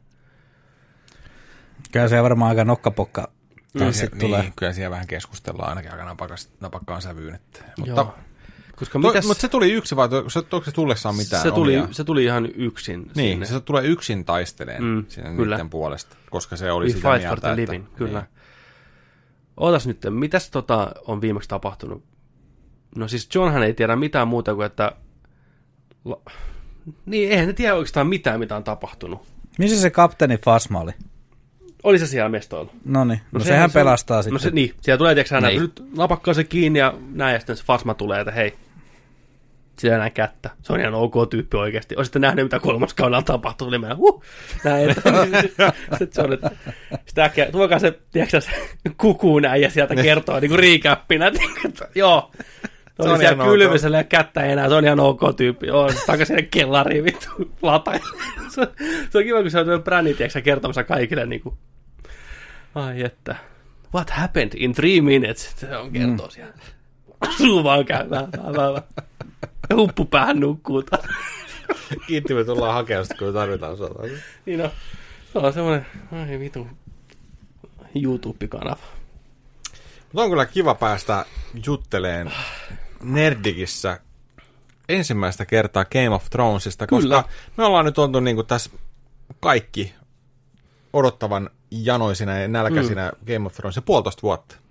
Kyllä se varmaan aika nokkapokka tanssit niin, tulee. Kyllä siellä vähän keskustellaan ainakin aika napakas, napakkaan sävyyn. Että, mutta, Koska to, mitäs... mutta se tuli yksin vai onko se tullessaan mitään se tuli, omia? Se tuli ihan yksin. Niin, sinne. se tulee yksin taisteleen mm, siinä niiden puolesta, koska se oli We sitä mieltä, että... living, kyllä. Niin. Ootas nyt, mitäs tota on viimeksi tapahtunut? No siis Johnhan ei tiedä mitään muuta kuin, että... La... Niin, eihän ne tiedä oikeastaan mitään, mitä on tapahtunut. Missä se kapteeni Fasma oli? Oli se siellä mestoilla. Noniin, no, no sehän se pelastaa on, sitten. No se, niin, siellä tulee, tiedätkö hän, nyt napakkaa se kiinni ja näin, ja sitten se Fasma tulee, että hei, sillä näin kättä. Se on ihan ok tyyppi oikeasti. Olisitte nähneet, mitä kolmoskaudella tapahtuu, niin mä, huh, näin. Sitten se on, että sitä äkkiä, tuokaa se, tiedätkö se kukuu näin, ja sieltä kertoo niin kuin riikäppinä, että joo. Se oli siellä kylmisellä ja kättä ei enää, se on ihan ok tyyppi. Joo, takaisin sinne kellariin vittu lataille. se, se on kiva, kun se on brändi, tiedätkö kertomassa kaikille niin kuin, ai että, what happened in three minutes? Se on kertoo mm. siellä. Suu vaan käy vähän, vähän, vähän. Huppu päähän nukkuu taas. Kiitti, me tullaan hakemaan kun tarvitaan sota. Niin on. Se on semmoinen, ai vitun, YouTube-kanava. Mutta on kyllä kiva päästä jutteleen Nerdikissä ensimmäistä kertaa Game of Thronesista, koska kyllä. me ollaan nyt oltu niin kuin tässä kaikki odottavan janoisina ja nälkäisinä mm. Game of Thronesia puolitoista vuotta.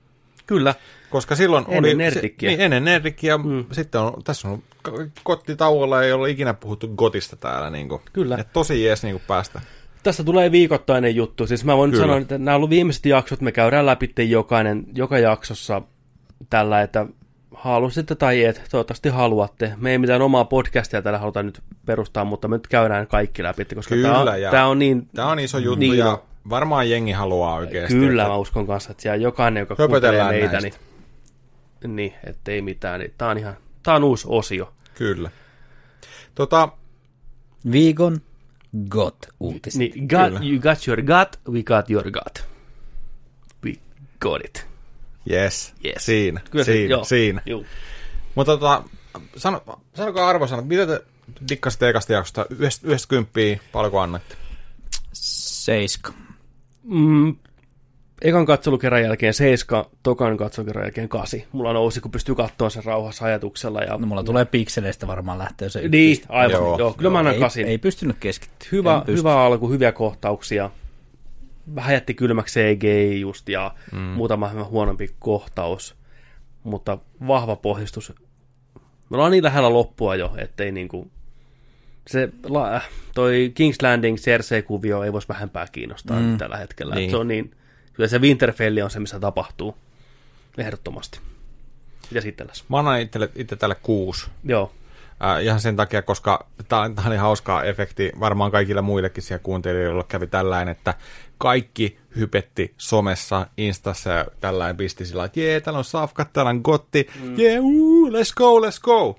Kyllä. Koska silloin ennen oli... Nerdikkiä. Se, niin, ennen Nerdikkiä. Mm. Sitten on, tässä on kottitauolla, ei ole ikinä puhuttu Gotista täällä. Niin kuin, Kyllä. Et tosi jees niin kuin päästä. Tässä tulee viikoittainen juttu. Siis mä voin nyt sanoa, että nämä on ollut viimeiset jaksot. Me käydään läpi jokainen, joka jaksossa tällä, että halusitte tai et, toivottavasti haluatte. Me ei mitään omaa podcastia täällä haluta nyt perustaa, mutta me nyt käydään kaikki läpi, koska Kyllä, tämä on, tämä on niin... Tämä on iso juttu niin, ja varmaan jengi haluaa oikeasti. Kyllä, että... mä uskon kanssa, että siellä jokainen, joka kuuntelee meitä, niin, niin ettei mitään. Niin, tämä on ihan, tämä on uusi osio. Kyllä. Tota... Viikon got-uutiset. Niin, got, you got your gut, we got your gut. We got it. Yes, yes. siinä, Kyllä, siinä, joo, siinä. Joo. Mutta tota, sano, sanokaa arvosanat, mitä te dikkasitte ekasta jaksosta? Yhdestä, yhdestä kymppiä, paljonko annatte? Seiska. Mm, ekan katselukerran jälkeen seiska, tokan katselukerran jälkeen kasi. Mulla nousi, kun pystyy katsoa sen rauhassa ajatuksella. Ja... No mulla tulee pikseleistä varmaan lähteä se Niin, aivan. Joo. Joo, kyllä mä annan ei, kasin. ei pystynyt keskittymään. Hyvä, hyvä alku, hyviä kohtauksia. Vähän jätti kylmäksi C G I just ja mm. muutama hyvä huonompi kohtaus. Mutta vahva pohjustus. Me ollaan niin lähellä loppua jo, ettei niinku... Se, toi King's Landing Cersei-kuvio ei voisi vähempää kiinnostaa mm. tällä hetkellä. Niin. Se on niin... Kyllä se Winterfell on se, missä tapahtuu. Ehdottomasti. Mitä sitten läs? Mä annan itse, itse tälle kuusi. Joo. Äh, ihan sen takia, koska tämä oli hauskaa efekti. Varmaan kaikilla muillekin siellä kuuntelijoilla kävi tällainen, että kaikki hypetti somessa, instassa ja tällainen pisti sillä, että jee, täällä on safkat, täällä on gotti, mm. jee, uu, let's go, let's go.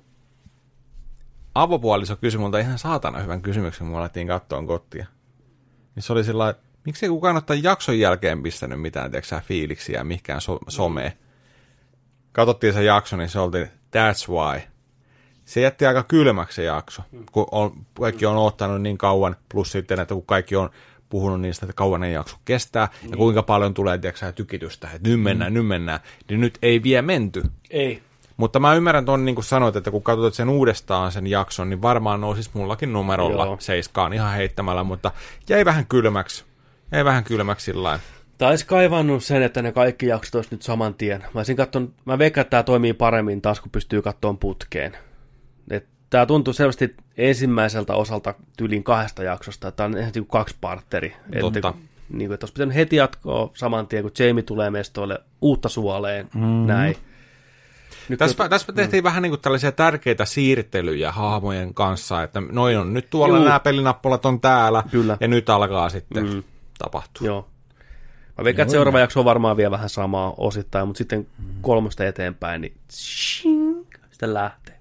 Avopuoliso kysyi multa ihan saatana hyvän kysymyksen, kun me alettiin katsoa gottia. Niin se oli sillä, että miksi ei kukaan ottaa jakson jälkeen pistänyt mitään, tiedätkö fiiliksiä mihinkään so- someen. Katsottiin se jakso, niin se oltiin, that's why. Se jätti aika kylmäksi se jakso, kun on, kaikki on ottanut niin kauan, plus sitten, että kun kaikki on puhunut niistä, että kauan ei jakso kestää, niin. ja kuinka paljon tulee, tiedätkö, tykitystä, että nyt mennään, mm. nyt mennään, niin nyt ei vie menty. Ei. Mutta mä ymmärrän tuon, niin kuin sanoit, että kun katsot sen uudestaan sen jakson, niin varmaan nousisi mullakin numerolla Joo. seiskaan ihan heittämällä, mutta jäi vähän kylmäksi. Jäi vähän kylmäksi sillain. Taisi kaivannut sen, että ne kaikki jaksot olisi nyt saman tien. Mä olisin katson, mä veikkaan, että tämä toimii paremmin taas, kun pystyy katsomaan putkeen. Tämä tuntuu selvästi ensimmäiseltä osalta tyyliin kahdesta jaksosta, että tämä on ihan niin kuin kaksi parteri. Totta. Että, niin kuin, että olisi pitänyt heti jatkoa saman tien, kun Jamie tulee mestoille uutta suoleen, mm-hmm. näin. Nyt tässä, kun, tässä tehtiin mm. vähän niin kuin tällaisia tärkeitä siirtelyjä hahmojen kanssa, että noin on nyt tuolla, Juu. nämä pelinappulat on täällä, Kyllä. ja nyt alkaa sitten mm. tapahtua. Joo. Mä veikkaan, että seuraava jakso on varmaan vielä vähän samaa osittain, mutta sitten kolmosta eteenpäin, niin sitten lähtee.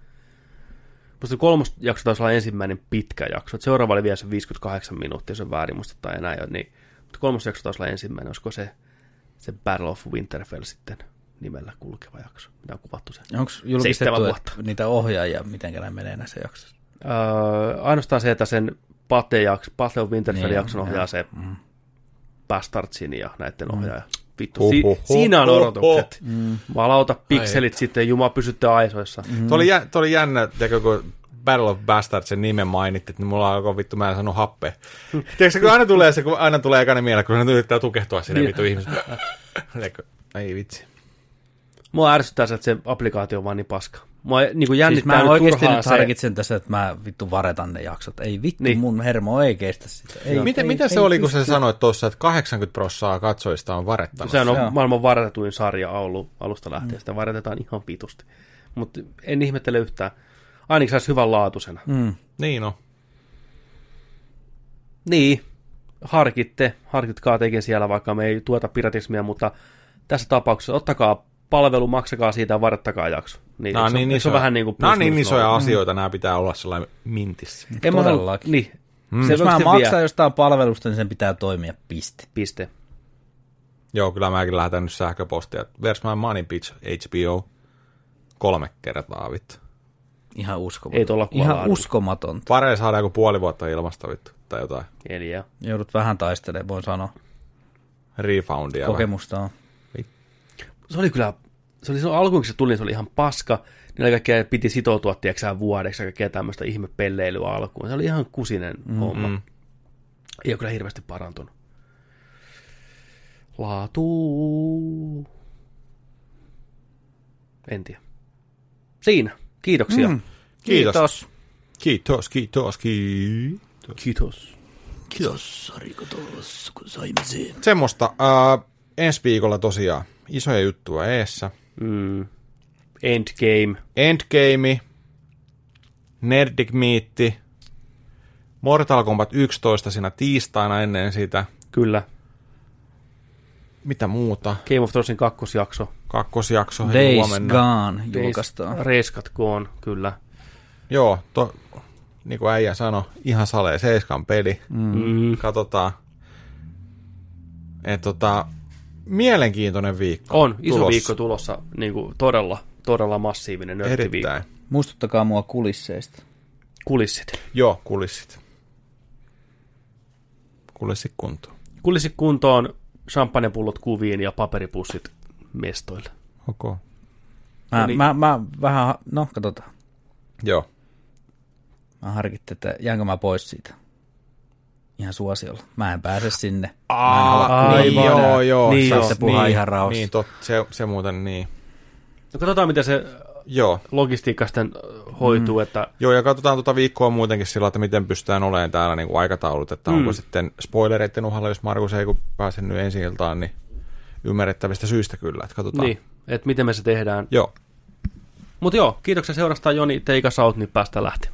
Musta kolmas jakso taisi olla ensimmäinen pitkä jakso. Seuraava oli vielä se viisikymmentäkahdeksan minuuttia, jos on väärin musta tai enää. Niin, mutta kolmas jakso taisi olla ensimmäinen. Olisiko se, se Battle of Winterfell sitten nimellä kulkeva jakso, mitä on kuvattu sen? Onko julkistettu niitä ohjaajia, miten ne menee näissä jaksoissa? Öö, ainoastaan se, että sen Battle of Winterfell jakson ohjaa se mm. Bastardsin ja näiden ohjaaja. Vittu, huh, si- huh, huh, siinä on huh, odotukset. Mm. Valauta pikselit Ai, sitten, Jumala pysytte aisoissa. Mm. Tuo oli, jä, oli jännä, tiedätkö, kun Battle of Bastards sen nimen mainittiin, niin mulla alkoi vittu, mä en sano happea. Tiedätkö, kun aina tulee se, kun aina tulee ekainen mieleen, kun se yrittää tukehtua sinne vittu ihmiset. Ei vitsi. Mua ärsyttää se, että se applikaatio on vaan niin paska. Mua niin jännittää siis mä oikeasti nyt se... harkitsen tässä, että mä vittu varetan ne jaksot. Ei vittu, niin. mun hermo ei kestä sitä. Ei, no, miten ei, miten ei, se ei oli, pysty. kun sä sanoit tuossa, että kahdeksankymmentä prosenttia katsojista on varettanut? Se on se. maailman varetetuin sarja ollut alusta lähtien. Mm. Sitä varetetaan ihan pitusti. Mutta en ihmettele yhtään. Ainakin saisi hyvän laatuisena. Mm. Niin on. Niin. Harkitte. Harkitkaa tekin siellä, vaikka me ei tuota piratismia, mutta tässä tapauksessa ottakaa palvelu, maksakaa siitä ja varettakaa jakso. Niin, nämä on se, niin, iso, se on vähän niin kuin nämä on niin isoja asioita, mm. nämä pitää olla sellainen mintissä. En Todellakin. Niin. Mm. Se, jos mä maksan vie. jostain palvelusta, niin sen pitää toimia, piste. Piste. Joo, kyllä mäkin lähetän nyt sähköpostia. Where's my money, bitch, H B O? Kolme kertaa, vittu. Ihan uskomaton. Ei tuolla Ihan laadun. uskomatonta. Pareen saada joku puoli vuotta ilmasta, vittu, tai jotain. Eli joo. Joudut vähän taistelemaan, voin sanoa. Refoundia. Kokemusta on. Se oli kyllä, se oli silloin alkuun, kun se tuli, niin se oli ihan paska. Niillä kaikkea piti sitoutua, tiedätkö vuodeksi, kaikkea tämmöistä ihmepelleilyä alkuun. Se oli ihan kusinen mm-hmm. homma. Ei ole kyllä hirveästi parantunut. Laatu. En tiedä. Siinä. Kiitoksia. Mm. Kiitos. Kiitos. Kiitos, kiitos, kiitos. Kiitos. Kiitos, Sariko, tuossa, kun saimme sen. Semmoista. Äh, ensi viikolla tosiaan isoja juttuja eessä. Mm. Endgame. Endgame, Nerdic Meetti, Mortal Kombat yksitoista siinä tiistaina ennen sitä. Kyllä. Mitä muuta? Game of Thronesin kakkosjakso. Kakkosjakso. heti Days huomenna. Gone Days- julkaistaan. Reskat Gone, kyllä. Joo, to, niin kuin äijä sanoi, ihan salee seiskan peli. Mm. Katsotaan. Et, tota, mielenkiintoinen viikko. On, iso tulossa. viikko tulossa, niin kuin todella, todella massiivinen nörttiviikko. Erittäin. Muistuttakaa mua kulisseista. Kulissit. Joo, kulissit. Kulissit kuntoon. Kulissit kuntoon, champagnepullot kuviin ja paperipussit mestoille. Okay. Mä, No niin. mä, mä vähän, no katsotaan. Joo. Mä harkittin, että jäänkö mä pois siitä. Ihan suosiolla. Mä en pääse sinne. Mä en halua Aa, kuulla niin, aivan. joo, joo. Niin, sä- joo. Se puhuu ihan rauhassa. Niin, tot, se, se muuten niin. No katsotaan, miten se Joo. logistiikka sitten hoituu, mm. että Joo, ja katsotaan tuota viikkoa muutenkin sillä, että miten pystytään olemaan täällä niin kuin aikataulut, että Mm. onko sitten spoilereiden uhalla, jos Markus ei kun pääse nyt ensi iltaan, niin ymmärrettävistä syistä kyllä, että katsotaan. niin, että miten me se tehdään. Joo. Mutta joo, kiitoksia seurasta Joni, teikas out, niin päästään lähtemään.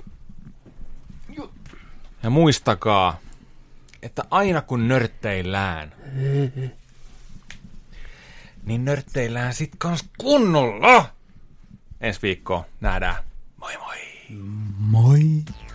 Ja muistakaa, että aina kun nörtteillään, niin nörtteillään sit kans kunnolla. Ensi viikkoon nähdään. Moi moi! Moi!